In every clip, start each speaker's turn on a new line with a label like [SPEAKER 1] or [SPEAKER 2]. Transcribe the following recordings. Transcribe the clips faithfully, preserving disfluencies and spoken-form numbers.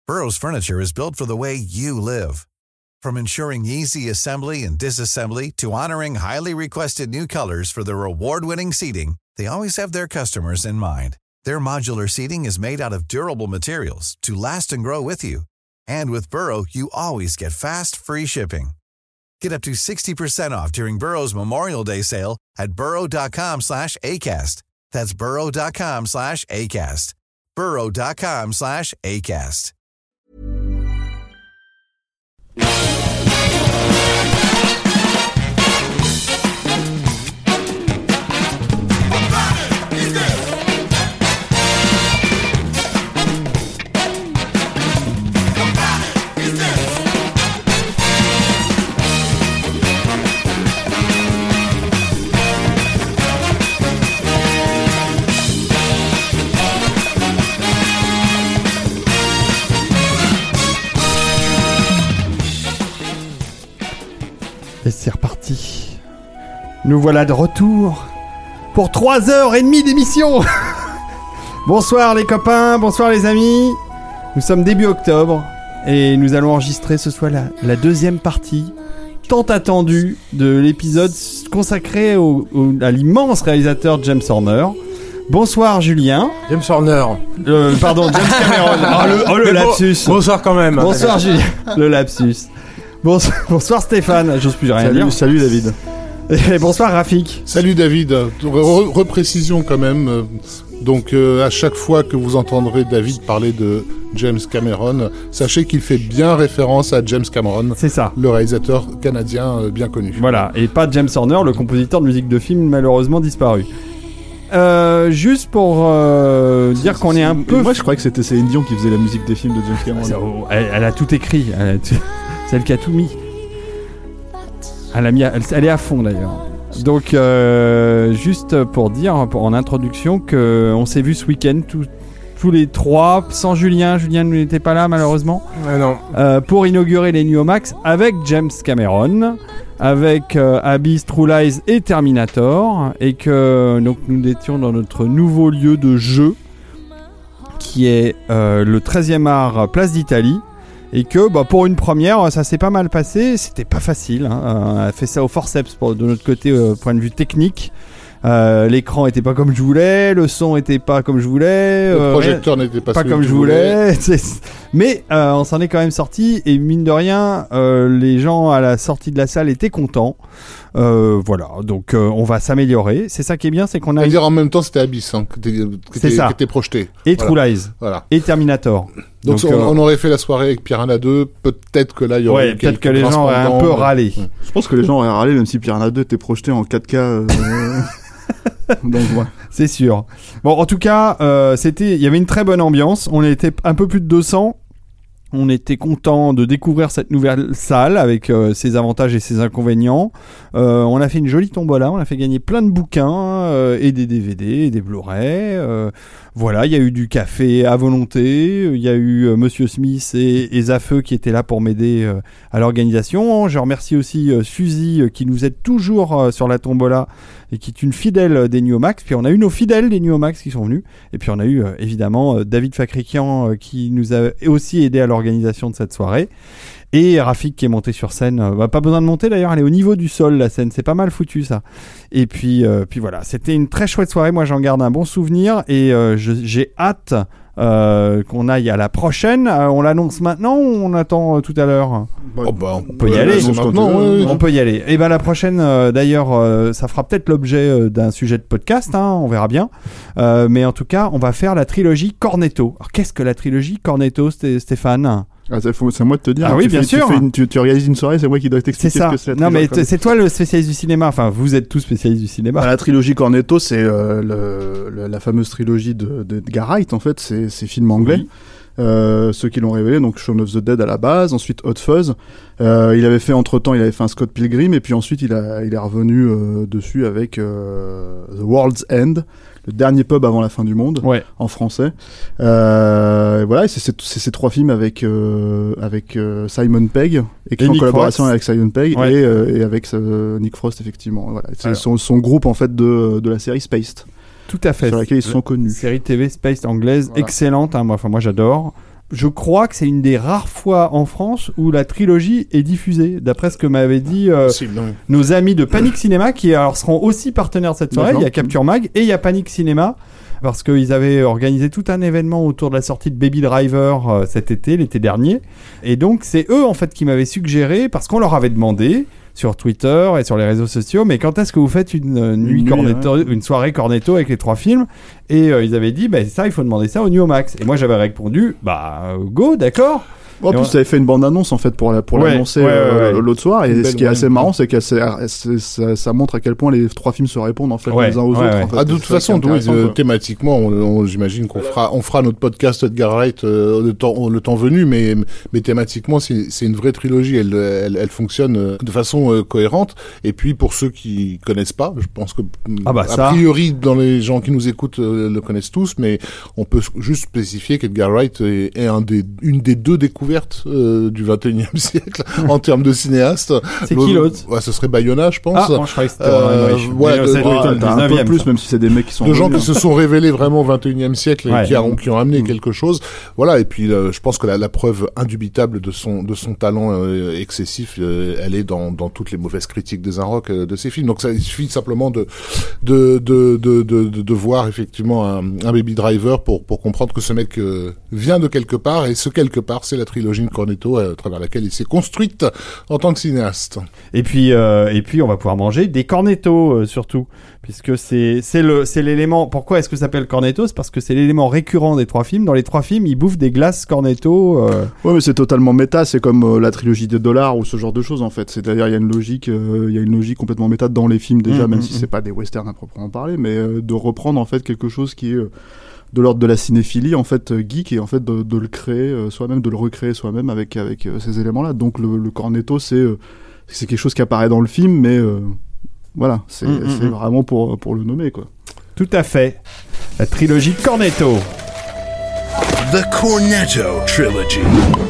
[SPEAKER 1] Burrow's furniture is built for the way you live. From ensuring easy assembly and disassembly to honoring highly requested new colors for their award-winning seating, they always have their customers in mind. Their modular seating is made out of durable materials to last and grow with you. And with Burrow, you always get fast, free shipping. Get up to sixty percent off during Burrow's Memorial Day sale at burrow.com slash ACAST. That's burrow.com slash ACAST. burrow.com slash ACAST.
[SPEAKER 2] Et c'est reparti. Nous voilà de retour pour trois heures et demie d'émission. Bonsoir les copains, bonsoir les amis. Nous sommes début octobre et nous allons enregistrer ce soir la, la deuxième partie tant attendue de l'épisode consacré au, au, à l'immense réalisateur James Horner. Bonsoir Julien.
[SPEAKER 3] James Horner.
[SPEAKER 2] Euh, pardon, James Cameron. Oh le, oh, le lapsus.
[SPEAKER 3] Bonsoir quand même.
[SPEAKER 2] Bonsoir Julien. Le lapsus. Bonsoir, bonsoir Stéphane, j'ose plus rien
[SPEAKER 4] salut,
[SPEAKER 2] dire.
[SPEAKER 4] Salut David.
[SPEAKER 2] Et bonsoir Rafik.
[SPEAKER 5] Salut David. Re- reprécision quand même. Donc euh, à chaque fois que vous entendrez David parler de James Cameron, sachez qu'il fait bien référence à James Cameron.
[SPEAKER 2] C'est ça.
[SPEAKER 5] Le réalisateur canadien euh, bien connu.
[SPEAKER 2] Voilà, et pas James Horner, le compositeur de musique de film malheureusement disparu. Euh, juste pour euh, dire c'est, qu'on est un peu...
[SPEAKER 4] Moi je croyais que c'était Céline Dion qui faisait la musique des films de James Cameron.
[SPEAKER 2] Elle, elle a tout écrit, elle a tout... c'est elle qui a tout mis. Elle, a mis à... elle, elle est à fond d'ailleurs. Donc euh, juste pour dire pour, en introduction qu'on s'est vu ce week-end tous, tous les trois, sans Julien. Julien n'était pas là malheureusement.
[SPEAKER 3] Ah non.
[SPEAKER 2] Euh, pour inaugurer les Nuo Max avec James Cameron, avec euh, Abyss, True Lies et Terminator, et que donc nous étions dans notre nouveau lieu de jeu qui est euh, le treizième art Place d'Italie. Et que bah, pour une première, ça s'est pas mal passé. C'était pas facile. Hein. On a fait ça au forceps pour, de notre côté, euh, point de vue technique. Euh, l'écran était pas comme je voulais, le son était pas comme je voulais,
[SPEAKER 5] le
[SPEAKER 2] euh,
[SPEAKER 5] projecteur ouais, n'était pas,
[SPEAKER 2] pas comme je voulais. voulais. Mais euh, on s'en est quand même sorti et mine de rien, euh, les gens à la sortie de la salle étaient contents. Euh, voilà, donc euh, on va s'améliorer. C'est ça qui est bien, c'est qu'on a.
[SPEAKER 5] C'est-à-dire en même temps, c'était Abyss hein, qui, était, qui, était, qui était projeté.
[SPEAKER 2] Et
[SPEAKER 5] voilà.
[SPEAKER 2] True Lies.
[SPEAKER 5] Voilà.
[SPEAKER 2] Et Terminator.
[SPEAKER 5] Donc, donc on, euh... on aurait fait la soirée avec Piranha deux. Peut-être que là, il y aurait.
[SPEAKER 2] Ouais, peut-être que les gens auraient un peu râlé.
[SPEAKER 4] Ouais. Je pense que les gens auraient râlé même si Piranha deux était projeté en quatre K. Euh... Donc, ouais.
[SPEAKER 2] C'est sûr. Bon, en tout cas, euh, c'était, il y avait une très bonne ambiance. On était un peu plus de deux cents. On était content de découvrir cette nouvelle salle avec euh, ses avantages et ses inconvénients. Euh, on a fait une jolie tombola, on a fait gagner plein de bouquins euh, et des D V D et des Blu-ray. Euh, voilà, il y a eu du café à volonté. Il y a eu euh, Monsieur Smith et, et Zafeu qui étaient là pour m'aider euh, à l'organisation. Je remercie aussi euh, Suzy euh, qui nous aide toujours euh, sur la tombola et qui est une fidèle des Nuo Max. Puis on a eu nos fidèles des Nuo Max qui sont venus. Et puis on a eu euh, évidemment euh, David Fakrikian euh, qui nous a aussi aidé à l'organisation de cette soirée. Et Rafik qui est monté sur scène. Euh, bah, pas besoin de monter d'ailleurs, elle est au niveau du sol la scène. C'est pas mal foutu ça. Et puis, euh, puis voilà, c'était une très chouette soirée. Moi j'en garde un bon souvenir et euh, je, j'ai hâte euh, qu'on aille à la prochaine. Euh, on l'annonce maintenant ou on attend euh, tout à l'heure ?
[SPEAKER 5] Oh bah, on,
[SPEAKER 2] on peut y ouais, aller.
[SPEAKER 5] Maintenant, ouais,
[SPEAKER 2] on peut y aller. Et ben la prochaine, euh, d'ailleurs, euh, ça fera peut-être l'objet euh, d'un sujet de podcast. Hein, on verra bien. Euh, mais en tout cas, on va faire la trilogie Cornetto. Alors, qu'est-ce que la trilogie Cornetto, Stéphane ?
[SPEAKER 4] Ah, c'est, c'est à moi de te dire.
[SPEAKER 2] Ah
[SPEAKER 4] hein,
[SPEAKER 2] oui,
[SPEAKER 4] tu
[SPEAKER 2] bien
[SPEAKER 4] fais,
[SPEAKER 2] sûr.
[SPEAKER 4] Tu, fais une, tu, tu organises une soirée, c'est moi qui dois t'expliquer
[SPEAKER 2] c'est ça.
[SPEAKER 4] ce que c'est.
[SPEAKER 2] Non, mais t- c'est toi le spécialiste du cinéma. Enfin, vous êtes tous spécialistes du cinéma.
[SPEAKER 4] Bah, la trilogie Cornetto, c'est euh, le, le, la fameuse trilogie de, de Edgar Wright, en fait. C'est, c'est films anglais. Oui. Euh, ceux qui l'ont révélé, donc Shaun of the Dead à la base, ensuite Hot Fuzz. Euh, il avait fait entre-temps, il avait fait un Scott Pilgrim, et puis ensuite il a, il est revenu euh, dessus avec euh, The World's End, le dernier pub avant la fin du monde,
[SPEAKER 2] ouais.
[SPEAKER 4] en français. Euh, et voilà, et c'est, c'est, c'est ces trois films avec euh, avec euh, Simon Pegg, écrit en collaboration Frost. Avec Simon Pegg ouais. et, euh, et avec euh, Nick Frost effectivement. Voilà, c'est son, son groupe en fait de de la série Spaced.
[SPEAKER 2] Tout à fait.
[SPEAKER 4] Sur laquelle ils sont connus.
[SPEAKER 2] Série T V Space anglaise, voilà. Excellente. Hein. Moi, enfin, moi, j'adore. je crois que c'est une des rares fois en France où la trilogie est diffusée, d'après ce que m'avaient dit euh,
[SPEAKER 5] Possible, oui.
[SPEAKER 2] nos amis de Panic Cinéma, qui alors seront aussi partenaires de cette soirée.
[SPEAKER 4] D'accord.
[SPEAKER 2] Il y a Capture Mag et il y a Panic Cinéma, parce qu'ils avaient organisé tout un événement autour de la sortie de Baby Driver euh, cet été, l'été dernier. Et donc c'est eux en fait qui m'avaient suggéré, parce qu'on leur avait demandé sur Twitter et sur les réseaux sociaux, mais quand est-ce que vous faites une euh, nuit
[SPEAKER 4] nuit,
[SPEAKER 2] cornetto,
[SPEAKER 4] ouais.
[SPEAKER 2] une soirée cornetto avec les trois films? Et euh, ils avaient dit, bah ça, il faut demander ça au Nuo Max. Et moi j'avais répondu, bah euh, go, d'accord.
[SPEAKER 4] En plus,
[SPEAKER 2] on...
[SPEAKER 4] tu avais fait une bande-annonce en fait pour, la, pour
[SPEAKER 2] ouais,
[SPEAKER 4] l'annoncer
[SPEAKER 2] ouais,
[SPEAKER 4] euh,
[SPEAKER 2] ouais, ouais.
[SPEAKER 4] l'autre soir. Et
[SPEAKER 5] Une
[SPEAKER 4] ce qui est
[SPEAKER 5] belle
[SPEAKER 4] assez marrant, c'est que c'est, c'est, ça, ça montre à quel point les trois films se répondent en fait
[SPEAKER 2] Ouais,
[SPEAKER 4] les uns aux
[SPEAKER 2] ouais,
[SPEAKER 4] autres.
[SPEAKER 2] ouais.
[SPEAKER 4] En fait.
[SPEAKER 5] Ah, de toute
[SPEAKER 4] C'est ça
[SPEAKER 5] façon,
[SPEAKER 4] qui est
[SPEAKER 5] oui,
[SPEAKER 4] intéressant,
[SPEAKER 5] euh,
[SPEAKER 4] quoi.
[SPEAKER 5] thématiquement, on, on- j'imagine qu'on fera, on fera notre podcast Edgar Wright euh, le temps, le temps venu, mais, mais thématiquement, c'est, c'est une vraie trilogie. Elle, elle, elle fonctionne euh, de façon euh, cohérente. Et puis, pour ceux qui connaissent pas, je pense que
[SPEAKER 2] Ah bah
[SPEAKER 5] a
[SPEAKER 2] ça.
[SPEAKER 5] priori, dans les gens qui nous écoutent, euh, le connaissent tous, mais on peut juste spécifier qu'Edgar Wright est, est un des, une des deux découvertes euh, du vingt et unième siècle en termes de cinéaste.
[SPEAKER 2] C'est qui l'autre?
[SPEAKER 5] Ouais, ce serait Bayona, je pense.
[SPEAKER 2] Ah, moi je croyais que c'était
[SPEAKER 5] Euh,
[SPEAKER 2] Roland Emmerich.
[SPEAKER 5] ouais,
[SPEAKER 2] Mais,
[SPEAKER 5] de-
[SPEAKER 2] euh, ça doit
[SPEAKER 5] de-
[SPEAKER 2] être le
[SPEAKER 4] T'as un peu
[SPEAKER 2] dix-neuvième,
[SPEAKER 4] plus,
[SPEAKER 2] ça.
[SPEAKER 4] même si c'est des mecs qui sont
[SPEAKER 5] de gens qui
[SPEAKER 4] revenus,
[SPEAKER 5] se sont révélés vraiment au vingt et unième siècle et
[SPEAKER 2] Ouais.
[SPEAKER 5] qui, ont, qui ont amené
[SPEAKER 2] Mmh.
[SPEAKER 5] quelque chose. Voilà, et puis euh, je pense que la, la preuve indubitable de son, de son talent euh, excessif, euh, elle est dans, dans toutes les mauvaises critiques des Inrocks euh, de ses films. Donc ça, il suffit simplement de, de, de, de, de, de, de voir effectivement un, un Baby Driver pour, pour comprendre que ce mec euh, vient de quelque part, et ce quelque part, c'est la trilogie de Cornetto euh, à travers laquelle il s'est construite en tant que cinéaste.
[SPEAKER 2] Et puis, euh, et puis, on va pouvoir manger des cornettos euh, surtout, puisque c'est c'est le c'est l'élément. Pourquoi est-ce que ça s'appelle cornetto? C'est parce que c'est l'élément récurrent des trois films. Dans les trois films, ils bouffent des glaces cornetto. Euh...
[SPEAKER 4] Ouais, mais c'est totalement méta, c'est comme euh, la trilogie des dollars ou ce genre de choses en fait. C'est-à-dire il y a une logique, euh, il y a une logique complètement méta dans les films déjà,
[SPEAKER 2] Mmh,
[SPEAKER 4] même
[SPEAKER 2] mmh,
[SPEAKER 4] si
[SPEAKER 2] mmh.
[SPEAKER 4] c'est pas des westerns à proprement parler, mais euh, de reprendre en fait quelque chose qui est euh, de l'ordre de la cinéphilie en fait euh, geek, et en fait de, de le créer euh, soi-même, de le recréer soi-même avec avec euh, ces éléments-là. Donc le, le cornetto c'est euh, c'est quelque chose qui apparaît dans le film, mais euh, voilà, c'est
[SPEAKER 2] Mmh, mmh,
[SPEAKER 4] c'est
[SPEAKER 2] mmh.
[SPEAKER 4] vraiment pour pour le nommer quoi.
[SPEAKER 2] Tout à fait. La trilogie Cornetto.
[SPEAKER 3] The Cornetto Trilogy.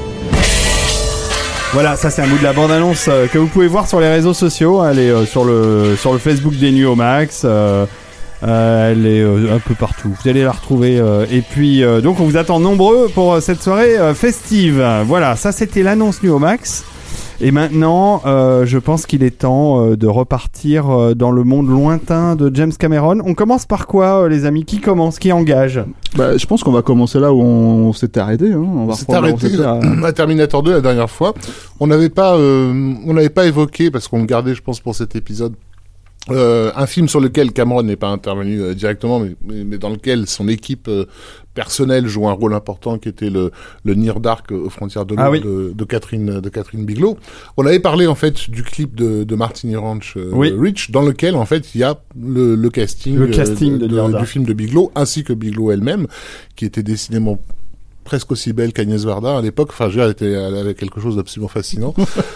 [SPEAKER 2] Voilà, ça c'est un bout de la bande-annonce euh, que vous pouvez voir sur les réseaux sociaux. Elle est euh, sur le sur le Facebook des Nuo Max. Euh, euh, elle est euh, un peu partout. Vous allez la retrouver. euh, et puis euh, donc on vous attend nombreux pour euh, cette soirée euh, festive. Voilà, ça c'était l'annonce Nuo Max. Et maintenant, euh, je pense qu'il est temps euh, de repartir euh, dans le monde lointain de James Cameron. On commence par quoi, euh, les amis? Qui commence? Qui engage?
[SPEAKER 4] Bah, je pense qu'on va commencer là où on, on s'était arrêté. Hein. On va
[SPEAKER 5] On s'est
[SPEAKER 4] reprendre là où on
[SPEAKER 5] arrêté
[SPEAKER 4] s'était à-
[SPEAKER 5] à Terminator deux la dernière fois. On n'avait pas, euh, on n'avait pas évoqué, parce qu'on le gardait, je pense, pour cet épisode, euh, un film sur lequel Cameron n'est pas intervenu euh, directement, mais, mais, mais dans lequel son équipe euh, personnelle joue un rôle important, qui était le, le Near Dark aux frontières de l'eau
[SPEAKER 2] Ah oui.
[SPEAKER 5] de, de Catherine de Catherine Bigelow. On avait parlé en fait du clip de, de Martini Ranch euh,
[SPEAKER 2] Oui.
[SPEAKER 5] Rich, dans lequel en fait il y a le, le casting,
[SPEAKER 2] Le casting de
[SPEAKER 5] de,
[SPEAKER 2] Near Dark.
[SPEAKER 5] du film de Bigelow, ainsi que Bigelow elle-même, qui était décidément presque aussi belle qu'Agnès Varda à l'époque. Enfin, je veux dire, elle, était, elle avait quelque chose d'absolument fascinant.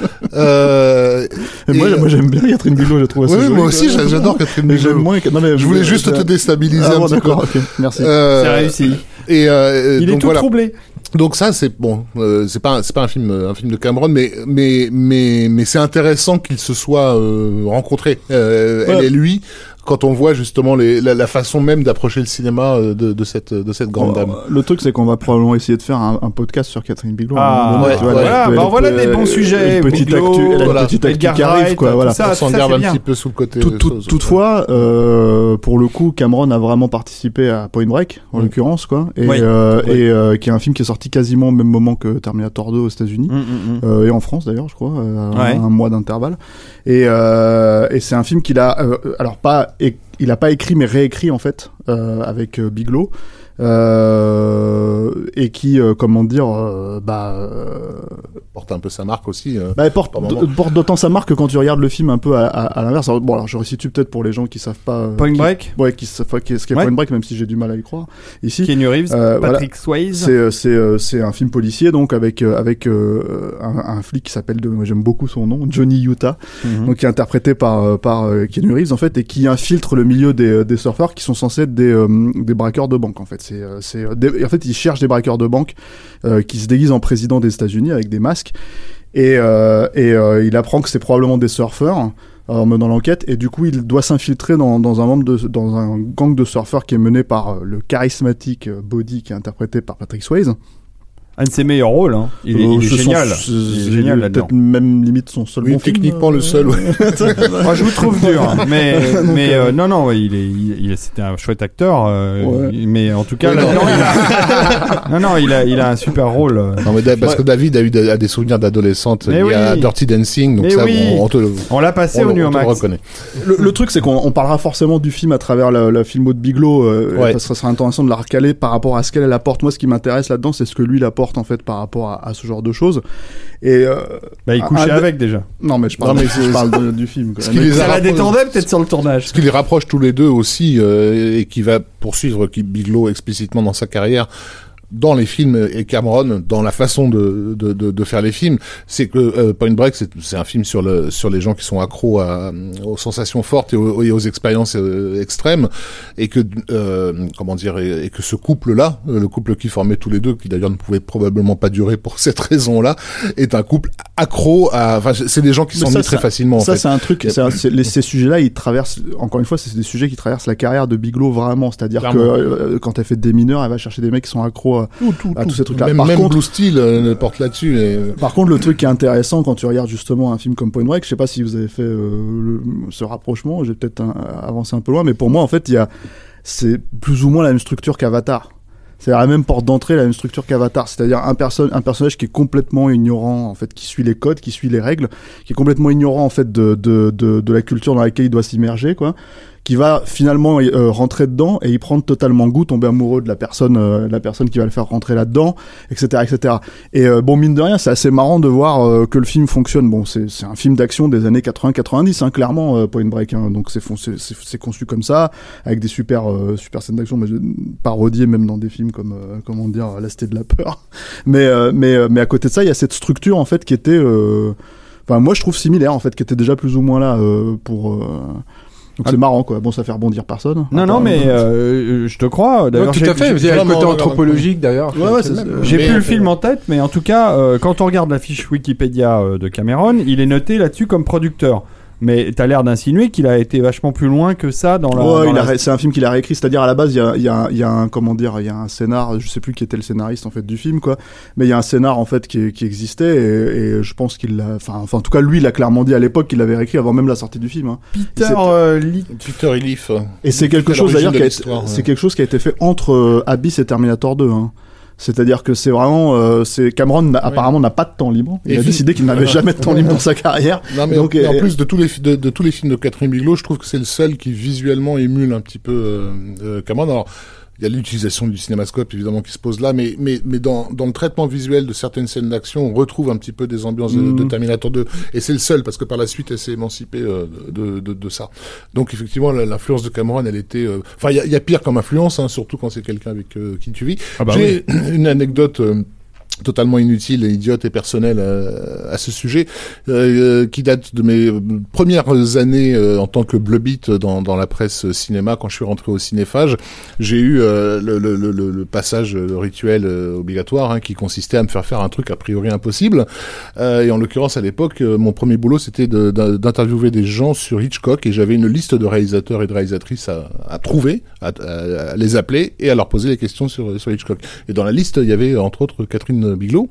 [SPEAKER 5] euh,
[SPEAKER 4] Et moi,
[SPEAKER 5] et-
[SPEAKER 4] moi j'aime bien Catherine Bigelow, je la trouve assez
[SPEAKER 5] Oui,
[SPEAKER 4] jolie,
[SPEAKER 5] moi aussi,
[SPEAKER 4] quoi.
[SPEAKER 5] j'a- j'adore Catherine
[SPEAKER 4] Mais
[SPEAKER 5] Bigelow.
[SPEAKER 4] j'aime moins. Non, mais
[SPEAKER 5] Je voulais juste
[SPEAKER 4] euh,
[SPEAKER 5] te déstabiliser
[SPEAKER 4] ah,
[SPEAKER 5] un
[SPEAKER 4] bon,
[SPEAKER 5] petit peu.
[SPEAKER 4] d'accord, ok, merci.
[SPEAKER 5] Euh,
[SPEAKER 2] C'est réussi.
[SPEAKER 5] Et euh,
[SPEAKER 2] Il est
[SPEAKER 5] donc
[SPEAKER 2] tout
[SPEAKER 5] voilà.
[SPEAKER 2] troublé.
[SPEAKER 5] Donc ça c'est bon, euh, c'est pas un- c'est pas un film euh, un film de Cameron, mais mais mais mais c'est intéressant qu'ils se soient euh, rencontrés, euh,
[SPEAKER 4] Ouais.
[SPEAKER 5] elle et lui, quand on voit justement les, la, la façon même d'approcher le cinéma euh, de, de cette de cette grande dame.
[SPEAKER 4] Le truc, c'est qu'on va probablement essayer de faire un, un podcast sur Catherine Bigelow. à un
[SPEAKER 2] Ah,
[SPEAKER 4] moment donné,
[SPEAKER 5] ouais,
[SPEAKER 4] tu vois,
[SPEAKER 5] ouais.
[SPEAKER 4] elle-
[SPEAKER 2] Voilà,
[SPEAKER 4] elle-
[SPEAKER 2] bah
[SPEAKER 4] elle-
[SPEAKER 2] voilà
[SPEAKER 4] elle-
[SPEAKER 2] des bons
[SPEAKER 4] elle-
[SPEAKER 2] sujets.
[SPEAKER 4] Une petite
[SPEAKER 2] Bigelow,
[SPEAKER 4] actu, elle a une
[SPEAKER 5] voilà,
[SPEAKER 4] petite actu
[SPEAKER 2] Edgar
[SPEAKER 4] qui arrive,
[SPEAKER 2] Wright,
[SPEAKER 4] quoi.
[SPEAKER 2] tout
[SPEAKER 4] Voilà.
[SPEAKER 2] ça.
[SPEAKER 5] On s'en
[SPEAKER 2] ça,
[SPEAKER 5] garde
[SPEAKER 2] c'est
[SPEAKER 5] un
[SPEAKER 2] bien.
[SPEAKER 5] petit peu sous le côté.
[SPEAKER 4] Tout- tout-
[SPEAKER 5] chose.
[SPEAKER 4] toutefois, euh, pour le coup, Cameron a vraiment participé à Point Break, en
[SPEAKER 5] Mm.
[SPEAKER 4] l'occurrence, quoi, et,
[SPEAKER 2] Oui.
[SPEAKER 4] euh,
[SPEAKER 5] Oui.
[SPEAKER 4] et euh, qui est un film qui est sorti quasiment au même moment que Terminator deux aux États-Unis.
[SPEAKER 2] Hum, hum, hum.
[SPEAKER 4] Euh, et en France d'ailleurs, je crois, euh,
[SPEAKER 2] Ouais.
[SPEAKER 4] un, un mois d'intervalle. Et, euh, et c'est un film qu'il a, euh, alors pas, é- il a pas écrit mais réécrit en fait euh, avec euh, Bigelow. Euh, et qui, euh, comment dire, euh, bah, euh,
[SPEAKER 5] Porte un peu sa marque aussi. euh.
[SPEAKER 4] bah, porte,
[SPEAKER 5] Par moment.
[SPEAKER 4] d- porte d'autant sa marque que quand tu regardes le film un peu à, à, à l'inverse. Alors, bon, alors je resitue peut-être pour les gens qui savent pas. euh,
[SPEAKER 2] Point
[SPEAKER 4] qui-
[SPEAKER 2] Break,
[SPEAKER 4] Ouais, qui savent pas qu'est-ce qu'est
[SPEAKER 2] Ouais.
[SPEAKER 4] Point Break, même si j'ai du mal à y croire. Ici,
[SPEAKER 2] Keanu Reeves,
[SPEAKER 4] Euh,
[SPEAKER 2] Patrick Swayze.
[SPEAKER 4] c'est euh, c'est euh, c'est un film policier donc avec euh, avec euh, un, un flic qui s'appelle, de- moi j'aime beaucoup son nom, Johnny Utah,
[SPEAKER 2] Mhm.
[SPEAKER 4] donc qui est interprété par euh, par euh, Keanu Reeves en fait, et qui infiltre le milieu des des surfeurs qui sont censés être des euh, des braqueurs de banque en fait. C'est euh, c'est euh, des- en fait ils cherchent des braqueurs de banque euh, qui se déguisent en président des États-Unis avec des masques, et euh, et euh, il apprend que c'est probablement des surfeurs en menant l'enquête, et du coup il doit s'infiltrer dans, dans un membre de, dans un gang de surfeurs qui est mené par euh, le charismatique euh, Body, qui est interprété par Patrick Swayze.
[SPEAKER 2] Un de ses meilleurs rôles, hein. Il est,
[SPEAKER 4] Euh,
[SPEAKER 2] il est
[SPEAKER 4] ce
[SPEAKER 2] génial.
[SPEAKER 4] sont-
[SPEAKER 2] Il est
[SPEAKER 4] c'est
[SPEAKER 2] génial là-dedans.
[SPEAKER 4] peut-être même limite son seul
[SPEAKER 5] Oui,
[SPEAKER 4] bon film,
[SPEAKER 5] techniquement
[SPEAKER 4] euh,
[SPEAKER 5] le seul, ouais.
[SPEAKER 2] Moi, je vous trouve dur, hein. mais
[SPEAKER 4] Donc,
[SPEAKER 2] mais
[SPEAKER 4] euh,
[SPEAKER 2] euh, non non, il est, il, il- c'était un chouette acteur, euh,
[SPEAKER 4] Ouais.
[SPEAKER 2] il- mais en tout cas
[SPEAKER 5] Oui,
[SPEAKER 2] là-dedans,
[SPEAKER 5] non.
[SPEAKER 2] il a... non non, il a il a un super rôle. euh.
[SPEAKER 5] Non, mais da- parce
[SPEAKER 4] Ouais.
[SPEAKER 5] que David a eu de- a des souvenirs d'adolescente
[SPEAKER 2] Mais
[SPEAKER 5] liés à
[SPEAKER 2] oui.
[SPEAKER 5] Dirty Dancing, donc
[SPEAKER 2] Mais
[SPEAKER 5] ça,
[SPEAKER 2] oui.
[SPEAKER 5] on, on te, le-
[SPEAKER 2] On l'a passé
[SPEAKER 5] on,
[SPEAKER 2] au
[SPEAKER 5] le- on te le
[SPEAKER 2] Nuomax.
[SPEAKER 5] reconnaît.
[SPEAKER 4] Le, le truc, c'est qu'on on parlera forcément du film à travers la, la filmo de Bigelow. Euh,
[SPEAKER 5] Ouais.
[SPEAKER 4] parce que ça sera intéressant de la recaler par rapport à ce qu'elle elle apporte. Moi, ce qui m'intéresse là-dedans, c'est ce que lui il apporte en fait par rapport à, à ce genre de choses. Et euh,
[SPEAKER 2] Bah, il couchait
[SPEAKER 4] un-
[SPEAKER 2] avec déjà.
[SPEAKER 4] non, mais je parle,
[SPEAKER 5] Non, mais
[SPEAKER 4] je parle de- du film. Quoi.
[SPEAKER 5] Ce qui les a
[SPEAKER 2] Ça la
[SPEAKER 5] rapprochés-
[SPEAKER 2] détendait peut-être sur le tournage.
[SPEAKER 5] Ce qui les rapproche tous les deux aussi, euh, et qui va poursuivre qui Bigelow explicitement dans sa carrière, dans les films, et Cameron dans la façon de de de, de faire les films, c'est que euh, Point Break c'est c'est un film sur le sur les gens qui sont accros à aux sensations fortes et aux, et aux expériences euh, extrêmes, et que euh, comment dire et, et que ce couple là, le couple qui formait tous les deux, qui d'ailleurs ne pouvait probablement pas durer pour cette raison là, est un couple accro à, enfin c'est des gens qui
[SPEAKER 4] Mais
[SPEAKER 5] s'ennuient
[SPEAKER 4] ça,
[SPEAKER 5] très
[SPEAKER 4] ça-
[SPEAKER 5] facilement en
[SPEAKER 4] Ça,
[SPEAKER 5] fait.
[SPEAKER 4] c'est un truc. c'est un- c'est- les- ces sujets-là, ils traversent. Encore une fois, c'est des sujets qui traversent la carrière de Bigelow vraiment. C'est-à-dire que
[SPEAKER 5] Clairement.
[SPEAKER 4] euh, quand elle fait des mineurs, elle va chercher des mecs qui sont accros à,
[SPEAKER 5] Tout, tout,
[SPEAKER 4] à
[SPEAKER 5] tout.
[SPEAKER 4] tous ces trucs-là.
[SPEAKER 5] Même,
[SPEAKER 4] Par
[SPEAKER 5] même
[SPEAKER 4] contre-
[SPEAKER 5] Blue Steel euh, porte là-dessus. Et...
[SPEAKER 4] Par contre, le truc qui est intéressant quand tu regardes justement un film comme Point Break, je sais pas si vous avez fait euh, le- ce rapprochement, j'ai peut-être un- avancé un peu loin, mais pour moi, en fait, il y a, c'est plus ou moins la même structure qu'Avatar. C'est la même porte d'entrée, la même structure qu'Avatar. C'est-à-dire un, perso- un personnage qui est complètement ignorant, en fait, qui suit les codes, qui suit les règles, qui est complètement ignorant, en fait, de, de, de, de la culture dans laquelle il doit s'immerger, quoi. Qui va finalement euh, rentrer dedans et y prendre totalement goût, tomber amoureux de la personne, euh, la personne qui va le faire rentrer là-dedans, et cetera, et cetera. Et euh, bon, mine de rien, c'est assez marrant de voir euh, que le film fonctionne. Bon, c'est c'est un film d'action des années quatre-vingts quatre-vingt-dix, hein, clairement, euh, Point Break. Hein, donc c'est fon- c'est c'est c'est conçu comme ça, avec des super euh, super scènes d'action, mais je- parodiées même dans des films comme euh, comment dire, La Cité de la peur. Mais euh, mais euh, mais à côté de ça, il y a cette structure en fait qui était, euh, enfin moi je trouve similaire en fait, qui était déjà plus ou moins là euh, pour. Euh, Donc c'est marrant quoi. Bon, ça fait rebondir personne.
[SPEAKER 2] Non, non, mais euh, je te crois. D'ailleurs,
[SPEAKER 6] Ouais, tout
[SPEAKER 2] j'ai-
[SPEAKER 6] à fait.
[SPEAKER 2] j'ai-
[SPEAKER 6] Il y a le
[SPEAKER 5] vraiment-
[SPEAKER 6] côté anthropologique d'ailleurs.
[SPEAKER 4] Ouais, ouais,
[SPEAKER 6] c'est
[SPEAKER 4] c'est-
[SPEAKER 6] le même.
[SPEAKER 2] J'ai
[SPEAKER 5] Mais-
[SPEAKER 2] plus le film en tête, mais en tout cas, euh, quand on regarde la fiche Wikipédia euh, de Cameron, il est noté là-dessus comme producteur. Mais t'as l'air d'insinuer qu'il a été vachement plus loin que ça dans la.
[SPEAKER 4] Ouais,
[SPEAKER 2] dans
[SPEAKER 4] il
[SPEAKER 2] la-
[SPEAKER 4] a ré- c'est un film qu'il a réécrit, c'est-à-dire à la base il y a, il y, a, il y a un comment dire, il y a un scénar, je sais plus qui était le scénariste en fait du film quoi, mais il y a un scénar en fait qui, qui existait et, et je pense qu'il l'a, enfin, enfin en tout cas lui il a clairement dit à l'époque qu'il l'avait réécrit avant même la sortie du film. Hein.
[SPEAKER 2] Peter
[SPEAKER 4] c'est-
[SPEAKER 2] euh, Lee-
[SPEAKER 5] Peter Elif.
[SPEAKER 4] Et c'est quelque
[SPEAKER 5] C'est
[SPEAKER 4] chose
[SPEAKER 5] l'origine
[SPEAKER 4] d'ailleurs
[SPEAKER 5] de
[SPEAKER 4] qui a été,
[SPEAKER 5] l'histoire,
[SPEAKER 4] c'est
[SPEAKER 5] ouais.
[SPEAKER 4] quelque chose qui a été fait entre euh, Abyss et Terminator deux. Hein. C'est-à-dire que c'est vraiment, euh, c'est Cameron n'a- apparemment n'a pas de temps libre. Il
[SPEAKER 5] Et
[SPEAKER 4] a
[SPEAKER 5] fi-
[SPEAKER 4] décidé qu'il n'avait jamais de temps libre dans sa carrière.
[SPEAKER 5] Non mais
[SPEAKER 4] Donc,
[SPEAKER 5] en, en
[SPEAKER 4] euh,
[SPEAKER 5] plus de tous les fi- de, de tous les films de Catherine Bigelow, je trouve que c'est le seul qui visuellement émule un petit peu euh, euh, Cameron. Alors il y a l'utilisation du cinémascope évidemment qui se pose là, mais mais mais dans dans le traitement visuel de certaines scènes d'action, on retrouve un petit peu des ambiances de,
[SPEAKER 4] Mm.
[SPEAKER 5] de Terminator deux, et c'est le seul parce que par la suite elle s'est émancipée euh, de, de de ça. Donc effectivement la- l'influence de Cameron, elle était, euh, enfin il y a, il y a pire comme influence, hein, surtout quand c'est quelqu'un avec euh, qui tu vis.
[SPEAKER 2] Ah bah
[SPEAKER 5] J'ai une anecdote. euh, totalement inutile et idiote et personnelle à, à ce sujet, euh, qui date de mes premières années euh, en tant que bleubeat dans, dans la presse cinéma. Quand je suis rentré au cinéphage, j'ai eu euh, le, le, le, le passage, le rituel euh, obligatoire, hein, qui consistait à me faire faire un truc a priori impossible. Euh, et en l'occurrence, à l'époque, euh, mon premier boulot, c'était de, de, d'interviewer des gens sur Hitchcock, et j'avais une liste de réalisateurs et de réalisatrices à, à trouver, à, à, à les appeler et à leur poser des questions sur, sur Hitchcock. Et dans la liste, il y avait entre autres Catherine Bigelow.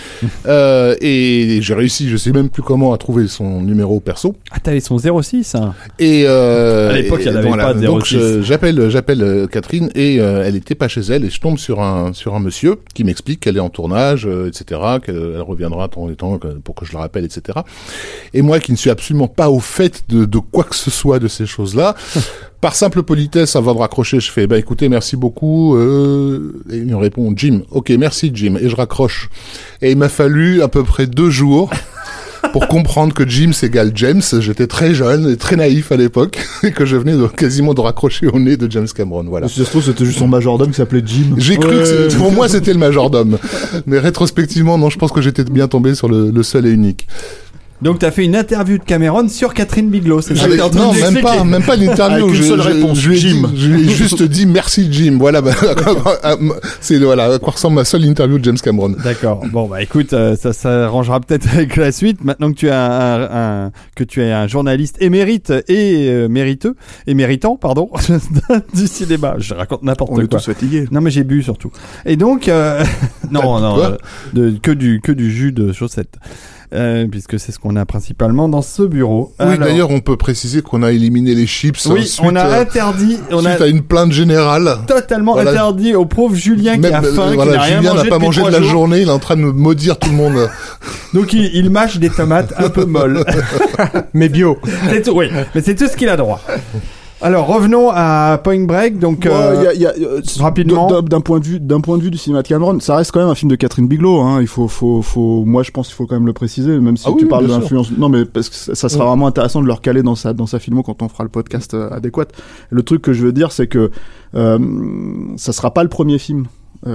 [SPEAKER 5] euh, et j'ai réussi, je sais même plus comment, à trouver son numéro perso.
[SPEAKER 2] Ah, t'avais son zéro six. Hein.
[SPEAKER 5] Et euh,
[SPEAKER 2] À l'époque, il y en
[SPEAKER 5] et
[SPEAKER 2] avait
[SPEAKER 5] voilà.
[SPEAKER 2] pas de
[SPEAKER 5] Donc
[SPEAKER 2] zéro six.
[SPEAKER 5] je- j'appelle, j'appelle euh, Catherine, et euh, elle était pas chez elle, et je tombe sur un sur un monsieur qui m'explique qu'elle est en tournage, euh, et cetera, qu'elle reviendra temps et temps pour que je le rappelle, et cetera. Et moi, qui ne suis absolument pas au fait de, de quoi que ce soit de ces choses-là. Par simple politesse, avant de raccrocher, je fais, bah écoutez, merci beaucoup. Euh... Et il me répond, Jim. Ok, merci Jim. Et je raccroche. Et il m'a fallu à peu près deux jours pour comprendre que Jim s'égale James. J'étais très jeune et très naïf à l'époque, et que je venais de, quasiment de raccrocher au nez de James Cameron. Voilà.
[SPEAKER 4] Si ça se trouve, c'était juste son majordome qui s'appelait Jim.
[SPEAKER 5] J'ai cru
[SPEAKER 4] Ouais.
[SPEAKER 5] que c'est- pour moi c'était le majordome. Mais rétrospectivement, non, je pense que j'étais bien tombé sur le, le seul et unique.
[SPEAKER 2] Donc t'as fait une interview de Cameron sur Catherine Bigelow, c'est ça?
[SPEAKER 5] Avec, non, même pas, même pas l'interview.
[SPEAKER 4] Avec une
[SPEAKER 5] je,
[SPEAKER 4] seule
[SPEAKER 5] je,
[SPEAKER 4] réponse,
[SPEAKER 5] je lui ai
[SPEAKER 4] Jim.
[SPEAKER 5] dit- je lui ai juste dit merci Jim. Voilà, bah, c'est voilà à quoi ressemble ma seule interview de James Cameron.
[SPEAKER 2] D'accord. Bon bah écoute, euh, ça s'arrangera peut-être avec la suite. Maintenant que tu es un, un- un- que tu es un journaliste émérite et euh, mériteux et méritant, pardon, du cinéma. Je raconte n'importe
[SPEAKER 4] On est
[SPEAKER 2] quoi.
[SPEAKER 4] tous fatigués.
[SPEAKER 2] Non mais j'ai bu surtout. Et donc euh, non
[SPEAKER 5] T'as
[SPEAKER 2] non
[SPEAKER 5] quoi
[SPEAKER 2] euh, de, que du que du jus de chaussettes. Euh, puisque c'est ce qu'on a principalement dans ce bureau.
[SPEAKER 5] Oui,
[SPEAKER 2] Alors,
[SPEAKER 5] d'ailleurs, on peut préciser qu'on a éliminé les chips.
[SPEAKER 2] oui,
[SPEAKER 5] suite,
[SPEAKER 2] on a
[SPEAKER 5] euh,
[SPEAKER 2] interdit, on
[SPEAKER 5] suite
[SPEAKER 2] a
[SPEAKER 5] à une plainte générale.
[SPEAKER 2] totalement
[SPEAKER 5] Voilà.
[SPEAKER 2] interdit au pauvre Julien qui a
[SPEAKER 5] Même,
[SPEAKER 2] faim,
[SPEAKER 5] euh,
[SPEAKER 2] qui
[SPEAKER 5] voilà,
[SPEAKER 2] n'a rien
[SPEAKER 5] Julien
[SPEAKER 2] mangé
[SPEAKER 5] n'a pas
[SPEAKER 2] depuis
[SPEAKER 5] mangé
[SPEAKER 2] trois
[SPEAKER 5] de la
[SPEAKER 2] jours.
[SPEAKER 5] journée. Il est en train de maudire tout le monde.
[SPEAKER 2] Donc il, il mâche des tomates un peu molles.
[SPEAKER 6] Mais bio.
[SPEAKER 2] C'est tout, oui, mais c'est tout ce qu'il a droit. Alors revenons à Point Break. Donc
[SPEAKER 4] Ouais,
[SPEAKER 2] euh,
[SPEAKER 4] y a- y a- euh,
[SPEAKER 2] rapidement.
[SPEAKER 4] d'un- d'un point de vue, d'un point de vue du cinéma de Cameron, ça reste quand même un film de Catherine Bigelow. Hein. Il faut, faut, faut. Moi, je pense qu'il faut quand même le préciser, même si
[SPEAKER 5] Ah
[SPEAKER 4] tu
[SPEAKER 5] oui,
[SPEAKER 4] parles
[SPEAKER 5] bien
[SPEAKER 4] d'influence. Non, mais parce que ça, ça sera
[SPEAKER 5] Ouais.
[SPEAKER 4] vraiment intéressant de le recaler dans sa, dans sa filmo quand on fera le podcast euh, adéquat. Le truc que je veux dire, c'est que euh, ça sera pas le premier film.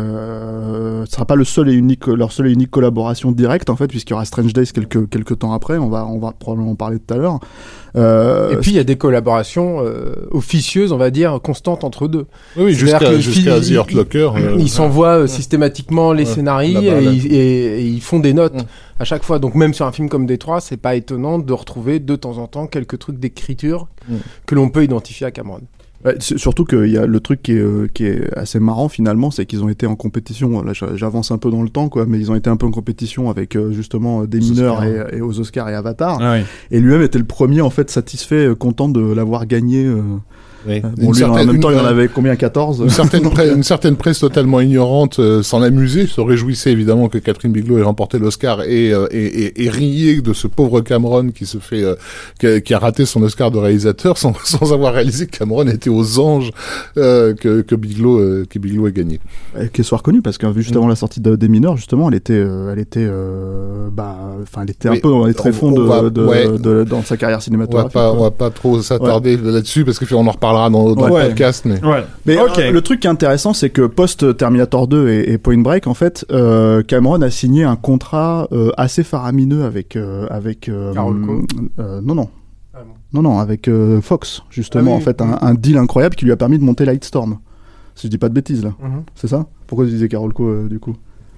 [SPEAKER 4] Euh, ce sera pas le seul et unique, leur seule et unique collaboration directe en fait, puisqu'il y aura Strange Days quelques quelques temps après. On va, on va probablement en parler tout à l'heure. Euh,
[SPEAKER 6] Et puis il y a des collaborations euh, officieuses, on va dire, constantes entre eux deux.
[SPEAKER 5] Oui,
[SPEAKER 6] C'est-à-dire
[SPEAKER 5] jusqu'à
[SPEAKER 6] que
[SPEAKER 5] jusqu'à
[SPEAKER 6] fi-
[SPEAKER 5] The Hurt Locker. euh,
[SPEAKER 6] Ils s'envoient euh, systématiquement les
[SPEAKER 5] Ouais.
[SPEAKER 6] scénarios
[SPEAKER 5] Là-bas,
[SPEAKER 6] et,
[SPEAKER 5] là.
[SPEAKER 6] ils- et- et ils font des notes
[SPEAKER 5] Mm.
[SPEAKER 6] à chaque fois. Donc même sur un film comme Détroit, c'est pas étonnant de retrouver de temps en temps quelques trucs d'écriture
[SPEAKER 5] Mm.
[SPEAKER 6] que l'on peut identifier à Cameron.
[SPEAKER 4] Ouais, c'est- surtout qu'il y a le truc qui est, euh, qui est assez marrant finalement, c'est qu'ils ont été en compétition. Là, j'a- j'avance un peu dans le temps, quoi, mais ils ont été un peu en compétition avec euh, justement euh, des
[SPEAKER 5] Aux
[SPEAKER 4] mineurs
[SPEAKER 5] Oscars.
[SPEAKER 4] et, et aux Oscars et Avatar.
[SPEAKER 2] Ah oui.
[SPEAKER 4] Et lui-même était le premier en fait satisfait, euh, content de l'avoir gagné. euh.
[SPEAKER 5] oui.
[SPEAKER 4] Bon,
[SPEAKER 5] Une
[SPEAKER 4] lui, en
[SPEAKER 5] certaine-
[SPEAKER 4] même temps, il en
[SPEAKER 5] une-
[SPEAKER 4] avait combien, quatorze
[SPEAKER 5] Une certaine, presse, une certaine presse totalement ignorante euh, s'en amusait, se réjouissait évidemment que Catherine Bigelow ait remporté l'Oscar et, euh, et, et, et riait de ce pauvre Cameron qui se fait, euh, qui, qui a raté son Oscar de réalisateur sans, sans avoir réalisé que Cameron était aux anges euh, que, que Bigelow, euh, que Bigelow ait gagné.
[SPEAKER 4] Euh, Qu'elle soit reconnue parce que juste avant la sortie de, des mineurs, justement, elle était, euh, elle était, euh, bah, enfin, elle était
[SPEAKER 5] Oui,
[SPEAKER 4] un peu dans les tréfonds
[SPEAKER 5] on- on
[SPEAKER 4] de,
[SPEAKER 5] va-
[SPEAKER 4] de,
[SPEAKER 5] ouais.
[SPEAKER 4] de- de- dans sa carrière
[SPEAKER 5] On va
[SPEAKER 4] cinématographique.
[SPEAKER 5] pas, on
[SPEAKER 4] quoi.
[SPEAKER 5] va pas trop s'attarder là-dessus parce qu'on en reparlera dans, dans
[SPEAKER 4] Ouais.
[SPEAKER 5] le podcast, mais.
[SPEAKER 2] Ouais.
[SPEAKER 4] Mais
[SPEAKER 2] Ok.
[SPEAKER 4] euh, le truc qui est intéressant, c'est que post Terminator deux et, et Point Break, en fait, euh, Cameron a signé un contrat euh, assez faramineux avec euh, avec euh,
[SPEAKER 6] Carolco.
[SPEAKER 4] euh, non non
[SPEAKER 6] Ah bon.
[SPEAKER 4] non non avec euh, Fox justement
[SPEAKER 6] Ah oui.
[SPEAKER 4] en fait un, un deal incroyable qui lui a permis de monter Lightstorm. Si je dis pas de bêtises là,
[SPEAKER 6] Mhm.
[SPEAKER 4] c'est ça? Pourquoi tu disais Carolco euh, du coup?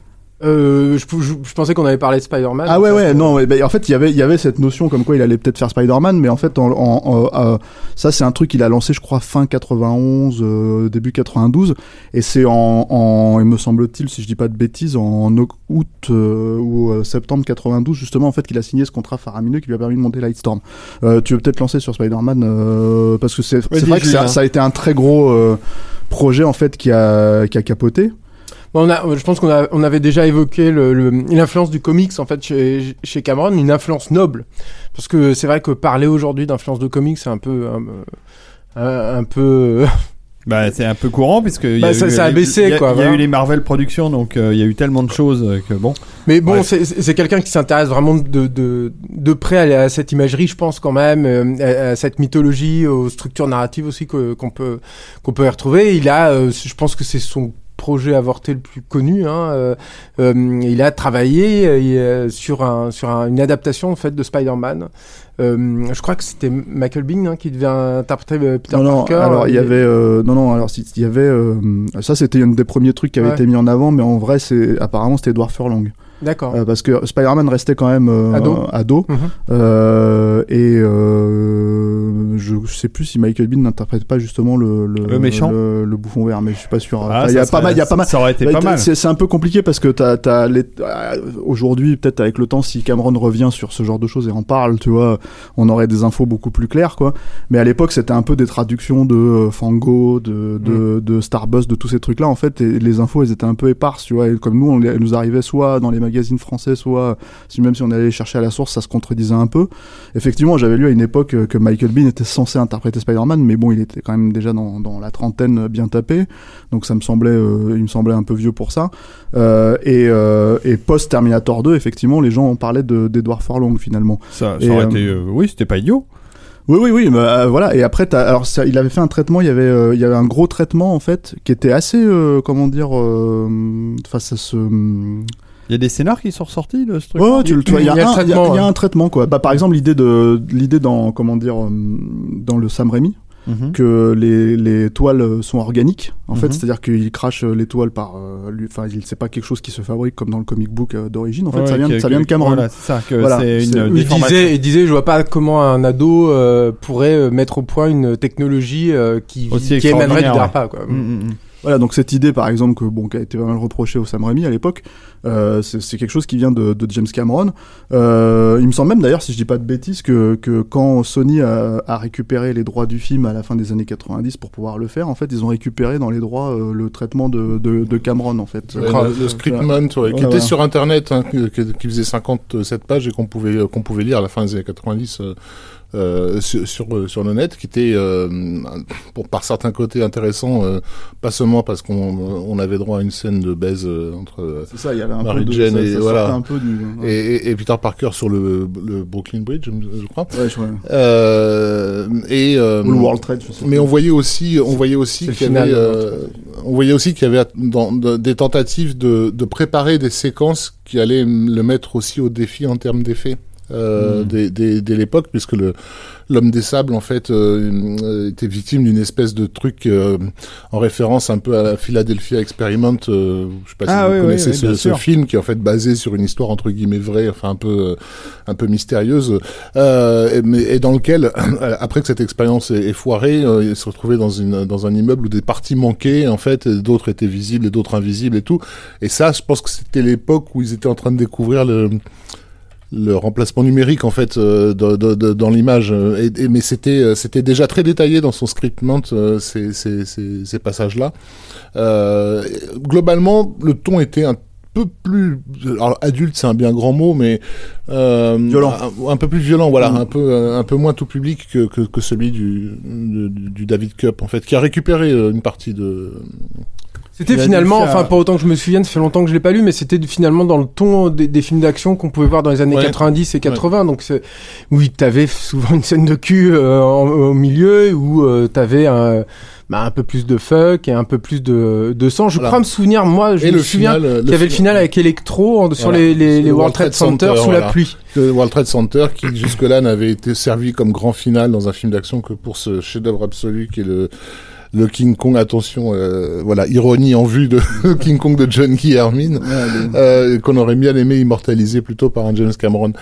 [SPEAKER 6] Euh, je, je- je pensais qu'on avait parlé de Spider-Man.
[SPEAKER 4] Ah ouais
[SPEAKER 6] en fait.
[SPEAKER 4] ouais non mais, bah, en fait il y avait il y avait cette notion comme quoi il allait peut-être faire Spider-Man, mais en fait en, en- en- euh, ça c'est un truc qu'il a lancé je crois fin quatre-vingt-onze euh, début quatre-vingt-douze, et c'est en, en il me semble-t-il si je dis pas de bêtises en o- août euh, ou euh, septembre quatre-vingt-douze justement en fait qu'il a signé ce contrat faramineux qui lui a permis de monter Lightstorm. Euh, tu veux peut-être lancer sur Spider-Man euh, parce que c'est c'est
[SPEAKER 2] Vas-y,
[SPEAKER 4] vrai que
[SPEAKER 2] Julien.
[SPEAKER 4] ça, ça a été un très gros euh, projet en fait qui a qui a capoté.
[SPEAKER 6] Bon, on a, je pense qu'on a, on avait déjà évoqué le, le- l'influence du comics en fait chez, chez Cameron, une influence noble, parce que c'est vrai que parler aujourd'hui d'influence de comics c'est un peu, un, un- un peu.
[SPEAKER 2] Bah, c'est un peu courant puisque il y
[SPEAKER 6] Bah,
[SPEAKER 2] a
[SPEAKER 6] ça-
[SPEAKER 2] eu,
[SPEAKER 6] ça a
[SPEAKER 2] les-
[SPEAKER 6] baissé,
[SPEAKER 2] il y a-
[SPEAKER 6] quoi,
[SPEAKER 2] Il y a
[SPEAKER 6] voilà.
[SPEAKER 2] eu les Marvel Productions, donc euh, il y a eu tellement de choses euh, que bon.
[SPEAKER 6] Mais bon,
[SPEAKER 2] Bref.
[SPEAKER 6] c'est, c'est c'est quelqu'un qui s'intéresse vraiment de, de, de près à, à cette imagerie, je pense quand même, euh, à, à cette mythologie, aux structures narratives aussi que, qu'on peut qu'on peut y retrouver. Il a, euh, je pense que c'est son projet avorté le plus connu. Hein, euh, euh, il a travaillé euh, sur un sur un, une adaptation en fait de Spider-Man. Euh, je crois que c'était Michael Biehn hein, qui devait interpréter euh, Peter
[SPEAKER 4] non, non,
[SPEAKER 6] Parker.
[SPEAKER 4] alors il y
[SPEAKER 6] Et-
[SPEAKER 4] avait euh, non non alors si- il y avait euh, ça c'était un des premiers trucs qui avait
[SPEAKER 6] Ouais.
[SPEAKER 4] été mis en avant, mais en vrai c'est apparemment c'était Edward Furlong.
[SPEAKER 6] D'accord.
[SPEAKER 4] Euh, parce que Spider-Man restait quand même euh,
[SPEAKER 6] Ado.
[SPEAKER 4] ado.
[SPEAKER 6] Mhm.
[SPEAKER 4] Euh, et euh, je sais plus si Michael Biehn n'interprète pas justement le, le,
[SPEAKER 2] Le méchant
[SPEAKER 4] le, le bouffon vert, mais je suis pas sûr.
[SPEAKER 2] Ah,
[SPEAKER 4] Enfin, il y
[SPEAKER 2] ça
[SPEAKER 4] a pas
[SPEAKER 2] serait-
[SPEAKER 4] mal, il y a pas mal.
[SPEAKER 2] Ça aurait été
[SPEAKER 4] Bah,
[SPEAKER 2] pas mal.
[SPEAKER 4] C'est c'est un peu compliqué parce que t'as, t'as les, euh, aujourd'hui, peut-être avec le temps, si Cameron revient sur ce genre de choses et en parle, tu vois, on aurait des infos beaucoup plus claires, quoi. Mais à l'époque, c'était un peu des traductions de euh, Fango, de, de, de Starbust, de tous ces trucs-là, en fait, et les infos, elles étaient un peu éparses, tu vois. Et comme nous, on, les- elles nous arrivaient soit dans les magazines français, soit, si même si on allait les chercher à la source, ça se contredisait un peu. Effectivement, j'avais lu à une époque euh, que Michael Biehn était censé interpréter Spider-Man, mais bon, il était quand même déjà dans, dans la trentaine euh, bien tapé, donc ça me semblait, euh, il me semblait un peu vieux pour ça. Euh, et, euh, et post Terminator deux, effectivement, les gens en parlaient de d'Edward Furlong finalement.
[SPEAKER 2] Ça, ça
[SPEAKER 4] Et,
[SPEAKER 2] aurait
[SPEAKER 4] euh,
[SPEAKER 2] été. euh, oui, c'était pas idiot.
[SPEAKER 4] Oui, oui, oui, mais euh, voilà. Et après, t'as, alors ça, il avait fait un traitement. Il y avait, euh, il y avait un gros traitement en fait, qui était assez, euh, comment dire, euh, face à ce.
[SPEAKER 2] Il y a des scénars qui sont ressortis de ce truc.
[SPEAKER 4] Ouais, ouais, tu le, tu vois, il y a,
[SPEAKER 6] Il y a le
[SPEAKER 4] un, il y a,
[SPEAKER 6] traitement,
[SPEAKER 4] il y a
[SPEAKER 6] ouais.
[SPEAKER 4] un traitement, quoi. Bah, par exemple, l'idée de, l'idée dans, comment dire, euh, dans le Sam Raimi,
[SPEAKER 2] Mhm.
[SPEAKER 4] que les, les toiles sont organiques, en fait,
[SPEAKER 2] Mhm.
[SPEAKER 4] c'est-à-dire qu'il crache les toiles par, euh, lui, enfin, il- c'est pas quelque chose qui se fabrique comme dans le comic book euh, d'origine, en fait,
[SPEAKER 2] Ouais,
[SPEAKER 4] ça vient,
[SPEAKER 2] que-
[SPEAKER 4] ça vient de
[SPEAKER 2] que-
[SPEAKER 4] Cameron.
[SPEAKER 2] Voilà, c'est ça, que
[SPEAKER 4] Voilà,
[SPEAKER 2] c'est
[SPEAKER 4] c'est-
[SPEAKER 2] une
[SPEAKER 4] il
[SPEAKER 6] Il
[SPEAKER 2] déformation.
[SPEAKER 6] disait, il disait, je vois pas comment un ado euh, pourrait euh, mettre au point une technologie euh, qui,
[SPEAKER 2] Aussi
[SPEAKER 6] qui émanerait du
[SPEAKER 2] extraordinaire,
[SPEAKER 6] DARPA, quoi.
[SPEAKER 2] Mm, mm, mm.
[SPEAKER 4] Voilà, donc cette idée, par exemple, que bon, qui a été pas mal reprochée au Sam Raimi à l'époque, euh, c'est, c'est quelque chose qui vient de, de James Cameron. Euh, il me semble même d'ailleurs, si je dis pas de bêtises, que, que quand Sony a, a récupéré les droits du film à la fin des années quatre-vingt-dix pour pouvoir le faire, en fait, ils ont récupéré dans les droits euh, le traitement de, de, de Cameron, en fait.
[SPEAKER 5] Ouais,
[SPEAKER 4] Euh,
[SPEAKER 5] le, le Scriptment, ouais, qui
[SPEAKER 4] Ouais,
[SPEAKER 5] était
[SPEAKER 4] ouais.
[SPEAKER 5] sur Internet, hein, qui, qui- qui faisait cinquante-sept pages et qu'on pouvait qu'on pouvait lire à la fin des années quatre-vingt-dix euh, euh, sur sur, euh, sur le net, qui était euh, pour par certains côtés intéressant, euh, pas seulement parce qu'on on avait droit à une scène de baise euh, entre euh,
[SPEAKER 4] c'est ça, il y avait un
[SPEAKER 5] Mary
[SPEAKER 4] peu de,
[SPEAKER 5] Jane
[SPEAKER 4] ça,
[SPEAKER 5] et
[SPEAKER 4] ça
[SPEAKER 5] voilà.
[SPEAKER 4] sortait un peu du.
[SPEAKER 5] et,
[SPEAKER 4] Ouais,
[SPEAKER 5] et, et Peter Parker sur le, le Brooklyn Bridge, je, je crois.
[SPEAKER 4] ouais, je vois.
[SPEAKER 5] Euh, et euh,
[SPEAKER 4] Ou le World Trade, je sais
[SPEAKER 5] mais
[SPEAKER 4] pas.
[SPEAKER 5] on voyait aussi, on voyait aussi
[SPEAKER 6] C'est le
[SPEAKER 5] qu'il y
[SPEAKER 6] final,
[SPEAKER 5] avait,
[SPEAKER 6] euh,
[SPEAKER 5] euh, on voyait aussi qu'il y avait dans, de- des tentatives de, de préparer des séquences qui allaient m- le mettre aussi au défi en termes d'effets. Euh,
[SPEAKER 2] Mm.
[SPEAKER 5] dès, dès, dès l'époque, puisque le l'homme des sables en fait euh, euh, était victime d'une espèce de truc euh, en référence un peu à la Philadelphia Experiment. Euh, je sais pas si
[SPEAKER 2] Ah
[SPEAKER 5] vous
[SPEAKER 2] oui, oui,
[SPEAKER 5] connaissez
[SPEAKER 2] oui,
[SPEAKER 5] ce,
[SPEAKER 2] bien
[SPEAKER 5] ce
[SPEAKER 2] sûr.
[SPEAKER 5] film qui est en fait basé sur une histoire entre guillemets vraie, enfin un peu euh, un peu mystérieuse, euh, et, mais, et dans lequel après que cette expérience est, est foirée, euh, il se retrouvait dans une dans un immeuble où des parties manquaient en fait, et d'autres étaient visibles et d'autres invisibles et tout. Et ça, je pense que c'était l'époque où ils étaient en train de découvrir le le remplacement numérique en fait euh, de, de, de, dans l'image, et, et, mais c'était euh, c'était déjà très détaillé dans son scriptment euh, ces, ces, ces, ces passages là. Euh, globalement, le ton était un peu plus, alors adulte c'est un bien grand mot, mais euh,
[SPEAKER 4] Violent.
[SPEAKER 5] un, un peu plus violent, voilà,
[SPEAKER 4] Mm.
[SPEAKER 5] un peu euh, un peu moins tout public que que, que celui du, du du David Cup en fait, qui a récupéré euh, une partie de.
[SPEAKER 6] C'était
[SPEAKER 2] Il a
[SPEAKER 6] finalement,
[SPEAKER 2] dû faire-
[SPEAKER 6] enfin, pas autant que je me souvienne, ça fait longtemps que je l'ai pas lu, mais c'était finalement dans le ton des, des films d'action qu'on pouvait voir dans les années
[SPEAKER 5] Ouais.
[SPEAKER 6] quatre-vingt-dix et quatre-vingts. Donc, c'est, oui, t'avais souvent une scène de cul euh, en- au milieu où euh, t'avais un, bah, un peu plus de fuck et un peu plus de, de sang. Je
[SPEAKER 5] Voilà.
[SPEAKER 6] crois me souvenir, moi, je
[SPEAKER 5] Et
[SPEAKER 6] me
[SPEAKER 5] le
[SPEAKER 6] souviens
[SPEAKER 5] final, euh,
[SPEAKER 6] qu'il y avait le final avec Electro en- sur
[SPEAKER 5] Voilà.
[SPEAKER 6] les, les,
[SPEAKER 5] C'est
[SPEAKER 6] les
[SPEAKER 5] le
[SPEAKER 6] World Trade Center, sous
[SPEAKER 5] voilà.
[SPEAKER 6] la pluie.
[SPEAKER 5] Le World Trade Center, qui jusque-là n'avait été servi comme grand final dans un film d'action que pour ce chef-d'œuvre absolu qui est le le King Kong. Attention, euh, voilà, ironie en vue de King Kong de John Guy Hermine,
[SPEAKER 4] Ouais, le-
[SPEAKER 5] euh, qu'on aurait bien aimé immortaliser plutôt par un James Cameron.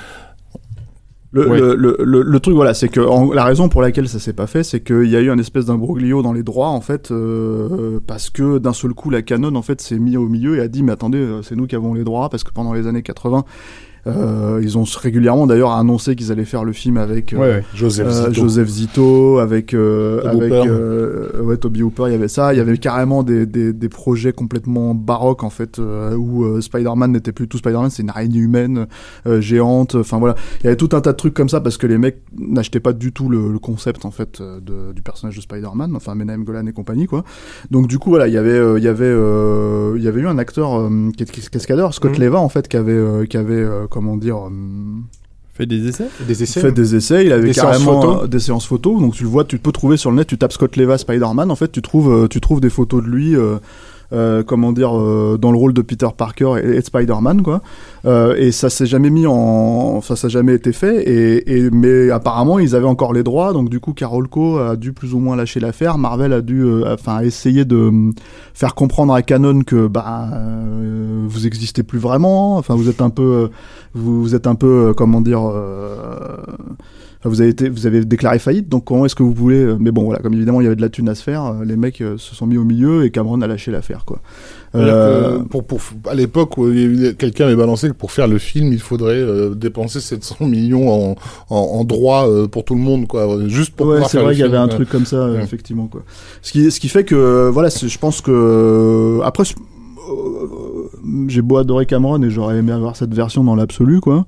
[SPEAKER 4] Le,
[SPEAKER 2] Ouais.
[SPEAKER 4] le, le, le, le truc, voilà, c'est que en- la raison pour laquelle ça s'est pas fait, c'est qu'il y a eu un espèce d'imbroglio dans les droits, en fait, euh, parce que d'un seul coup, la Canon, en fait, s'est mis au milieu et a dit, mais attendez, euh, c'est nous qui avons les droits, parce que pendant les années quatre-vingts, euh, ils ont régulièrement d'ailleurs annoncé qu'ils allaient faire le film avec euh,
[SPEAKER 2] Ouais, ouais.
[SPEAKER 5] Joseph
[SPEAKER 4] euh,
[SPEAKER 5] Zito.
[SPEAKER 4] Joseph Zito, avec euh,
[SPEAKER 5] Toby
[SPEAKER 4] avec
[SPEAKER 5] Hooper.
[SPEAKER 4] euh, ouais, Toby Hooper, il y avait ça, il y avait carrément des, des, des projets complètement baroques en fait, euh, où euh, Spider-Man n'était plus tout Spider-Man, c'est une araignée humaine euh, géante, enfin voilà, il y avait tout un tas de trucs comme ça parce que les mecs n'achetaient pas du tout le, le concept en fait euh, de, du personnage de Spider-Man, enfin Menahem Golan et compagnie quoi. Donc du coup voilà, il y avait euh, il y avait euh, il y avait eu un acteur euh, qui est cascadeur, Scott
[SPEAKER 6] Mhm.
[SPEAKER 4] Leva en fait, qui avait euh, qui avait euh, comment dire euh,
[SPEAKER 2] Fait des essais.
[SPEAKER 6] Des essais.
[SPEAKER 4] fait des essais, il avait
[SPEAKER 6] Des séances
[SPEAKER 4] carrément
[SPEAKER 6] photos.
[SPEAKER 4] euh, des séances photos, donc tu le vois, tu peux trouver sur le net, tu tapes Scott Leva Spider-Man, en fait tu trouves euh, tu trouves des photos de lui euh, euh, comment dire euh, dans le rôle de Peter Parker et, et de Spider-Man quoi. Euh, et ça s'est jamais mis en ça ça a jamais été fait et, et mais apparemment ils avaient encore les droits, donc du coup Carolco a dû plus ou moins lâcher l'affaire, Marvel a dû euh, enfin essayer de euh, faire comprendre à Canon que bah euh, vous existez plus vraiment, enfin vous êtes un peu euh, vous, vous êtes un peu euh, comment dire euh, enfin, vous avez été vous avez déclaré faillite, donc comment est-ce que vous voulez euh, mais bon voilà, comme évidemment il y avait de la thune à se faire, euh, les mecs euh, se sont mis au milieu et Cameron a lâché l'affaire quoi.
[SPEAKER 5] C'est-à-dire
[SPEAKER 4] Euh,
[SPEAKER 5] que pour, pour, à l'époque où il y a eu- quelqu'un avait balancé que pour faire le film, il faudrait euh, dépenser sept cents millions en, en, en droits euh, pour tout le monde, quoi, juste pour
[SPEAKER 4] ouais,
[SPEAKER 5] pouvoir
[SPEAKER 4] c'est
[SPEAKER 5] faire
[SPEAKER 4] vrai
[SPEAKER 5] le
[SPEAKER 4] qu'il y avait
[SPEAKER 5] film,
[SPEAKER 4] un
[SPEAKER 5] quoi.
[SPEAKER 4] truc comme ça, euh,
[SPEAKER 5] Ouais.
[SPEAKER 4] effectivement quoi. Ce qui, ce qui fait que voilà, c'est- je pense que euh, après, euh, j'ai beau adorer Cameron et j'aurais aimé avoir cette version dans l'absolu quoi.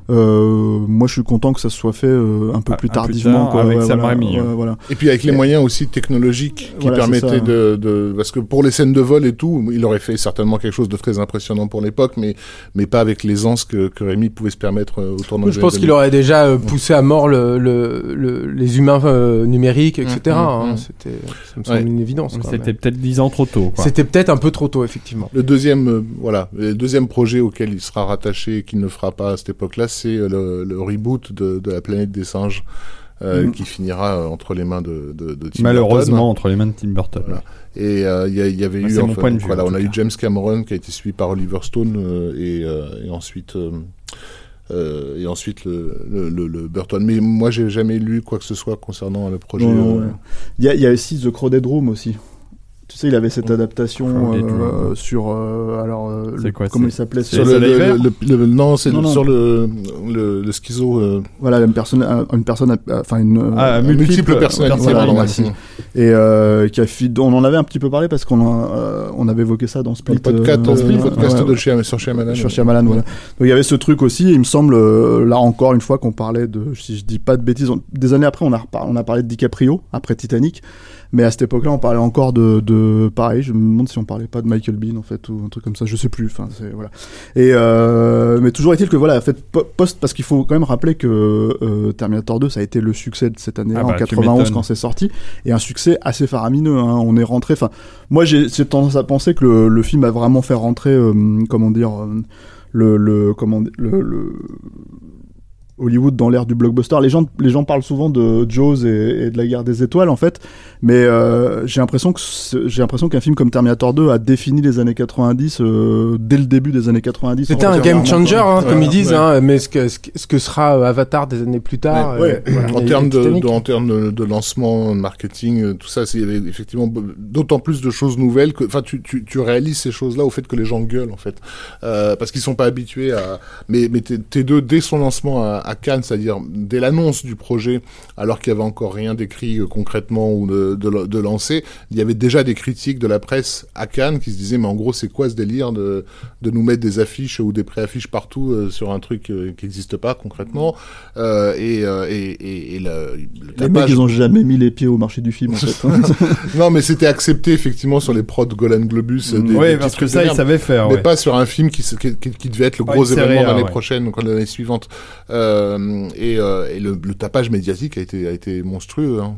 [SPEAKER 4] Euh, moi, je suis content que ça soit fait euh, un peu
[SPEAKER 2] Ah,
[SPEAKER 4] plus
[SPEAKER 2] un peu
[SPEAKER 4] tardivement,
[SPEAKER 2] tard,
[SPEAKER 4] quoi.
[SPEAKER 2] avec
[SPEAKER 4] Ouais,
[SPEAKER 2] Sam
[SPEAKER 4] voilà,
[SPEAKER 2] Raimi,
[SPEAKER 4] ouais,
[SPEAKER 2] ouais.
[SPEAKER 4] voilà.
[SPEAKER 5] Et puis avec les
[SPEAKER 4] Et-
[SPEAKER 5] moyens aussi technologiques qui
[SPEAKER 4] Voilà, c'est
[SPEAKER 5] permettaient
[SPEAKER 4] ça.
[SPEAKER 5] de, de... Parce que pour les scènes de vol et tout, il aurait fait certainement quelque chose de très impressionnant pour l'époque, mais, mais pas avec l'aisance que, que Raimi pouvait se permettre euh, au tournant
[SPEAKER 6] Je pense qu'il aurait déjà euh, poussé à mort le, le, le, les humains euh, numériques, et cetera.
[SPEAKER 5] Mmh,
[SPEAKER 6] hein.
[SPEAKER 5] mmh.
[SPEAKER 6] C'était, ça me semble
[SPEAKER 5] Ouais.
[SPEAKER 6] une évidence. quoi,
[SPEAKER 2] C'était
[SPEAKER 6] mais-
[SPEAKER 2] peut-être dix ans trop tôt. Quoi.
[SPEAKER 6] C'était peut-être un peu trop tôt, effectivement.
[SPEAKER 5] Le deuxième, euh, voilà, le deuxième projet auquel il sera rattaché et qu'il ne fera pas à cette époque-là, c'est euh, le, le reboot de, de la planète des singes, euh,
[SPEAKER 4] Mhm.
[SPEAKER 5] qui finira euh, entre les mains de, de, de Tim
[SPEAKER 2] Malheureusement,
[SPEAKER 5] Burton.
[SPEAKER 2] entre les mains de Tim Burton.
[SPEAKER 5] Voilà. Et euh, il y, a- il y avait
[SPEAKER 2] Ah,
[SPEAKER 5] eu,
[SPEAKER 2] c'est mon
[SPEAKER 5] enfin,
[SPEAKER 2] point de vue,
[SPEAKER 5] voilà,
[SPEAKER 2] en
[SPEAKER 5] on
[SPEAKER 2] tout
[SPEAKER 5] a eu
[SPEAKER 2] cas.
[SPEAKER 5] James Cameron qui a été suivi par Oliver Stone euh, et, euh, et ensuite. Euh, euh, et ensuite le, le, le, le Burton. Mais moi, j'ai jamais lu quoi que ce soit concernant le projet.
[SPEAKER 4] Non, non,
[SPEAKER 5] euh,
[SPEAKER 4] ouais. Il y a, il y a aussi The Crowded Room aussi. Tu sais, il avait cette adaptation
[SPEAKER 2] Crowded
[SPEAKER 4] euh,
[SPEAKER 2] Room.
[SPEAKER 4] sur euh, alors euh,
[SPEAKER 2] C'est
[SPEAKER 4] le-
[SPEAKER 2] quoi,
[SPEAKER 4] comment
[SPEAKER 2] c'est-
[SPEAKER 4] il s'appelait
[SPEAKER 2] c'est
[SPEAKER 5] Sur
[SPEAKER 4] ce-
[SPEAKER 5] le,
[SPEAKER 2] les Soleil
[SPEAKER 5] le,
[SPEAKER 2] Vert
[SPEAKER 5] le, le- non, c'est
[SPEAKER 4] Non,
[SPEAKER 5] le-
[SPEAKER 4] non.
[SPEAKER 5] sur le, le, le schizo. Euh,
[SPEAKER 4] Voilà, une personne, un- une personne, enfin une,
[SPEAKER 2] Ah,
[SPEAKER 4] euh,
[SPEAKER 2] multiple
[SPEAKER 5] multiple personnalité.
[SPEAKER 4] voilà,
[SPEAKER 5] pardon,
[SPEAKER 4] merci.
[SPEAKER 5] ouais.
[SPEAKER 4] et euh, qui a fi- on en avait un petit peu parlé parce qu'on a, euh, on avait évoqué ça dans Split,
[SPEAKER 5] Le podcast,
[SPEAKER 4] euh,
[SPEAKER 5] le podcast
[SPEAKER 4] ouais,
[SPEAKER 5] de Shyam- sur Shyamalan.
[SPEAKER 4] sur Shyamalan, voilà. Donc il y avait ce truc aussi, et il me semble, euh, là encore une fois, qu'on parlait de, si je dis pas de bêtises, on- des années après, on a, repar- on a parlé de DiCaprio, après Titanic, mais à cette époque-là, on parlait encore de, de, pareil, je me demande si on parlait pas de Michael Bean, en fait, ou un truc comme ça, je sais plus, enfin, c'est, voilà. Et, euh, mais toujours est-il que, voilà, en fait, po- post, parce qu'il faut quand même rappeler que euh, Terminator deux, ça a été le succès de cette année-là,
[SPEAKER 2] Ah bah,
[SPEAKER 4] en
[SPEAKER 2] tu
[SPEAKER 4] quatre-vingt-onze,
[SPEAKER 2] m'étonnes.
[SPEAKER 4] quand c'est sorti, et un succès assez faramineux, hein. On est rentré, enfin, moi, j'ai, j'ai tendance à penser que le, le film a vraiment fait rentrer, euh, comment dire, euh, le, le, comment, le, le, Hollywood dans l'ère du blockbuster. Les gens, les gens parlent souvent de Jaws et, et de la guerre des étoiles, en fait, mais euh, j'ai l'impression que ce- j'ai l'impression qu'un film comme Terminator deux a défini les années quatre-vingt-dix euh, dès le début des années quatre-vingt-dix.
[SPEAKER 6] C'était un game changer, hein, comme
[SPEAKER 5] Ouais,
[SPEAKER 6] ils disent,
[SPEAKER 5] ouais.
[SPEAKER 6] hein, mais ce que, ce que- ce que sera euh, Avatar des années plus tard.
[SPEAKER 5] Ouais, ouais.
[SPEAKER 6] euh, voilà,
[SPEAKER 5] En
[SPEAKER 6] et-
[SPEAKER 5] termes
[SPEAKER 6] et
[SPEAKER 5] de,
[SPEAKER 6] Titanic.
[SPEAKER 5] de- en termes de, de lancement, de marketing, euh, tout ça, c'est- il y avait effectivement b- d'autant plus de choses nouvelles que, enfin, tu, tu, tu réalises ces choses-là au fait que les gens gueulent, en fait, euh, parce qu'ils sont pas habitués à. Mais, mais T- T2, dès son lancement à, à Cannes, c'est-à-dire dès l'annonce du projet, alors qu'il y avait encore rien d'écrit euh, concrètement ou de, de, de lancé, il y avait déjà des critiques de la presse à Cannes qui se disaient, mais en gros, c'est quoi ce délire de, de nous mettre des affiches ou des pré-affiches partout euh, sur un truc euh, qui n'existe pas concrètement, euh, et, euh, et, et, et le, le
[SPEAKER 4] Les mecs,
[SPEAKER 5] tapage-
[SPEAKER 4] ils ont jamais mis les pieds au marché du film, en fait.
[SPEAKER 5] Non, mais c'était accepté effectivement sur les prods Golan Globus. euh, des-
[SPEAKER 2] Oui,
[SPEAKER 5] des
[SPEAKER 2] parce
[SPEAKER 5] petits
[SPEAKER 2] que
[SPEAKER 5] trucs
[SPEAKER 2] ça,
[SPEAKER 5] de
[SPEAKER 2] ils
[SPEAKER 5] merde.
[SPEAKER 2] savaient faire.
[SPEAKER 5] Mais
[SPEAKER 2] Ouais.
[SPEAKER 5] pas sur un film qui, se- qui, qui- qui devait être le
[SPEAKER 2] Pas
[SPEAKER 5] gros
[SPEAKER 2] une série
[SPEAKER 5] événement
[SPEAKER 2] A,
[SPEAKER 5] l'année
[SPEAKER 2] ouais.
[SPEAKER 5] prochaine, donc l'année suivante. Euh, et euh, et le, le tapage médiatique a été, a été monstrueux. Hein.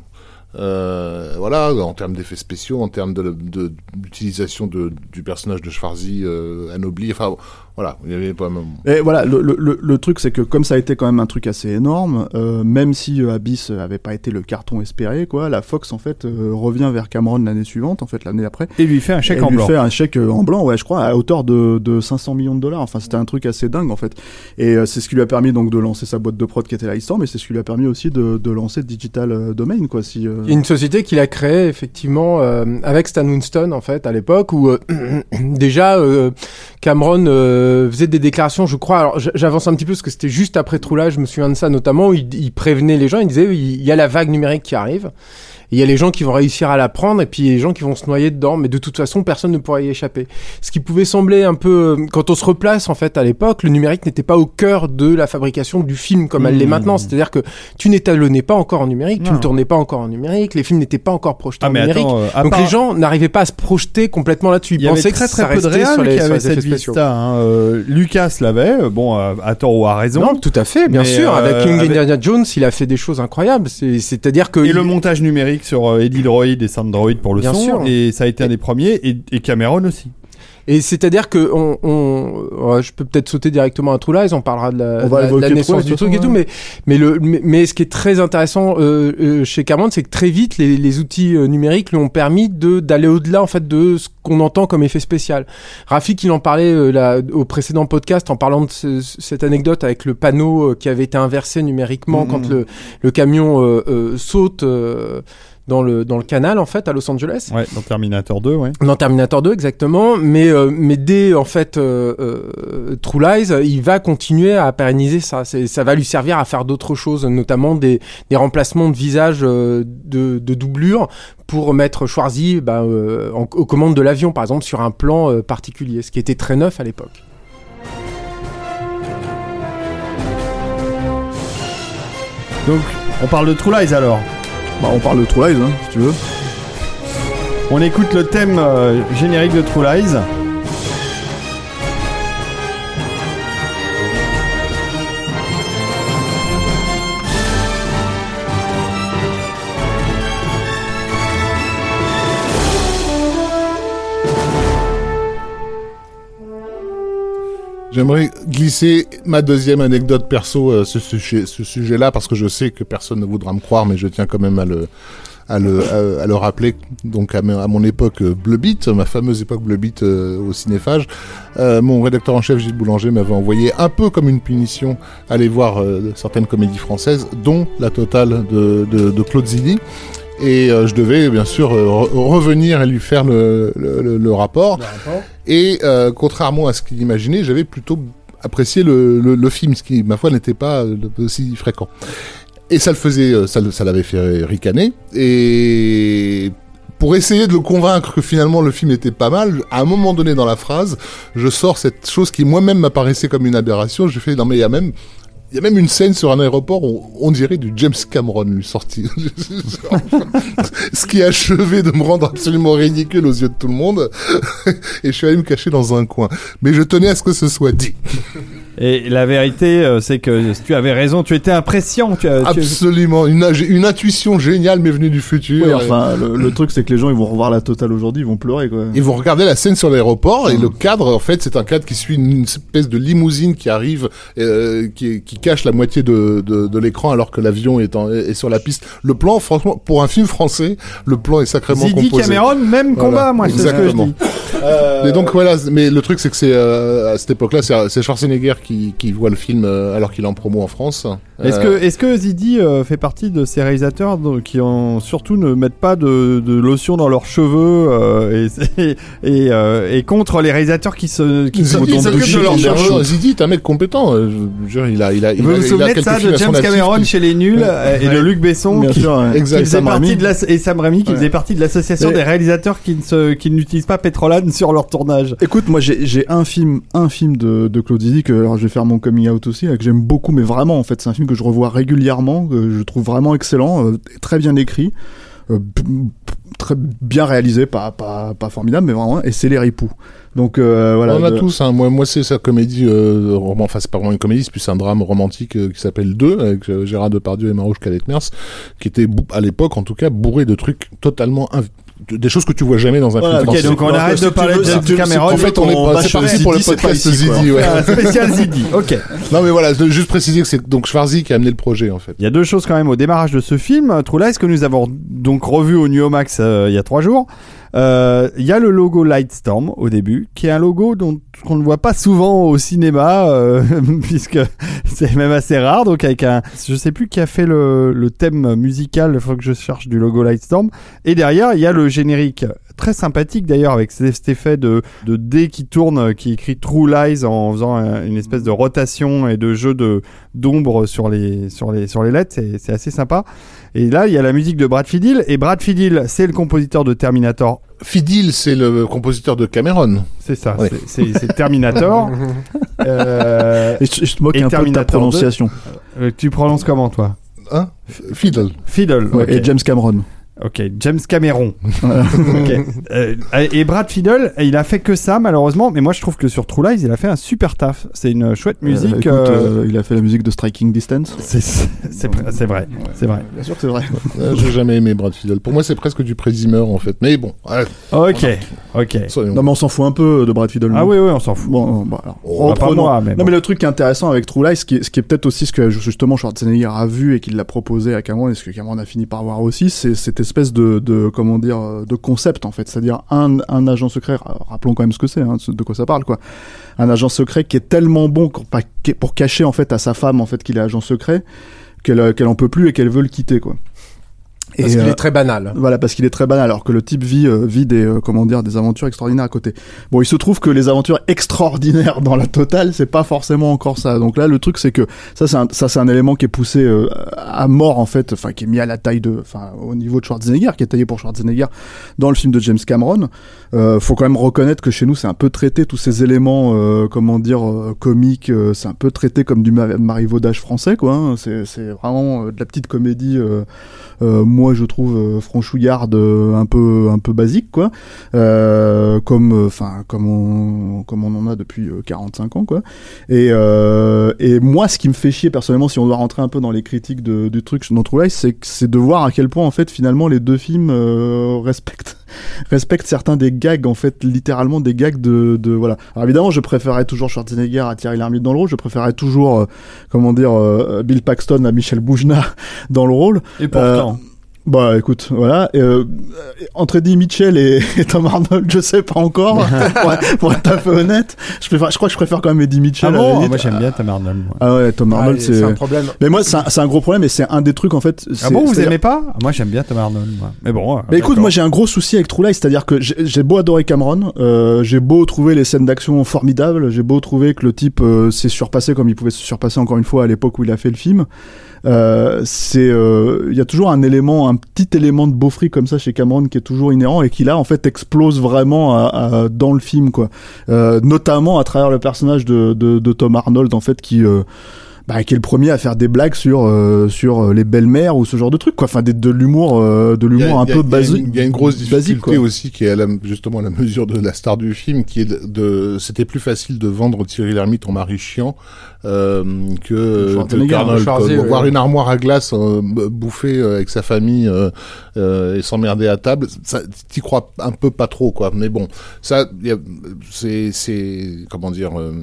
[SPEAKER 5] Euh, voilà, en termes d'effets spéciaux, en termes de, de, d'utilisation de, du personnage de Schwarzy euh, anobli. Enfin, voilà, il y avait pas même.
[SPEAKER 4] Et voilà, le, le, le, le truc, c'est que comme ça a été quand même un truc assez énorme, euh, même si euh, Abyss avait pas été le carton espéré, quoi, la Fox, en fait, euh, revient vers Cameron l'année suivante, en fait, l'année après.
[SPEAKER 2] Et lui fait un chèque
[SPEAKER 4] Et
[SPEAKER 2] en
[SPEAKER 4] lui
[SPEAKER 2] blanc.
[SPEAKER 4] fait un chèque euh, en blanc, ouais, je crois, à hauteur de, de cinq cents millions de dollars. Enfin, c'était un truc assez dingue, en fait. Et euh, c'est ce qui lui a permis donc de lancer sa boîte de prod qui était la Storm, mais c'est ce qui lui a permis aussi de, de lancer Digital euh, Domain, quoi. Si, euh...
[SPEAKER 6] Il y a une société qu'il a créée effectivement euh, avec Stan Winston en fait à l'époque où euh, déjà euh, Cameron euh, faisait des déclarations, je crois. Alors j- j'avance un petit peu parce que c'était juste après True Lies, je me souviens de ça notamment. Où il, il prévenait les gens, il disait il y a la vague numérique qui arrive. Il y a les gens qui vont réussir à la prendre et puis les gens qui vont se noyer dedans, mais de toute façon personne ne pourra y échapper. Ce qui pouvait sembler un peu, quand on se replace en fait à l'époque, le numérique n'était pas au cœur de la fabrication du film comme elle
[SPEAKER 2] Mmh.
[SPEAKER 6] l'est maintenant. C'est-à-dire que tu n'étalonnais pas encore en numérique, tu
[SPEAKER 2] Non.
[SPEAKER 6] ne tournais pas encore en numérique, les films n'étaient pas encore projetés
[SPEAKER 2] Ah,
[SPEAKER 6] en
[SPEAKER 2] mais
[SPEAKER 6] numérique.
[SPEAKER 2] attends, euh, à
[SPEAKER 6] Donc
[SPEAKER 2] part-
[SPEAKER 6] les gens n'arrivaient pas à se projeter complètement là-dessus. Ils
[SPEAKER 2] Il y avait
[SPEAKER 6] pensaient
[SPEAKER 2] très
[SPEAKER 6] que
[SPEAKER 2] très
[SPEAKER 6] ça
[SPEAKER 2] peu de
[SPEAKER 6] restait
[SPEAKER 2] réals
[SPEAKER 6] sur les,
[SPEAKER 2] qui
[SPEAKER 6] sur
[SPEAKER 2] avaient
[SPEAKER 6] les effets
[SPEAKER 2] cette
[SPEAKER 6] spéciaux.
[SPEAKER 2] vista. Hein. Euh, Lucas l'avait, euh, bon, à, à tort ou à raison.
[SPEAKER 6] Non, tout à fait, bien
[SPEAKER 2] Mais,
[SPEAKER 6] sûr.
[SPEAKER 2] euh,
[SPEAKER 6] avec Young
[SPEAKER 2] avec-
[SPEAKER 6] Indiana Jones, il a fait des choses incroyables. C'est- C'est-à-dire que
[SPEAKER 2] Et
[SPEAKER 6] il-
[SPEAKER 2] le montage numérique sur euh, Eddie Droid et Sandroid pour le
[SPEAKER 6] Bien
[SPEAKER 2] son,
[SPEAKER 6] sûr.
[SPEAKER 2] et ça a été un des premiers, et, et Cameron aussi.
[SPEAKER 6] Et c'est-à-dire que on, on ouais, je peux peut-être sauter directement à True Lies, on parlera de la,
[SPEAKER 4] On va
[SPEAKER 6] de la- de la
[SPEAKER 4] évoquer True
[SPEAKER 6] naissance
[SPEAKER 4] Lies,
[SPEAKER 6] du
[SPEAKER 4] de toute
[SPEAKER 6] truc et
[SPEAKER 4] façon,
[SPEAKER 6] tout, mais mais le mais, mais ce qui est très intéressant euh, euh, chez Cameron, c'est que très vite les, les outils euh, numériques lui ont permis de d'aller au-delà en fait de ce qu'on entend comme effet spécial. Rafik, il en parlait euh, là, au précédent podcast en parlant de ce- cette anecdote avec le panneau euh, qui avait été inversé numériquement
[SPEAKER 2] Mmh.
[SPEAKER 6] quand le le camion euh, euh, saute. Euh, dans le dans le canal en fait à Los Angeles.
[SPEAKER 2] Ouais, dans Terminator deux, ouais.
[SPEAKER 6] Dans Terminator deux exactement, mais euh, mais dès en fait euh, euh, True Lies, il va continuer à pérenniser ça. C'est, ça va lui servir à faire d'autres choses, notamment des des remplacements de visage euh, de de doublure pour mettre Schwarzy bah, euh, en, aux commandes de l'avion par exemple sur un plan euh, particulier, ce qui était très neuf à l'époque.
[SPEAKER 2] Donc, on parle de True Lies alors.
[SPEAKER 4] Bah, on parle de True Lies, hein, si tu veux.
[SPEAKER 2] On écoute le thème euh, générique de True Lies.
[SPEAKER 5] J'aimerais glisser ma deuxième anecdote perso euh, ce, sujet, ce sujet-là parce que je sais que personne ne voudra me croire, mais je tiens quand même à le à le à, à le rappeler. Donc à, à mon époque euh, Bleu Beat, ma fameuse époque Bleu Beat euh, au Cinéphage, euh, mon rédacteur en chef Gilles Boulanger m'avait envoyé un peu comme une punition aller voir euh, certaines comédies françaises, dont La Totale de de, de Claude Zidi. Et euh, je devais bien sûr euh, re- revenir et lui faire le, le, le, le rapport. Le rapport. Et euh, contrairement à ce qu'il imaginait, j'avais plutôt apprécié le, le, le film, ce qui, ma foi, n'était pas aussi fréquent. Et ça le faisait, ça, ça l'avait fait ricaner. Et pour essayer de le convaincre que finalement le film était pas mal, à un moment donné dans la phrase, je sors cette chose qui moi-même m'apparaissait comme une aberration. Je fais non mais il y a même Il y a même une scène sur un aéroport où on dirait du James Cameron lui sorti. Ce qui a achevé de me rendre absolument ridicule aux yeux de tout le monde. Et je suis allé me cacher dans un coin. Mais je tenais à ce que ce soit dit.
[SPEAKER 2] Et la vérité, euh, c'est que tu avais raison, tu étais impatient. Tu as, tu...
[SPEAKER 5] Absolument, une, une intuition géniale m'est venue du futur.
[SPEAKER 4] Oui, enfin, le, le truc, c'est que les gens, ils vont revoir La Totale aujourd'hui, ils vont pleurer, quoi.
[SPEAKER 5] Ils vont regarder la scène sur l'aéroport, et mmh. le cadre, en fait, c'est un cadre qui suit une espèce de limousine qui arrive, euh, qui, qui cache la moitié de, de, de l'écran alors que l'avion est, en, est sur la piste. Le plan, franchement, pour un film français, le plan est sacrément
[SPEAKER 2] Zidi,
[SPEAKER 5] composé.
[SPEAKER 2] Cameron, même voilà. Combat, moi, c'est ce que je dis.
[SPEAKER 5] Euh... Et donc voilà, mais le truc c'est que c'est euh, à cette époque-là, c'est, c'est Schwarzenegger qui, qui voit le film euh, alors qu'il est en promo en France.
[SPEAKER 2] Est-ce
[SPEAKER 5] euh...
[SPEAKER 2] que est-ce que Zidi euh, fait partie de ces réalisateurs donc, qui en, surtout ne mettent pas de, de lotion dans leurs cheveux euh, et et, euh, et contre les réalisateurs qui se qui
[SPEAKER 5] Zidi,
[SPEAKER 2] se
[SPEAKER 5] s'occupent de leurs cheveux. Zidi est un mec compétent. Je veux dire, il a il a il
[SPEAKER 2] vous
[SPEAKER 5] a,
[SPEAKER 2] vous souvenez de ça de James Cameron qui... chez les nuls ouais. et de Luc Besson qui,
[SPEAKER 4] sûr, ouais.
[SPEAKER 2] qui faisait Sam partie Rami. de la et Sam Raimi qui ouais. faisait partie de l'association et... des réalisateurs qui ne se qui n'utilisent pas pétrolane sur leur tournage.
[SPEAKER 4] Écoute, moi j'ai, j'ai un film, un film de, de Claude Zidi que alors je vais faire mon coming out aussi, là, que j'aime beaucoup, mais vraiment en fait c'est un film que je revois régulièrement, que je trouve vraiment excellent, euh, très bien écrit, euh, p- très bien réalisé, pas pas pas formidable, mais vraiment, et c'est Les Ripoux. Donc euh, voilà.
[SPEAKER 5] On a
[SPEAKER 4] de...
[SPEAKER 5] tous. Hein. Moi, moi, c'est sa comédie euh, roman. Enfin, c'est pas vraiment une comédie, c'est plus un drame romantique euh, qui s'appelle Deux avec euh, Gérard Depardieu et Marouche Calette-Mers, qui était à l'époque, en tout cas, bourré de trucs totalement inv... des choses que tu vois jamais dans un
[SPEAKER 2] voilà,
[SPEAKER 5] film
[SPEAKER 2] okay, donc on
[SPEAKER 5] non,
[SPEAKER 2] arrête de parler de James Cameron.
[SPEAKER 5] En fait, on est pas, c'est parti pour le podcast Zidi, ouais.
[SPEAKER 2] Ah, spécial Zidi. Ok.
[SPEAKER 5] Non mais voilà, juste préciser que c'est donc Schwarzy qui a amené le projet en fait.
[SPEAKER 2] Il y a deux choses quand même au démarrage de ce film. True Lies que nous avons donc revu au Nuomax euh, il y a trois jours. Il euh, y a le logo Lightstorm au début, qui est un logo dont qu'on ne voit pas souvent au cinéma, euh, puisque c'est même assez rare. Donc avec un, je sais plus qui a fait le, le thème musical. Il faut que je cherche du logo Lightstorm. Et derrière, il y a le générique très sympathique d'ailleurs avec cet effet de de dés qui tourne, qui écrit True Lies en faisant une espèce de rotation et de jeu de d'ombre sur les sur les sur les lettres. C'est, c'est assez sympa. Et là, il y a la musique de Brad Fiedel. Et Brad Fiedel, c'est le compositeur de Terminator.
[SPEAKER 5] Fiedel, c'est le compositeur de Cameron.
[SPEAKER 2] C'est ça, ouais. c'est, c'est, c'est Terminator. euh,
[SPEAKER 4] et je, je te moque un peu de ta prononciation.
[SPEAKER 2] Euh, tu prononces comment, toi ?
[SPEAKER 5] Hein ? Fiedel.
[SPEAKER 2] Fiedel,
[SPEAKER 4] ouais, okay. Et James Cameron.
[SPEAKER 2] Ok, James Cameron. okay. euh, et Brad Fiedel, il a fait que ça malheureusement, mais moi je trouve que sur True Lies, il a fait un super taf. C'est une chouette musique.
[SPEAKER 4] Euh, écoute, euh... Euh, il a fait la musique de Striking Distance.
[SPEAKER 2] C'est, c'est, c'est, c'est vrai, ouais. c'est vrai.
[SPEAKER 4] Bien sûr que c'est vrai.
[SPEAKER 5] euh, j'ai jamais aimé Brad Fiedel. Pour moi, c'est presque du Présimer en fait. Mais bon. Ouais.
[SPEAKER 2] Ok, ok.
[SPEAKER 4] Non mais on s'en fout un peu de Brad Fiedel.
[SPEAKER 2] Ah oui, oui, on s'en fout.
[SPEAKER 4] Bon, bah, alors,
[SPEAKER 2] oh, pas moi, mais
[SPEAKER 4] non
[SPEAKER 2] bon.
[SPEAKER 4] mais le truc qui est intéressant avec True Lies, ce qui est, ce qui est peut-être aussi ce que justement Schwarzenegger a vu et qu'il l'a proposé à Cameron et ce que Cameron a fini par voir aussi, c'est cette espèce de, de comment dire, de concept en fait, c'est-à-dire un, un agent secret, rappelons quand même ce que c'est, hein, de quoi ça parle quoi, un agent secret qui est tellement bon pour cacher en fait à sa femme en fait qu'il est agent secret, qu'elle, qu'elle en peut plus et qu'elle veut le quitter quoi.
[SPEAKER 6] Parce
[SPEAKER 4] Et,
[SPEAKER 6] qu'il
[SPEAKER 4] euh,
[SPEAKER 6] est très banal.
[SPEAKER 4] Voilà, parce qu'il est très banal, alors que le type vit, euh, vit des, euh, comment dire, des aventures extraordinaires à côté. Bon, il se trouve que les aventures extraordinaires dans la totale, c'est pas forcément encore ça. Donc là, le truc, c'est que ça, c'est un, ça, c'est un élément qui est poussé euh, à mort, en fait, enfin, qui est mis à la taille de, enfin, au niveau de Schwarzenegger, qui est taillé pour Schwarzenegger dans le film de James Cameron. Euh, faut quand même reconnaître que chez nous, c'est un peu traité, tous ces éléments, euh, comment dire, euh, comiques, euh, c'est un peu traité comme du ma- marivaudage français, quoi. Hein. C'est, c'est vraiment euh, de la petite comédie, euh, euh, moi, je trouve, euh, franchouillarde, euh, un peu, un peu basique, quoi. Euh, comme, enfin, euh, comme on, comme on en a depuis euh, quarante-cinq ans, quoi. Et, euh, et moi, ce qui me fait chier personnellement, si on doit rentrer un peu dans les critiques de, du truc dans True Lies, c'est, c'est de voir à quel point, en fait, finalement, les deux films euh, respectent respecte certains des gags, en fait, littéralement des gags de, de voilà. Alors évidemment, je préférais toujours Schwarzenegger à Thierry Lhermitte dans le rôle, je préférais toujours, euh, comment dire, euh, Bill Paxton à Michel Boujna dans le rôle.
[SPEAKER 2] Et pourtant.
[SPEAKER 4] Euh, Bah écoute, voilà. Euh, entre Eddie Mitchell et, et Tom Arnold, je sais pas encore. pour, pour être tout à fait honnête, je préfère, je crois que je préfère quand même Eddie Mitchell.
[SPEAKER 2] Ah
[SPEAKER 4] à la
[SPEAKER 2] bon,
[SPEAKER 4] limite.
[SPEAKER 2] moi j'aime bien Tom Arnold. Moi.
[SPEAKER 4] Ah ouais, Tom Arnold,
[SPEAKER 6] Ah,
[SPEAKER 4] c'est...
[SPEAKER 6] c'est un problème.
[SPEAKER 4] Mais moi, c'est un, c'est un gros problème et c'est un des trucs en fait.
[SPEAKER 2] Ah
[SPEAKER 4] c'est-
[SPEAKER 2] bon, vous
[SPEAKER 4] c'est-à-dire-
[SPEAKER 2] aimez pas? Moi j'aime bien Tom Arnold. Moi. Mais bon. euh,
[SPEAKER 4] Mais écoute,
[SPEAKER 2] d'accord.
[SPEAKER 4] moi j'ai un gros souci avec True Lies, c'est-à-dire que j'ai, j'ai beau adorer Cameron, euh, j'ai beau trouver les scènes d'action formidables, j'ai beau trouver que le type euh, s'est surpassé comme il pouvait se surpasser encore une fois à l'époque où il a fait le film. Euh, c'est, euh, il y a toujours un élément, un petit élément de beaufry comme ça chez Cameron qui est toujours inhérent et qui là en fait explose vraiment à, à, dans le film, quoi. Euh, notamment à travers le personnage de, de, de Tom Arnold en fait qui euh, bah, qui est le premier à faire des blagues sur euh, sur les belles-mères ou ce genre de trucs, quoi. Enfin, des, de l'humour, euh, de
[SPEAKER 5] Il y a-
[SPEAKER 4] l'humour un
[SPEAKER 5] il y a-
[SPEAKER 4] peu
[SPEAKER 5] il y a
[SPEAKER 4] basique.
[SPEAKER 5] une- Il y a une grosse difficulté
[SPEAKER 4] basique, quoi.
[SPEAKER 5] aussi qui est à la, justement à la mesure de la star du film, qui est de, de c'était plus facile de vendre Thierry Lhermitte en mari chiant euh, que, que
[SPEAKER 4] Schwarzenegger,
[SPEAKER 5] Arnold,
[SPEAKER 6] Schwarzenegger,
[SPEAKER 5] quoi.
[SPEAKER 6] ouais.
[SPEAKER 5] Voir une armoire à glace euh, bouffer euh, avec sa famille euh, euh, et s'emmerder à table, ça, t'y crois un peu pas trop, quoi. Mais bon, ça, y a, c'est, c'est comment dire, euh,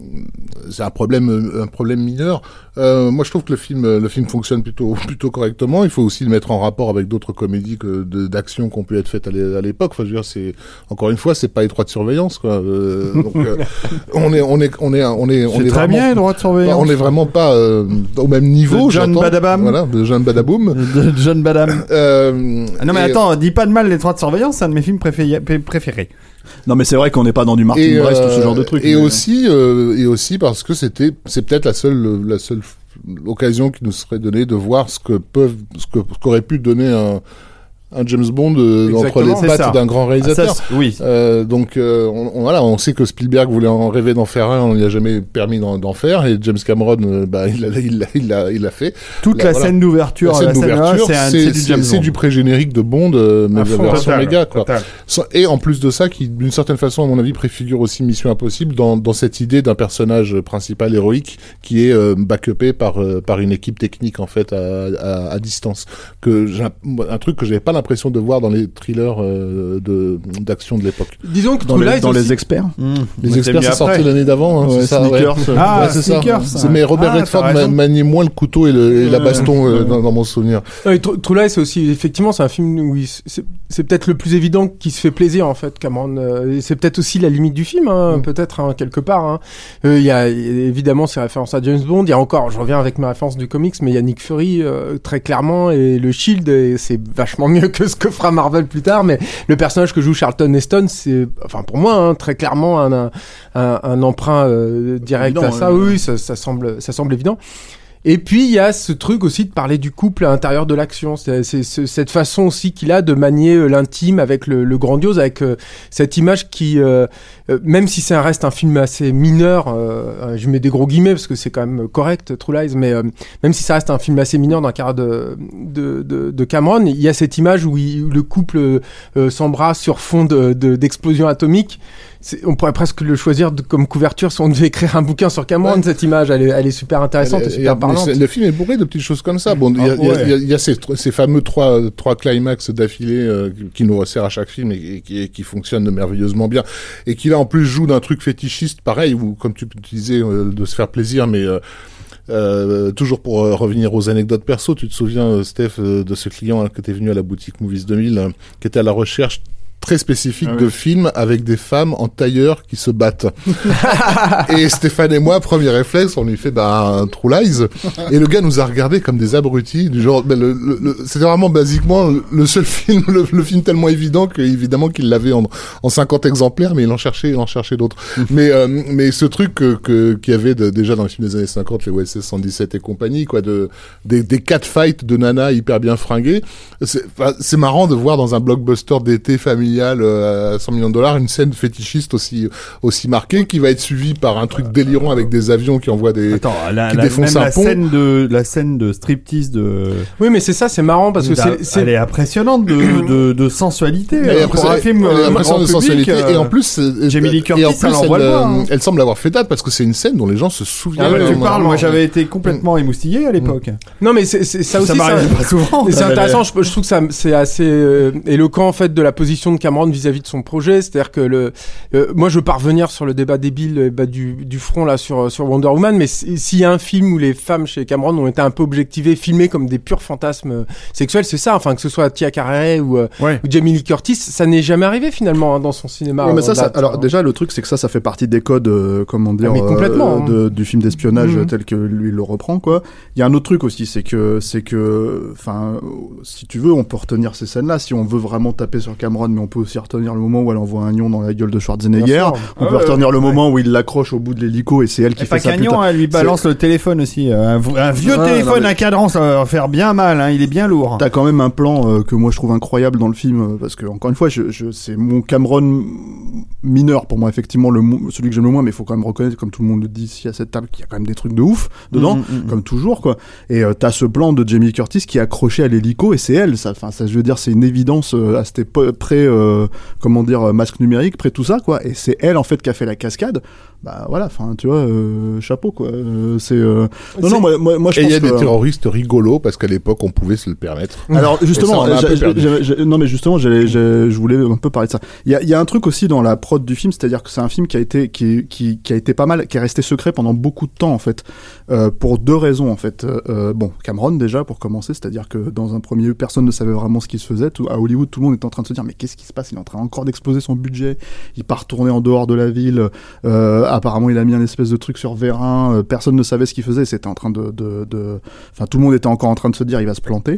[SPEAKER 5] c'est un problème, un problème mineur. Euh, moi, je trouve que le film, le film fonctionne plutôt, plutôt correctement. Il faut aussi le mettre en rapport avec d'autres comédies que de, d'action qui ont pu être faites à l'é- à l'époque. Enfin, je veux dire, c'est encore une fois, c'est pas étroite surveillance, quoi. Euh, donc, euh, on est, on est, on est, on est, on
[SPEAKER 2] C'est
[SPEAKER 5] est
[SPEAKER 2] très
[SPEAKER 5] vraiment,
[SPEAKER 2] bien, droit de surveillance.
[SPEAKER 5] on est vraiment pas euh, au même niveau.
[SPEAKER 2] De John
[SPEAKER 5] j'entends.
[SPEAKER 2] Badabam.
[SPEAKER 5] Voilà, de John Badaboum.
[SPEAKER 2] De John Badham.
[SPEAKER 5] Euh,
[SPEAKER 2] Ah non mais
[SPEAKER 5] et-
[SPEAKER 2] attends, dis pas de mal les trois de surveillance, c'est un de mes films préfé- pré- préférés.
[SPEAKER 4] Non, mais c'est vrai qu'on n'est pas dans du Martin
[SPEAKER 5] et,
[SPEAKER 4] Brest
[SPEAKER 5] euh,
[SPEAKER 4] ou ce genre de truc.
[SPEAKER 5] Et
[SPEAKER 4] mais-
[SPEAKER 5] aussi, euh, et aussi parce que c'était, c'est peut-être la seule, la seule occasion qui nous serait donnée de voir ce que peuvent, ce que ce qu'aurait pu donner un, un James Bond euh, entre
[SPEAKER 6] Exactement,
[SPEAKER 5] les
[SPEAKER 2] c'est
[SPEAKER 5] pattes
[SPEAKER 2] ça.
[SPEAKER 5] d'un grand
[SPEAKER 2] Ah,
[SPEAKER 5] réalisateur.
[SPEAKER 2] ça, c'est- oui.
[SPEAKER 5] Euh, donc euh, on, on- voilà, on sait que Spielberg voulait en rêver d'en faire un, on lui a jamais permis d'en, d'en faire, et James Cameron, euh, bah il l'a, il l'a, il l'a, il l'a fait.
[SPEAKER 2] Toute
[SPEAKER 5] Là,
[SPEAKER 2] la
[SPEAKER 5] voilà.
[SPEAKER 2] scène d'ouverture,
[SPEAKER 5] La scène
[SPEAKER 2] la scène là,
[SPEAKER 5] d'ouverture,
[SPEAKER 2] c'est, un-
[SPEAKER 5] c'est,
[SPEAKER 2] c'est du
[SPEAKER 5] c'est-
[SPEAKER 2] James
[SPEAKER 5] c'est
[SPEAKER 2] Bond.
[SPEAKER 5] du pré-générique de Bond, euh, mais
[SPEAKER 2] À
[SPEAKER 5] de
[SPEAKER 2] fond,
[SPEAKER 5] version
[SPEAKER 2] total,
[SPEAKER 5] méga, quoi.
[SPEAKER 2] total.
[SPEAKER 5] Et en plus de ça, qui d'une certaine façon, à mon avis, préfigure aussi Mission Impossible dans, dans cette idée d'un personnage principal héroïque qui est euh, backupé par euh, par une équipe technique en fait à, à, à distance. Que j'ai un, un truc que j'avais pas l'impression de voir dans les thrillers euh, de d'action de l'époque.
[SPEAKER 6] Disons que
[SPEAKER 4] dans,
[SPEAKER 6] True
[SPEAKER 4] les,
[SPEAKER 6] Lies
[SPEAKER 4] dans
[SPEAKER 6] aussi-
[SPEAKER 4] les experts.
[SPEAKER 2] Mmh.
[SPEAKER 5] Les
[SPEAKER 2] Moi,
[SPEAKER 5] experts,
[SPEAKER 2] c'est
[SPEAKER 5] c'est
[SPEAKER 2] mieux après.
[SPEAKER 5] sorti l'année d'avant, hein,
[SPEAKER 4] Ouais,
[SPEAKER 5] c'est ça. ouais.
[SPEAKER 4] Sneakers.
[SPEAKER 2] Ah,
[SPEAKER 5] Ouais, c'est ça.
[SPEAKER 2] Sneakers.
[SPEAKER 5] C'est- Mais Robert
[SPEAKER 2] Ah,
[SPEAKER 5] Redford
[SPEAKER 2] t'as
[SPEAKER 5] ma-
[SPEAKER 2] raison.
[SPEAKER 5] maniait moins le couteau et, le, et la baston euh, dans, dans mon souvenir.
[SPEAKER 6] Non, mais True True Lies, c'est aussi, effectivement, c'est un film où il s- c'est, c'est peut-être le plus évident qui se fait plaisir, en fait, Cameron. Euh, et c'est peut-être aussi la limite du film, hein,
[SPEAKER 5] Mm.
[SPEAKER 6] peut-être, hein, quelque part. hein. Euh, Il y a évidemment ces références à James Bond. Il y a encore, je reviens avec ma référence du comics, mais il y a Nick Fury, euh, très clairement, et le Shield, et c'est vachement mieux que ce que fera Marvel plus tard. Mais le personnage que joue Charlton Heston, c'est, enfin, pour moi, hein, très clairement, un, un, un, un emprunt euh, direct
[SPEAKER 4] Évident,
[SPEAKER 6] à ça.
[SPEAKER 4] ouais.
[SPEAKER 6] Oui, ça, ça semble, ça semble évident. Et puis il y a ce truc aussi de parler du couple à l'intérieur de l'action. C'est, c'est, c'est cette façon aussi qu'il a de manier euh, l'intime avec le, le grandiose, avec euh, cette image qui, euh, euh, même si ça reste un film assez mineur, euh, je mets des gros guillemets parce que c'est quand même correct, True Lies, mais euh, même si ça reste un film assez mineur dans le cadre de, de, de, de Cameron, il y a cette image où, il, où le couple euh, s'embrasse sur fond de, de, d'explosion atomique. C'est, on pourrait presque le choisir de, comme couverture si on devait écrire un bouquin sur Cameron.
[SPEAKER 5] Ouais.
[SPEAKER 6] Cette image, elle est, elle est super intéressante et,
[SPEAKER 5] Et-
[SPEAKER 6] super
[SPEAKER 5] et-
[SPEAKER 6] parlante.
[SPEAKER 5] mais c'est- le film est bourré de petites choses comme ça. Bon, il y a,
[SPEAKER 2] Ah,
[SPEAKER 5] il y a-
[SPEAKER 2] ouais.
[SPEAKER 5] il y a- il y a ces, tr- ces fameux trois, trois climax d'affilée euh, qui- qui nous resserrent à chaque film et, et qui, et qui fonctionnent merveilleusement bien. Et qui là, en plus, joue d'un truc fétichiste, pareil, où, comme tu disais, euh, de se faire plaisir, mais... Euh, Euh, toujours pour euh, revenir aux anecdotes perso, tu te souviens, euh, Steph, euh, de ce client hein, que t'es venu à la boutique Movies deux mille, hein, qui était à la recherche très spécifique
[SPEAKER 4] Ah
[SPEAKER 5] de
[SPEAKER 4] oui.
[SPEAKER 5] film avec des femmes en tailleur qui se battent. Et Stéphane et moi, premier réflexe, on lui fait bah un True Lies. Et le gars nous a regardé comme des abrutis, du genre, ben, le, le, le- c'était vraiment basiquement le seul film, le, le film tellement évident que évidemment qu'il l'avait en, en cinquante exemplaires, mais il en cherchait, il en cherchait d'autres. mais euh, mais ce truc que que- qu'il y avait de- déjà dans les films des années cinquante, les O S S cent dix-sept et compagnie, quoi, de des des catfights de nanas hyper bien fringuées, c'est enfin, c'est marrant de voir dans un blockbuster d'été familial euh, à cent millions de dollars une scène fétichiste aussi aussi marquée qui va être suivie par un truc délirant avec des avions qui envoient des
[SPEAKER 2] Attends, la,
[SPEAKER 5] qui
[SPEAKER 2] la,
[SPEAKER 5] défonce
[SPEAKER 2] même
[SPEAKER 5] un
[SPEAKER 2] la
[SPEAKER 5] pont.
[SPEAKER 2] scène de la scène de striptease de
[SPEAKER 6] Oui, mais c'est ça, c'est marrant parce que
[SPEAKER 2] d'A-
[SPEAKER 6] c'est, c'est...
[SPEAKER 2] elle est impressionnante de, de, de sensualité.
[SPEAKER 5] Elle est
[SPEAKER 2] euh, pour un
[SPEAKER 5] impressionnante-
[SPEAKER 2] film
[SPEAKER 5] elle est
[SPEAKER 2] euh,
[SPEAKER 5] impressionnante de
[SPEAKER 2] grand public,
[SPEAKER 5] sensualité
[SPEAKER 2] euh,
[SPEAKER 5] et en plus euh,
[SPEAKER 2] Jamie Lee
[SPEAKER 5] et
[SPEAKER 2] Curtis,
[SPEAKER 5] en
[SPEAKER 2] ça
[SPEAKER 5] plus,
[SPEAKER 2] l'envoie
[SPEAKER 5] elle,
[SPEAKER 2] loin,
[SPEAKER 5] euh,
[SPEAKER 2] hein.
[SPEAKER 5] elle semble avoir fait date parce que c'est une scène dont les gens se souviennent.
[SPEAKER 2] Ah ouais, tu
[SPEAKER 5] euh,
[SPEAKER 2] parles, moi
[SPEAKER 5] vraiment.
[SPEAKER 2] j'avais été complètement émoustillé à l'époque.
[SPEAKER 6] Non, mais c'est, c'est, ça
[SPEAKER 2] Ça
[SPEAKER 6] aussi,
[SPEAKER 2] m'arrive
[SPEAKER 6] ça-
[SPEAKER 2] pas souvent.
[SPEAKER 6] Et c'est intéressant, je, je trouve que ça, c'est assez euh, éloquent en fait de la position de Cameron vis-à-vis de son projet. C'est-à-dire que le, euh, moi je veux pas revenir sur le débat débile euh, bah, du, du front là sur sur Wonder Woman, mais si- s'il y a un film où les femmes chez Cameron ont été un peu objectivées, filmées comme des purs fantasmes euh, sexuels, c'est ça. Enfin que ce soit Tia Carrere ou, euh,
[SPEAKER 2] Ouais.
[SPEAKER 6] ou Jamie Lee Curtis, ça n'est jamais arrivé finalement hein, dans son cinéma.
[SPEAKER 4] Ouais, mais ça,
[SPEAKER 6] en
[SPEAKER 4] ça-
[SPEAKER 6] date,
[SPEAKER 4] alors
[SPEAKER 6] hein.
[SPEAKER 4] déjà le truc c'est que ça, ça fait partie des codes, euh, comment dire,
[SPEAKER 6] Ah, mais complètement,
[SPEAKER 4] euh, de- du film d'espionnage
[SPEAKER 6] Mhm.
[SPEAKER 4] tel que lui le reprend quoi. Il y a un autre truc aussi, c'est que, c'est que, enfin, si tu veux, on peut retenir ces scènes-là. Si on veut vraiment taper sur Cameron, mais on peut aussi retenir le moment où elle envoie un nion dans la gueule de Schwarzenegger.
[SPEAKER 6] Bien sûr.
[SPEAKER 4] On
[SPEAKER 2] Ah
[SPEAKER 4] peut
[SPEAKER 2] ouais,
[SPEAKER 4] retenir le
[SPEAKER 2] ouais.
[SPEAKER 4] moment où il l'accroche au bout de l'hélico et c'est elle qui
[SPEAKER 2] Et
[SPEAKER 4] fait
[SPEAKER 2] pas
[SPEAKER 4] sa
[SPEAKER 2] Cagnon,
[SPEAKER 4] putain.
[SPEAKER 2] elle lui balance le téléphone aussi. euh, Un, v- un vieux
[SPEAKER 4] Ouais,
[SPEAKER 2] téléphone,
[SPEAKER 4] non, mais-
[SPEAKER 2] un cadran, ça va faire bien mal. Hein, il est bien lourd.
[SPEAKER 4] T'as quand même un plan euh, que moi je trouve incroyable dans le film euh, parce que encore une fois, je, je, c'est mon Cameron mineur pour moi effectivement le mo- celui que j'aime le moins, mais il faut quand même reconnaître, comme tout le monde le dit ici à cette table, qu'il y a quand même des trucs de ouf dedans,
[SPEAKER 2] Mm, mm, mm.
[SPEAKER 4] comme toujours quoi. Et euh, t'as ce plan de Jamie Lee Curtis qui est accroché à l'hélico et c'est elle. Ça, enfin ça, je veux dire, c'est une évidence euh, à cette époque, près, euh, comment dire, euh, masque numérique, près tout ça quoi. Et c'est elle en fait qui a fait la cascade. Bah voilà, enfin tu vois, euh, chapeau quoi. Euh, c'est euh... non
[SPEAKER 6] C'est-
[SPEAKER 4] non moi moi, moi je
[SPEAKER 5] Et il
[SPEAKER 4] pense
[SPEAKER 5] y a
[SPEAKER 4] que,
[SPEAKER 5] des terroristes rigolos parce qu'à l'époque on pouvait se le permettre.
[SPEAKER 4] Alors justement,
[SPEAKER 5] Et ça, on a un peu
[SPEAKER 4] j'a-
[SPEAKER 5] perdu.
[SPEAKER 4] j'a- j'a- non mais justement, j'allais- j'a- je voulais un peu parler de ça. Il y a, il y a un truc aussi dans la prod du film, c'est-à-dire que c'est un film qui a été qui, qui, qui a été pas mal, qui est resté secret pendant beaucoup de temps en fait, euh, pour deux raisons en fait. Euh, bon, Cameron déjà pour commencer, c'est-à-dire que dans un premier lieu, personne ne savait vraiment ce qui se faisait. Tout, à Hollywood, tout le monde était en train de se dire mais qu'est-ce qui se passe? Il est en train encore d'exploser son budget. Il part tourner en dehors de la ville. Euh, apparemment, il a mis un espèce de truc sur Vérin. Euh, personne ne savait ce qu'il faisait. C'était en train de, de, de, enfin tout le monde était encore en train de se dire il va se planter.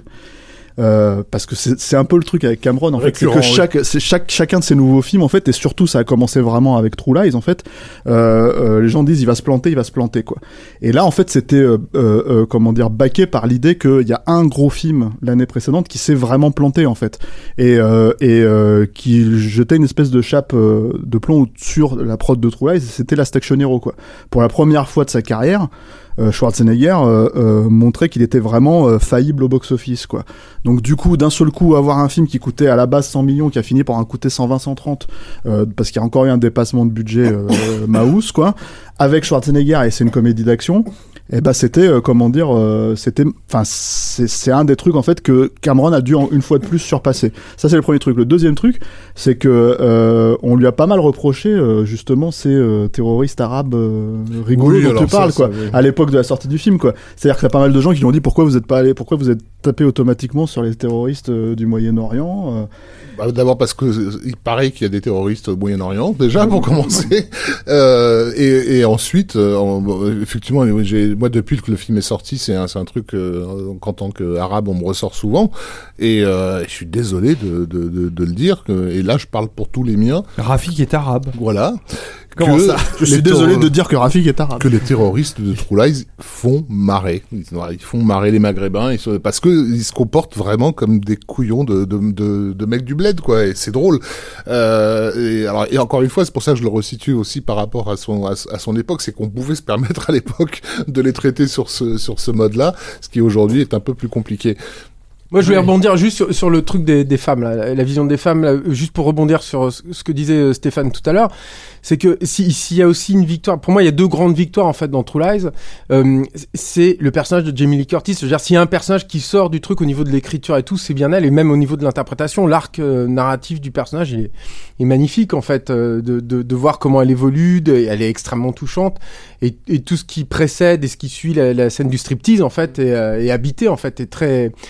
[SPEAKER 4] Euh, parce que c'est c'est un peu le truc avec Cameron en fait, c'est que
[SPEAKER 5] Récurrent, oui.
[SPEAKER 4] chaque c'est chaque chacun de ses nouveaux films en fait, et surtout ça a commencé vraiment avec True Lies en fait, euh, euh, les gens disent il va se planter il va se planter quoi, et là en fait c'était euh, euh, euh, comment dire backé par l'idée qu'il y a un gros film l'année précédente qui s'est vraiment planté en fait, et euh, et euh, qui jetait une espèce de chape euh, de plomb sur la prod de True Lies, c'était Last Action Hero quoi. Pour la première fois de sa carrière, euh, Schwarzenegger euh, euh, montrait qu'il était vraiment euh, faillible au box-office quoi. Donc du coup, d'un seul coup, avoir un film qui coûtait à la base cent millions, qui a fini par en coûter cent vingt, cent trente, euh, parce qu'il y a encore eu un dépassement de budget euh, Maus quoi, avec Schwarzenegger, et c'est une comédie d'action. Et ben c'était euh, comment dire, euh, c'était, enfin c'est c'est un des trucs en fait que Cameron a dû en, une fois de plus surpasser. Ça c'est le premier truc. Le deuxième truc, c'est que euh, on lui a pas mal reproché euh, justement ces euh, terroristes arabes euh, rigolos
[SPEAKER 5] Oui,
[SPEAKER 4] dont
[SPEAKER 5] alors
[SPEAKER 4] tu
[SPEAKER 5] ça,
[SPEAKER 4] parles
[SPEAKER 5] ça,
[SPEAKER 4] quoi,
[SPEAKER 5] oui.
[SPEAKER 4] à l'époque de la sortie du film quoi. C'est-à-dire que t'as pas mal de gens qui lui ont dit pourquoi vous êtes pas allé, pourquoi vous êtes tapé automatiquement sur les terroristes euh, du Moyen-Orient. Euh,
[SPEAKER 5] Bah, d'abord parce que euh, il paraît qu'il y a des terroristes au Moyen-Orient déjà pour commencer, euh, et, et ensuite, euh, en- bon, effectivement, oui, j'ai, moi depuis que le film est sorti, c'est un, c'est un truc euh, qu'en tant qu'arabe on me ressort souvent, et euh, je suis désolé de, de, de, de le dire, que, et là je parle pour tous les miens,
[SPEAKER 2] Rafik est arabe.
[SPEAKER 5] voilà.
[SPEAKER 2] Comment
[SPEAKER 5] que
[SPEAKER 2] ça
[SPEAKER 4] Je suis
[SPEAKER 5] les
[SPEAKER 4] désolé
[SPEAKER 5] terro-
[SPEAKER 4] de dire que Rafik est arabe.
[SPEAKER 5] que les terroristes de True Lies font marrer. Ils, ils font marrer les Maghrébins, ils se- parce que ils se comportent vraiment comme des couillons de, de, de, de mecs du bled, quoi. Et c'est drôle. Euh, et, alors, et encore une fois, c'est pour ça que je le resitue aussi par rapport à son, à, à son époque, c'est qu'on pouvait se permettre à l'époque de les traiter sur ce, sur ce mode-là, ce qui aujourd'hui est un peu plus compliqué.
[SPEAKER 6] Moi, je voulais
[SPEAKER 2] Oui.
[SPEAKER 6] rebondir juste sur, sur le truc des, des femmes, là, la vision des femmes, là, juste pour rebondir sur ce ce que disait euh, Stéphane tout à l'heure. C'est que si- s'il y a aussi une victoire, pour moi, il y a deux grandes victoires en fait dans True Lies. Euh, c'est le personnage de Jamie Lee Curtis. C'est-à-dire, s'il y a un personnage qui sort du truc au niveau de l'écriture et tout, c'est bien elle, et même au niveau de l'interprétation, l'arc euh, narratif du personnage il est, est magnifique en fait, euh, de, de, de voir comment elle évolue, de, elle est extrêmement touchante, et, et tout ce qui précède et ce qui suit la, la scène du striptease en fait est, euh, est habité en fait, est très est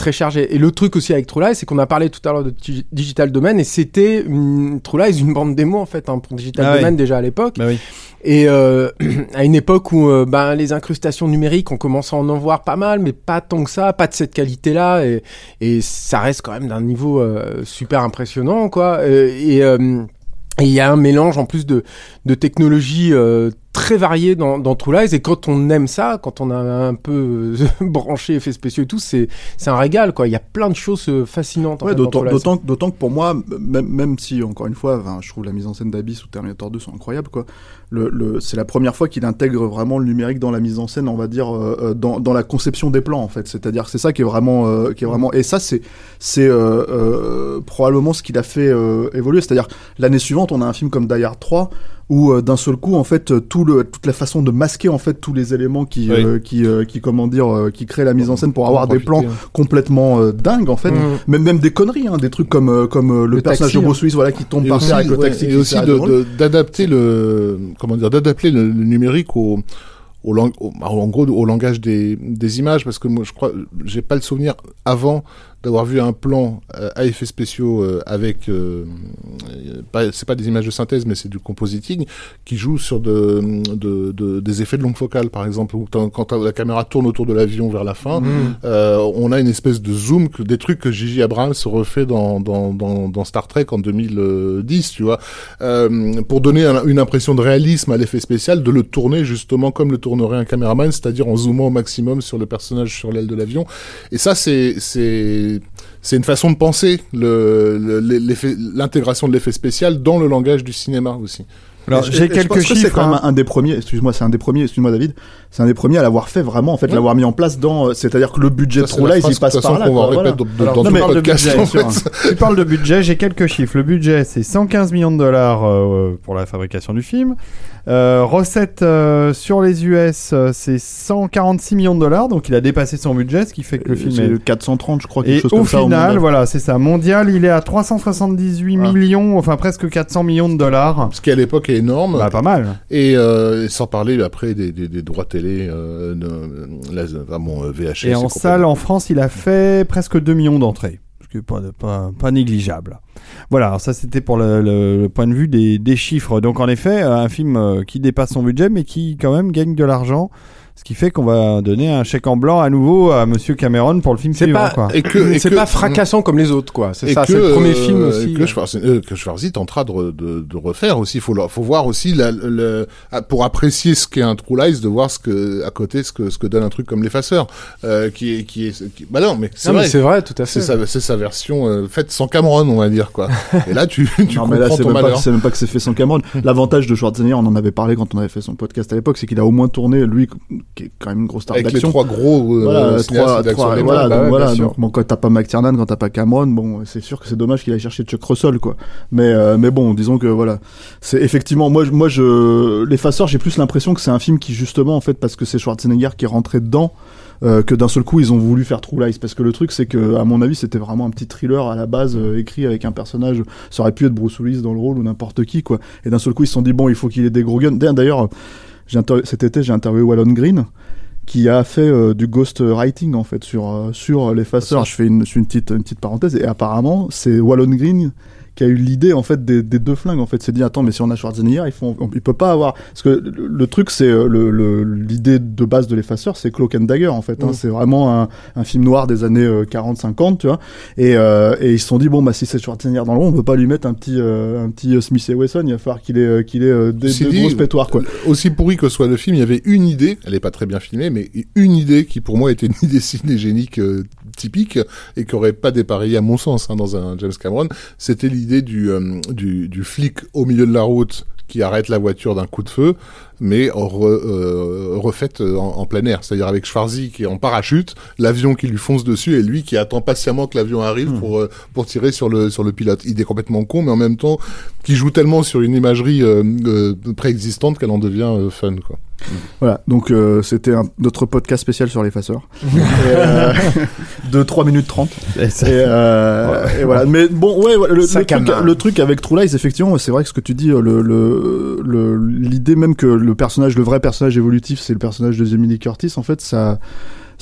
[SPEAKER 6] très chargé. Et le truc aussi avec True Lies, c'est qu'on a parlé tout à l'heure de t- Digital Domain, et c'était une, True Lies, une bande démo en fait, hein, pour Digital
[SPEAKER 2] Ah
[SPEAKER 6] Domain
[SPEAKER 2] oui.
[SPEAKER 6] déjà à l'époque.
[SPEAKER 2] Bah oui.
[SPEAKER 6] Et euh, à une époque où euh, ben, les incrustations numériques, on commence à en en voir pas mal, mais pas tant que ça, pas de cette qualité-là, et, et ça reste quand même d'un niveau euh, super impressionnant, quoi. Et il euh, y a un mélange en plus de, de technologies euh, très variées dans, dans True Lies, et quand on aime ça, quand on a un peu euh, branché effets spéciaux et tout, c'est, c'est un régal, quoi. Il y a plein de choses euh, fascinantes. En
[SPEAKER 4] Ouais,
[SPEAKER 6] fait, dans
[SPEAKER 4] d'autant,
[SPEAKER 6] True Lies.
[SPEAKER 4] d'autant, d'autant que pour moi, même, même si, encore une fois, enfin, je trouve la mise en scène d'Abyss ou Terminator deux sont incroyables, quoi. Le, le, c'est la première fois qu'il intègre vraiment le numérique dans la mise en scène, on va dire, euh, dans, dans la conception des plans, en fait. C'est-à-dire que c'est ça qui est vraiment, euh, qui est vraiment, et ça, c'est, c'est euh, euh, probablement ce qu'il a fait euh, évoluer. C'est-à-dire, l'année suivante, on a un film comme Die Hard trois, où euh, d'un seul coup, en fait, tout le, toute la façon de masquer, en fait, tous les éléments qui,
[SPEAKER 5] Oui.
[SPEAKER 4] euh, qui, euh, qui, comment dire, euh, qui créent la mise en scène pour avoir des plans
[SPEAKER 5] Profiter.
[SPEAKER 4] complètement euh, dingues, en fait.
[SPEAKER 6] Mmh.
[SPEAKER 4] Même, même des conneries, hein, des trucs comme, euh, comme euh, le,
[SPEAKER 6] Le
[SPEAKER 4] personnage
[SPEAKER 6] taxi,
[SPEAKER 4] de Bruce
[SPEAKER 6] hein.
[SPEAKER 4] Willis, voilà, qui tombe
[SPEAKER 5] Et
[SPEAKER 4] par
[SPEAKER 5] aussi,
[SPEAKER 4] terre avec le
[SPEAKER 5] ouais,
[SPEAKER 4] taxi.
[SPEAKER 5] et
[SPEAKER 4] qui
[SPEAKER 5] aussi
[SPEAKER 4] s'arrête
[SPEAKER 5] de,
[SPEAKER 4] devant lui.
[SPEAKER 5] de- d'adapter le, comment dire, d'adapter le, le numérique au, au, lang- au- en gros, au langage des, des images, parce que moi, je crois, j'ai pas le souvenir avant d'avoir vu un plan euh, à effets spéciaux euh, avec, euh, euh, pas, c'est pas des images de synthèse, mais c'est du compositing, qui joue sur de, de, de, des effets de longue focale, par exemple, où t'en- quand la caméra tourne autour de l'avion vers la fin,
[SPEAKER 6] Mmh.
[SPEAKER 5] euh, on a une espèce de zoom, que, des trucs que J J Abrams refait dans, dans, dans, dans Star Trek en deux mille dix, tu vois, euh, pour donner un- une impression de réalisme à l'effet spécial, de le tourner justement comme le tournerait un caméraman, c'est-à-dire en zoomant au maximum sur le personnage sur l'aile de l'avion. Et ça, c'est, c'est, c'est une façon de penser le, le, l'effet, l'intégration de l'effet spécial dans le langage du cinéma aussi.
[SPEAKER 2] Alors,
[SPEAKER 4] Et je-
[SPEAKER 2] j'ai
[SPEAKER 4] et je
[SPEAKER 2] quelques
[SPEAKER 4] pense que c'est
[SPEAKER 2] chiffres.
[SPEAKER 4] quand même
[SPEAKER 2] hein.
[SPEAKER 4] un, un des premiers, excuse-moi, c'est un des premiers, excuse-moi David, c'est un des premiers à l'avoir fait vraiment, en fait,
[SPEAKER 5] Ouais.
[SPEAKER 4] l'avoir mis en place dans, euh, c'est-à-dire que le budget de
[SPEAKER 5] Ça, c'est
[SPEAKER 4] True
[SPEAKER 5] la
[SPEAKER 4] Lies,
[SPEAKER 5] phrase
[SPEAKER 4] il passe
[SPEAKER 5] de toute
[SPEAKER 4] par
[SPEAKER 5] façon
[SPEAKER 4] là,
[SPEAKER 5] qu'on va
[SPEAKER 4] quoi, voilà.
[SPEAKER 5] répéter dans,
[SPEAKER 2] Alors,
[SPEAKER 5] dans
[SPEAKER 2] non,
[SPEAKER 5] tout
[SPEAKER 2] mais
[SPEAKER 5] le
[SPEAKER 2] parle de
[SPEAKER 5] podcast,
[SPEAKER 2] budget,
[SPEAKER 5] en
[SPEAKER 4] bien
[SPEAKER 5] fait.
[SPEAKER 4] sûr.
[SPEAKER 2] Tu parles de budget, j'ai quelques chiffres. Le budget, c'est cent quinze millions de dollars euh, pour la fabrication du film. Euh, recettes euh, sur les U S, euh, c'est cent quarante-six millions de dollars, donc il a dépassé son budget, ce qui fait que le film est...
[SPEAKER 4] C'est quatre cent trente, je crois, quelque
[SPEAKER 2] Et
[SPEAKER 4] chose
[SPEAKER 2] au
[SPEAKER 4] comme ça.
[SPEAKER 2] final,
[SPEAKER 4] mondial.
[SPEAKER 2] voilà, c'est ça. Mondial, il est à trois cent soixante-dix-huit
[SPEAKER 4] Ah.
[SPEAKER 2] millions, enfin presque quatre cents millions de dollars.
[SPEAKER 5] Ce qui à l'époque est énorme.
[SPEAKER 2] Bah, pas mal.
[SPEAKER 5] Et euh, sans parler après des, des, des droits télé, euh, de, là, enfin, bon, V H S.
[SPEAKER 2] Et en
[SPEAKER 5] compagnie.
[SPEAKER 2] salle, en France, il a fait presque deux millions d'entrées. Ce qui est pas, pas, pas négligeable. Voilà, alors ça c'était pour le, le, le point de vue des, des chiffres. Donc en effet, un film euh, qui dépasse son budget, mais qui quand même gagne de l'argent. Ce qui fait qu'on va donner un chèque en blanc à nouveau à Monsieur Cameron pour le film
[SPEAKER 6] C'est
[SPEAKER 2] suivant.
[SPEAKER 6] pas-
[SPEAKER 2] Quoi.
[SPEAKER 5] Et que, et
[SPEAKER 6] c'est
[SPEAKER 5] que-
[SPEAKER 6] pas fracassant comme les autres, quoi. C'est
[SPEAKER 5] et
[SPEAKER 6] ça,
[SPEAKER 5] que,
[SPEAKER 6] c'est le premier
[SPEAKER 5] euh,
[SPEAKER 6] film aussi.
[SPEAKER 5] Que
[SPEAKER 6] euh.
[SPEAKER 5] Schwarzenegger, euh, que Schwarzy tentera de, re- de, de refaire aussi. Il faut, le- faut voir aussi, la, le, ah, pour apprécier ce qu'est un True Lies, de voir ce que, à côté, ce que, ce que donne un truc comme l'effaceur. Euh, qui est, qui est, qui- bah non, mais c'est
[SPEAKER 6] Non, mais
[SPEAKER 5] vrai.
[SPEAKER 6] c'est vrai, tout à fait.
[SPEAKER 5] C'est sa, c'est sa version euh, faite sans Cameron, on va dire, quoi. Et là, tu, tu
[SPEAKER 4] Non, mais là,
[SPEAKER 5] comprends
[SPEAKER 4] c'est
[SPEAKER 5] ton
[SPEAKER 4] même, pas,
[SPEAKER 5] malheur.
[SPEAKER 4] c'est même pas que c'est fait sans Cameron. L'avantage de Schwarzenegger, on en avait parlé quand on avait fait son podcast à l'époque, c'est qu'il a au moins tourné, lui, qui est quand même une grosse star
[SPEAKER 5] Avec les
[SPEAKER 4] d'action.
[SPEAKER 5] trois gros, euh,
[SPEAKER 4] Voilà,
[SPEAKER 5] cinéastes
[SPEAKER 4] trois,
[SPEAKER 5] d'action
[SPEAKER 4] trois,
[SPEAKER 5] américaine.
[SPEAKER 4] voilà,
[SPEAKER 6] bah
[SPEAKER 4] donc
[SPEAKER 6] ouais,
[SPEAKER 4] voilà,
[SPEAKER 6] bien sûr.
[SPEAKER 4] donc bon, quand t'as pas McTiernan, quand t'as pas Cameron, bon, c'est sûr que c'est dommage qu'il aille chercher Chuck Russell, quoi. Mais, euh, mais bon, disons que voilà, c'est effectivement, moi, je- moi, je, l'effaceur, j'ai plus l'impression que c'est un film qui, justement, en fait, parce que c'est Schwarzenegger qui est rentré dedans, euh, que d'un seul coup, ils ont voulu faire True Lies, parce que le truc, c'est que, à mon avis, c'était vraiment un petit thriller à la base, euh, écrit avec un personnage, ça aurait pu être Bruce Willis dans le rôle ou n'importe qui, quoi. Et d'un seul coup, ils se sont dit, bon, il faut qu'il ait des gros guns. D'ailleurs, j'ai interview- cet été, j'ai interviewé Wallon Green, qui a fait euh, du ghost writing en fait sur euh, sur l'effaceur. Je fais une, je fais une petite une petite parenthèse et apparemment c'est Wallon Green qui a eu l'idée en fait des, des deux flingues en fait. C'est dit attends mais si on a Schwarzenegger il faut on, il peut pas avoir parce que le, le truc c'est euh, le le- l'idée de base de l'effaceur c'est Cloak and Dagger en fait. Hein,
[SPEAKER 6] Mm.
[SPEAKER 4] c'est vraiment un, un film noir des années euh, quarante cinquante tu vois et euh, et ils se sont dit bon bah si c'est Schwarzenegger dans le rôle on peut pas lui mettre un petit euh, un petit euh, Smith et Wesson il va falloir qu'il ait euh, qu'il ait euh, des,
[SPEAKER 5] Ceci
[SPEAKER 4] des
[SPEAKER 5] dit,
[SPEAKER 4] grosses pétoires quoi.
[SPEAKER 5] Aussi pourri que soit le film, il y avait une idée, elle est pas très bien filmée, mais une idée qui pour moi était une idée cinégénique euh, typique et qui aurait pas dépareillé à mon sens hein, dans un James Cameron. C'était l'idée du, euh, du du flic au milieu de la route qui arrête la voiture d'un coup de feu, mais re, euh, refaite en, en plein air. C'est-à-dire avec Schwarzy qui est en parachute, l'avion qui lui fonce dessus et lui qui attend patiemment que l'avion arrive
[SPEAKER 4] Mmh.
[SPEAKER 5] pour euh, pour tirer sur le sur le pilote. Idée complètement con, mais en même temps qui joue tellement sur une imagerie euh, euh, préexistante qu'elle en devient euh, fun, quoi.
[SPEAKER 4] Voilà, donc euh, c'était un, notre podcast spécial sur l'effaceur. Et, euh, de trois minutes trente.
[SPEAKER 2] Et ça-
[SPEAKER 4] Et, euh, et voilà. Mais bon, ouais, ouais, le, le,
[SPEAKER 6] Sac à
[SPEAKER 4] truc,
[SPEAKER 6] main.
[SPEAKER 4] le truc avec True Lies, effectivement, c'est vrai que ce que tu dis, le, le, le, l'idée même que le personnage, le vrai personnage évolutif, c'est le personnage de Jamie Lee Curtis, en fait, ça,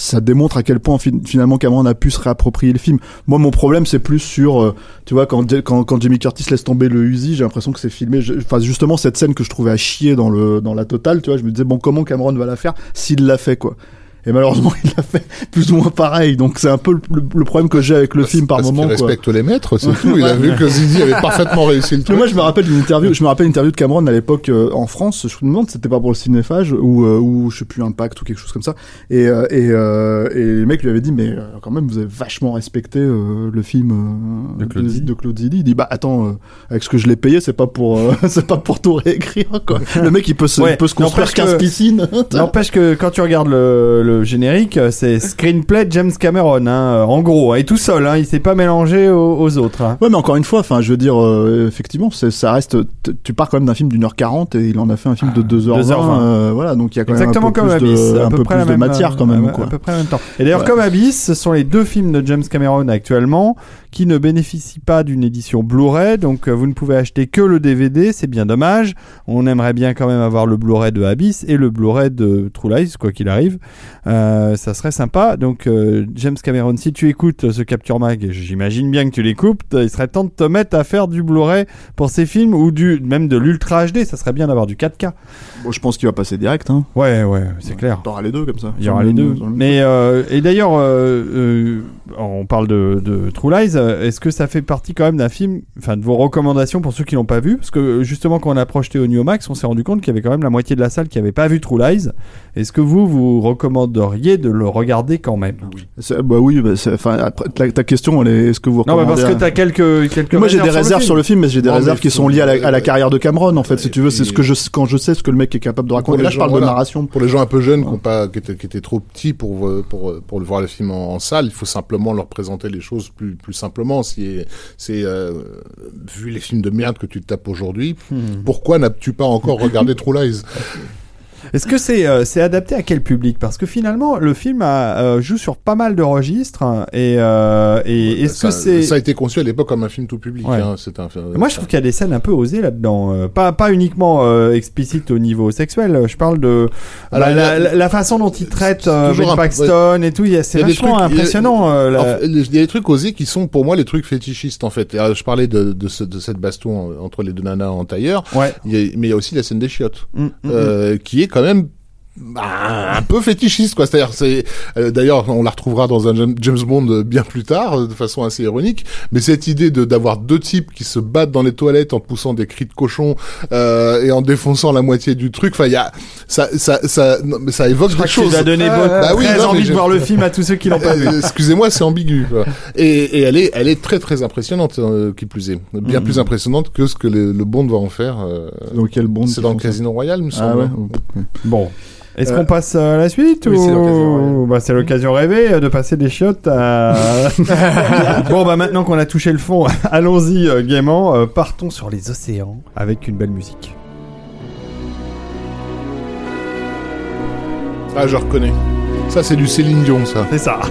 [SPEAKER 4] ça démontre à quel point fin- finalement Cameron a pu se réapproprier le film. Moi, mon problème, c'est plus sur, euh, tu vois, quand, quand, quand Jamie Curtis laisse tomber le Uzi, j'ai l'impression que c'est filmé. Enfin, justement, cette scène que je trouvais à chier dans le dans la totale, tu vois, je me disais bon, comment Cameron va la faire s'il l'a fait, quoi. Et malheureusement, il l'a fait plus ou moins pareil. Donc c'est un peu le, le, le problème que j'ai avec le
[SPEAKER 5] parce,
[SPEAKER 4] film par
[SPEAKER 5] parce
[SPEAKER 4] moment.
[SPEAKER 5] Il
[SPEAKER 4] quoi.
[SPEAKER 5] respecte les maîtres, c'est tout. Il a vu que Zizi avait parfaitement réussi le truc.
[SPEAKER 4] Mais moi, je me rappelle d'une interview. Je me rappelle une interview de Cameron à l'époque euh, en France. Je me demande si c'était pas pour le Cinéphage ou euh, ou je sais plus Impact ou quelque chose comme ça. Et euh, et euh, et les mecs lui avaient dit mais euh, quand même vous avez vachement respecté euh, le film euh,
[SPEAKER 2] de Claude Zidi.
[SPEAKER 4] de Claude Zidi. Il dit bah attends euh, avec ce que je l'ai payé c'est pas pour euh, c'est pas pour tout réécrire quoi. Le mec il peut se
[SPEAKER 2] Ouais,
[SPEAKER 4] il peut se construire quinze
[SPEAKER 2] que...
[SPEAKER 4] piscines.
[SPEAKER 2] N'empêche que quand tu regardes le, le générique, c'est screenplay James Cameron, hein, en gros, et tout seul, hein, il s'est pas mélangé aux, aux autres. Hein.
[SPEAKER 4] Ouais, mais encore une fois, enfin, je veux dire, euh, effectivement, c'est, ça reste. T- tu pars quand même d'un film d'une heure quarante et il en a fait un film de deux heures vingt.
[SPEAKER 2] deux heures vingt.
[SPEAKER 4] Euh, voilà, donc il y a quand
[SPEAKER 2] Exactement
[SPEAKER 4] même un peu
[SPEAKER 2] comme
[SPEAKER 4] plus
[SPEAKER 2] Abyss,
[SPEAKER 4] de,
[SPEAKER 2] à
[SPEAKER 4] un
[SPEAKER 2] peu
[SPEAKER 4] peu
[SPEAKER 2] près
[SPEAKER 4] plus
[SPEAKER 2] la
[SPEAKER 4] de
[SPEAKER 2] même,
[SPEAKER 4] matière quand même,
[SPEAKER 2] à,
[SPEAKER 4] quoi.
[SPEAKER 2] à peu près en même temps. Et d'ailleurs,
[SPEAKER 4] Ouais.
[SPEAKER 2] comme Abyss, ce sont les deux films de James Cameron actuellement qui ne bénéficient pas d'une édition Blu-ray, donc euh, vous ne pouvez acheter que le D V D, c'est bien dommage. On aimerait bien quand même avoir le Blu-ray de Abyss et le Blu-ray de True Lies, quoi qu'il arrive. Euh, ça serait sympa. Donc euh, James Cameron, si tu écoutes ce Capture Mag, et j'imagine bien que tu l'écoutes, il serait temps de te mettre à faire du Blu-ray pour ces films ou du même de l'Ultra H D. Ça serait bien d'avoir du quatre K.
[SPEAKER 4] Bon, je pense qu'il va passer direct, hein.
[SPEAKER 2] Ouais, ouais, c'est clair.
[SPEAKER 4] T'auras les deux comme ça.
[SPEAKER 2] Il y aura les deux. Mais euh, et d'ailleurs, euh, euh, on parle de, de True Lies. Est-ce que ça fait partie quand même d'un film, enfin de vos recommandations pour ceux qui l'ont pas vu? Parce que justement, quand on a projeté au Niomax, on s'est rendu compte qu'il y avait quand même la moitié de la salle qui avait pas vu True Lies. Est-ce que vous vous recommanderiez de le regarder quand même?
[SPEAKER 4] Oui. C'est, bah oui, bah c'est, enfin, après, ta, ta question, elle est, est-ce que vous
[SPEAKER 2] Non, bah
[SPEAKER 4] recommandez
[SPEAKER 2] parce que t'as quelques quelques.
[SPEAKER 4] Moi, j'ai des
[SPEAKER 2] réserves
[SPEAKER 4] réserves sur le film, mais j'ai des
[SPEAKER 5] Non,
[SPEAKER 4] réserves
[SPEAKER 5] mais
[SPEAKER 4] qui sont
[SPEAKER 5] faut-
[SPEAKER 4] liées à la, à la carrière de Cameron, en fait, si tu veux.
[SPEAKER 5] puis-
[SPEAKER 4] C'est ce que je, quand je sais ce que le mec est capable de raconter.
[SPEAKER 5] les
[SPEAKER 4] Là, je
[SPEAKER 5] gens,
[SPEAKER 4] parle
[SPEAKER 5] voilà.
[SPEAKER 4] de narration.
[SPEAKER 5] Pour les gens un peu jeunes qui, ont pas, qui, étaient, qui étaient trop petits pour, euh, pour, pour le voir le film en, en salle, il faut simplement leur présenter les choses plus, plus simplement. Si, c'est, euh, vu les films de merde que tu te tapes aujourd'hui,
[SPEAKER 2] Hmm.
[SPEAKER 5] pourquoi n'as-tu pas encore regardé True Lies?
[SPEAKER 2] Est-ce que c'est euh, c'est adapté à quel public? Parce que finalement, le film a, euh, joue sur pas mal de registres hein, et euh, et est-ce
[SPEAKER 5] ça,
[SPEAKER 2] que c'est
[SPEAKER 5] ça a été conçu à l'époque comme un film tout public.
[SPEAKER 2] Ouais.
[SPEAKER 5] Hein, c'est un,
[SPEAKER 2] Moi, je trouve qu'il y a des scènes un peu osées là-dedans, euh, pas pas uniquement euh, explicites au niveau sexuel. Je parle de
[SPEAKER 5] Alors,
[SPEAKER 2] bah,
[SPEAKER 5] il y a-
[SPEAKER 2] la, la, la façon dont il traite euh,
[SPEAKER 5] toujours
[SPEAKER 2] Ben
[SPEAKER 5] un-
[SPEAKER 2] Paxton et tout. Il y a, c'est
[SPEAKER 5] Il y a des
[SPEAKER 2] vachement
[SPEAKER 5] trucs- il y a-
[SPEAKER 2] impressionnant. euh, la-
[SPEAKER 5] En fait, Il y a des trucs osés qui sont pour moi les trucs fétichistes en fait. Et, euh, je parlais de, de, ce, de cette baston entre les deux nanas en tailleur,
[SPEAKER 2] Ouais.
[SPEAKER 5] il y a, mais il y a aussi la scène des chiottes,
[SPEAKER 2] Mm, mm,
[SPEAKER 5] euh, qui est quand même bah, un peu fétichiste quoi. C'est-à-dire, c'est euh, d'ailleurs on la retrouvera dans un James James Bond bien plus tard, euh, de façon assez ironique. Mais cette idée de d'avoir deux types qui se battent dans les toilettes en poussant des cris de cochon euh, et en défonçant la moitié du truc, enfin il y a ça ça ça non, mais ça évoque
[SPEAKER 2] Je
[SPEAKER 5] des
[SPEAKER 2] crois que tu
[SPEAKER 5] choses.
[SPEAKER 2] nous as donné
[SPEAKER 6] Ah,
[SPEAKER 2] beaucoup,
[SPEAKER 5] bah oui,
[SPEAKER 2] très
[SPEAKER 5] non, mais
[SPEAKER 2] envie de
[SPEAKER 5] j'ai-
[SPEAKER 2] voir le film à tous ceux qui l'ont pas vu.
[SPEAKER 5] Euh, Excusez-moi, c'est ambigu. Voilà. Et, et elle est, elle est très très impressionnante, euh, qui plus est, bien
[SPEAKER 2] Mhm.
[SPEAKER 5] plus impressionnante que ce que le, le Bond va en faire. euh,
[SPEAKER 4] Donc, quel Bond
[SPEAKER 5] c'est dans le Casino Royale, il me semble.
[SPEAKER 4] Ah ouais.
[SPEAKER 2] Bon. Est-ce
[SPEAKER 4] Euh,
[SPEAKER 2] qu'on passe à la suite
[SPEAKER 6] oui,
[SPEAKER 2] ou
[SPEAKER 6] c'est l'occasion rêvée.
[SPEAKER 2] bah, c'est l'occasion rêvée euh, de passer des chiottes à... Bon bah maintenant qu'on a touché le fond, allons-y euh, gaiement, euh, partons sur les océans avec une belle musique.
[SPEAKER 5] Ah, je reconnais. Ça, c'est du Céline Dion, ça.
[SPEAKER 2] C'est ça.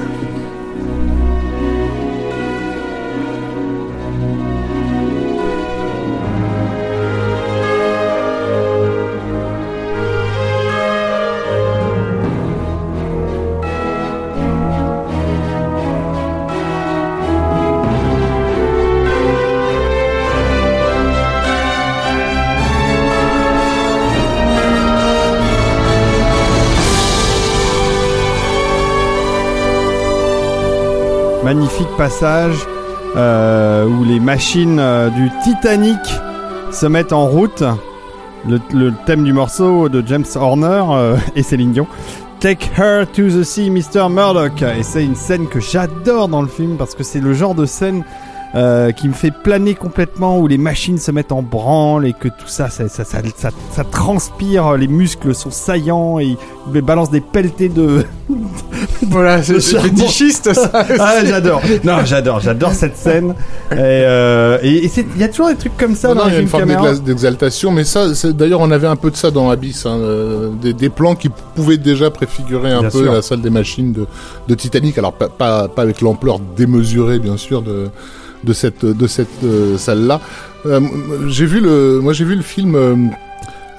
[SPEAKER 2] Magnifique passage euh, où les machines euh, du Titanic se mettent en route. Le, le thème du morceau de James Horner euh, et Céline Dion. Take her to the sea, mister Murdoch. Et c'est une scène que j'adore dans le film parce que c'est le genre de scène euh, qui me fait planer complètement, où les machines se mettent en branle et que tout ça, ça, ça, ça, ça, ça transpire, les muscles sont saillants et ils balancent des pelletés de...
[SPEAKER 6] Voilà, c'est c'est
[SPEAKER 2] charbon.
[SPEAKER 6] fétichiste ça.
[SPEAKER 2] Ah, j'adore. Non, j'adore, j'adore cette scène. Et euh, et, et c'est- il y a toujours des trucs comme ça
[SPEAKER 5] Non,
[SPEAKER 2] dans
[SPEAKER 5] non, il
[SPEAKER 2] les
[SPEAKER 5] y a une
[SPEAKER 2] films
[SPEAKER 5] forme
[SPEAKER 2] Cameron.
[SPEAKER 5] d'exal- d'exaltation, mais ça, c'est- d'ailleurs, on avait un peu de ça dans Abyss, hein, euh, des, des plans qui pouvaient déjà préfigurer un
[SPEAKER 2] Bien
[SPEAKER 5] peu
[SPEAKER 2] sûr.
[SPEAKER 5] la salle des machines de, de Titanic. Alors pas, pas, pas avec l'ampleur démesurée, bien sûr, de, de cette, de cette euh, salle-là. Euh, j'ai vu le, moi, j'ai vu le film. Euh,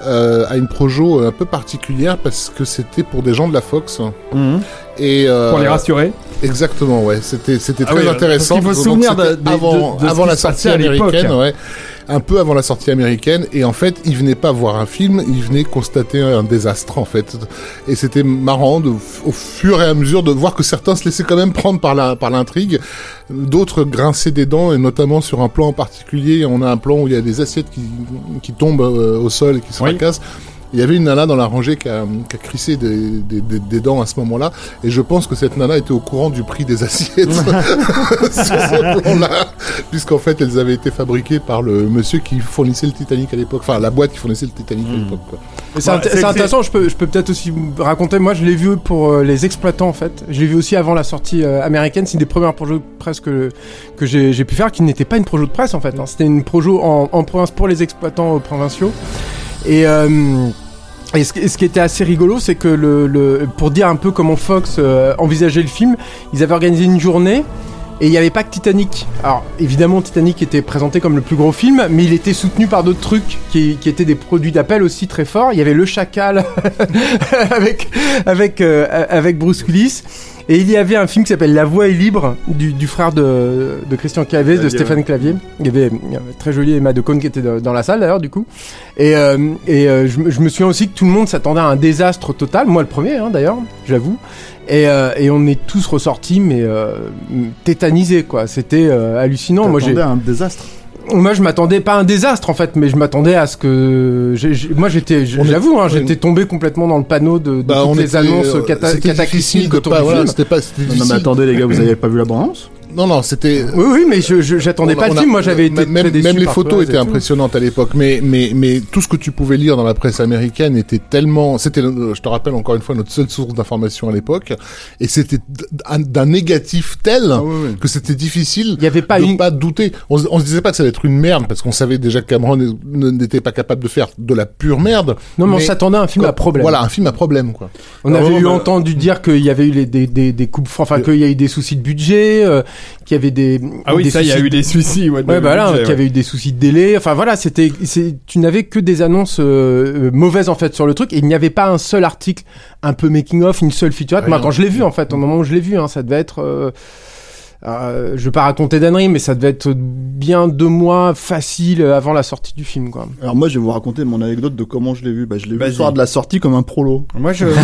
[SPEAKER 5] euh, à une projo un peu particulière parce que c'était pour des gens de la Fox.
[SPEAKER 2] Mmh.
[SPEAKER 5] Et euh,
[SPEAKER 2] pour les rassurer.
[SPEAKER 5] Exactement, ouais. C'était c'était
[SPEAKER 2] ah
[SPEAKER 5] très
[SPEAKER 2] oui,
[SPEAKER 5] intéressant.
[SPEAKER 2] Il faut se souvenir de, de,
[SPEAKER 5] avant,
[SPEAKER 2] de, de
[SPEAKER 5] avant
[SPEAKER 2] ce
[SPEAKER 5] la
[SPEAKER 2] qui se
[SPEAKER 5] sortie
[SPEAKER 2] passait à l'époque.
[SPEAKER 5] américaine, ouais. Un peu avant la sortie américaine, et en fait, ils venaient pas voir un film, ils venaient constater un désastre, en fait. Et c'était marrant, de, au fur et à mesure, de voir que certains se laissaient quand même prendre par la, par l'intrigue, d'autres grinçaient des dents, et notamment sur un plan en particulier, on a un plan où il y a des assiettes qui, qui tombent euh, au sol et qui se
[SPEAKER 2] oui.
[SPEAKER 5] fracassent. Il y avait une nana dans la rangée qui a, qui a crissé des, des, des, des dents à ce moment-là, et je pense que cette nana était au courant du prix des assiettes sur ce plan-là, puisqu'en fait elles avaient été fabriquées par le monsieur qui fournissait le Titanic à l'époque, enfin la boîte qui fournissait le Titanic mmh. à l'époque. Quoi.
[SPEAKER 6] C'est, ouais, int- c'est, c'est intéressant, je peux, je peux peut-être aussi raconter, moi je l'ai vu pour euh, les exploitants en fait, je l'ai vu aussi avant la sortie euh, américaine, c'est une des premières projets de presse que, que j'ai, j'ai pu faire, qui n'était pas une projo de presse en fait, hein. C'était une projo en, en province pour les exploitants euh, provinciaux. Et, euh, et ce, ce qui était assez rigolo, c'est que le, le, pour dire un peu comment Fox euh, envisageait le film, ils avaient organisé une journée et il n'y avait pas que Titanic. Alors évidemment Titanic était présenté comme le plus gros film, mais il était soutenu par d'autres trucs qui, qui étaient des produits d'appel aussi très forts. Il y avait Le Chacal avec, avec, euh, avec Bruce Willis. Et il y avait un film qui s'appelle La Voix est libre du, du frère de, de Christian Clavier, de Stéphane Clavier. Il y avait une très jolie Emma Decaune qui était dans la salle d'ailleurs du coup. Et, euh, et euh, je, je me souviens aussi que tout le monde s'attendait à un désastre total, moi le premier hein, d'ailleurs, j'avoue. Et, euh, et on est tous ressortis mais euh, tétanisés quoi. C'était euh, hallucinant.
[SPEAKER 4] Moi
[SPEAKER 6] j'ai
[SPEAKER 4] à un désastre.
[SPEAKER 6] Moi, je m'attendais pas à un désastre en fait, mais je m'attendais à ce que. J'ai, j'ai, moi, j'étais, j'avoue, hein, j'étais tombé complètement dans le panneau de, de
[SPEAKER 5] bah,
[SPEAKER 6] toutes les
[SPEAKER 5] était,
[SPEAKER 6] annonces
[SPEAKER 5] euh,
[SPEAKER 6] cata- cataclysmiques autour
[SPEAKER 5] pas,
[SPEAKER 6] du
[SPEAKER 5] voilà,
[SPEAKER 6] film.
[SPEAKER 5] C'était pas, c'était
[SPEAKER 4] non, non, mais attendez les gars, vous avez pas vu la bande-annonce ?
[SPEAKER 5] Non, non, c'était.
[SPEAKER 6] Oui, oui, mais je, je j'attendais
[SPEAKER 5] on
[SPEAKER 6] pas
[SPEAKER 5] a,
[SPEAKER 6] le film.
[SPEAKER 5] a,
[SPEAKER 6] Moi, j'avais été
[SPEAKER 5] même,
[SPEAKER 6] très déçu.
[SPEAKER 5] Même les
[SPEAKER 6] par
[SPEAKER 5] photos
[SPEAKER 6] Torres
[SPEAKER 5] étaient impressionnantes à l'époque, mais mais mais tout ce que tu pouvais lire dans la presse américaine était tellement. C'était, je te rappelle encore une fois, notre seule source d'information à l'époque, et c'était d'un, d'un négatif tel ah, oui, oui. que c'était difficile.
[SPEAKER 6] Il y avait pas
[SPEAKER 5] de
[SPEAKER 6] une...
[SPEAKER 5] pas douter. On, on se disait pas que ça allait être une merde parce qu'on savait déjà que Cameron n'était pas capable de faire de la pure merde.
[SPEAKER 6] Non, mais, mais on s'attendait à un film
[SPEAKER 5] comme,
[SPEAKER 6] à problème.
[SPEAKER 5] Voilà, un film à problème, quoi.
[SPEAKER 6] On
[SPEAKER 5] Alors,
[SPEAKER 6] avait eu
[SPEAKER 5] bah,
[SPEAKER 6] entendu dire qu'il y avait eu les, des des des coupes, enfin qu'il y a eu des soucis de budget, euh, qu'il y avait des.
[SPEAKER 2] Ah oui,
[SPEAKER 6] des
[SPEAKER 2] ça, il y a eu des soucis. Ouais,
[SPEAKER 6] ouais, bah là, qu'il y avait eu des soucis de délai. Enfin voilà, c'était, c'est, tu n'avais que des annonces euh, mauvaises en fait sur le truc, et il n'y avait pas un seul article, un peu making of, une seule featurette. Moi, quand je l'ai vu en fait, au moment où je l'ai vu, hein, ça devait être. Euh, Euh, je vais pas raconter d'anneries, mais ça devait être bien deux mois facile avant la sortie du film, quoi.
[SPEAKER 4] Alors moi, je vais vous raconter mon anecdote de comment je l'ai vu. Bah, je l'ai
[SPEAKER 2] Vas-y.
[SPEAKER 4] vu le soir de la sortie comme un prolo.
[SPEAKER 2] Moi, je.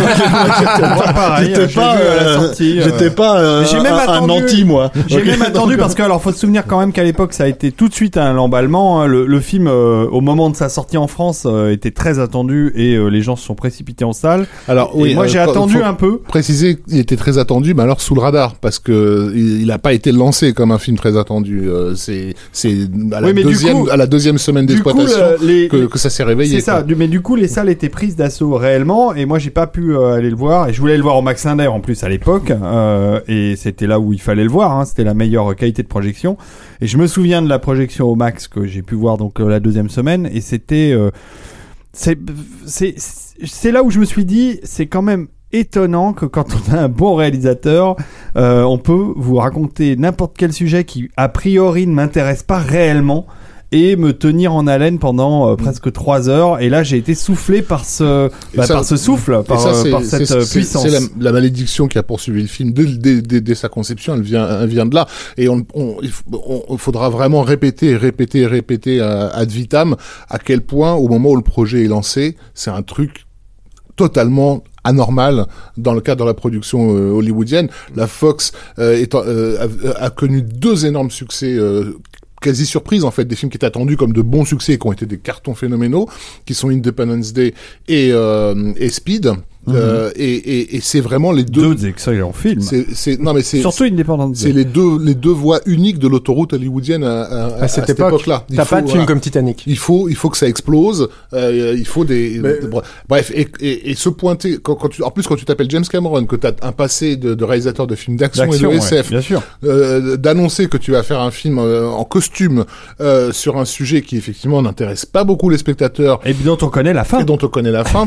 [SPEAKER 2] Moi, pareil.
[SPEAKER 4] J'étais pas,
[SPEAKER 2] vu à la
[SPEAKER 4] euh,
[SPEAKER 2] sortie,
[SPEAKER 4] j'étais
[SPEAKER 2] euh...
[SPEAKER 4] pas euh,
[SPEAKER 2] j'ai même
[SPEAKER 4] un,
[SPEAKER 2] attendu,
[SPEAKER 4] un anti, moi.
[SPEAKER 2] J'ai
[SPEAKER 4] okay.
[SPEAKER 2] même attendu parce que, alors, faut se souvenir quand même qu'à l'époque, ça a été tout de suite un emballement. Hein. Le, le film, euh, au moment de sa sortie en France, euh, était très attendu et euh, les gens se sont précipités en salle.
[SPEAKER 5] Alors, oui,
[SPEAKER 2] et moi,
[SPEAKER 5] euh,
[SPEAKER 2] j'ai attendu un peu.
[SPEAKER 5] Préciser, il était très attendu, mais alors sous le radar, parce que il, il a pas été lancé comme un film très attendu. Euh, c'est, c'est à la
[SPEAKER 2] oui,
[SPEAKER 5] deuxième,
[SPEAKER 2] coup,
[SPEAKER 5] à la deuxième semaine d'exploitation
[SPEAKER 2] coup, le, les,
[SPEAKER 5] que, que ça s'est réveillé.
[SPEAKER 2] C'est ça. Du, mais du coup, les salles étaient prises d'assaut réellement, et moi, j'ai pas pu euh, aller le voir. Et je voulais le voir au Max Linder en plus à l'époque, euh, et c'était là où il fallait le voir. Hein, c'était la meilleure qualité de projection. Et je me souviens de la projection au Max que j'ai pu voir donc euh, la deuxième semaine, et c'était, euh, c'est, c'est, c'est là où je me suis dit, c'est quand même étonnant que quand on a un bon réalisateur, euh, on peut vous raconter n'importe quel sujet qui a priori ne m'intéresse pas réellement et me tenir en haleine pendant euh, presque trois heures. Et là, j'ai été soufflé par ce, bah, ça, par ce souffle, par,
[SPEAKER 5] ça,
[SPEAKER 2] euh, par cette
[SPEAKER 5] c'est, c'est,
[SPEAKER 2] puissance.
[SPEAKER 5] C'est la, la malédiction qui a poursuivi le film dès, dès, dès, dès sa conception. Elle vient, elle vient de là. Et on, on, il on, on faudra vraiment répéter, répéter, répéter à, ad vitam à quel point, au moment où le projet est lancé, c'est un truc totalement anormal dans le cadre de la production euh, hollywoodienne. La Fox euh, est, euh, a, a connu deux énormes succès euh, quasi surprise en fait, des films qui étaient attendus comme de bons succès et qui ont été des cartons phénoménaux, qui sont Independence Day et, euh, et Speed. Mmh. Euh, et, et, et c'est vraiment les deux.
[SPEAKER 2] Deux excellents films.
[SPEAKER 5] C'est, c'est, non mais c'est
[SPEAKER 2] surtout Independence Day.
[SPEAKER 5] C'est les deux, les deux voies uniques de l'autoroute hollywoodienne à, à, à,
[SPEAKER 6] à cette,
[SPEAKER 5] à cette
[SPEAKER 6] époque,
[SPEAKER 5] époque-là.
[SPEAKER 6] T'as faut, pas de voilà. film comme Titanic.
[SPEAKER 5] Il faut, il faut que ça explose. Euh, il faut des.
[SPEAKER 4] Mais...
[SPEAKER 5] Bref, et, et, et se pointer quand, quand tu, en plus quand tu t'appelles James Cameron, que t'as un passé de, de réalisateur de films d'action, d'action et de S F,
[SPEAKER 2] ouais, bien sûr.
[SPEAKER 5] Euh, d'annoncer que tu vas faire un film euh, en costume euh, sur un sujet qui effectivement n'intéresse pas beaucoup les spectateurs
[SPEAKER 2] et dont on connaît la fin.
[SPEAKER 5] Et dont on connaît la fin.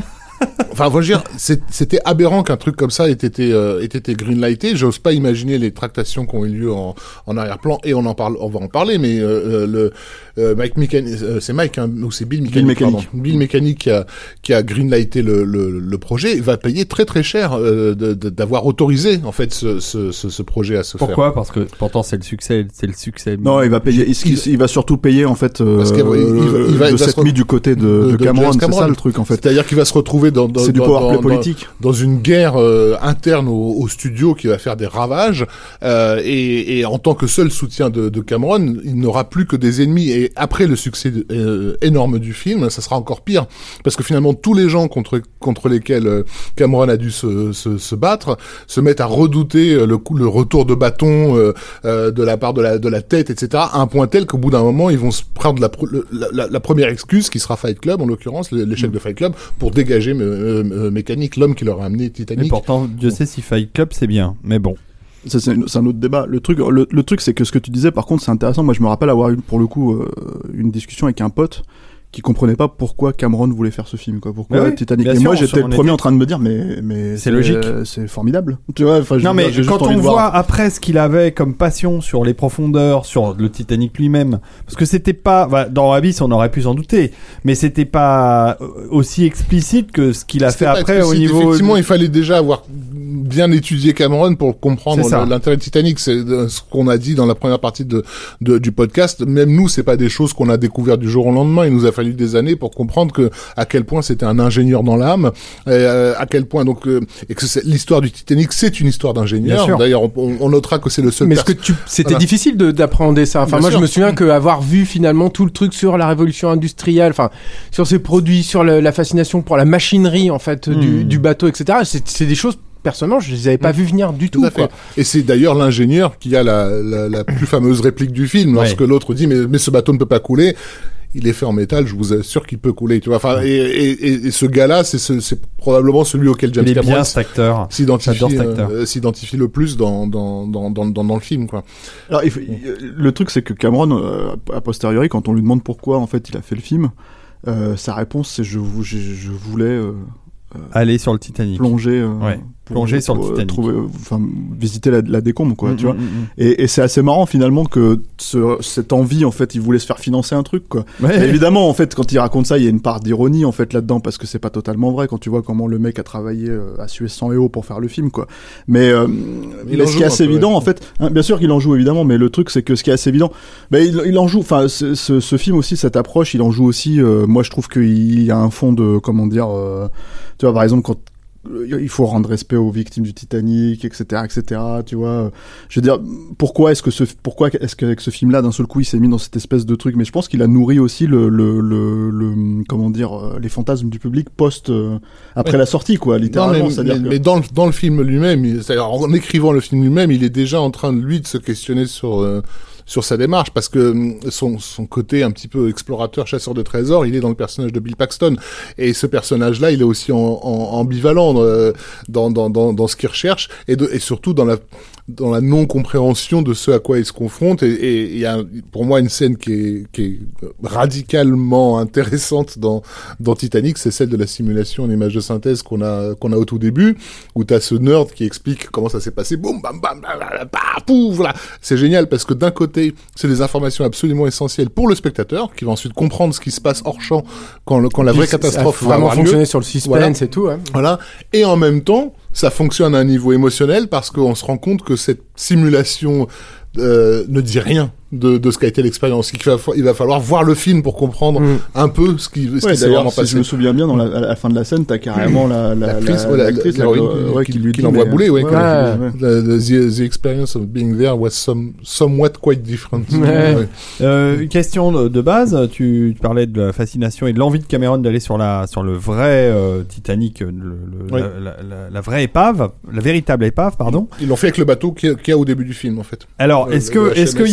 [SPEAKER 5] Enfin, faut dire, c'est, c'était aberrant qu'un truc comme ça ait été, euh, ait été greenlighté. J'ose pas imaginer les tractations qui ont eu lieu en, en arrière-plan, et on en parle, on va en parler, mais euh, le euh, Mike Mechanic, euh, c'est Mike, hein, ou c'est Bill Mechanic,
[SPEAKER 4] Bill Mechanic.
[SPEAKER 5] Bill Mechanic qui a, qui a greenlighté le, le, le projet, va payer très très cher euh, de, de, d'avoir autorisé en fait ce, ce, ce, ce projet à se
[SPEAKER 2] Pourquoi
[SPEAKER 5] faire.
[SPEAKER 2] Pourquoi ? Parce que pourtant c'est le succès, c'est le succès.
[SPEAKER 4] Non, il va payer. Il, il, il va surtout payer en fait. Euh,
[SPEAKER 5] Parce qu'il va- il va- il va-
[SPEAKER 4] de
[SPEAKER 5] il va
[SPEAKER 4] cette
[SPEAKER 5] se-
[SPEAKER 4] mise du côté de,
[SPEAKER 5] de-
[SPEAKER 4] de,
[SPEAKER 5] de
[SPEAKER 4] Cameron,
[SPEAKER 5] James
[SPEAKER 4] c'est
[SPEAKER 5] Cameron.
[SPEAKER 4] ça le truc en fait.
[SPEAKER 5] C'est-à-dire qu'il va se retrouver dans, dans,
[SPEAKER 4] C'est du
[SPEAKER 5] dans-
[SPEAKER 4] powerplay
[SPEAKER 5] dans-
[SPEAKER 4] politique.
[SPEAKER 5] dans une guerre euh, interne au, au studio qui va faire des ravages, euh, et, et en tant que seul soutien de, de Cameron, il n'aura plus que des ennemis. Et après le succès de, euh, énorme du film, ça sera encore pire, parce que finalement tous les gens contre contre lesquels euh, Cameron a dû se, se, se battre se mettent à redouter le coup, le retour de bâton euh, euh, de la part de la de la tête, et cetera. À un point tel qu'au bout d'un moment, ils vont se prendre la, le, la, la, la première excuse, qui sera Fight Club en l'occurrence, l'échec mm. de Fight Club, pour dégager euh, euh, Mécanique, l'homme qui leur a amené Titanic.
[SPEAKER 2] Et pourtant, Dieu sait si Fight Club c'est bien, mais bon.
[SPEAKER 4] Ça, c'est, c'est un autre débat. Le truc, le, le truc, c'est que ce que tu disais, par contre, c'est intéressant. Moi, je me rappelle avoir eu, pour le coup, euh, une discussion avec un pote qui comprenait pas pourquoi Cameron voulait faire ce film, quoi. Pourquoi
[SPEAKER 2] bah oui,
[SPEAKER 4] Titanic.
[SPEAKER 2] bien
[SPEAKER 4] Et
[SPEAKER 2] sûr,
[SPEAKER 4] moi, j'étais
[SPEAKER 2] on
[SPEAKER 4] le premier
[SPEAKER 2] était...
[SPEAKER 4] en train de me dire, mais, mais
[SPEAKER 2] c'est, c'est logique.
[SPEAKER 4] Euh, c'est formidable. Tu vois, enfin,
[SPEAKER 2] non, mais
[SPEAKER 4] dire,
[SPEAKER 2] quand on
[SPEAKER 4] voit
[SPEAKER 2] voir après ce qu'il avait comme passion sur les profondeurs, sur le Titanic lui-même, parce que c'était pas, bah, dans Abyss, on aurait pu s'en douter, mais c'était pas aussi explicite que ce qu'il a
[SPEAKER 5] C'était
[SPEAKER 2] fait après au niveau.
[SPEAKER 5] Effectivement, il fallait déjà avoir bien étudié Cameron pour comprendre l'intérêt de Titanic. C'est ce qu'on a dit dans la première partie de, de du podcast. Même nous, c'est pas des choses qu'on a découvert du jour au lendemain. Il nous a fallu des années pour comprendre que à quel point c'était un ingénieur dans l'âme, euh, à quel point donc euh, et que c'est, l'histoire du Titanic, c'est une histoire d'ingénieur. D'ailleurs, on, on notera que c'est le seul.
[SPEAKER 6] Mais est-ce que tu, c'était voilà. difficile de, d'appréhender ça. Enfin, bien moi, sûr. Je me souviens qu'avoir vu finalement tout le truc sur la révolution industrielle, enfin, sur ces produits, sur le, la fascination pour la machinerie en fait mmh. du, du bateau, et cetera. C'est, c'est des choses. Personnellement, je les avais pas mmh. vu venir du tout. tout quoi.
[SPEAKER 5] Et c'est d'ailleurs l'ingénieur qui a la, la, la plus fameuse réplique du film, lorsque ouais. l'autre dit mais, mais ce bateau ne peut pas couler. Il est fait en métal, je vous assure qu'il peut couler. Tu vois, enfin, et, et, et ce gars-là, c'est, ce, c'est probablement celui auquel James Cameron
[SPEAKER 2] bien, cet acteur.
[SPEAKER 5] S'identifie, euh, s'identifie le plus dans dans, dans dans dans dans le film, quoi.
[SPEAKER 4] Alors, il faut, il, le truc, c'est que Cameron, euh, a posteriori, quand on lui demande pourquoi en fait il a fait le film, euh, sa réponse c'est je je, je voulais euh,
[SPEAKER 2] euh, aller sur le Titanic,
[SPEAKER 4] plonger. Euh,
[SPEAKER 2] ouais. Plonger sur le Titanic,
[SPEAKER 4] trouver, enfin visiter la, la décombre, quoi, mmh, tu vois.
[SPEAKER 2] Mmh, mmh.
[SPEAKER 4] Et, et c'est assez marrant finalement que ce, cette envie, en fait, il voulait se faire financer un truc, quoi. Ouais. Évidemment, en fait, quand il raconte ça, il y a une part d'ironie en fait là-dedans, parce que c'est pas totalement vrai quand tu vois comment le mec a travaillé euh, à Suez sans E O pour faire le film, quoi. Mais, euh, mais ce qui est assez évident, ouais. en fait, hein, bien sûr qu'il en joue évidemment, mais le truc c'est que ce qui est assez évident, bah, il, il en joue. Enfin, ce, ce, ce film aussi, cette approche, il en joue aussi. Euh, moi, je trouve qu'il y a un fond de, comment dire, euh, tu vois, par exemple quand il faut rendre respect aux victimes du Titanic, et cetera, et cetera. Tu vois, je veux dire, pourquoi est-ce que ce, pourquoi est-ce qu'avec ce film-là, d'un seul coup, il s'est mis dans cette espèce de truc. Mais je pense qu'il a nourri aussi le, le, le, le comment dire, les fantasmes du public post euh, après ouais. la sortie, quoi, littéralement.
[SPEAKER 5] Non, mais,
[SPEAKER 4] c'est-à-dire
[SPEAKER 5] mais,
[SPEAKER 4] que...
[SPEAKER 5] mais dans le dans le film lui-même, il, c'est-à-dire en écrivant le film lui-même, il est déjà en train de lui de se questionner sur. Euh, sur sa démarche, parce que son, son côté un petit peu explorateur, chasseur de trésors, il est dans le personnage de Bill Paxton, et ce personnage-là, il est aussi en, en, ambivalent euh, dans, dans, dans, dans ce qu'il recherche, et, de, et surtout dans la, dans la non-compréhension de ce à quoi il se confronte, et il y a pour moi une scène qui est, qui est radicalement intéressante dans, dans Titanic, c'est celle de la simulation en image de synthèse qu'on a, qu'on a au tout début, où t'as ce nerd qui explique comment ça s'est passé, boum, bam, bam, bam, bam, bam, pouf, voilà. C'est génial, parce que d'un côté, c'est des informations absolument essentielles pour le spectateur, qui va ensuite comprendre ce qui se passe hors champ quand, le, quand la vraie catastrophe va avoir lieu.
[SPEAKER 6] Fonctionner sur le suspense voilà. et tout. Hein.
[SPEAKER 5] Voilà. Et en même temps, ça fonctionne à un niveau émotionnel, parce qu'on se rend compte que cette simulation euh, ne dit rien de, de ce qu'a été l'expérience. Il va, il va falloir voir le film pour comprendre mmh. un peu ce qui, ce
[SPEAKER 4] ouais,
[SPEAKER 5] qui s'est vraiment
[SPEAKER 4] si
[SPEAKER 5] passé.
[SPEAKER 4] Je me souviens bien, dans la, à la fin de la scène, t'as carrément la, la,
[SPEAKER 5] l'actrice,
[SPEAKER 4] la,
[SPEAKER 5] ouais,
[SPEAKER 4] l'actrice
[SPEAKER 5] la, la, la,
[SPEAKER 4] ouais,
[SPEAKER 5] qui,
[SPEAKER 4] qui, qui lui
[SPEAKER 5] qui l'envoie bouler, ouais.
[SPEAKER 4] ouais,
[SPEAKER 5] ouais,
[SPEAKER 4] ouais.
[SPEAKER 5] ouais. The, the experience of being there was some, somewhat quite different.
[SPEAKER 2] Ouais. Ouais. Euh, question de, de base, tu, tu parlais de la fascination et de l'envie de Cameron d'aller sur la, sur le vrai euh, Titanic, le, le, ouais. la, la, la, la vraie épave, la véritable épave, pardon.
[SPEAKER 5] Ils l'ont fait avec le bateau qu'il y a, qu'il y a au début du film, en fait.
[SPEAKER 2] Alors,
[SPEAKER 5] le,
[SPEAKER 2] est-ce que, est-ce qu'il y a des images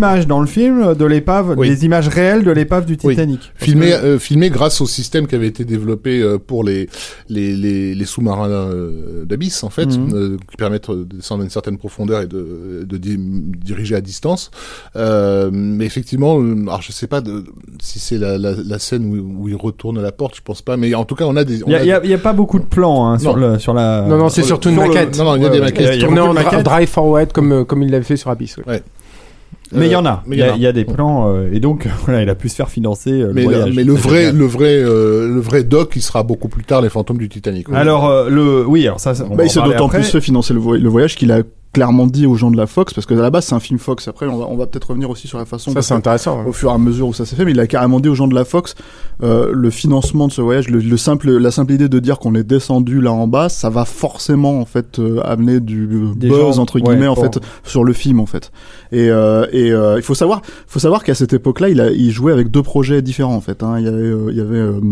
[SPEAKER 2] images dans le film de l'épave,
[SPEAKER 5] Oui.
[SPEAKER 2] des images réelles de l'épave du
[SPEAKER 5] Oui.
[SPEAKER 2] Titanic. Parce
[SPEAKER 5] Filmé,
[SPEAKER 2] que-
[SPEAKER 5] euh, filmé grâce au système qui avait été développé euh, pour les les les, les sous-marins euh, d'abysse en fait,
[SPEAKER 2] Mhm.
[SPEAKER 5] euh, qui permettent de descendre à une certaine profondeur et de de di- diriger à distance. Euh, mais effectivement, euh, alors je sais pas de, si c'est la, la la scène où, où il retourne à la porte, je pense pas. Mais en tout cas, on a des. on
[SPEAKER 2] Il y a,
[SPEAKER 5] a-
[SPEAKER 2] il y a- il y a pas beaucoup de plans hein, sur
[SPEAKER 5] Non.
[SPEAKER 2] le sur la.
[SPEAKER 6] Non, non, c'est
[SPEAKER 5] sur
[SPEAKER 6] surtout
[SPEAKER 5] le-
[SPEAKER 6] une
[SPEAKER 5] sur le-
[SPEAKER 6] maquette.
[SPEAKER 5] non, non, il y a des maquettes.
[SPEAKER 2] il y a- il y a
[SPEAKER 6] Tourné
[SPEAKER 2] beaucoup
[SPEAKER 6] en
[SPEAKER 2] de
[SPEAKER 6] dri-
[SPEAKER 2] maquettes.
[SPEAKER 6] drive forward comme euh, comme il l'avait fait sur Abyss. Ouais.
[SPEAKER 2] Mais il y en
[SPEAKER 5] Euh,
[SPEAKER 2] a.
[SPEAKER 5] mais
[SPEAKER 2] Il y, a- il y a des plans euh, et donc voilà, il a pu se faire financer euh, le
[SPEAKER 5] Mais,
[SPEAKER 2] voyage.
[SPEAKER 5] le, mais le
[SPEAKER 2] C'est
[SPEAKER 5] vrai,
[SPEAKER 2] génial.
[SPEAKER 5] le vrai, euh, le vrai doc, il sera beaucoup plus tard, les fantômes du Titanic. Ouais.
[SPEAKER 2] Alors euh, le oui, alors ça, ça- on va
[SPEAKER 4] Bah,
[SPEAKER 2] en
[SPEAKER 4] il s'est
[SPEAKER 2] parler
[SPEAKER 4] d'autant
[SPEAKER 2] après.
[SPEAKER 4] plus fait financer le, voy- le voyage qu'il a clairement dit aux gens de la Fox, parce que à la base c'est un film Fox. Après, on va, on va peut-être revenir aussi sur la façon.
[SPEAKER 6] Ça
[SPEAKER 4] parce
[SPEAKER 6] c'est
[SPEAKER 4] que-
[SPEAKER 6] intéressant. ouais.
[SPEAKER 4] au fur et à mesure où ça s'est fait, mais il a carrément dit aux gens de la Fox, euh, le financement de ce voyage, le, le simple, la simple idée de dire qu'on est descendu là en bas, ça va forcément en fait euh, amener du
[SPEAKER 2] Des
[SPEAKER 4] buzz
[SPEAKER 2] gens,
[SPEAKER 4] entre guillemets
[SPEAKER 2] ouais,
[SPEAKER 4] en
[SPEAKER 2] pour-
[SPEAKER 4] fait sur le film en fait. Et, euh, et euh, il faut savoir, faut savoir qu'à cette époque-là, il a, il jouait avec deux projets différents en fait. Hein. Il y avait, euh, il y avait euh,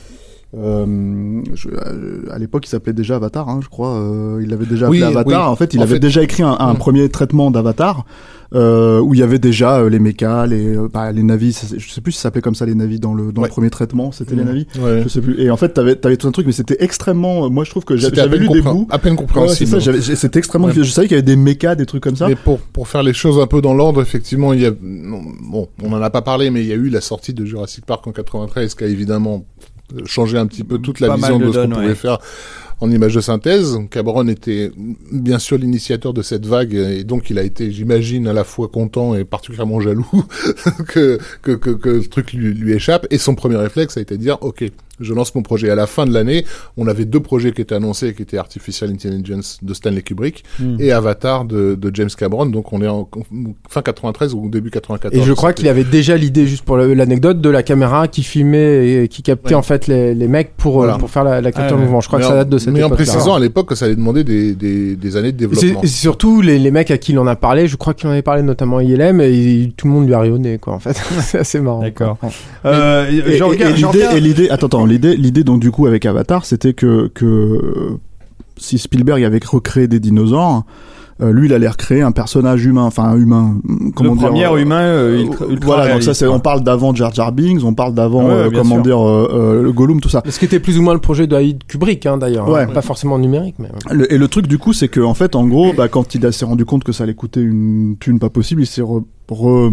[SPEAKER 4] euh, je- euh, à l'époque, il s'appelait déjà Avatar, hein, je crois. Euh, il avait déjà appelé
[SPEAKER 5] Oui,
[SPEAKER 4] Avatar.
[SPEAKER 5] oui.
[SPEAKER 4] En fait, il
[SPEAKER 5] En
[SPEAKER 4] avait
[SPEAKER 5] fait-
[SPEAKER 4] déjà écrit un, un
[SPEAKER 5] Mm.
[SPEAKER 4] premier traitement d'Avatar euh, où il y avait déjà euh, les mechas, les, euh, bah, les navis. ça, c'est- Je sais plus si ça s'appelait comme ça les navis dans le dans
[SPEAKER 5] Ouais.
[SPEAKER 4] le premier traitement. C'était les
[SPEAKER 5] Mm.
[SPEAKER 4] navis.
[SPEAKER 5] Ouais.
[SPEAKER 4] Je sais plus. Et en fait, t'avais t'avais tout un truc, mais c'était extrêmement. euh, Moi, je trouve que j'a-
[SPEAKER 5] C'était à
[SPEAKER 4] j'avais
[SPEAKER 5] peine
[SPEAKER 4] lu des
[SPEAKER 5] compré-
[SPEAKER 4] bouts.
[SPEAKER 5] à peine
[SPEAKER 4] Ouais, c'est
[SPEAKER 5] compréhensible.
[SPEAKER 4] ça. j'avais- j'ai- C'était extrêmement.
[SPEAKER 5] Ouais.
[SPEAKER 4] Je savais qu'il y avait des mechas, des trucs comme ça.
[SPEAKER 5] Mais pour pour faire les choses un peu dans l'ordre, effectivement, il y a non, bon, on en a pas parlé, mais il y a eu la sortie de Jurassic Park en quatre-vingt-treize, qui a évidemment changé un petit peu toute la
[SPEAKER 2] Pas
[SPEAKER 5] vision
[SPEAKER 2] mal de
[SPEAKER 5] de ce qu'on
[SPEAKER 2] donnes,
[SPEAKER 5] pouvait
[SPEAKER 2] ouais.
[SPEAKER 5] faire en images de synthèse. Cameron était bien sûr l'initiateur de cette vague, et donc il a été, j'imagine, à la fois content et particulièrement jaloux que, que que que le truc lui, lui échappe. Et son premier réflexe a été de dire, ok, je lance mon projet. À la fin de l'année, on avait deux projets qui étaient annoncés, qui étaient Artificial Intelligence de Stanley Kubrick
[SPEAKER 2] Mm.
[SPEAKER 5] et Avatar de, de James Cameron. Donc on est en fin quatre-vingt-treize ou début quatre-vingt-quatorze.
[SPEAKER 6] Et je crois qu'il avait déjà l'idée, juste pour le- l'anecdote, de la caméra qui filmait et qui captait
[SPEAKER 5] Ouais.
[SPEAKER 6] en fait les, les mecs pour, euh,
[SPEAKER 5] Voilà.
[SPEAKER 6] pour faire la, la capture
[SPEAKER 2] Ah,
[SPEAKER 6] de mouvement. Je crois
[SPEAKER 5] mais
[SPEAKER 6] que ça
[SPEAKER 5] en-
[SPEAKER 6] date de cette
[SPEAKER 5] Mais en
[SPEAKER 6] époque-là.
[SPEAKER 5] précisant à l'époque que ça allait demander des, des, des années de
[SPEAKER 6] Et c'est
[SPEAKER 5] développement.
[SPEAKER 6] et c'est surtout les, les mecs à qui il en a parlé, je crois qu'il en avait parlé notamment à I L M, et il- tout le monde lui a ri au nez, quoi, en fait. C'est assez marrant.
[SPEAKER 2] D'accord.
[SPEAKER 6] quoi.
[SPEAKER 2] Euh,
[SPEAKER 4] Et,
[SPEAKER 2] je
[SPEAKER 4] et-
[SPEAKER 2] regarde-
[SPEAKER 4] et
[SPEAKER 2] je
[SPEAKER 4] l'idée,
[SPEAKER 2] regarde-
[SPEAKER 4] et l'idée, attends, attends, l'idée, l'idée donc du coup avec Avatar, c'était que que euh, si Spielberg avait recréé des dinosaures, euh, lui il allait recréer un personnage humain, enfin un humain. Comment
[SPEAKER 2] le
[SPEAKER 4] dire
[SPEAKER 2] premier
[SPEAKER 4] euh,
[SPEAKER 2] humain euh, ultra, ultra
[SPEAKER 4] voilà, donc ça
[SPEAKER 2] réaliste,
[SPEAKER 4] c'est,
[SPEAKER 2] quoi.
[SPEAKER 4] on parle d'avant Jar Jar Binks, on parle d'avant,
[SPEAKER 2] Ouais,
[SPEAKER 4] euh,
[SPEAKER 2] bien
[SPEAKER 4] comment
[SPEAKER 2] sûr.
[SPEAKER 4] dire, euh, euh, le Gollum, tout ça.
[SPEAKER 6] Ce qui était plus ou moins le projet de Haïd Kubrick, hein, d'ailleurs.
[SPEAKER 4] Ouais.
[SPEAKER 6] hein. Pas forcément numérique, mais.
[SPEAKER 4] Le- et le truc du coup, c'est que en fait, en gros, bah, quand il a- s'est rendu compte que ça allait coûter une thune pas possible, il s'est re, re-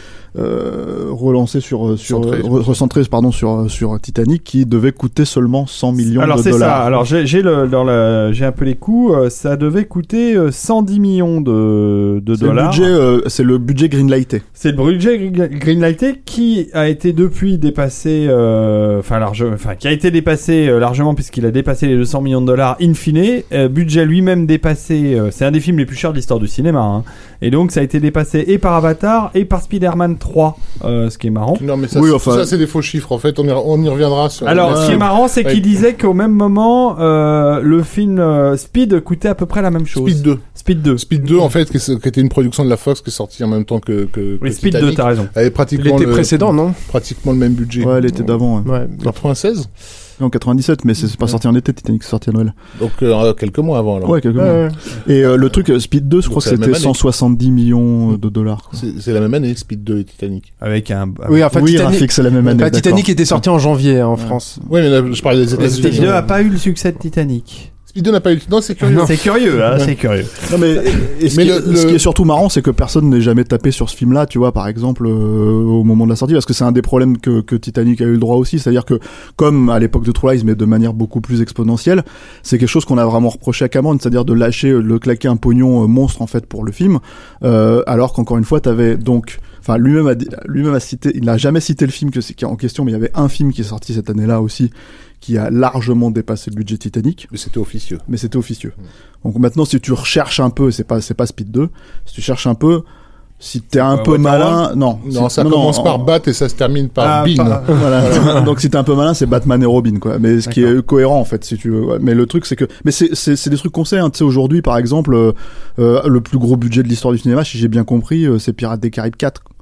[SPEAKER 4] euh, relancé sur sur
[SPEAKER 5] Centré.
[SPEAKER 4] re- recentré pardon sur sur Titanic qui devait coûter seulement cent millions
[SPEAKER 2] Alors
[SPEAKER 4] de
[SPEAKER 2] c'est
[SPEAKER 4] dollars.
[SPEAKER 2] ça. Alors j'ai j'ai le dans le j'ai un peu les coûts. euh, ça devait coûter euh, cent dix millions de de
[SPEAKER 4] C'est le
[SPEAKER 2] dollars.
[SPEAKER 4] budget, euh, c'est le budget greenlighté.
[SPEAKER 2] C'est le budget Green- Greenlighté qui a été depuis dépassé, euh, enfin large, enfin qui a été dépassé euh, largement puisqu'il a dépassé les deux cents millions de dollars in fine. Euh, budget lui-même dépassé. euh, c'est un des films les plus chers de l'histoire du cinéma. Hein. Et donc ça a été dépassé et par Avatar et par Spider-Man trois, euh, ce qui est marrant.
[SPEAKER 5] Non, mais ça,
[SPEAKER 4] Oui,
[SPEAKER 5] c'est-
[SPEAKER 4] enfin-
[SPEAKER 5] ça c'est des faux chiffres. En fait, on y, on y reviendra sur.
[SPEAKER 2] Alors,
[SPEAKER 5] Ouais.
[SPEAKER 2] ce qui est marrant, c'est
[SPEAKER 5] Ouais.
[SPEAKER 2] qu'il disait qu'au même moment, euh, le film euh, Speed coûtait à peu près la même chose.
[SPEAKER 5] Speed deux.
[SPEAKER 2] Speed deux.
[SPEAKER 5] Speed deux, en fait, qui, est- qui était une production de la Fox qui est sortie en même temps que, que,
[SPEAKER 2] Oui,
[SPEAKER 5] que
[SPEAKER 2] Speed deux,
[SPEAKER 5] Titanic.
[SPEAKER 2] t'as raison.
[SPEAKER 5] avait pratiquement
[SPEAKER 6] L'été
[SPEAKER 5] le,
[SPEAKER 6] précédent, non
[SPEAKER 5] pratiquement le même budget.
[SPEAKER 4] Ouais, elle était d'avant. Ouais.
[SPEAKER 6] Ouais.
[SPEAKER 5] quatre-vingt-seize.
[SPEAKER 4] En quatre-vingt-dix-sept, mais c'est c'est pas sorti en été, Titanic, c'est sorti à Noël.
[SPEAKER 5] Donc euh, quelques mois avant. Alors.
[SPEAKER 4] Ouais, quelques
[SPEAKER 6] Ouais,
[SPEAKER 4] mois.
[SPEAKER 6] ouais.
[SPEAKER 4] Et euh, le truc, euh, Speed deux, je
[SPEAKER 5] Donc
[SPEAKER 4] crois que
[SPEAKER 5] c'est la
[SPEAKER 4] c'était
[SPEAKER 5] même année.
[SPEAKER 4] cent soixante-dix millions de dollars. quoi.
[SPEAKER 5] C'est c'est la même année, Speed deux et Titanic.
[SPEAKER 2] Avec un.
[SPEAKER 6] Oui, enfin,
[SPEAKER 4] oui,
[SPEAKER 6] Titanic,
[SPEAKER 4] Rafik, c'est la même année.
[SPEAKER 6] enfin,
[SPEAKER 4] d'accord.
[SPEAKER 6] Titanic était sorti en janvier hein, en France.
[SPEAKER 5] Oui, mais là, je parlais des
[SPEAKER 2] Speed
[SPEAKER 5] États-Unis.
[SPEAKER 2] deux a pas eu le succès de Titanic.
[SPEAKER 5] Speed deux n'a pas eu. Non, c'est curieux.
[SPEAKER 2] C'est curieux, hein,
[SPEAKER 5] Ouais.
[SPEAKER 2] c'est curieux.
[SPEAKER 4] Non, mais, et ce,
[SPEAKER 5] Mais
[SPEAKER 4] qui,
[SPEAKER 5] le-
[SPEAKER 4] est-
[SPEAKER 5] le-
[SPEAKER 4] ce qui est surtout marrant, c'est que personne n'est jamais tapé sur ce film-là, tu vois, par exemple, euh, au moment de la sortie, parce que c'est un des problèmes que, que Titanic a eu le droit aussi, c'est-à-dire que, comme à l'époque de True Lies, mais de manière beaucoup plus exponentielle, c'est quelque chose qu'on a vraiment reproché à Cameron, c'est-à-dire de lâcher, le claquer un pognon euh, monstre, en fait, pour le film, euh, alors qu'encore une fois, t'avais donc, enfin, lui-même a, dit- lui-même a cité, il n'a jamais cité le film que c'est, qui est en question, mais il y avait un film qui est sorti cette année-là aussi, qui a largement dépassé le budget Titanic,
[SPEAKER 5] Mais c'était officieux.
[SPEAKER 4] mais c'était officieux. Donc maintenant, si tu recherches un peu, c'est pas c'est pas Speed deux, si tu cherches un peu, si t'es un
[SPEAKER 2] pas
[SPEAKER 4] peu
[SPEAKER 2] Waterworld
[SPEAKER 4] malin, non,
[SPEAKER 5] Non,
[SPEAKER 4] si-
[SPEAKER 5] ça commence
[SPEAKER 4] en-
[SPEAKER 5] par Bat et ça se termine par
[SPEAKER 2] Ah,
[SPEAKER 5] Bean.
[SPEAKER 2] pas-
[SPEAKER 4] voilà. Donc si t'es un peu malin, c'est Batman et Robin, quoi. Mais ce qui est cohérent en fait, si tu veux. Ouais. Mais le truc, c'est que, mais c'est c'est c'est des trucs qu'on sait. Hein. Tu sais, aujourd'hui, par exemple, euh, euh, le plus gros budget de l'histoire du cinéma, si j'ai bien compris, euh, c'est Pirates des Caraïbes quatre.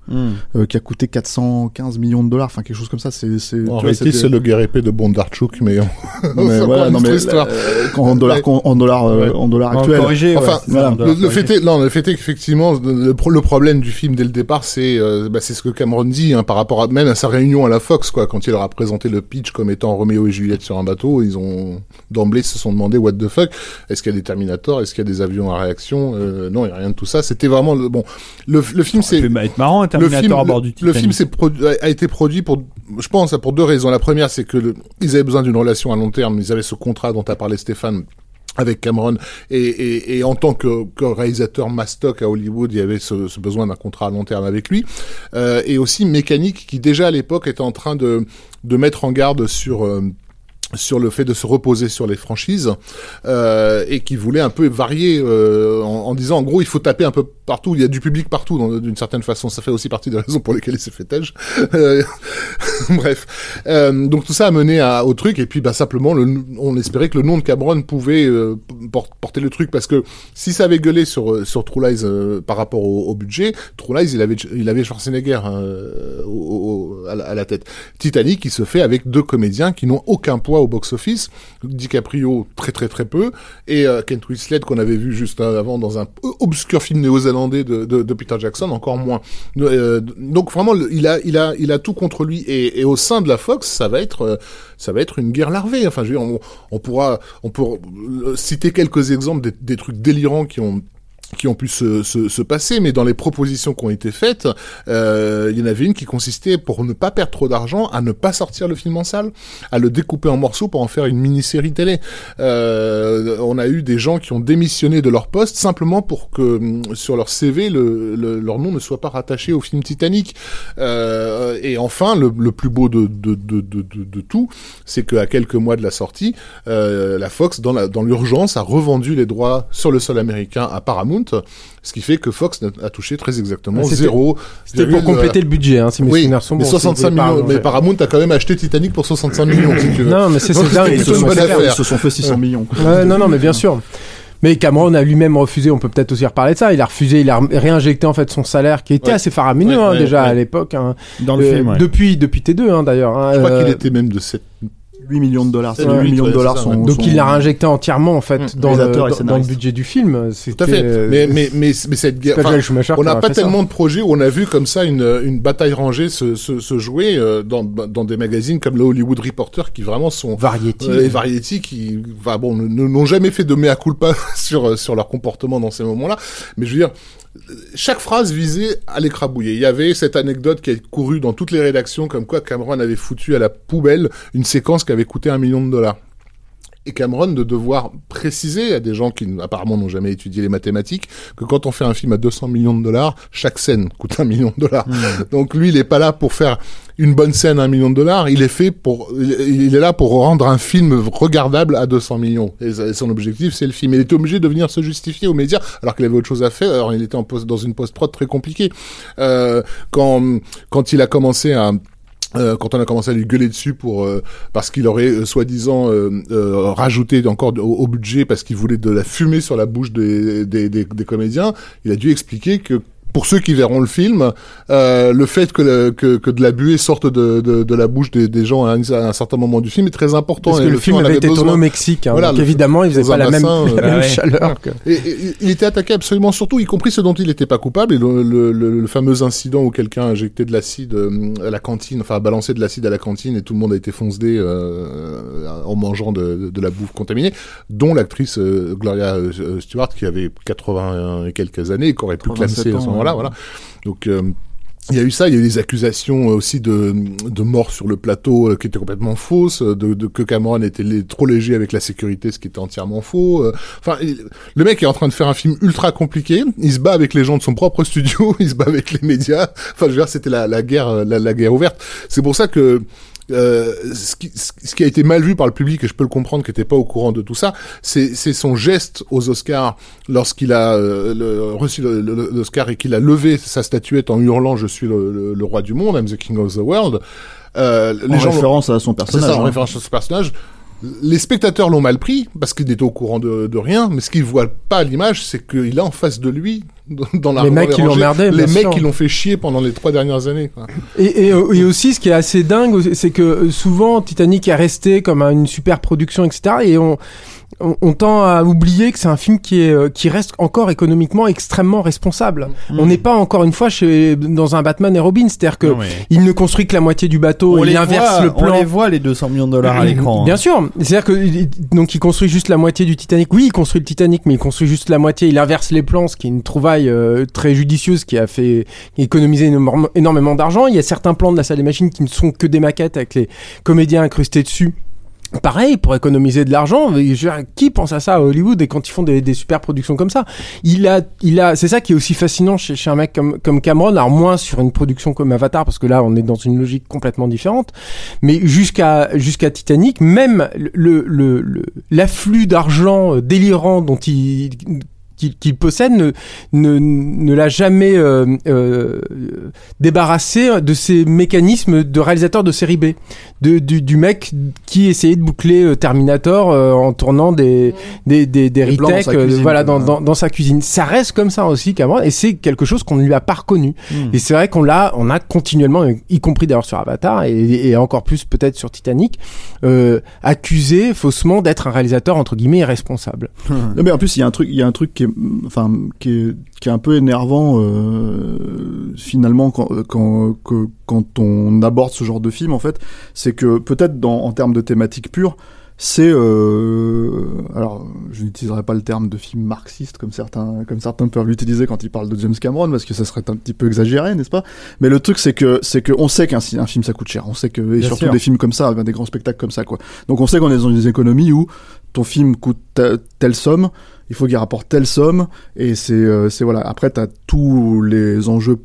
[SPEAKER 2] Mm.
[SPEAKER 4] euh, qui a coûté quatre cent quinze millions de dollars, enfin quelque chose comme ça. C'est, c'est,
[SPEAKER 5] En
[SPEAKER 4] tu
[SPEAKER 5] réalité,
[SPEAKER 4] vois,
[SPEAKER 5] c'est le guerre épée de Bondarchuk, mais en...
[SPEAKER 4] mais
[SPEAKER 5] c'est
[SPEAKER 4] voilà,
[SPEAKER 5] encore
[SPEAKER 4] non,
[SPEAKER 5] une
[SPEAKER 4] mais,
[SPEAKER 5] autre histoire.
[SPEAKER 4] euh, quand en dollars,
[SPEAKER 5] Ouais.
[SPEAKER 4] en dollars, euh,
[SPEAKER 5] Ouais.
[SPEAKER 4] en dollars
[SPEAKER 2] En
[SPEAKER 4] actuels.
[SPEAKER 2] corrigé,
[SPEAKER 5] Enfin,
[SPEAKER 2] ouais,
[SPEAKER 4] voilà.
[SPEAKER 2] en
[SPEAKER 5] Le, le
[SPEAKER 2] corrigé.
[SPEAKER 5] fait est, non, le fait est qu'effectivement, le, pro- le problème du film dès le départ, c'est, euh, bah, c'est ce que Cameron dit, hein, par rapport à, même à sa réunion à la Fox, quoi, quand il leur a présenté le pitch comme étant Roméo et Juliette sur un bateau, ils ont, d'emblée, se sont demandé what the fuck, est-ce qu'il y a des Terminators, est-ce qu'il y a des avions à réaction, euh, non, il y a rien de tout ça, c'était vraiment le, bon, le, le film,
[SPEAKER 2] Ça
[SPEAKER 5] c'est,
[SPEAKER 2] peut être marrant, un
[SPEAKER 5] le
[SPEAKER 2] Terminator
[SPEAKER 5] film,
[SPEAKER 2] à bord du
[SPEAKER 5] le,
[SPEAKER 2] Titanic.
[SPEAKER 5] le film s'est produ- a été produit pour, je pense, pour deux raisons. La première, c'est que le, ils avaient besoin d'une relation à long terme. Ils avaient ce contrat dont a parlé Stéphane avec Cameron, et, et, et en tant que, que réalisateur mastoc à Hollywood, il y avait ce, ce besoin d'un contrat à long terme avec lui, euh, et aussi Mécanique, qui déjà à l'époque était en train de, de mettre en garde sur euh, sur le fait de se reposer sur les franchises, euh, et qui voulait un peu varier euh, en, en disant en gros il faut taper un peu partout, il y a du public partout dans- d'une certaine façon, ça fait aussi partie des raisons pour lesquelles il s'est fait têche. Euh, bref, euh, donc tout ça a mené à, au truc, et puis bah simplement le, on espérait que le nom de Cameron pouvait euh, por- porter le truc, parce que si ça avait gueulé sur euh, sur True Lies euh, par rapport au, au budget, True Lies il avait il avait Schwarzenegger hein, euh, au, au, à, la, à la tête. Titanic il se fait avec deux comédiens qui n'ont aucun poids au box-office, DiCaprio très très très peu, et euh, Kent Winslet qu'on avait vu juste avant dans un obscur film néo-zélandais de, de, de Peter Jackson encore moins. Euh, donc vraiment le, il a il a il a tout contre lui, et, et au sein de la Fox ça va être euh, ça va être une guerre larvée. Enfin je veux dire, on, on pourra on pourra citer quelques exemples des, des trucs délirants qui ont qui ont pu se, se, se passer, mais dans les propositions qui ont été faites, euh, il y en avait une qui consistait, pour ne pas perdre trop d'argent, à ne pas sortir le film en salle, à le découper en morceaux pour en faire une mini-série télé. Euh, on a eu des gens qui ont démissionné de leur poste simplement pour que sur leur C V, le, le, leur nom ne soit pas rattaché au film Titanic. Euh, et enfin, le, le plus beau de, de, de, de, de, de tout, c'est qu'à quelques mois de la sortie, euh, la Fox, dans, la, dans l'urgence, a revendu les droits sur le sol américain à Paramount, ce qui fait que Fox a touché très exactement
[SPEAKER 6] C'était-
[SPEAKER 5] zéro.
[SPEAKER 6] C'était pour compléter le budget, hein, si mes
[SPEAKER 5] Oui,
[SPEAKER 6] souvenirs sont
[SPEAKER 5] mais
[SPEAKER 6] bons.
[SPEAKER 5] soixante-cinq
[SPEAKER 6] c'était pas
[SPEAKER 5] millions. Mais
[SPEAKER 6] arrangé.
[SPEAKER 5] Paramount a quand même acheté Titanic pour soixante-cinq millions, si tu veux.
[SPEAKER 6] Non, mais c'est
[SPEAKER 5] Donc,
[SPEAKER 6] c'est dingue.
[SPEAKER 5] c'était
[SPEAKER 6] ils
[SPEAKER 5] plutôt
[SPEAKER 6] se
[SPEAKER 5] une
[SPEAKER 6] sont
[SPEAKER 5] bonne
[SPEAKER 6] fait-
[SPEAKER 5] affaire.
[SPEAKER 4] Ils se sont fait six cents millions. quoi.
[SPEAKER 6] Ouais, non, non, mais bien sûr. Mais Cameron a lui-même refusé, on peut peut-être aussi reparler de ça, il a refusé, il a réinjecté en fait son salaire qui était
[SPEAKER 5] Ouais.
[SPEAKER 6] assez faramineux
[SPEAKER 5] Ouais,
[SPEAKER 6] hein,
[SPEAKER 5] ouais,
[SPEAKER 6] déjà
[SPEAKER 5] ouais.
[SPEAKER 6] à l'époque. Hein.
[SPEAKER 2] Dans le
[SPEAKER 6] Euh,
[SPEAKER 2] film, ouais.
[SPEAKER 6] Depuis, depuis T deux hein, d'ailleurs. Hein,
[SPEAKER 5] Je crois
[SPEAKER 6] euh,
[SPEAKER 5] qu'il était même de sept.
[SPEAKER 4] huit millions de dollars. C'est
[SPEAKER 5] Ouais,
[SPEAKER 4] huit millions de
[SPEAKER 5] ouais,
[SPEAKER 4] dollars
[SPEAKER 5] c'est ça,
[SPEAKER 4] sont,
[SPEAKER 5] ouais.
[SPEAKER 6] Donc
[SPEAKER 4] sont-
[SPEAKER 6] il l'a réinjecté entièrement en fait
[SPEAKER 5] Mmh.
[SPEAKER 6] dans, le,
[SPEAKER 4] Réalisateur et
[SPEAKER 6] dans, dans le
[SPEAKER 4] scénariste.
[SPEAKER 6] budget du film.
[SPEAKER 5] Tout à fait.
[SPEAKER 6] euh,
[SPEAKER 5] Mais, mais, mais, mais cette guerre.
[SPEAKER 6] c'est pas
[SPEAKER 5] enfin,
[SPEAKER 6] Joel Schumacher
[SPEAKER 5] on
[SPEAKER 6] qui
[SPEAKER 5] n'a
[SPEAKER 6] aurait
[SPEAKER 5] pas
[SPEAKER 6] fait ça.
[SPEAKER 5] tellement de projets où on a vu comme ça une, une bataille rangée se, se, se jouer euh, dans, dans des magazines comme le Hollywood Reporter, qui vraiment sont
[SPEAKER 6] Variety.
[SPEAKER 5] euh, et Variety, qui enfin, bon, ne- ne- n'ont jamais fait de mea culpa sur, sur leur comportement dans ces moments-là. Mais je veux dire, chaque phrase visait à l'écrabouiller. Il y avait cette anecdote qui a couru dans toutes les rédactions, comme quoi Cameron avait foutu à la poubelle une séquence qui avait coûté un million de dollars. Et Cameron de devoir préciser à des gens qui apparemment n'ont jamais étudié les mathématiques que quand on fait un film à deux cents millions de dollars, chaque scène coûte un million de dollars. Mmh. Donc lui, il est pas là pour faire une bonne scène à un million de dollars, il est fait pour, il est là pour rendre un film regardable à deux cents millions. Et son objectif, c'est le film. Il était obligé de venir se justifier aux médias alors qu'il avait autre chose à faire. Alors il était en post, dans une post-prod très compliquée. Euh, quand, quand il a commencé à Euh, quand on a commencé à lui gueuler dessus pour euh, parce qu'il aurait euh, soi-disant euh, euh, rajouté encore au, au budget parce qu'il voulait de la fumée sur la bouche des, des, des, des comédiens, il a dû expliquer que pour ceux qui verront le film, euh, le fait que, le, que, que de la buée sorte de, de, de la bouche des, des gens à un, à un certain moment du film est très important.
[SPEAKER 6] Parce que
[SPEAKER 5] et
[SPEAKER 6] le, le film avait, avait été tourné au Mexique, hein,
[SPEAKER 5] voilà,
[SPEAKER 6] donc
[SPEAKER 5] le,
[SPEAKER 6] évidemment, il faisait pas la même,
[SPEAKER 5] bassin,
[SPEAKER 6] la
[SPEAKER 5] euh,
[SPEAKER 6] même
[SPEAKER 2] ouais.
[SPEAKER 6] chaleur. Que...
[SPEAKER 5] Et, et, il était attaqué absolument sur tout, y compris ce dont il n'était pas coupable. Et le, le, le, le fameux incident où quelqu'un a injecté de l'acide euh, à la cantine, enfin a balancé de l'acide à la cantine et tout le monde a été foncedé euh, en mangeant de, de, de la bouffe contaminée, dont l'actrice euh, Gloria euh, Stewart qui avait quatre-vingts et quelques années et qui aurait pu classer à ce moment-là. Voilà. Donc euh, il y a eu ça, il y a eu des accusations aussi de, de mort sur le plateau euh, qui étaient complètement fausses, de, de que Cameron était lé- trop léger avec la sécurité, ce qui était entièrement faux. Euh, enfin, il, le mec est en train de faire un film ultra compliqué, il se bat avec les gens de son propre studio, il se bat avec les médias. Enfin, je veux dire, c'était la, la guerre, la, la guerre ouverte. C'est pour ça que Euh, ce, qui, ce qui a été mal vu par le public, et je peux le comprendre, qui n'était pas au courant de tout ça, c'est, c'est son geste aux Oscars lorsqu'il a euh, le, reçu le, le, l'Oscar et qu'il a levé sa statuette en hurlant « Je suis le, le, le roi du monde, I'm the king of the world ». Euh,
[SPEAKER 4] en
[SPEAKER 5] les gens
[SPEAKER 4] référence à son personnage.
[SPEAKER 5] C'est ça, en
[SPEAKER 4] hein.
[SPEAKER 5] référence à son personnage. Les spectateurs l'ont mal pris parce qu'il était au courant de, de rien, mais ce qu'ils voient pas à l'image, c'est qu'il a en face de lui dans la
[SPEAKER 6] les mecs qui l'emmerdaient,
[SPEAKER 5] les
[SPEAKER 6] bien
[SPEAKER 5] mecs
[SPEAKER 6] sûr.
[SPEAKER 5] qui l'ont fait chier pendant les trois dernières années, quoi.
[SPEAKER 6] Et, et, et aussi, ce qui est assez dingue, c'est que souvent Titanic est resté comme une super production, et cetera. Et on, on, on tend à oublier que c'est un film qui est qui reste encore économiquement extrêmement responsable. Mmh. On n'est pas encore une fois chez dans un Batman et Robin, c'est-à-dire que
[SPEAKER 2] Non, mais...
[SPEAKER 6] il ne construit que la moitié du bateau,
[SPEAKER 2] on
[SPEAKER 6] il
[SPEAKER 2] les
[SPEAKER 6] inverse
[SPEAKER 2] voit,
[SPEAKER 6] le plan.
[SPEAKER 2] On les voit les deux cents millions de dollars à l'écran.
[SPEAKER 6] Bien
[SPEAKER 2] hein.
[SPEAKER 6] sûr, c'est-à-dire que donc il construit juste la moitié du Titanic. Oui, il construit le Titanic, mais il construit juste la moitié. Il inverse les plans, ce qui est une trouvaille euh, très judicieuse qui a fait économiser énorme, énormément d'argent. Il y a certains plans de la salle des machines qui ne sont que des maquettes avec les comédiens incrustés dessus. Pareil, pour économiser de l'argent, qui pense à ça à Hollywood et quand ils font des, des super productions comme ça? Il a, il a, c'est ça qui est aussi fascinant chez, chez un mec comme, comme Cameron, alors moins sur une production comme Avatar, parce que là, on est dans une logique complètement différente, mais jusqu'à, jusqu'à Titanic, même le, le, le, l'afflux d'argent délirant dont il, qu'il, qu'il possède ne, ne, ne l'a jamais euh, euh, débarrassé de ces mécanismes de réalisateur de série B, de, du, du mec qui essayait de boucler Terminator euh, en tournant des, des, des, des retakes euh, voilà, dans, dans, dans sa cuisine. Ça reste comme ça aussi, Cameron, et c'est quelque chose qu'on ne lui a pas reconnu. Mmh. Et c'est vrai qu'on l'a, on a continuellement, y compris d'ailleurs sur Avatar, et, et encore plus peut-être sur Titanic, euh, accusé faussement d'être un réalisateur entre guillemets irresponsable.
[SPEAKER 4] Mmh. Non, mais en plus, il y a un truc, il y a un truc qui est enfin qui est qui est un peu énervant euh, finalement quand quand que, quand on aborde ce genre de film en fait, c'est que peut-être dans en termes de thématique pure, c'est euh, alors je n'utiliserai pas le terme de film marxiste comme certains comme certains peuvent l'utiliser quand ils parlent de James Cameron parce que ça serait un petit peu exagéré, n'est-ce pas? Mais le truc c'est que c'est que on sait qu'un un film ça coûte cher, on sait que et Bien surtout sûr. Des films comme ça, des grands spectacles comme ça quoi. Donc on sait qu'on est dans des économies où ton film coûte t- telle somme, il faut qu'il rapporte telle somme, et c'est, euh, c'est voilà. Après, t'as tous les enjeux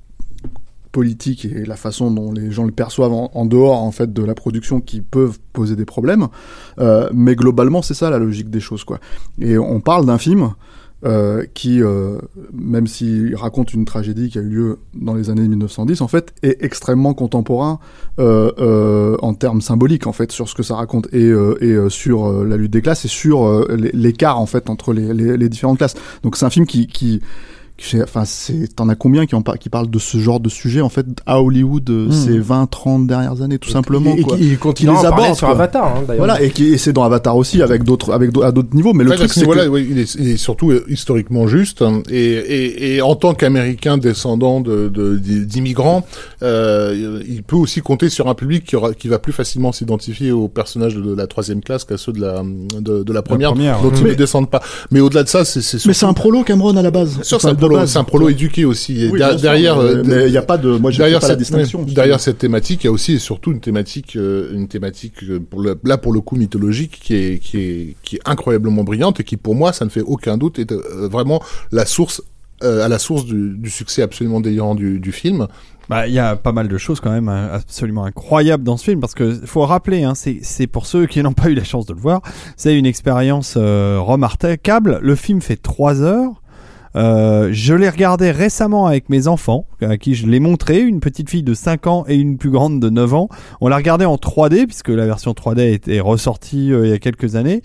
[SPEAKER 4] politiques et la façon dont les gens le perçoivent en, en dehors, en fait, de la production qui peuvent poser des problèmes. Euh, mais globalement, c'est ça la logique des choses, quoi. Et on parle d'un film euh, qui, euh, même s'il raconte une tragédie qui a eu lieu dans les années mille neuf cent dix, en fait, est extrêmement contemporain euh, euh, en termes symboliques, en fait, sur ce que ça raconte et, euh, et euh, sur euh, la lutte des classes et sur euh, l'écart, en fait, entre les, les, les différentes classes. Donc c'est un film qui... qui Enfin, c'est, t'en as combien qui, en par, qui parlent de ce genre de sujet en fait à Hollywood mmh. ces vingt trente dernières années tout et simplement
[SPEAKER 6] et,
[SPEAKER 4] quoi.
[SPEAKER 6] Et il continue à en parler sur Avatar hein, d'ailleurs.
[SPEAKER 4] Voilà et, qui, et c'est dans Avatar aussi avec d'autres avec à d'autres niveaux mais le
[SPEAKER 5] ouais,
[SPEAKER 4] truc c'est
[SPEAKER 5] voilà,
[SPEAKER 4] que
[SPEAKER 5] oui, il, est, il est surtout historiquement juste et, et, et en tant qu'Américain descendant de, de, d'immigrants, euh, il peut aussi compter sur un public qui, aura, qui va plus facilement s'identifier aux personnages de la troisième classe qu'à ceux de la de, de la première, la première dont mmh. ils mais, ne descendent pas. Mais au-delà de ça, c'est, c'est surtout...
[SPEAKER 4] mais c'est un prolo Cameron à la base.
[SPEAKER 5] Sûr, c'est un prolo, c'est un prolo éduqué aussi.
[SPEAKER 4] Oui,
[SPEAKER 5] Der- derrière,
[SPEAKER 4] sûr, mais il euh, n'y a pas de, moi, je derrière pas
[SPEAKER 5] cette,
[SPEAKER 4] la distinction.
[SPEAKER 5] Ouais, derrière cette thématique, il y a aussi et surtout une thématique, euh, une thématique pour le, là pour le coup mythologique qui est, qui est, qui est incroyablement brillante et qui pour moi, ça ne fait aucun doute, est euh, vraiment la source, euh, à la source du, du succès absolument délirant du, du film.
[SPEAKER 2] Bah, il y a pas mal de choses quand même absolument incroyables dans ce film parce que faut rappeler, hein, c'est c'est pour ceux qui n'ont pas eu la chance de le voir, c'est une expérience euh, remarquable. Le film fait trois heures. Euh, je l'ai regardé récemment avec mes enfants, à qui je l'ai montré, une petite fille de cinq ans et une plus grande de neuf ans. On l'a regardé en trois D, puisque la version trois D était ressortie euh, il y a quelques années.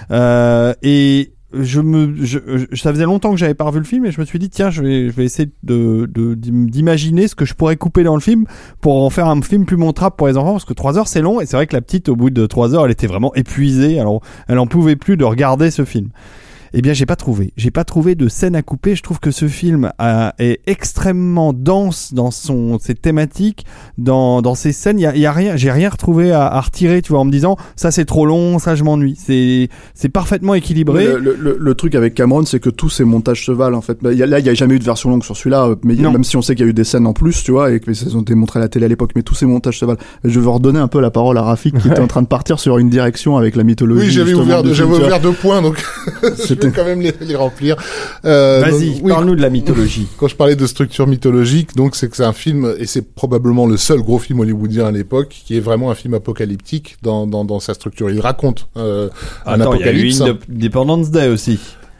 [SPEAKER 2] Euh, et je me, je, je, ça faisait longtemps que j'avais pas revu le film et je me suis dit, tiens, je vais, je vais essayer de, de, d'imaginer ce que je pourrais couper dans le film pour en faire un film plus montrable pour les enfants, parce que trois heures c'est long et c'est vrai que la petite, au bout de trois heures, elle était vraiment épuisée, alors elle en pouvait plus de regarder ce film. Eh bien, j'ai pas trouvé. J'ai pas trouvé de scène à couper. Je trouve que ce film a, est extrêmement dense dans son, ses thématiques, dans, dans ses scènes. Il y a, il y a rien, j'ai rien retrouvé à, à retirer, tu vois, en me disant, ça c'est trop long, ça je m'ennuie. C'est, c'est parfaitement équilibré.
[SPEAKER 4] Le, le, le, le truc avec Cameron, c'est que tous ces montages se valent, en fait. Là, il y a jamais eu de version longue sur celui-là, mais non. Même si on sait qu'il y a eu des scènes en plus, tu vois, et que ça ont été montrés à la télé à l'époque, mais tous ces montages se valent. Je vais redonner un peu la parole à Rafik, qui ouais. était en train de partir sur une direction avec la mythologie.
[SPEAKER 5] Oui, j'avais ouvert, de, j'avais ouvert deux points, donc. C'était quand même les, les remplir.
[SPEAKER 2] Euh, Vas-y, donc, oui, parle-nous de la mythologie.
[SPEAKER 5] Quand je parlais de structure mythologique, donc c'est que c'est un film, et c'est probablement le seul gros film hollywoodien à l'époque, qui est vraiment un film apocalyptique dans, dans, dans sa structure. Il raconte euh, un
[SPEAKER 2] Attends,
[SPEAKER 5] apocalypse.
[SPEAKER 2] Il y a eu Independence Day aussi.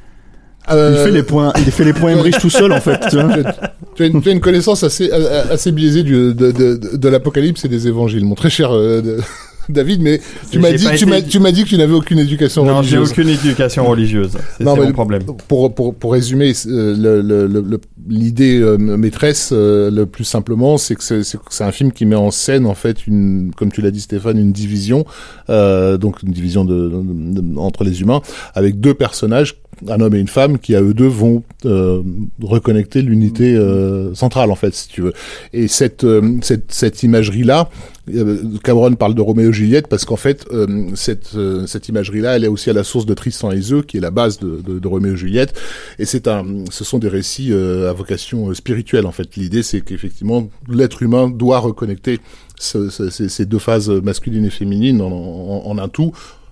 [SPEAKER 4] Euh... Il fait les points, il fait les points Emmerich tout seul en fait. Tu, vois
[SPEAKER 5] tu, as une, tu as une connaissance assez assez biaisée du, de, de, de, de l'apocalypse et des évangiles, mon très cher. Euh, de... David, mais tu
[SPEAKER 2] J'ai
[SPEAKER 5] m'as
[SPEAKER 2] pas
[SPEAKER 5] dit,
[SPEAKER 2] été-
[SPEAKER 5] tu m'as, tu m'as dit que tu n'avais aucune éducation
[SPEAKER 2] Non, j'ai
[SPEAKER 5] religieuse.
[SPEAKER 2] aucune éducation religieuse. C'est,
[SPEAKER 5] Non,
[SPEAKER 2] c'est
[SPEAKER 5] mais
[SPEAKER 2] mon problème.
[SPEAKER 5] Pour, pour, pour résumer, euh, le, le, le, le- l'idée euh, maîtresse, euh, le plus simplement, c'est que c'est, c'est, que c'est un film qui met en scène, en fait, une, comme tu l'as dit Stéphane, une division, euh, donc une division de, de- de- entre les humains, avec deux personnages, un homme et une femme, qui à eux deux vont euh, reconnecter l'unité euh, centrale, en fait, si tu veux. Et cette, euh, cette, cette imagerie-là, euh, Cameron parle de Roméo et Juliette parce qu'en fait, euh, cette, euh, cette imagerie-là, elle est aussi à la source de Tristan et Iseult, qui est la base de, de, de Roméo et Juliette. Et c'est un, ce sont des récits euh, à vocation euh, spirituelle, en fait. L'idée, c'est qu'effectivement, l'être humain doit reconnecter ce, ce, ces, ces deux phases masculines et féminines en, en, en un tout.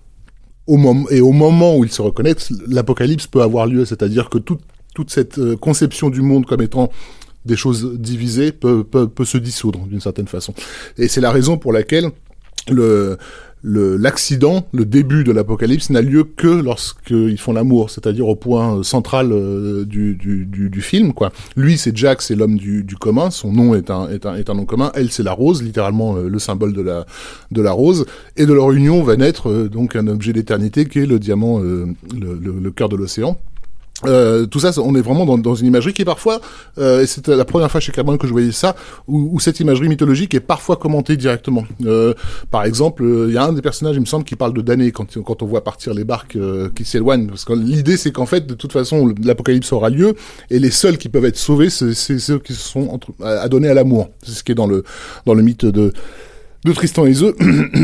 [SPEAKER 5] Au moment, et au moment où ils se reconnaissent, l'apocalypse peut avoir lieu, c'est-à-dire que toute, toute cette euh, conception du monde comme étant des choses divisées peut, peut, peut se dissoudre d'une certaine façon. Et c'est la raison pour laquelle le, le, l'accident, le début de l'apocalypse n'a lieu que lorsqu'ils font l'amour, c'est-à-dire au point central euh, du, du, du, du film, quoi. Lui, c'est Jack, c'est l'homme du, du commun, son nom est un, est un, est un nom commun, elle, c'est la rose, littéralement euh, le symbole de la, de la rose, et de leur union va naître euh, donc un objet d'éternité qui est le diamant, euh, le, le, le cœur de l'océan. Euh, tout ça, on est vraiment dans, dans une imagerie qui est parfois, euh, et c'était la première fois chez Cameron que je voyais ça, où, où cette imagerie mythologique est parfois commentée directement. Euh, par exemple, il euh, y a un des personnages, il me semble, qui parle de damnés quand, quand on voit partir les barques euh, qui s'éloignent, parce que l'idée c'est qu'en fait, de toute façon, l'apocalypse aura lieu, et les seuls qui peuvent être sauvés, c'est, c'est ceux qui se sont entre, adonnés à l'amour. C'est ce qui est dans le dans le mythe de de Tristan et Iseult.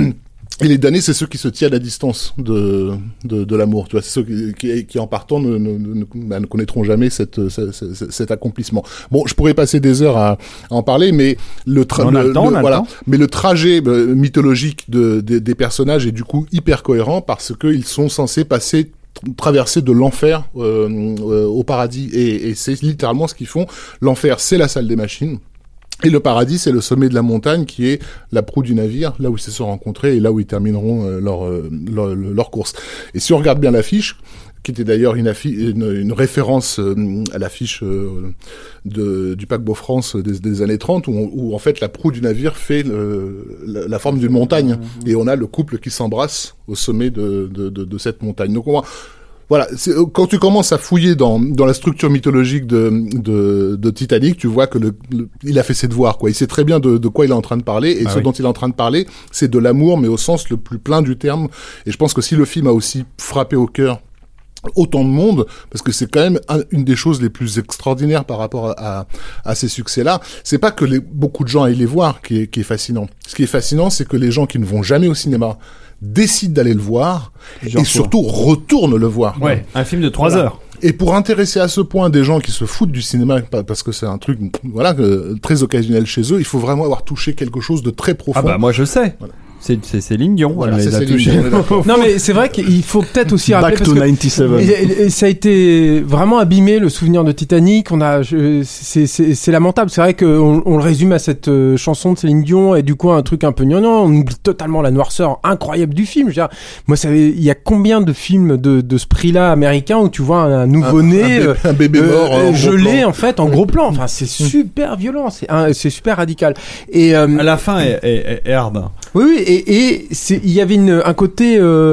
[SPEAKER 5] Et les damnés, c'est ceux qui se tiennent à distance de de, de l'amour, tu vois, c'est ceux qui, qui, qui en partant ne, ne, ne, bah, ne connaîtront jamais cette, cette, cet, cet accomplissement. Bon, je pourrais passer des heures à, à en parler, mais le, tra-
[SPEAKER 2] On a
[SPEAKER 5] le,
[SPEAKER 2] le temps,
[SPEAKER 5] le-
[SPEAKER 2] on a le
[SPEAKER 5] voilà,
[SPEAKER 2] temps.
[SPEAKER 5] mais le trajet euh, mythologique de, de des personnages est du coup hyper cohérent parce que ils sont censés passer traverser de l'enfer euh, euh, au paradis, et, et c'est littéralement ce qu'ils font. L'enfer, c'est la salle des machines. Et le paradis, c'est le sommet de la montagne qui est la proue du navire, là où ils se sont rencontrés et là où ils termineront euh, leur, euh, leur, leur course. Et si on regarde bien l'affiche, qui était d'ailleurs une, affi- une, une référence euh, à l'affiche euh, de, du paquebot France des, des années trente, où, on- où en fait la proue du navire fait le, la, la forme d'une montagne, et on a le couple qui s'embrasse au sommet de, de, de, de cette montagne. Donc on voit... Voilà, c'est, quand tu commences à fouiller dans dans la structure mythologique de de, de Titanic, tu vois que le, le il a fait ses devoirs, quoi. Il sait très bien de, de quoi il est en train de parler, et
[SPEAKER 2] Ah
[SPEAKER 5] ce
[SPEAKER 2] oui.
[SPEAKER 5] dont il est en train de parler, c'est de l'amour, mais au sens le plus plein du terme. Et je pense que si le film a aussi frappé au cœur autant de monde, parce que c'est quand même un- une des choses les plus extraordinaires par rapport à, à, à ces succès-là, c'est pas que les, beaucoup de gens aillent les voir qui est, qui est fascinant. Ce qui est fascinant, c'est que les gens qui ne vont jamais au cinéma décident d'aller le voir,
[SPEAKER 2] Plusieurs
[SPEAKER 5] et
[SPEAKER 2] fois.
[SPEAKER 5] surtout retournent le voir.
[SPEAKER 2] Ouais, un film de trois
[SPEAKER 5] Voilà.
[SPEAKER 2] heures.
[SPEAKER 5] Et pour intéresser à ce point des gens qui se foutent du cinéma, pa- parce que c'est un truc, voilà, euh, très occasionnel chez eux, il faut vraiment avoir touché quelque chose de très profond.
[SPEAKER 2] Ah bah moi je sais.
[SPEAKER 5] Voilà.
[SPEAKER 2] C'est, c'est Céline Dion.
[SPEAKER 5] Voilà,
[SPEAKER 2] elle
[SPEAKER 5] c'est
[SPEAKER 2] les a
[SPEAKER 5] Céline
[SPEAKER 2] touchés.
[SPEAKER 5] Dion, on est d'accord.
[SPEAKER 6] Non, mais c'est vrai qu'il faut peut-être aussi rappeler
[SPEAKER 4] Back
[SPEAKER 6] parce
[SPEAKER 4] to
[SPEAKER 6] que
[SPEAKER 4] quatre-vingt-dix-sept.
[SPEAKER 6] et- et ça a été vraiment abîmé, le souvenir de Titanic. On a, je- c'est, c'est, c'est lamentable. C'est vrai qu'on on le résume à cette euh, chanson de Céline Dion et du coup un truc un peu gnangnan. On oublie totalement la noirceur incroyable du film. Je veux dire, moi, ça, il y a combien de films de, de ce prix-là américain où tu vois un, un nouveau-né
[SPEAKER 5] un,
[SPEAKER 6] euh,
[SPEAKER 5] bébé, un bébé
[SPEAKER 6] euh,
[SPEAKER 5] mort, en gros
[SPEAKER 6] gelé
[SPEAKER 5] plan.
[SPEAKER 6] en fait en gros plan. Enfin, c'est super violent. C'est, un- c'est super radical. Et euh,
[SPEAKER 2] À la fin est, est, est hard.
[SPEAKER 6] oui, oui, et, et c'est, il y avait une, un côté euh,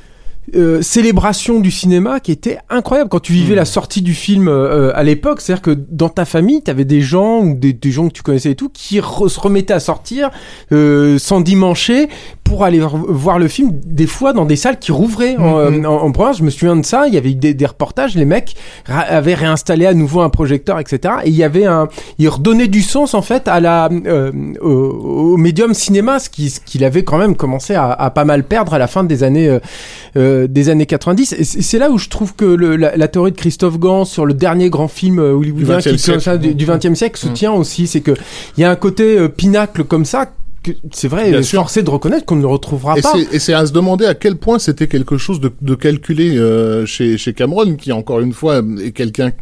[SPEAKER 6] euh, célébration du cinéma qui était incroyable quand tu vivais
[SPEAKER 2] Mmh.
[SPEAKER 6] la sortie du film euh, à l'époque. C'est-à-dire que dans ta famille, t'avais des gens ou des, des gens que tu connaissais et tout qui re- se remettaient à sortir euh, sans dimancher pour aller re- voir le film, des fois dans des salles qui rouvraient en,
[SPEAKER 5] Mhm.
[SPEAKER 6] euh, en, en province. Je me souviens de ça. Il y avait eu des, des reportages. Les mecs ra- avaient réinstallé à nouveau un projecteur, et cetera. Et il y avait un, ils redonnaient du sens en fait à la euh, au, au médium cinéma, ce qui- ce qu'il avait quand même commencé à, à pas mal perdre à la fin des années euh, euh, des années quatre-vingt-dix. Et c'est c'est là où je trouve que le, la, la théorie de Christophe Gans sur le dernier grand film euh, hollywoodien
[SPEAKER 5] Du
[SPEAKER 6] qui
[SPEAKER 5] vingtième
[SPEAKER 6] comme ça, du, du vingtième siècle se
[SPEAKER 5] Mm.
[SPEAKER 6] tient aussi. C'est que il y a un côté euh, pinacle comme ça. Que c'est vrai,
[SPEAKER 5] Bien
[SPEAKER 6] euh,
[SPEAKER 5] sûr.
[SPEAKER 6] forcé de reconnaître qu'on ne le retrouvera
[SPEAKER 5] Et
[SPEAKER 6] pas.
[SPEAKER 5] c'est, et c'est à se demander à quel point c'était quelque chose de, de calculé euh, chez, chez Cameron, qui encore une fois est quelqu'un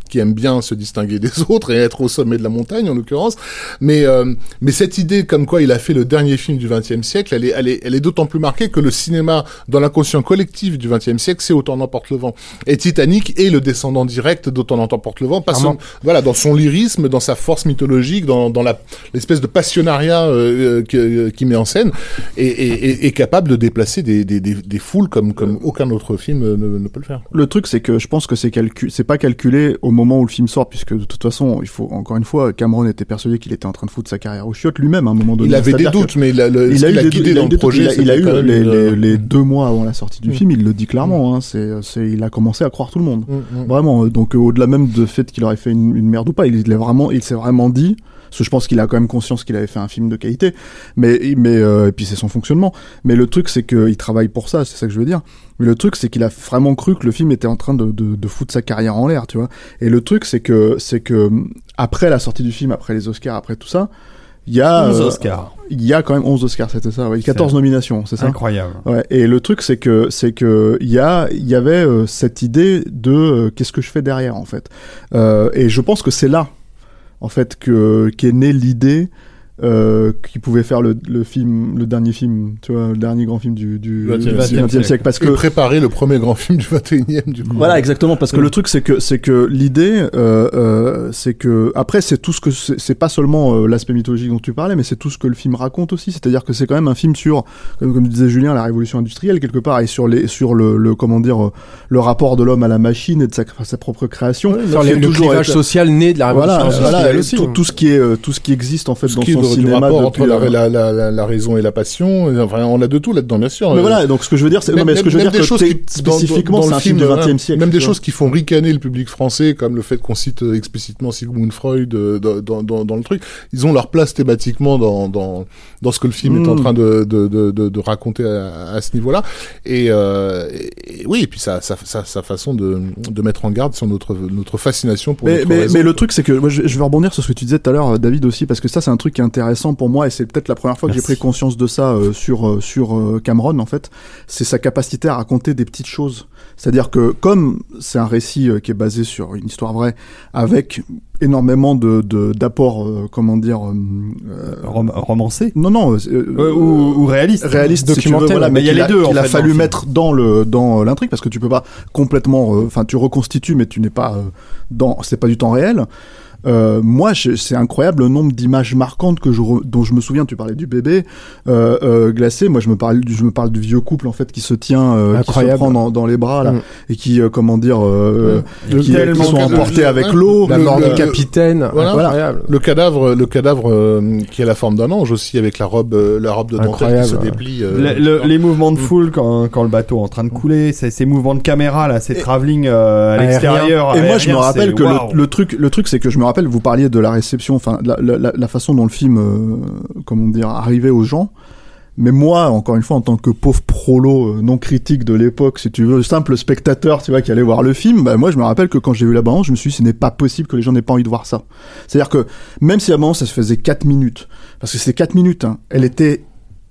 [SPEAKER 5] qui aime bien se distinguer des autres et être au sommet de la montagne en l'occurrence. Mais euh, mais cette idée comme quoi il a fait le dernier film du vingtième siècle, elle est elle est elle est d'autant plus marquée que le cinéma dans l'inconscient collectif du vingtième siècle, c'est Autant n'emporte le vent. Et Titanic est le descendant direct d'Autant n'emporte le vent, parce son, voilà, dans son lyrisme, dans sa force mythologique, dans dans la l'espèce de passionnariat euh, qui, qui met en scène, et, et, et capable de déplacer des des des, des foules comme comme aucun autre film ne, ne peut le faire.
[SPEAKER 4] Le truc, c'est que je pense que c'est calcul, c'est pas calculé au moment où le film sort, puisque de toute façon, il faut encore une fois, Cameron était persuadé qu'il était en train de foutre sa carrière aux chiottes lui-même à un moment donné.
[SPEAKER 5] Il avait des doutes, mais il a, le, il a, il a guidé dans le projet.
[SPEAKER 4] Il a, il a eu les,
[SPEAKER 5] une...
[SPEAKER 4] les, les deux mois avant la sortie du mmh. film, il le dit clairement. Mmh. Hein, c'est, c'est, il a commencé à croire tout le monde, mmh. vraiment. Donc euh, au-delà même de fait qu'il aurait fait une, une merde ou pas, il, il a vraiment, il s'est vraiment dit. Parce que je pense qu'il a quand même conscience qu'il avait fait un film de qualité, mais mais euh, et puis c'est son fonctionnement. Mais le truc, c'est qu'il travaille pour ça, c'est ça que je veux dire. Mais le truc, c'est qu'il a vraiment cru que le film était en train de de, de foutre sa carrière en l'air, tu vois. Et le truc, c'est que c'est que après la sortie du film, après les Oscars, après tout ça, il y a
[SPEAKER 2] onze
[SPEAKER 4] euh,
[SPEAKER 2] Oscars.
[SPEAKER 4] Il y a quand même onze Oscars, c'était ça, ouais, quatorze nominations, c'est ça.
[SPEAKER 2] Incroyable.
[SPEAKER 4] Ouais. Et le truc, c'est que c'est que il y a il y avait euh, cette idée de euh, qu'est-ce que je fais derrière, en fait. Euh, et je pense que c'est là. En fait, que qu'est née l'idée euh, qu'il pouvait faire le, le film, le dernier film, tu vois, le dernier grand film du du
[SPEAKER 5] vingtième
[SPEAKER 4] siècle. siècle, parce que
[SPEAKER 5] et préparer le premier grand film du vingt et unième du coup.
[SPEAKER 4] Voilà, exactement, parce que mmh. le truc c'est que c'est que l'idée, euh, euh, c'est que après c'est tout ce que c'est, c'est pas seulement euh, l'aspect mythologique dont tu parlais, mais c'est tout ce que le film raconte aussi. C'est-à-dire que c'est quand même un film sur, comme, comme disait Julien, la révolution industrielle quelque part, et sur les sur le, le comment dire euh, le rapport de l'homme à la machine et de sa, sa propre création.
[SPEAKER 6] Ouais, sur les, le clivage été... social né de la révolution
[SPEAKER 4] voilà,
[SPEAKER 6] industrielle
[SPEAKER 4] voilà,
[SPEAKER 6] aussi.
[SPEAKER 4] Tout, tout ce qui est euh, tout ce qui existe en fait
[SPEAKER 5] tout
[SPEAKER 4] dans
[SPEAKER 5] qui
[SPEAKER 4] son
[SPEAKER 5] est
[SPEAKER 4] cinéma
[SPEAKER 5] rapport
[SPEAKER 4] depuis,
[SPEAKER 5] entre la, la, la, la, la raison et la passion. Enfin, on a de tout là-dedans, bien sûr.
[SPEAKER 4] Mais
[SPEAKER 5] euh,
[SPEAKER 4] voilà, donc ce que je veux dire, c'est
[SPEAKER 5] même,
[SPEAKER 4] non, mais ce que je veux
[SPEAKER 5] même
[SPEAKER 4] dire
[SPEAKER 5] des
[SPEAKER 4] que
[SPEAKER 5] choses qui,
[SPEAKER 4] spécifiquement
[SPEAKER 5] dans, dans, dans
[SPEAKER 4] c'est
[SPEAKER 5] le
[SPEAKER 4] un
[SPEAKER 5] film,
[SPEAKER 4] film du vingtième siècle.
[SPEAKER 5] Même des choses qui font ricaner le public français, comme le fait qu'on cite explicitement Sigmund Freud euh, dans, dans, dans le truc. Ils ont leur place thématiquement dans dans dans ce que le film mmh. est en train de de de, de, de raconter à, à ce niveau-là. Et, euh, et, et oui, et puis sa sa sa, sa façon de de mettre en garde sur notre notre fascination pour.
[SPEAKER 4] Mais
[SPEAKER 5] notre
[SPEAKER 4] mais,
[SPEAKER 5] raison.
[SPEAKER 4] mais le truc, c'est que moi, je, je vais rebondir sur ce que tu disais tout à l'heure, David aussi, parce que ça, c'est un truc qui est intéressant pour moi, et c'est peut-être la première fois que Merci. j'ai pris conscience de ça euh, sur euh, sur euh, Cameron en fait. C'est sa capacité à raconter des petites choses. C'est-à-dire que comme c'est un récit euh, qui est basé sur une histoire vraie, avec énormément de, de d'apports, euh, comment dire, euh,
[SPEAKER 2] Rom- romancé.
[SPEAKER 4] Non non, euh,
[SPEAKER 2] euh, ou, ou réaliste.
[SPEAKER 4] Réaliste, documentaire. Si voilà, mais il y a les deux. Il a, a fallu mettre dans le dans l'intrigue parce que tu peux pas complètement, enfin, euh, tu reconstitues, mais tu n'es pas euh, dans, c'est pas du temps réel. Euh, moi, je, c'est incroyable le nombre d'images marquantes que je re, dont je me souviens. Tu parlais du bébé euh, euh, glacé. Moi, je me parle, du, je me parle du vieux couple en fait qui se tient, euh, qui se prend dans, dans les bras là, mmh. et qui, euh, comment dire, euh, mmh. qui, qui sont emportés avec
[SPEAKER 5] ouais,
[SPEAKER 4] l'eau.
[SPEAKER 6] La mort du capitaine.
[SPEAKER 5] Voilà, incroyable. Le cadavre, le cadavre euh, qui a la forme d'un ange aussi, avec la robe, euh, la robe de dentelle qui se déplie. Euh,
[SPEAKER 2] le, le, les mouvements de foule quand, quand le bateau est en train de couler, c'est ces mouvements de caméra là, ces travelling euh, à l'extérieur.
[SPEAKER 4] Et moi, je me rappelle que le, le truc, le truc, c'est que je me rappelle, vous parliez de la réception, enfin la, la, la façon dont le film, euh, comment dire, arrivait aux gens. Mais moi, encore une fois, en tant que pauvre prolo euh, non critique de l'époque, si tu veux, simple spectateur, tu vois, qui allait voir le film, bah moi, je me rappelle que quand j'ai vu la bande, je me suis dit, ce n'est pas possible que les gens n'aient pas envie de voir ça. C'est-à-dire que même si la bande, ça se faisait quatre minutes, parce que c'était quatre minutes, hein, elle était,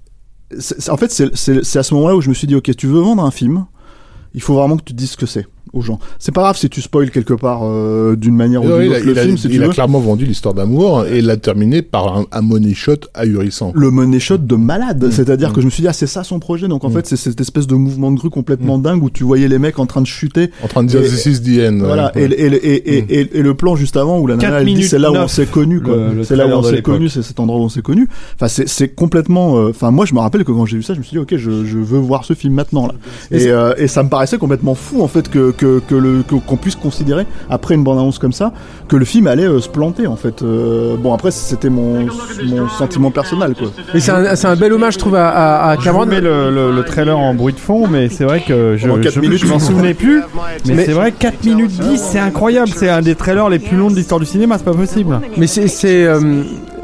[SPEAKER 4] c'est, c'est, en fait, c'est, c'est, c'est à ce moment-là où je me suis dit, ok, tu veux vendre un film, il faut vraiment que tu te dises ce que c'est aux gens. C'est pas grave si tu spoil quelque part euh, d'une manière ou d'une autre le
[SPEAKER 5] il
[SPEAKER 4] film.
[SPEAKER 5] A,
[SPEAKER 4] si
[SPEAKER 5] il
[SPEAKER 4] tu
[SPEAKER 5] a
[SPEAKER 4] veux.
[SPEAKER 5] clairement vendu l'histoire d'amour et l'a terminé par un, un money shot ahurissant.
[SPEAKER 4] Le money shot de malade. Mmh. C'est-à-dire
[SPEAKER 5] mmh.
[SPEAKER 4] que je me suis dit, ah, c'est ça son projet. Donc en mmh. fait, c'est cette espèce de mouvement de grue complètement
[SPEAKER 5] mmh.
[SPEAKER 4] dingue où tu voyais les mecs en train de chuter.
[SPEAKER 5] En train de dire, this is the end.
[SPEAKER 4] Voilà. Ouais. Et, et, et, et, mmh. et, et le plan juste avant où la nana, elle dit, c'est là où on s'est connus, quoi. Le, le c'est là où on s'est connus, c'est cet endroit où on s'est connus. Enfin, c'est, c'est complètement, enfin, euh, moi, je me rappelle que quand j'ai vu ça, je me suis dit, ok, je, je veux voir ce film maintenant, là. Et, et, euh, et ça me paraissait complètement fou, en fait, que, que, que le, que, qu'on puisse considérer, après une bande-annonce comme ça, que le film allait euh, se planter, en fait. Euh, bon, après, c'était mon, mon sentiment personnel, quoi.
[SPEAKER 6] Et c'est un, c'est un bel hommage, je trouve, à, à, à Cameron.
[SPEAKER 2] Je mets le, le, le trailer en bruit de fond, mais c'est vrai que je, je, minutes, je m'en souvenais plus. Mais, mais c'est vrai, quatre minutes dix, c'est incroyable. C'est un des trailers les plus longs de l'histoire du cinéma, c'est pas possible.
[SPEAKER 6] Mais c'est... c'est euh...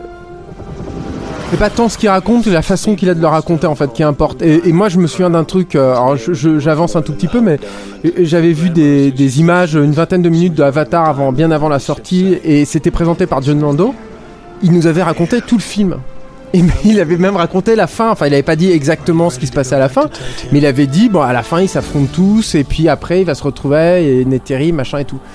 [SPEAKER 6] C'est pas tant ce qu'il raconte, la façon qu'il a de le raconter en fait qui importe. Et, et moi je me souviens d'un truc, euh, alors je, je, j'avance un tout petit peu, mais j'avais vu des, des images, une vingtaine de minutes de Avatar avant, bien avant la sortie, et c'était présenté par John Lando. Il nous avait raconté tout le film. Et il avait même raconté la fin, enfin il avait pas dit exactement ce qui se passait à la fin, mais il avait dit, bon à la fin ils s'affrontent tous, et puis après il va se retrouver, et Neytiri, machin et tout.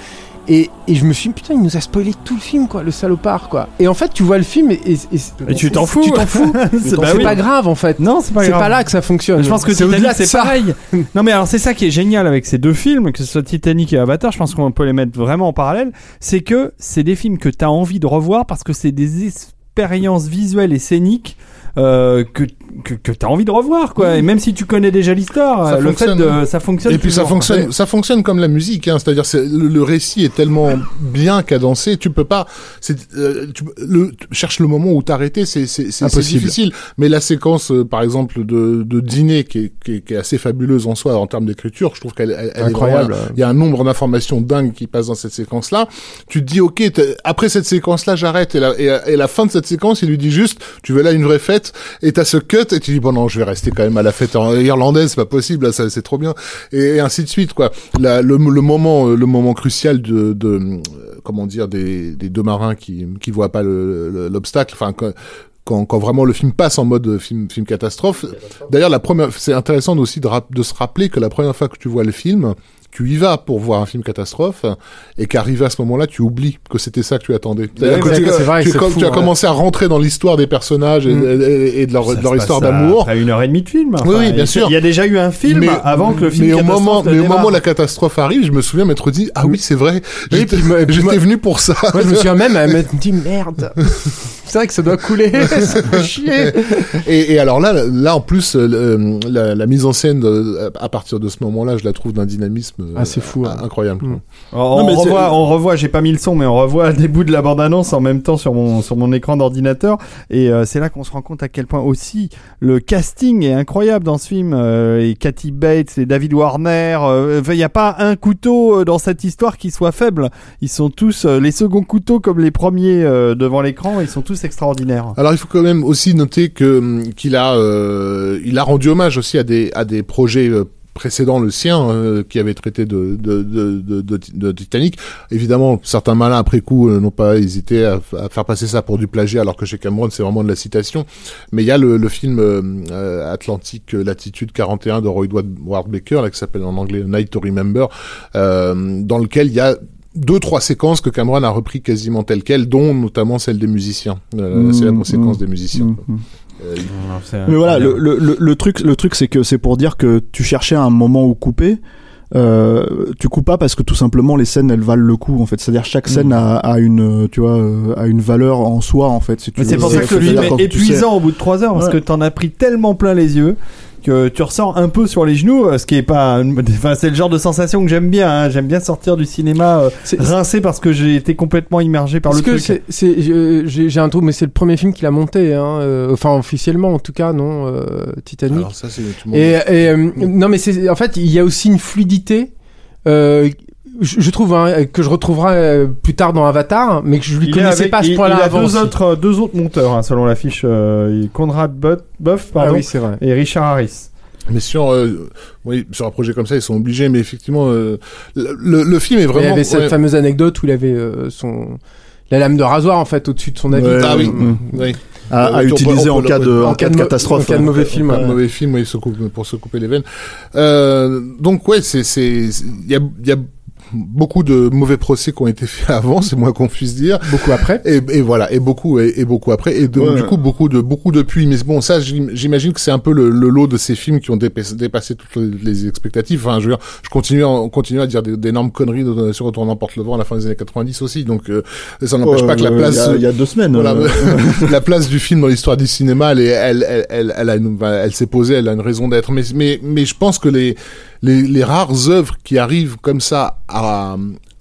[SPEAKER 6] Et, et je me suis dit, putain, il nous a spoilé tout le film, quoi, le salopard, quoi. Et en fait, tu vois le film et, et, et,
[SPEAKER 2] et tu t'en fous.
[SPEAKER 6] Tu t'en fous.
[SPEAKER 2] c'est
[SPEAKER 6] bah c'est oui. pas grave, en fait.
[SPEAKER 2] Non, c'est pas
[SPEAKER 6] c'est
[SPEAKER 2] grave.
[SPEAKER 6] C'est pas là que ça fonctionne.
[SPEAKER 2] Je pense que
[SPEAKER 6] c'est
[SPEAKER 2] Titanic, c'est pareil. Non, mais alors, c'est ça qui est génial avec ces deux films, que ce soit Titanic et Avatar, je pense qu'on peut les mettre vraiment en parallèle. C'est que c'est des films que t'as envie de revoir parce que c'est des expériences visuelles et scéniques Euh, que que, que t'as envie de revoir, quoi. Et même si tu connais déjà l'histoire,
[SPEAKER 5] ça
[SPEAKER 2] le fait de ça fonctionne.
[SPEAKER 5] Et puis ça fonctionne,
[SPEAKER 2] quoi.
[SPEAKER 5] ça fonctionne comme la musique, hein. C'est-à-dire c'est le, le récit est tellement bien cadencé, tu peux pas. C'est euh, tu le tu cherches le moment où t'arrêter, c'est c'est c'est, c'est difficile. Mais la séquence, euh, par exemple, de de dîner qui est, qui est qui est assez fabuleuse en soi en termes d'écriture, je trouve qu'elle elle, elle
[SPEAKER 6] incroyable.
[SPEAKER 5] Il y a un nombre d'informations dingues qui passent dans cette séquence-là. Tu te dis ok, après cette séquence-là, j'arrête. Et la et, et la fin de cette séquence, il lui dit juste, tu veux là une vraie fête. Et t'as ce cut et tu dis bon non, je vais rester quand même à la fête irlandaise, c'est pas possible, là, ça c'est trop bien, et, et ainsi de suite, quoi. La, le, le moment le moment crucial de, de euh, comment dire des, des deux marins qui qui voient pas le, le, l'obstacle, enfin quand, quand quand vraiment le film passe en mode film film catastrophe. D'ailleurs la première, c'est intéressant aussi de, de se rappeler que la première fois que tu vois le film, tu y vas pour voir un film catastrophe et qu'arrivé à ce moment-là, tu oublies que c'était ça que tu attendais.
[SPEAKER 6] Ouais,
[SPEAKER 5] que
[SPEAKER 6] c'est,
[SPEAKER 5] tu,
[SPEAKER 6] c'est vrai,
[SPEAKER 5] tu,
[SPEAKER 6] c'est
[SPEAKER 5] comme
[SPEAKER 6] fou,
[SPEAKER 5] tu as
[SPEAKER 6] ouais.
[SPEAKER 5] commencé à rentrer dans l'histoire des personnages et,
[SPEAKER 6] mm.
[SPEAKER 5] et, et de leur,
[SPEAKER 2] Ça
[SPEAKER 5] de leur
[SPEAKER 2] se
[SPEAKER 5] histoire
[SPEAKER 2] passe
[SPEAKER 5] d'amour.
[SPEAKER 2] Après une heure et demie de film. Enfin,
[SPEAKER 5] oui, oui, bien sûr.
[SPEAKER 2] Il y a déjà eu un film
[SPEAKER 5] mais,
[SPEAKER 2] avant que le film
[SPEAKER 5] mais au
[SPEAKER 2] catastrophe
[SPEAKER 5] moment,
[SPEAKER 2] ne
[SPEAKER 5] mais au
[SPEAKER 2] démarre.
[SPEAKER 5] moment où la catastrophe arrive, je me souviens m'être dit ah oui, c'est vrai.
[SPEAKER 6] Oui,
[SPEAKER 5] J'étais,
[SPEAKER 6] puis moi, puis
[SPEAKER 5] j'étais
[SPEAKER 6] moi,
[SPEAKER 5] venu pour ça.
[SPEAKER 6] Moi, je me souviens même à m'être dit merde. C'est vrai que ça doit couler. Ça fait chier.
[SPEAKER 5] Et, et alors là, là en plus, euh, la, la mise en scène euh, à partir de ce moment-là, je la trouve d'un dynamisme
[SPEAKER 6] ah, c'est fou,
[SPEAKER 5] euh,
[SPEAKER 6] hein.
[SPEAKER 5] incroyable.
[SPEAKER 6] Mm.
[SPEAKER 2] On,
[SPEAKER 4] Non, mais
[SPEAKER 2] on revoit, on revoit, j'ai pas mis le son, mais on revoit des bouts de la bande-annonce en même temps sur mon, sur mon écran d'ordinateur. Et euh, c'est là qu'on se rend compte à quel point aussi le casting est incroyable dans ce film. Euh, et Kathy Bates et David Warner. Il euh, n'y a pas un couteau dans cette histoire qui soit faible. Ils sont tous, euh, les seconds couteaux comme les premiers euh, devant l'écran, ils sont tous extraordinaires.
[SPEAKER 5] Alors il faut quand même aussi noter que qu'il a, euh, il a rendu hommage aussi à des, à des projets euh, précédent le sien euh, qui avait traité de de, de de de de Titanic. Évidemment, certains malins après coup euh, n'ont pas hésité à, à faire passer ça pour du plagiat, alors que chez Cameron c'est vraiment de la citation. Mais il y a le, le film euh, Atlantique Latitude quarante et un de Roy Ward Baker, là, qui s'appelle en anglais Night to Remember, euh, dans lequel il y a deux trois séquences que Cameron a repris quasiment telles quelles, dont notamment celle des musiciens, euh, mmh, la célèbre mmh, séquence des musiciens. Mmh.
[SPEAKER 4] Euh, mais voilà, le, le, le truc, le truc, c'est que c'est pour dire que tu cherchais un moment où couper. Euh, tu coupes pas parce que tout simplement les scènes elles valent le coup en fait. C'est-à-dire chaque scène mmh. a, a une, tu vois, euh, a une valeur en soi en fait. Si tu
[SPEAKER 2] mais
[SPEAKER 4] veux.
[SPEAKER 2] c'est pour ça que le film est épuisant au bout de trois heures parce ouais. que t'en as pris tellement plein les yeux que tu ressors un peu sur les genoux, ce qui est pas, enfin c'est le genre de sensation que j'aime bien. Hein. J'aime bien sortir du cinéma euh, rincé parce que j'ai été complètement immergé par
[SPEAKER 6] parce
[SPEAKER 2] le
[SPEAKER 6] que
[SPEAKER 2] truc.
[SPEAKER 6] C'est, c'est, j'ai, j'ai un trou, mais c'est le premier film qu'il a monté, hein. euh, enfin officiellement en tout cas, non, euh, Titanic.
[SPEAKER 5] Alors ça c'est tout le monde.
[SPEAKER 6] Et, et euh, non, mais c'est, en fait, il y a aussi une fluidité. Euh, je, je trouve hein, que je retrouverai euh, plus tard dans Avatar, mais que je lui il connaissais avec, pas à ce point-là
[SPEAKER 2] il, il
[SPEAKER 6] avant.
[SPEAKER 2] Il a deux autres, deux autres monteurs hein, selon l'affiche, euh, Conrad Buff, pardon,
[SPEAKER 6] ah oui, c'est vrai.
[SPEAKER 2] et Richard Harris.
[SPEAKER 5] Mais sur, euh, oui, sur un projet comme ça, ils sont obligés. Mais effectivement, euh, le, le, le film est vraiment.
[SPEAKER 6] Il y avait cette
[SPEAKER 5] ouais.
[SPEAKER 6] fameuse anecdote où il avait euh, son la lame de rasoir en fait au-dessus de son avis.
[SPEAKER 5] Ouais, ah oui.
[SPEAKER 6] Mmh.
[SPEAKER 5] oui.
[SPEAKER 4] À, à utiliser en cas de, en cas de catastrophe,
[SPEAKER 6] en cas de mauvais film,
[SPEAKER 5] en cas de mauvais film, oui, se coupe, pour se couper les veines. Euh, donc ouais, c'est, c'est, il y a, il y a beaucoup de mauvais procès qui ont été faits avant, c'est moins qu'on puisse dire.
[SPEAKER 6] Beaucoup après.
[SPEAKER 5] Et, et voilà, et beaucoup, et, et beaucoup après, et de, ouais. du coup beaucoup de beaucoup depuis. Mais bon, ça, j'imagine que c'est un peu le, le lot de ces films qui ont dépassé, dépassé toutes les expectatives. Enfin, je veux dire, je continue, on continue à dire d'énormes conneries de, sur Retour n'emporte le vent à la fin des années quatre-vingt-dix aussi. Donc, euh, ça n'empêche euh, pas que la place.
[SPEAKER 4] Il y, y a deux semaines.
[SPEAKER 5] Voilà,
[SPEAKER 4] euh...
[SPEAKER 5] la place du film dans l'histoire du cinéma, elle, elle, elle, elle, elle a une, elle s'est posée, elle a une raison d'être. Mais, mais, mais je pense que les, les, les rares œuvres qui arrivent comme ça à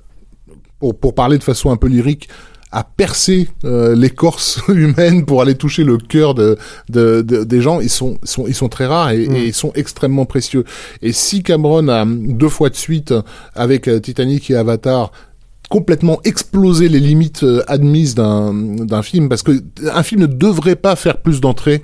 [SPEAKER 5] Pour, pour parler de façon un peu lyrique, à percer euh, l'écorce humaine pour aller toucher le cœur de, de, de des gens, ils sont, sont ils sont très rares et, mmh. et ils sont extrêmement précieux. Et si Cameron a deux fois de suite avec euh, Titanic et Avatar complètement explosé les limites euh, admises d'un d'un film, parce que un film ne devrait pas faire plus d'entrées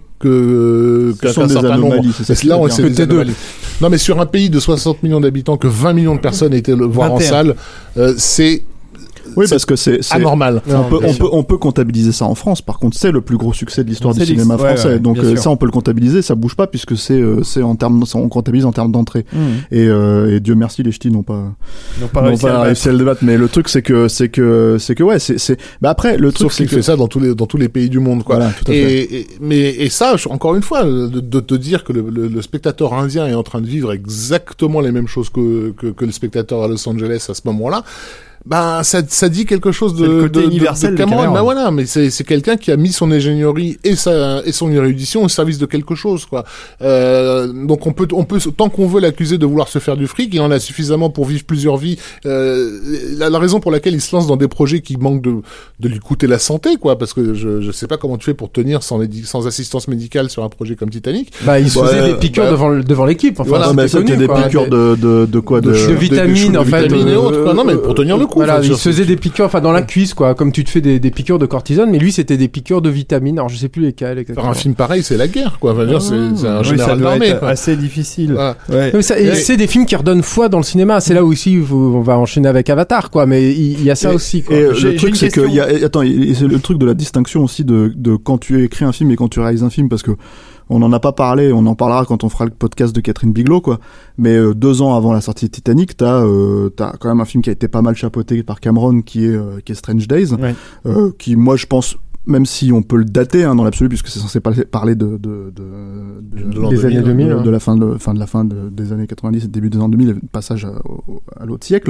[SPEAKER 5] que
[SPEAKER 4] ce sont des anomalies, c'est ça.
[SPEAKER 5] Là, on c'est des anomalies. Non, mais sur un pays de soixante millions d'habitants, que vingt millions de personnes aient été le voir en salle, euh, c'est
[SPEAKER 4] Oui, parce que c'est, c'est
[SPEAKER 5] anormal.
[SPEAKER 4] on, peut, on, peut, on peut comptabiliser ça en France. Par contre, c'est le plus gros succès de l'histoire
[SPEAKER 2] C'est
[SPEAKER 4] du cinéma
[SPEAKER 2] ouais,
[SPEAKER 4] français.
[SPEAKER 2] ouais,
[SPEAKER 4] Donc euh,
[SPEAKER 2] sûr.
[SPEAKER 4] ça, on peut le comptabiliser. Ça bouge pas puisque c'est, euh, c'est en termes, on comptabilise en termes d'entrée.
[SPEAKER 2] Mmh.
[SPEAKER 4] Et, euh, et Dieu merci, les ch'tis n'ont pas,
[SPEAKER 2] Ils n'ont pas
[SPEAKER 4] n'ont
[SPEAKER 2] réussi,
[SPEAKER 4] pas
[SPEAKER 2] à, le
[SPEAKER 4] réussi à le débattre. Mais le truc, c'est que, c'est que, c'est que ouais, c'est, c'est. Bah après, le truc,
[SPEAKER 5] Sauf
[SPEAKER 4] c'est
[SPEAKER 5] qu'il
[SPEAKER 4] que
[SPEAKER 5] fait ça dans tous les dans tous les pays du monde, quoi.
[SPEAKER 4] Voilà, tout à
[SPEAKER 5] et,
[SPEAKER 4] fait.
[SPEAKER 5] et mais et ça, je- encore une fois, de, de te dire que le, le, le spectateur indien est en train de vivre exactement les mêmes choses que que, que le spectateur à Los Angeles à ce moment-là. Ben ça, ça dit quelque chose de,
[SPEAKER 2] C'est le côté
[SPEAKER 5] de, de-
[SPEAKER 2] universel
[SPEAKER 5] de
[SPEAKER 2] de
[SPEAKER 5] Cameron.
[SPEAKER 2] Cameron.
[SPEAKER 5] Ben voilà, mais c'est c'est quelqu'un qui a mis son ingénierie et sa et son érudition au service de quelque chose, quoi. Euh, donc on peut on peut tant qu'on veut l'accuser de vouloir se faire du fric, il en a suffisamment pour vivre plusieurs vies. Euh, la, la raison pour laquelle il se lance dans des projets qui manquent de de lui coûter la santé, quoi, parce que je je sais pas comment tu fais pour tenir sans médi- sans assistance médicale sur un projet comme Titanic.
[SPEAKER 6] Bah, il se
[SPEAKER 4] Ouais,
[SPEAKER 6] faisait des piqûres
[SPEAKER 5] bah,
[SPEAKER 6] devant, le- devant l'équipe. Enfin,
[SPEAKER 5] voilà,
[SPEAKER 4] Ouais, mais
[SPEAKER 6] c'était
[SPEAKER 4] c'était
[SPEAKER 6] connu,
[SPEAKER 4] des
[SPEAKER 6] quoi.
[SPEAKER 4] piqûres de, de, de quoi,
[SPEAKER 5] de
[SPEAKER 4] de,
[SPEAKER 6] de
[SPEAKER 5] chou-
[SPEAKER 6] vitamines,
[SPEAKER 5] de
[SPEAKER 6] en fait.
[SPEAKER 5] vitamines et
[SPEAKER 6] euh,
[SPEAKER 5] autres, quoi. Non, mais pour tenir le coup,
[SPEAKER 6] Voilà,
[SPEAKER 5] enfin,
[SPEAKER 6] il
[SPEAKER 5] je-
[SPEAKER 6] se faisait des piqûres, enfin, dans la cuisse, quoi, comme tu te fais des, des piqûres de cortisone, mais lui, c'était des piqûres de vitamines. Alors, je sais plus lesquelles, exactement.
[SPEAKER 5] faire un film pareil, c'est la guerre, quoi. Enfin, je veux dire, c'est c'est un
[SPEAKER 2] Oui, ça
[SPEAKER 5] général
[SPEAKER 2] doit
[SPEAKER 5] d'armée,
[SPEAKER 2] être
[SPEAKER 5] quoi.
[SPEAKER 2] assez difficile.
[SPEAKER 5] Voilà.
[SPEAKER 2] Ouais.
[SPEAKER 6] Mais ça- et
[SPEAKER 5] Et-
[SPEAKER 6] c'est des films qui redonnent foi dans le cinéma. C'est là où aussi où on va enchaîner avec Avatar, quoi. Mais il il y, a ça
[SPEAKER 4] Et-
[SPEAKER 6] aussi, quoi.
[SPEAKER 4] Et euh,
[SPEAKER 2] J'ai-
[SPEAKER 4] le
[SPEAKER 2] j'ai
[SPEAKER 4] truc,
[SPEAKER 2] une
[SPEAKER 4] c'est que
[SPEAKER 2] question.
[SPEAKER 4] il y a, attends, et c'est le truc de la distinction aussi de, de quand tu écris un film et quand tu réalises un film, parce que on n'en a pas parlé, on en parlera quand on fera le podcast de Catherine Bigelow, quoi. Mais euh, deux ans avant la sortie de Titanic, t'as, euh, t'as quand même un film qui a été pas mal chapeauté par Cameron, qui est, euh, qui est Strange Days,
[SPEAKER 2] Ouais.
[SPEAKER 4] euh, qui, moi, je pense, même si on peut le dater hein, dans l'absolu, puisque c'est censé parler, parler de, de, de, de,
[SPEAKER 5] De l'an
[SPEAKER 6] Des
[SPEAKER 5] deux mille,
[SPEAKER 6] années deux mille,
[SPEAKER 4] de,
[SPEAKER 6] ouais.
[SPEAKER 4] de la fin de, fin de la fin de- des années quatre-vingt-dix et début des années deux mille, passage à, au- à l'autre siècle.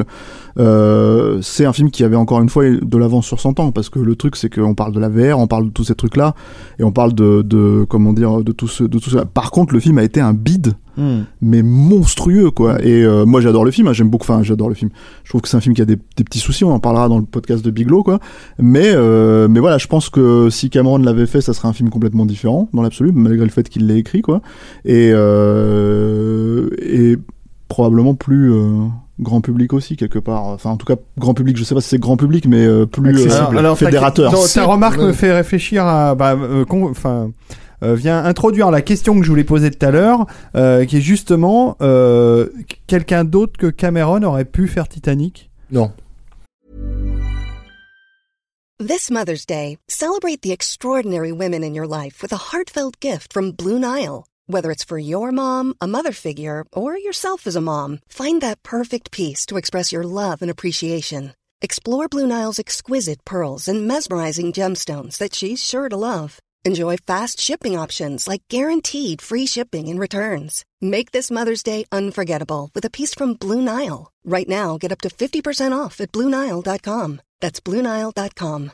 [SPEAKER 4] Euh, c'est un film qui avait encore une fois de l'avance sur son temps, parce que le truc c'est qu'on parle de la V R, on parle de tous ces trucs-là, et on parle de, de comment dire, de tout ce, de tout cela. Par contre, le film a été un bide,
[SPEAKER 2] Hmm.
[SPEAKER 4] mais monstrueux, quoi. Et euh, moi, j'adore le film, hein, j'aime beaucoup, enfin, j'adore le film. Je trouve que c'est un film qui a des, des petits soucis, on en parlera dans le podcast de Bigelow, quoi. Mais, euh, mais voilà, je pense que si Cameron l'avait fait, ça serait un film complètement différent, dans l'absolu, malgré le fait qu'il l'ait écrit, quoi. Et, euh, et probablement plus euh, grand public aussi, quelque part. Enfin, en tout cas, grand public, je sais pas si c'est grand public, mais euh, plus euh,
[SPEAKER 2] Alors, alors, ta-
[SPEAKER 4] fédérateur.
[SPEAKER 2] non,
[SPEAKER 5] C'est-
[SPEAKER 2] ta remarque
[SPEAKER 5] Ouais.
[SPEAKER 2] me fait réfléchir à, bah, euh, con- enfin, euh, vient introduire la question que je voulais poser tout à l'heure, euh, qui est justement, euh, quelqu'un d'autre que Cameron aurait pu faire Titanic.
[SPEAKER 5] Non.
[SPEAKER 7] This Mother's Day, celebrate the extraordinary women in your life with a heartfelt gift from Blue Nile. Whether it's for your mom, a mother figure, or yourself as a mom, find that perfect piece to express your love and appreciation. Explore Blue Nile's exquisite pearls and mesmerizing gemstones that she's sure to love. Enjoy fast shipping options like guaranteed free shipping and returns. Make this Mother's Day unforgettable with a piece from Blue Nile. Right now, get up to fifty percent off at blue nile dot com. That's blue nile dot com.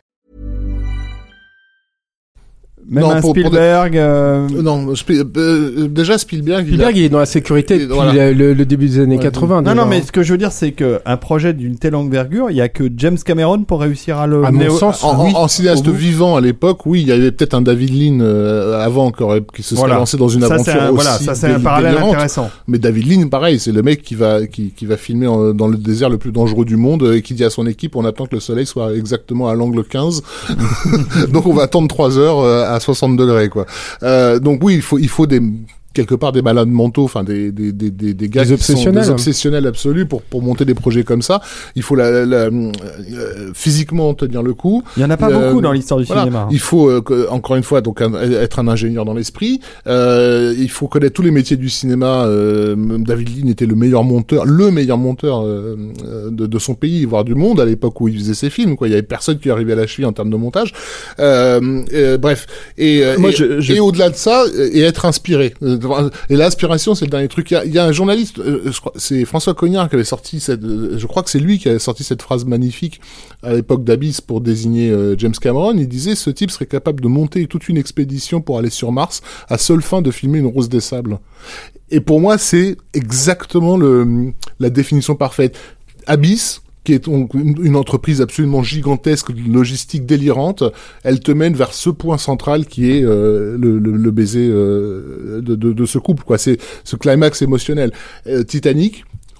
[SPEAKER 2] Même
[SPEAKER 5] Non,
[SPEAKER 2] un
[SPEAKER 5] pour- pour
[SPEAKER 2] Spielberg. euh,
[SPEAKER 5] Non, Spi- euh, déjà Spielberg, il a-
[SPEAKER 6] Spielberg, il est dans la sécurité depuis
[SPEAKER 5] Voilà.
[SPEAKER 6] le, le- le début des années
[SPEAKER 5] Ouais.
[SPEAKER 6] quatre-vingts.
[SPEAKER 2] Non,
[SPEAKER 6] déjà,
[SPEAKER 2] non, mais
[SPEAKER 6] hein.
[SPEAKER 2] ce que je veux dire, c'est que un projet d'une telle envergure, il y a que James Cameron pour réussir à le.
[SPEAKER 6] À mon
[SPEAKER 2] mener au-
[SPEAKER 6] sens,
[SPEAKER 5] En, en-
[SPEAKER 6] oui,
[SPEAKER 5] en cinéaste
[SPEAKER 6] au bout.
[SPEAKER 5] vivant à l'époque, oui, il y avait peut-être un David Lean euh, avant qui, aurait, qui se serait
[SPEAKER 2] Voilà.
[SPEAKER 5] lancé dans une
[SPEAKER 2] Ça,
[SPEAKER 5] aventure
[SPEAKER 2] c'est un,
[SPEAKER 5] aussi
[SPEAKER 2] voilà, ça c'est un
[SPEAKER 5] déli-
[SPEAKER 2] parallèle
[SPEAKER 5] délirante.
[SPEAKER 2] intéressant.
[SPEAKER 5] Mais David Lean, pareil, c'est le mec qui va qui, qui va filmer en- dans le désert le plus dangereux du monde euh, et qui dit à son équipe on attend que le soleil soit exactement à l'angle quinze. Donc on va attendre trois heures euh, à soixante degrés, quoi. Euh, donc oui, il faut il faut des quelque part des malades mentaux, enfin des des des des, des gars
[SPEAKER 6] Des
[SPEAKER 5] qui sont
[SPEAKER 6] obsessionnels.
[SPEAKER 5] des obsessionnels absolus pour pour monter des projets comme ça. Il faut la, la- la- euh, physiquement tenir le coup.
[SPEAKER 2] Il y en a pas
[SPEAKER 5] Euh,
[SPEAKER 2] beaucoup dans l'histoire du
[SPEAKER 5] Voilà.
[SPEAKER 2] cinéma.
[SPEAKER 5] Il faut euh, que- encore une fois donc un- être un ingénieur dans l'esprit. Euh, il faut connaître tous les métiers du cinéma. Euh, David Lean était le meilleur monteur, le meilleur monteur euh, euh, de, de son pays, voire du monde à l'époque où il faisait ses films. Quoi, il y avait personne qui arrivait à la cheville en termes de montage. Euh, euh, bref, et, euh,
[SPEAKER 4] Moi,
[SPEAKER 5] et,
[SPEAKER 4] je- je-
[SPEAKER 5] et au-delà de ça, euh, et être inspiré. Euh, Et l'inspiration, c'est le dernier truc. Il y a, il y a un journaliste, euh, je crois, c'est François Cognard qui avait sorti cette. euh, Je crois que c'est lui qui avait sorti cette phrase magnifique à l'époque d'Abyss pour désigner euh, James Cameron. Il disait ce type serait capable de monter toute une expédition pour aller sur Mars à seule fin de filmer une rose des sables. Et pour moi, c'est exactement le la définition parfaite. Abyss, qui est donc une une entreprise absolument gigantesque, logistique délirante, elle te mène vers ce point central qui est euh, le, le, le baiser euh, de, de, de ce couple, quoi. C'est ce climax émotionnel. Euh, Titanic,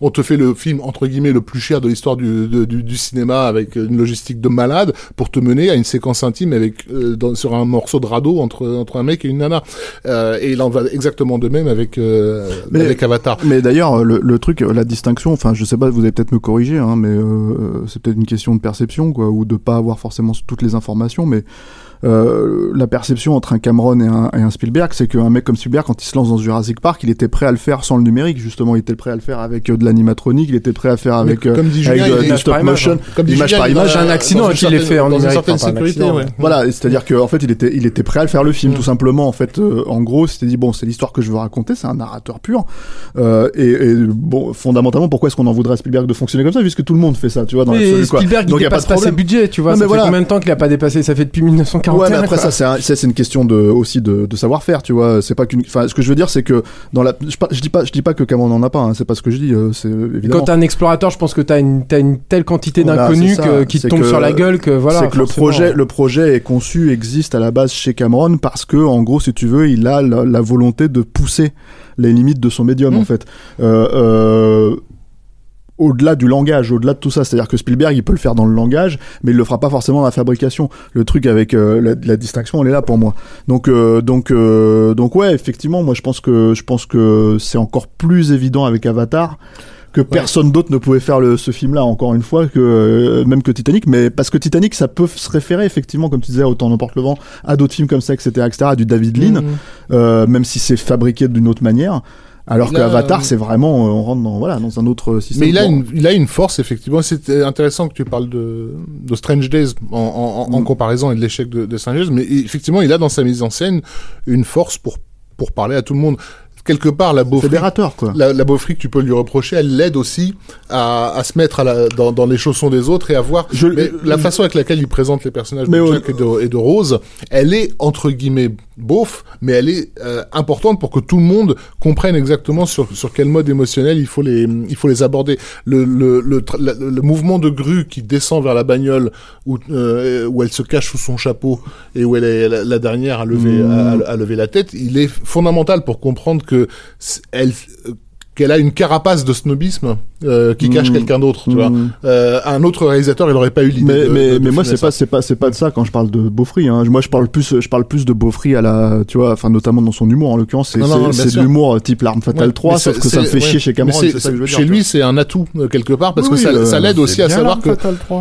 [SPEAKER 5] on te fait le film entre guillemets le plus cher de l'histoire du, de, du, du cinéma avec une logistique de malade pour te mener à une séquence intime avec euh, dans, sur un morceau de radeau entre entre un mec et une nana. Euh, et il en va exactement de même avec euh, mais, avec Avatar.
[SPEAKER 4] Mais d'ailleurs le, le truc, la distinction, enfin je sais pas, vous allez peut-être me corriger, hein, mais euh, c'est peut-être une question de perception quoi, ou de pas avoir forcément toutes les informations, mais Euh, la perception entre un Cameron et un, et un Spielberg, c'est qu'un mec comme Spielberg, quand il se lance dans Jurassic Park, il était prêt à le faire sans le numérique, justement, il était prêt à le faire avec euh, de l'animatronique, il était prêt à faire avec,
[SPEAKER 5] euh, comme dit
[SPEAKER 4] avec
[SPEAKER 5] Julien,
[SPEAKER 4] de, du stop motion,
[SPEAKER 5] comme
[SPEAKER 4] image par image.
[SPEAKER 6] J'ai un accident et puis il est fait en
[SPEAKER 5] dans
[SPEAKER 6] numérique.
[SPEAKER 5] Une certaine sécurité, ouais.
[SPEAKER 4] Voilà, c'est-à-dire qu'en fait, il était, il était prêt à le faire le film, mmh. tout simplement. En fait, euh, en gros, c'était dit bon, c'est l'histoire que je veux raconter, c'est un narrateur pur. Euh, et, et bon, fondamentalement, pourquoi est-ce qu'on en voudrait à Spielberg de fonctionner comme ça, puisque tout le monde fait ça, tu vois, dans l'absolu, quoi.
[SPEAKER 6] Spielberg, il dépasse pas ses budgets, tu vois. Ça fait combien de temps qu'il a pas dépassé? Ça fait depuis mille neuf cent quarante et un.
[SPEAKER 4] Ouais, mais après ça, c'est un, c'est une question de aussi de, de savoir-faire, tu vois. C'est pas qu'une. Enfin, ce que je veux dire, c'est que dans la. Je, je dis pas, je dis pas que Cameron n'en a pas. Hein, c'est pas ce que je dis. Euh, c'est évidemment.
[SPEAKER 6] Quand t'es un explorateur, je pense que t'as une, t'as une telle quantité d'inconnus voilà, que, qui te tombent sur la gueule que voilà.
[SPEAKER 4] C'est que le projet, le projet est conçu, existe à la base chez Cameron parce que, en gros, si tu veux, il a la, la volonté de pousser les limites de son médium, mmh. en fait. Euh, euh, au-delà du langage, au-delà de tout ça, c'est-à-dire que Spielberg, il peut le faire dans le langage, mais il le fera pas forcément dans la fabrication. Le truc avec euh, la, la distinction, elle est là pour moi. Donc, euh, donc, euh, donc ouais, effectivement, moi je pense que je pense que c'est encore plus évident avec Avatar que personne ouais. d'autre ne pouvait faire le, ce film-là, encore une fois, que euh, même que Titanic, mais parce que Titanic, ça peut se référer effectivement, comme tu disais, Autant n'emporte le vent, à d'autres films comme ça, et cetera, et cetera, à du David Lean, mmh. euh, même si c'est fabriqué d'une autre manière. Alors qu'Avatar, euh... c'est vraiment, euh, on rentre dans, voilà, dans un autre système.
[SPEAKER 5] Mais il a, une, il a une force, effectivement. C'est intéressant que tu parles de, de Strange Days en, en, en, mm. en comparaison et de l'échec de, de Strange Days. Mais effectivement, il a dans sa mise en scène une force pour, pour parler à tout le monde. Quelque part, la beaufrie,
[SPEAKER 4] fédérateur, quoi.
[SPEAKER 5] La, la beaufrie que tu peux lui reprocher, elle l'aide aussi à, à se mettre à la, dans, dans les chaussons des autres et à voir. Je, mais la je, façon avec laquelle il présente les personnages de Jack et, de, et de Rose, elle est entre guillemets beauf, mais elle est euh, importante pour que tout le monde comprenne exactement sur sur quel mode émotionnel il faut les il faut les aborder. Le le le, le, le mouvement de grue qui descend vers la bagnole où euh, où elle se cache sous son chapeau et où elle est la, la dernière à lever mmh. à, à lever la tête, il est fondamental pour comprendre que elle qu'elle a une carapace de snobisme euh, qui cache mmh. quelqu'un d'autre, tu mmh. vois. Euh, un autre réalisateur, il aurait pas eu l'idée.
[SPEAKER 4] Mais
[SPEAKER 5] de,
[SPEAKER 4] mais
[SPEAKER 5] de, de
[SPEAKER 4] mais moi c'est
[SPEAKER 5] ça.
[SPEAKER 4] pas c'est pas c'est pas de ça quand je parle de Beaufry. Hein. Moi je parle plus je parle plus de Beaufry à la tu vois, enfin notamment dans son humour en l'occurrence. C'est non, c'est, non, c'est de l'humour type L'Arme Fatale ouais, trois, sauf que ça me fait ouais. chier chez Cameron. C'est, c'est ça que je veux dire,
[SPEAKER 5] chez lui, c'est un atout euh, quelque part parce oui, que ça, euh, ça l'aide aussi à savoir que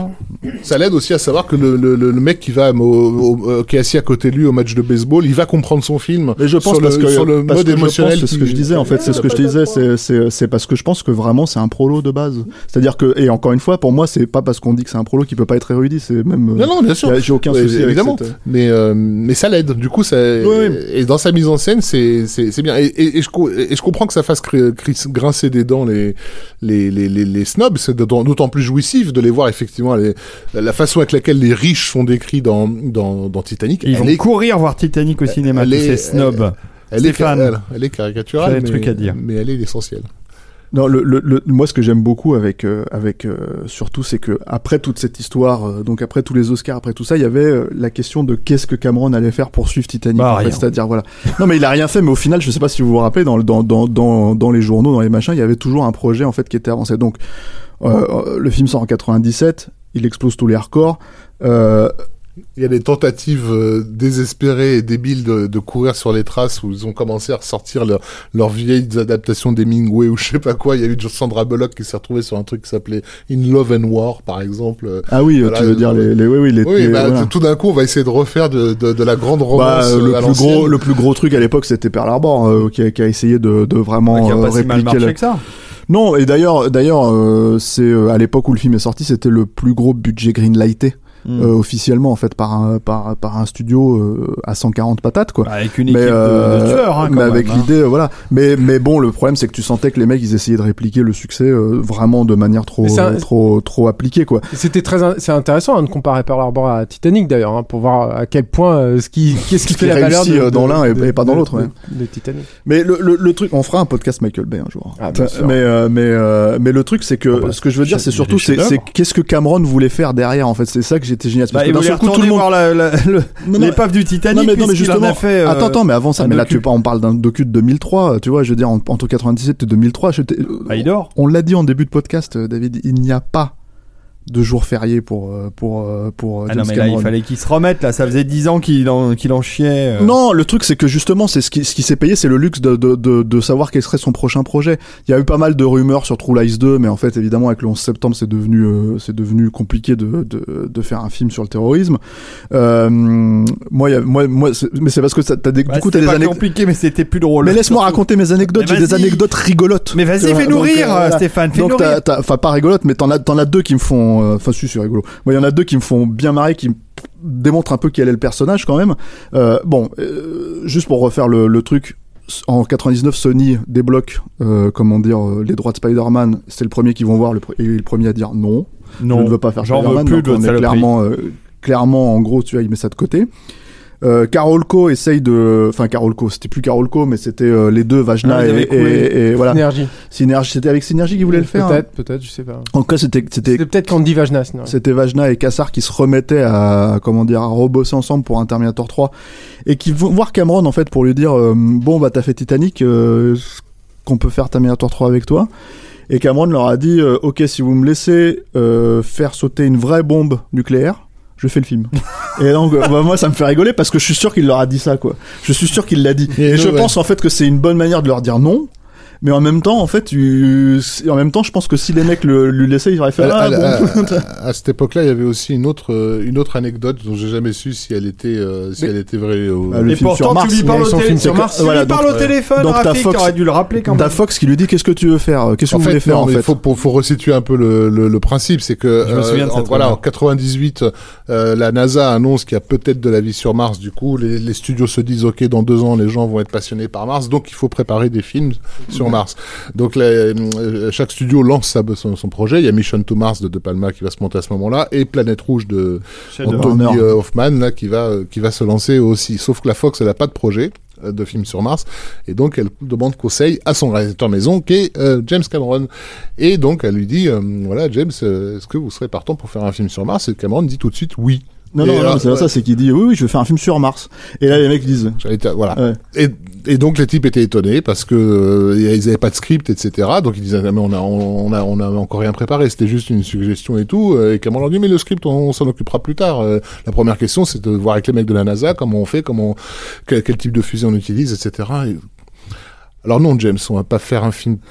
[SPEAKER 5] ça l'aide aussi à savoir que le le le mec qui va au, au, au, qui est assis à côté de lui au match de baseball, il va comprendre son film.
[SPEAKER 4] Mais je pense
[SPEAKER 5] sur
[SPEAKER 4] parce
[SPEAKER 5] le,
[SPEAKER 4] que
[SPEAKER 5] sur le mode émotionnel.
[SPEAKER 4] C'est ce que je disais en fait. C'est ce que je te disais. C'est c'est c'est parce que je pense que vraiment c'est un prolo de base. C'est-à-dire que, et encore une fois, pour moi, c'est pas parce qu'on dit que c'est un prolo qui peut pas être érudit, c'est même.
[SPEAKER 5] Non, non, bien sûr.
[SPEAKER 4] J'ai aucun souci
[SPEAKER 5] ouais, évidemment.
[SPEAKER 4] avec cette...
[SPEAKER 5] Mais, euh, mais ça l'aide. Du coup, ça, ouais. et dans sa mise en scène, c'est, c'est, c'est bien. Et, et, et, je, et je comprends que ça fasse cr- cr- grincer des dents les, les, les, les, les snobs. C'est d'autant plus jouissif de les voir, effectivement, les, la façon avec laquelle les riches sont décrits dans, dans, dans Titanic.
[SPEAKER 2] Et ils vont est... courir voir Titanic au cinéma, tous ces snobs.
[SPEAKER 5] Elle, elle, est, elle, elle est caricaturale, mais,
[SPEAKER 2] trucs à dire.
[SPEAKER 5] mais elle est l'essentiel.
[SPEAKER 4] Non, le, le, le, moi, ce que j'aime beaucoup avec, euh, avec euh, surtout, c'est que après toute cette histoire, euh, donc après tous les Oscars, après tout ça, il y avait euh, la question de qu'est-ce que Cameron allait faire pour suivre Titanic.
[SPEAKER 2] Bah,
[SPEAKER 4] en fait, c'est-à-dire voilà. Non, mais il a rien fait, mais au final, je sais pas si vous vous rappelez, dans dans dans dans, dans les journaux, dans les machins, il y avait toujours un projet en fait qui était avancé. Donc, euh, le film sort en quatre-vingt-dix-sept, il explose tous les records. Euh,
[SPEAKER 5] Il y a des tentatives euh, désespérées et débiles de, de courir sur les traces où ils ont commencé à ressortir leur, leurs vieilles adaptations d'Hemingway ou je sais pas quoi. Il y a eu Sandra Bullock qui s'est retrouvée sur un truc qui s'appelait In Love and War, par exemple.
[SPEAKER 4] Ah oui, voilà, tu veux euh, dire les, les, oui, oui, les,
[SPEAKER 5] oui,
[SPEAKER 4] les,
[SPEAKER 5] bah,
[SPEAKER 4] voilà.
[SPEAKER 5] Tout d'un coup, on va essayer de refaire de, de, de la grande romance.
[SPEAKER 4] Bah, le
[SPEAKER 5] à
[SPEAKER 4] plus
[SPEAKER 5] l'ancienne.
[SPEAKER 4] gros, le plus gros truc à l'époque, c'était Pearl Harbor, euh, qui, a, qui a essayé de, de vraiment
[SPEAKER 2] ouais, qui a pas
[SPEAKER 4] répliquer.
[SPEAKER 2] Si mal marché
[SPEAKER 4] le...
[SPEAKER 2] que ça.
[SPEAKER 4] Non, et d'ailleurs, d'ailleurs, euh, c'est euh, à l'époque où le film est sorti, c'était le plus gros budget greenlighté. Mmh. Euh, officiellement en fait par un par par un studio euh, à cent quarante patates quoi.
[SPEAKER 2] Avec une équipe
[SPEAKER 4] mais, euh,
[SPEAKER 2] de, de tueurs hein, quand
[SPEAKER 4] mais
[SPEAKER 2] même,
[SPEAKER 4] avec
[SPEAKER 2] hein.
[SPEAKER 4] l'idée euh, voilà mais mais bon le problème c'est que tu sentais que les mecs ils essayaient de répliquer le succès euh, vraiment de manière trop un... trop trop appliquée quoi.
[SPEAKER 6] C'était très in... c'est intéressant hein, de comparer Pearl Harbor à Titanic d'ailleurs hein, pour voir à quel point euh, ce qui qu'est-ce qui fait la valeur de,
[SPEAKER 4] dans
[SPEAKER 6] de,
[SPEAKER 4] l'un et,
[SPEAKER 6] de,
[SPEAKER 4] et pas dans
[SPEAKER 6] de,
[SPEAKER 4] l'autre
[SPEAKER 6] de,
[SPEAKER 4] ouais.
[SPEAKER 6] de Titanic.
[SPEAKER 4] Mais le, le le truc on fera un podcast Michael Bay un jour.
[SPEAKER 6] Ah, bien sûr.
[SPEAKER 4] Mais euh, mais euh, mais le truc c'est que ah bah, ce que je veux dire c'est surtout c'est c'est qu'est-ce que Cameron voulait faire derrière en fait c'est ça que était génial. Parce
[SPEAKER 2] Bah,
[SPEAKER 4] que
[SPEAKER 2] il
[SPEAKER 4] d'un
[SPEAKER 2] voulait
[SPEAKER 4] seul coup, tout
[SPEAKER 2] retourner
[SPEAKER 4] le monde.
[SPEAKER 2] voir la, la, le,
[SPEAKER 4] Non, non,
[SPEAKER 2] l'épave du Titanic.
[SPEAKER 4] Non mais, non, mais
[SPEAKER 2] puisqu'il en
[SPEAKER 4] justement,
[SPEAKER 2] a fait, euh,
[SPEAKER 4] attends, attends, mais avant ça,
[SPEAKER 2] un
[SPEAKER 4] mais là,
[SPEAKER 2] docu.
[SPEAKER 4] tu, on parle d'un docu de deux mille trois, tu vois, je veux dire, en- entre quatre-vingt-dix-sept et deux mille trois, je t'ai-
[SPEAKER 2] Bah, il dort.
[SPEAKER 4] on l'a dit en début de podcast, euh, David, il n'y a pas de jour férié pour, euh, pour, euh, pour euh,
[SPEAKER 2] Ah
[SPEAKER 4] James
[SPEAKER 2] non, mais là,
[SPEAKER 4] Cameron.
[SPEAKER 2] il fallait qu'il se remette, là. Ça faisait dix ans qu'il en, qu'il en chiait. euh.
[SPEAKER 4] Non, le truc c'est que justement, c'est ce qui, ce qui s'est payé, c'est le luxe de, de, de, de savoir quel serait son prochain projet. Il y a eu pas mal de rumeurs sur True Lies deux, mais en fait, évidemment, avec le onze septembre, c'est devenu, euh, c'est devenu compliqué de, de, de faire un film sur le terrorisme. Euh, moi, il y a, moi, moi, c'est- mais c'est parce que ça, t'as des,
[SPEAKER 2] Bah,
[SPEAKER 4] du coup, t'as
[SPEAKER 2] c'était
[SPEAKER 4] des
[SPEAKER 2] pas
[SPEAKER 4] anecdotes.
[SPEAKER 2] compliqué, mais c'était plus drôle.
[SPEAKER 4] Mais laisse-moi raconter mes anecdotes.
[SPEAKER 2] Mais
[SPEAKER 4] J'ai des
[SPEAKER 2] vas-y.
[SPEAKER 4] anecdotes rigolotes.
[SPEAKER 2] Mais vas-y,
[SPEAKER 4] Tu vois,
[SPEAKER 2] fais-nous
[SPEAKER 4] donc,
[SPEAKER 2] rire,
[SPEAKER 4] euh, voilà.
[SPEAKER 2] Stéphane, fais-nous
[SPEAKER 4] Donc, t'as-
[SPEAKER 2] rire.
[SPEAKER 4] t'as- enfin, pas rigolote, mais t'en as, t'en as deux qui me font, euh, enfin, si, c'est rigolo. Moi, il y en a deux qui me font bien marrer, qui me démontrent un peu quel est le personnage quand même. Euh, bon, euh, juste pour refaire le, le truc. En quatre-vingt-dix-neuf, Sony débloque, euh, comment dire, euh, les droits de Spider-Man. C'est le premier qu'ils vont voir, le, pr- et le premier à dire non.
[SPEAKER 2] Non,
[SPEAKER 4] Je ne veux pas faire
[SPEAKER 2] j'en veux
[SPEAKER 4] Spider-Man.
[SPEAKER 2] plus
[SPEAKER 4] donc
[SPEAKER 2] de
[SPEAKER 4] on
[SPEAKER 2] votre
[SPEAKER 4] est
[SPEAKER 2] saloperie.
[SPEAKER 4] clairement, euh, clairement, en gros, tu vois, il met ça de côté. Euh, Carolco essaye de, enfin Carolco, c'était plus Carolco, mais c'était euh, les deux, Vajna
[SPEAKER 2] Ah, ils
[SPEAKER 4] et,
[SPEAKER 2] avaient coulé.
[SPEAKER 4] et, et voilà.
[SPEAKER 6] Synergie.
[SPEAKER 4] Synergie, c'était avec Synergie qu'ils voulaient le faire. hein.
[SPEAKER 6] Peut-être, peut-être, je sais pas.
[SPEAKER 4] En tout cas, c'était, c'était,
[SPEAKER 6] C'était peut-être Candy Vajna, sinon.
[SPEAKER 4] c'était Vajna et Kassar qui se remettaient à, comment dire, à rebosser ensemble pour un Terminator trois et qui vont voir Cameron en fait pour lui dire, euh, bon bah t'as fait Titanic, euh, qu'on peut faire Terminator trois avec toi. Et Cameron leur a dit, euh, ok, si vous me laissez euh, faire sauter une vraie bombe nucléaire, je fais le film. Et donc, euh, bah, moi, ça me fait rigoler parce que je suis sûr qu'il leur a dit ça, quoi. Je suis sûr qu'il l'a dit. Et,
[SPEAKER 5] Et
[SPEAKER 4] je
[SPEAKER 5] ouais.
[SPEAKER 4] pense en fait que c'est une bonne manière de leur dire non. Mais en même temps, en fait, tu... en même temps, je pense que si les mecs le, lui laissaient, il aurait fait.
[SPEAKER 5] À,
[SPEAKER 4] Ah,
[SPEAKER 5] à-
[SPEAKER 4] bon.
[SPEAKER 5] à- à cette époque-là, il y avait aussi une autre, euh, une autre anecdote dont j'ai jamais su si elle était, euh, si
[SPEAKER 6] Mais-
[SPEAKER 5] elle était vraie. Ou...
[SPEAKER 4] Ah, le
[SPEAKER 2] Et
[SPEAKER 4] film sur
[SPEAKER 2] pourtant,
[SPEAKER 4] Mars,
[SPEAKER 2] tu lui
[SPEAKER 4] mais
[SPEAKER 2] parles au,
[SPEAKER 6] son
[SPEAKER 2] télé-
[SPEAKER 6] film sur
[SPEAKER 2] tu
[SPEAKER 6] Mars.
[SPEAKER 2] lui parles au téléphone,
[SPEAKER 4] donc t'as
[SPEAKER 2] Rafik,
[SPEAKER 4] Fox-
[SPEAKER 2] t'aurais dû le rappeler quand même.
[SPEAKER 4] T'as Fox qui lui dit qu'est-ce que tu veux faire, qu'est-ce que
[SPEAKER 5] En
[SPEAKER 4] vous
[SPEAKER 5] fait,
[SPEAKER 4] voulez faire
[SPEAKER 5] non,
[SPEAKER 4] en
[SPEAKER 5] mais
[SPEAKER 4] fait.
[SPEAKER 5] faut, faut, faut resituer un peu le, le, le principe, c'est que
[SPEAKER 2] Je me souviens de
[SPEAKER 5] en,
[SPEAKER 2] cette
[SPEAKER 5] voilà,
[SPEAKER 2] rumeur.
[SPEAKER 5] en quatre-vingt-dix-huit, euh, la NASA annonce qu'il y a peut-être de la vie sur Mars. Du coup, les, les studios se disent ok, dans deux ans, les gens vont être passionnés par Mars, donc il faut préparer des films sur Mars. Donc les, euh, chaque studio lance sa, son, son projet. Il y a Mission to Mars de De Palma qui va se monter à ce moment-là, et Planète Rouge de
[SPEAKER 2] Chef de
[SPEAKER 5] Anthony
[SPEAKER 4] Warner.
[SPEAKER 5] euh, Hoffman là qui va euh, qui va se lancer aussi. Sauf que la Fox elle a pas de projet euh, de film sur Mars, et donc elle demande conseil à son réalisateur maison qui est euh, James Cameron. Et donc elle lui dit euh, voilà James, euh, est-ce que vous serez partant pour faire un film sur Mars? Et Cameron dit tout de suite oui.
[SPEAKER 4] Non,
[SPEAKER 5] Et
[SPEAKER 4] non, non,
[SPEAKER 5] alors,
[SPEAKER 4] c'est pas
[SPEAKER 5] ouais.
[SPEAKER 4] ça, c'est qu'il dit oui, oui, je vais faire un film sur Mars. Et là, les mecs disent.
[SPEAKER 5] J'allais te- voilà.
[SPEAKER 4] Ouais.
[SPEAKER 5] Et, et donc les types étaient étonnés parce que euh, ils avaient pas de script, et cetera. Donc ils disaient ah, mais on a on a on a encore rien préparé, c'était juste une suggestion et tout. Et Cameron leur dit mais le script on, on s'en occupera plus tard. Euh, la première question c'est de voir avec les mecs de la NASA comment on fait, comment quel, quel type de fusée on utilise, et cetera. Et... Alors non James, on va pas faire un film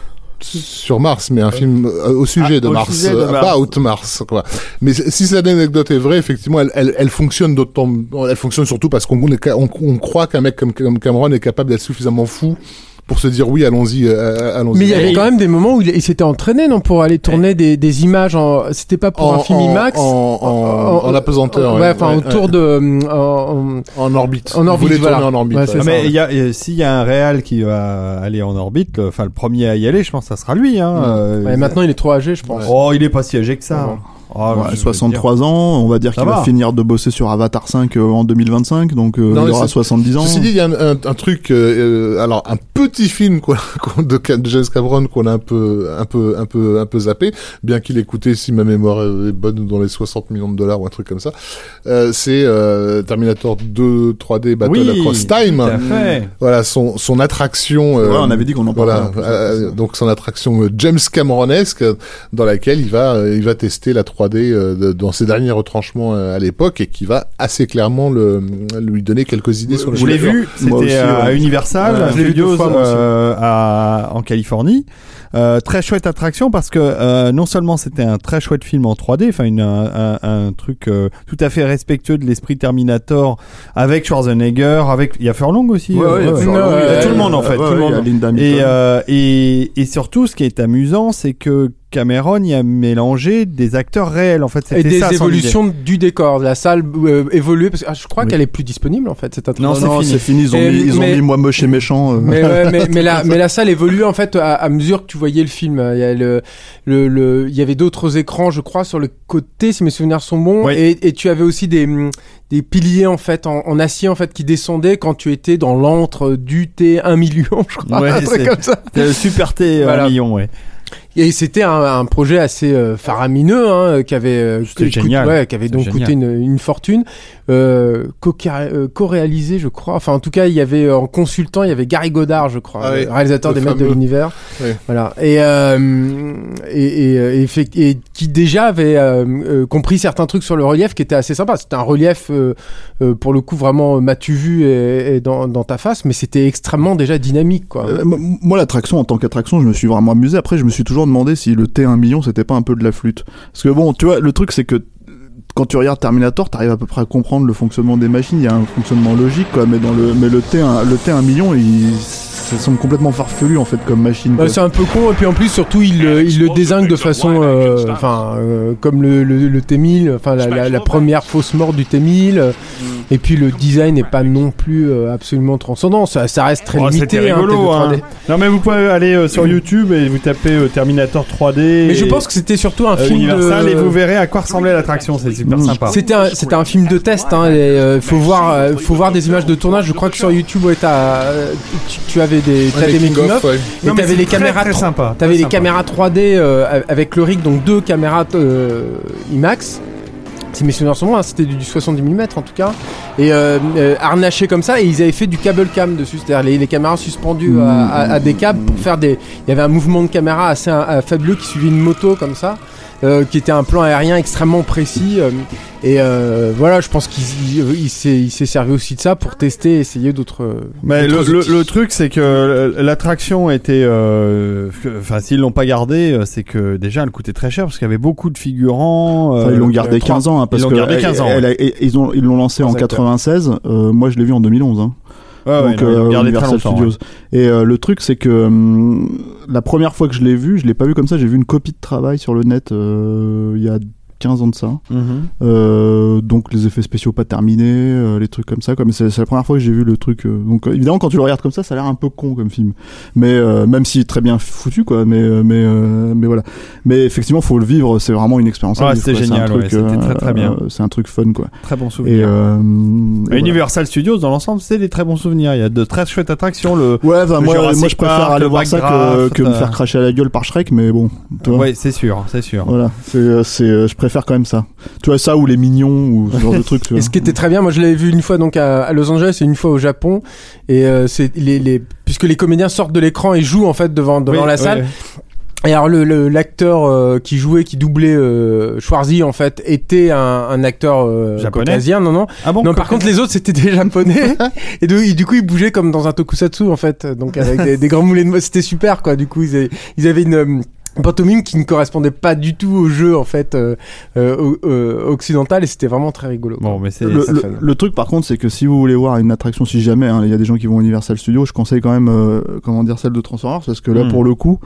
[SPEAKER 5] sur Mars, mais un film euh, au sujet
[SPEAKER 2] Ah,
[SPEAKER 5] de
[SPEAKER 2] au
[SPEAKER 5] Mars,
[SPEAKER 2] sujet de
[SPEAKER 5] euh,
[SPEAKER 2] Mars.
[SPEAKER 5] about Mars, quoi. Mais si cette anecdote est vraie, effectivement, elle, elle, elle fonctionne d'autant, elle fonctionne surtout parce qu'on est ca- on, on croit qu'un mec comme, comme Cameron est capable d'être suffisamment fou pour se dire oui, allons-y, euh, allons-y.
[SPEAKER 6] Mais il y avait
[SPEAKER 2] Et-
[SPEAKER 6] quand même des moments où il, il s'était entraîné, non, pour aller tourner des, des images en, c'était pas pour un film IMAX.
[SPEAKER 5] en, en, en, en apesanteur,
[SPEAKER 6] Ouais,
[SPEAKER 5] ouais,
[SPEAKER 6] enfin,
[SPEAKER 5] ouais,
[SPEAKER 6] autour
[SPEAKER 5] ouais.
[SPEAKER 6] de, euh, en, en-
[SPEAKER 5] en orbite.
[SPEAKER 6] en orbite,
[SPEAKER 5] Vous voulez
[SPEAKER 6] voilà.
[SPEAKER 5] tourner en orbite.
[SPEAKER 6] Ouais,
[SPEAKER 5] ouais.
[SPEAKER 6] c'est
[SPEAKER 2] Ah,
[SPEAKER 6] ça.
[SPEAKER 2] mais il y a, euh, s'il y a un réal qui va aller en orbite, le- enfin le premier à y aller, je pense que ça sera lui. Hein. Euh,
[SPEAKER 6] ouais, maintenant il est trop âgé, je pense.
[SPEAKER 2] Oh, il est pas si âgé que ça.
[SPEAKER 6] Ouais.
[SPEAKER 2] hein. Ah,
[SPEAKER 4] Ouais,
[SPEAKER 2] je veux
[SPEAKER 4] soixante-trois ans, on va dire
[SPEAKER 2] Ça
[SPEAKER 4] qu'il va
[SPEAKER 2] va.
[SPEAKER 4] finir de bosser sur Avatar cinq euh, en deux mille vingt-cinq, donc euh,
[SPEAKER 5] Non,
[SPEAKER 4] il
[SPEAKER 5] mais
[SPEAKER 4] aura
[SPEAKER 5] c'est-
[SPEAKER 4] soixante-dix ans.
[SPEAKER 5] Ceci dit, il y a un, un, un truc, euh, euh, alors un petit film quoi, qu'on- de, de James Cameron qu'on a un peu, un peu, un peu, un peu zappé, bien qu'il ait coûté, si ma mémoire est bonne, dans les soixante millions de dollars ou un truc comme ça. Euh, c'est euh, Terminator deux trois D Battle
[SPEAKER 2] Oui,
[SPEAKER 5] Across Time.
[SPEAKER 2] tout à fait.
[SPEAKER 5] Voilà son son attraction. euh,
[SPEAKER 4] Ouais, on avait dit qu'on en
[SPEAKER 5] Voilà,
[SPEAKER 4] parlait.
[SPEAKER 5] euh, donc son attraction euh, James Cameronesque, euh, dans laquelle il va, euh, il va tester la trois D euh, de- dans ses derniers retranchements euh, à l'époque, et qui va assez clairement le, lui donner quelques idées sur le
[SPEAKER 2] Je l'ai vu,
[SPEAKER 4] Moi
[SPEAKER 2] c'était
[SPEAKER 4] aussi,
[SPEAKER 2] à
[SPEAKER 4] ouais.
[SPEAKER 2] Universal
[SPEAKER 6] Ouais, je l'ai vu deux
[SPEAKER 2] Studios
[SPEAKER 6] fois, moi aussi.
[SPEAKER 2] euh, à, en Californie. Euh, très chouette attraction parce que euh, non seulement c'était un très chouette film en trois D, enfin une- un, un, un truc euh, tout à fait respectueux de l'esprit Terminator, avec Schwarzenegger, avec il y a Furlong aussi.
[SPEAKER 4] Ouais,
[SPEAKER 2] euh,
[SPEAKER 4] ouais, il y a
[SPEAKER 2] ouais.
[SPEAKER 4] Furlong,
[SPEAKER 6] Ouais,
[SPEAKER 2] Il y a
[SPEAKER 6] ouais,
[SPEAKER 2] tout le monde en fait,
[SPEAKER 4] ouais,
[SPEAKER 2] tout
[SPEAKER 4] ouais,
[SPEAKER 2] le
[SPEAKER 4] il y a
[SPEAKER 2] monde.
[SPEAKER 4] Linda
[SPEAKER 2] Et,
[SPEAKER 4] Hamilton.
[SPEAKER 2] euh, et, et surtout, ce qui est amusant, c'est que Cameron y a mélangé des acteurs réels. En fait,
[SPEAKER 6] Et
[SPEAKER 2] c'était
[SPEAKER 6] des
[SPEAKER 2] ça, son idée.
[SPEAKER 6] évolutions du décor, de la salle euh, évoluée, parce que ah, je crois
[SPEAKER 4] Oui.
[SPEAKER 6] qu'elle est plus disponible en fait, cette
[SPEAKER 2] Non,
[SPEAKER 6] attraction.
[SPEAKER 2] c'est
[SPEAKER 4] non,
[SPEAKER 2] fini.
[SPEAKER 4] c'est fini. Ils ont
[SPEAKER 6] Et-
[SPEAKER 4] mis, ils ont
[SPEAKER 6] mais-
[SPEAKER 4] mis moi moche et méchant. euh.
[SPEAKER 6] mais, ouais, mais, mais, la, mais la salle évolue en fait à, à mesure que tu voyais le film. Il y, a le, le, le, il y avait d'autres écrans, je crois, sur le côté, si mes souvenirs sont bons.
[SPEAKER 2] Oui.
[SPEAKER 6] Et, et tu avais aussi des, hum, des piliers en fait en, en acier en fait qui descendaient quand tu étais dans l'antre du T un million, je crois,
[SPEAKER 2] Ouais,
[SPEAKER 6] un truc
[SPEAKER 2] c'est-
[SPEAKER 6] comme ça.
[SPEAKER 2] C'était le Super T euh,
[SPEAKER 6] Voilà.
[SPEAKER 2] un million, ouais.
[SPEAKER 6] Et c'était un, un projet assez euh, faramineux, hein, qui avait, euh,
[SPEAKER 2] C'était
[SPEAKER 6] coûté-
[SPEAKER 2] génial.
[SPEAKER 6] ouais, qui avait donc
[SPEAKER 2] C'était
[SPEAKER 6] coûté une, une fortune, euh, co- euh, co-réalisé, je crois. Enfin, en tout cas, il y avait en consultant, il y avait Gary Goddard, je crois,
[SPEAKER 5] Ah oui,
[SPEAKER 6] le réalisateur
[SPEAKER 5] le
[SPEAKER 6] des Maîtres de
[SPEAKER 5] fameux.
[SPEAKER 6] l'univers.
[SPEAKER 5] Oui.
[SPEAKER 6] Voilà. Et, euh, et, et, et, effect- et qui déjà avait euh, euh, compris certains trucs sur le relief qui étaient assez sympas. C'était un relief, euh, euh, pour le coup, vraiment m'as-tu vu et, et dans, dans ta face, mais c'était extrêmement déjà dynamique, quoi.
[SPEAKER 4] Euh, m- moi, l'attraction, en tant qu'attraction, je me suis vraiment amusé. Après, je me suis toujours demandé si le T un million, c'était pas un peu de la flûte. Parce que bon, tu vois, le truc, c'est que quand tu regardes Terminator, t'arrives à peu près à comprendre le fonctionnement des machines. Il y a un fonctionnement logique, quoi. Mais dans le, mais le T un, le T un million, il, ça semble complètement farfelu, en fait, comme machine.
[SPEAKER 6] Bah,
[SPEAKER 4] quoi.
[SPEAKER 6] c'est un peu con, et puis en plus, surtout, il, le- il le désigne de façon, euh, enfin, euh, comme le, le, le T mille, enfin, la, la, la première fausse mort du T mille, euh, et puis le design n'est pas non plus euh, absolument transcendant, ça, ça reste très
[SPEAKER 2] Oh,
[SPEAKER 6] limité.
[SPEAKER 2] c'était
[SPEAKER 6] hein,
[SPEAKER 2] rigolo,
[SPEAKER 6] T deux trois D.
[SPEAKER 2] hein. Non mais vous pouvez aller euh, sur YouTube et vous tapez euh, Terminator trois D.
[SPEAKER 6] Mais
[SPEAKER 2] et,
[SPEAKER 6] je pense que c'était surtout un
[SPEAKER 2] euh,
[SPEAKER 6] film
[SPEAKER 2] Universal
[SPEAKER 6] de...
[SPEAKER 2] et vous verrez à quoi ressemblait l'attraction. C'est super
[SPEAKER 4] Mmh.
[SPEAKER 2] sympa.
[SPEAKER 6] C'était un, c'était un film de test, hein, et, euh, faut voir, euh, faut voir des images de tournage. Je crois que sur YouTube, ouais, t'as, euh, tu, tu avais des, t'as
[SPEAKER 5] Un
[SPEAKER 6] des
[SPEAKER 5] making-of,
[SPEAKER 6] making-of,
[SPEAKER 5] ouais.
[SPEAKER 6] et
[SPEAKER 2] Non, mais
[SPEAKER 6] t'avais
[SPEAKER 2] c'est
[SPEAKER 6] les
[SPEAKER 2] très,
[SPEAKER 6] caméras,
[SPEAKER 2] très
[SPEAKER 6] tro-
[SPEAKER 2] sympa,
[SPEAKER 6] t'avais
[SPEAKER 2] très
[SPEAKER 6] les
[SPEAKER 2] sympa.
[SPEAKER 6] caméras trois D euh, avec le rig, donc deux caméras euh, IMAX. Si mes souvenirs sont bons, hein, c'était du, du soixante-dix millimètres en tout cas, et euh, euh, harnaché comme ça, et ils avaient fait du cable cam dessus, c'est-à-dire les, les caméras suspendues à, à- à des câbles pour faire des. Il y avait un mouvement de caméra assez euh, fabuleux qui suivait une moto comme ça. Euh, qui était un plan aérien extrêmement précis, euh, et euh, voilà, je pense qu'il il, il s'est, il s'est servi aussi de ça pour tester et essayer d'autres.
[SPEAKER 2] Mais le,
[SPEAKER 6] d'autres
[SPEAKER 2] le,
[SPEAKER 6] outils.
[SPEAKER 2] le truc, c'est que l'attraction était, euh, enfin, s'ils l'ont pas gardée, c'est que déjà elle coûtait très cher parce qu'il y avait beaucoup de figurants.
[SPEAKER 4] Enfin,
[SPEAKER 2] euh,
[SPEAKER 4] ils l'ont gardé
[SPEAKER 2] euh, trois-
[SPEAKER 4] quinze ans, hein, parce
[SPEAKER 2] ils l'ont
[SPEAKER 4] que
[SPEAKER 2] gardé
[SPEAKER 4] elle-
[SPEAKER 2] quinze ans,
[SPEAKER 4] elle
[SPEAKER 2] ouais.
[SPEAKER 4] a- et- ils ont, ils l'ont lancé en
[SPEAKER 2] Trois acteurs.
[SPEAKER 4] quatre-vingt-seize. Euh, moi, je l'ai vu en deux mille onze. Hein.
[SPEAKER 2] Ouais, ouais,
[SPEAKER 4] Donc,
[SPEAKER 2] non, ils l'ont
[SPEAKER 4] euh,
[SPEAKER 2] gardé très
[SPEAKER 4] Universal
[SPEAKER 2] longtemps.
[SPEAKER 4] Studios. Et euh, le truc, c'est que hum, la première fois que je l'ai vu, je l'ai pas vu comme ça. J'ai vu une copie de travail sur le net euh, il y a quinze ans de ça.
[SPEAKER 2] ouais. Mhm.
[SPEAKER 4] Euh, donc les effets spéciaux pas terminés, euh, les trucs comme ça. Comme c'est, c'est la première fois que j'ai vu le truc. euh, donc euh, évidemment, quand tu le regardes comme ça, ça a l'air un peu con comme film. Mais euh, même si très bien foutu, quoi. Mais euh, mais euh, mais voilà. Mais effectivement, faut le vivre. C'est vraiment une expérience. à
[SPEAKER 2] Ouais,
[SPEAKER 4] vivre,
[SPEAKER 2] c'était
[SPEAKER 4] quoi. C'est un
[SPEAKER 2] génial,
[SPEAKER 4] truc,
[SPEAKER 2] ouais, c'était très, très bien.
[SPEAKER 4] euh, c'est un truc fun, quoi.
[SPEAKER 2] Très bon
[SPEAKER 4] Et,
[SPEAKER 2] souvenir.
[SPEAKER 4] euh, et
[SPEAKER 2] Et
[SPEAKER 4] voilà.
[SPEAKER 2] Universal Studios, dans l'ensemble, c'est des très bons souvenirs. Il y a de très chouettes attractions. Le...
[SPEAKER 4] Ouais, bah,
[SPEAKER 2] le
[SPEAKER 4] moi,
[SPEAKER 2] Jurassic
[SPEAKER 4] moi je préfère
[SPEAKER 2] Park,
[SPEAKER 4] aller
[SPEAKER 2] le
[SPEAKER 4] voir ça que,
[SPEAKER 2] Backdraft,
[SPEAKER 4] que me
[SPEAKER 2] euh.
[SPEAKER 4] faire cracher à la gueule par Shrek, mais bon. Tu vois.
[SPEAKER 2] Ouais, c'est sûr, c'est sûr.
[SPEAKER 4] Voilà, c'est, c'est, je préfère quand même ça. Tu vois, ça ou les mignons ou ce genre de trucs. Tu
[SPEAKER 6] Et
[SPEAKER 4] vois.
[SPEAKER 6] ce qui était très bien, moi je l'avais vu une fois donc à, à Los Angeles et une fois au Japon, et euh, c'est les, les puisque les comédiens sortent de l'écran et jouent en fait devant devant
[SPEAKER 2] Oui,
[SPEAKER 6] la
[SPEAKER 2] ouais.
[SPEAKER 6] salle. Et alors le, le l'acteur euh, qui jouait, qui doublait euh, Schwarzy en fait, était un, un acteur euh,
[SPEAKER 2] Japonais.
[SPEAKER 6] caucasien, non non.
[SPEAKER 2] Ah bon
[SPEAKER 6] non, par contre, les autres, c'était des japonais. et, de, et du coup, ils bougeaient comme dans un tokusatsu, en fait. Donc, avec des, des grands moulets de... C'était super, quoi. Du coup, ils avaient, ils avaient une... euh, pantomime qui ne correspondait pas du tout au jeu, en fait, euh, euh, euh, occidental. Et c'était vraiment très rigolo. quoi.
[SPEAKER 2] Bon, mais c'est.
[SPEAKER 4] Le,
[SPEAKER 6] c'est
[SPEAKER 4] le-
[SPEAKER 6] fun.
[SPEAKER 4] le truc par contre, c'est que si vous voulez voir une attraction, si jamais hein, il y a des gens qui vont à Universal Studios, je conseille quand même, euh, comment dire, celle de Transformers, parce que là,
[SPEAKER 2] Mm.
[SPEAKER 4] pour le coup,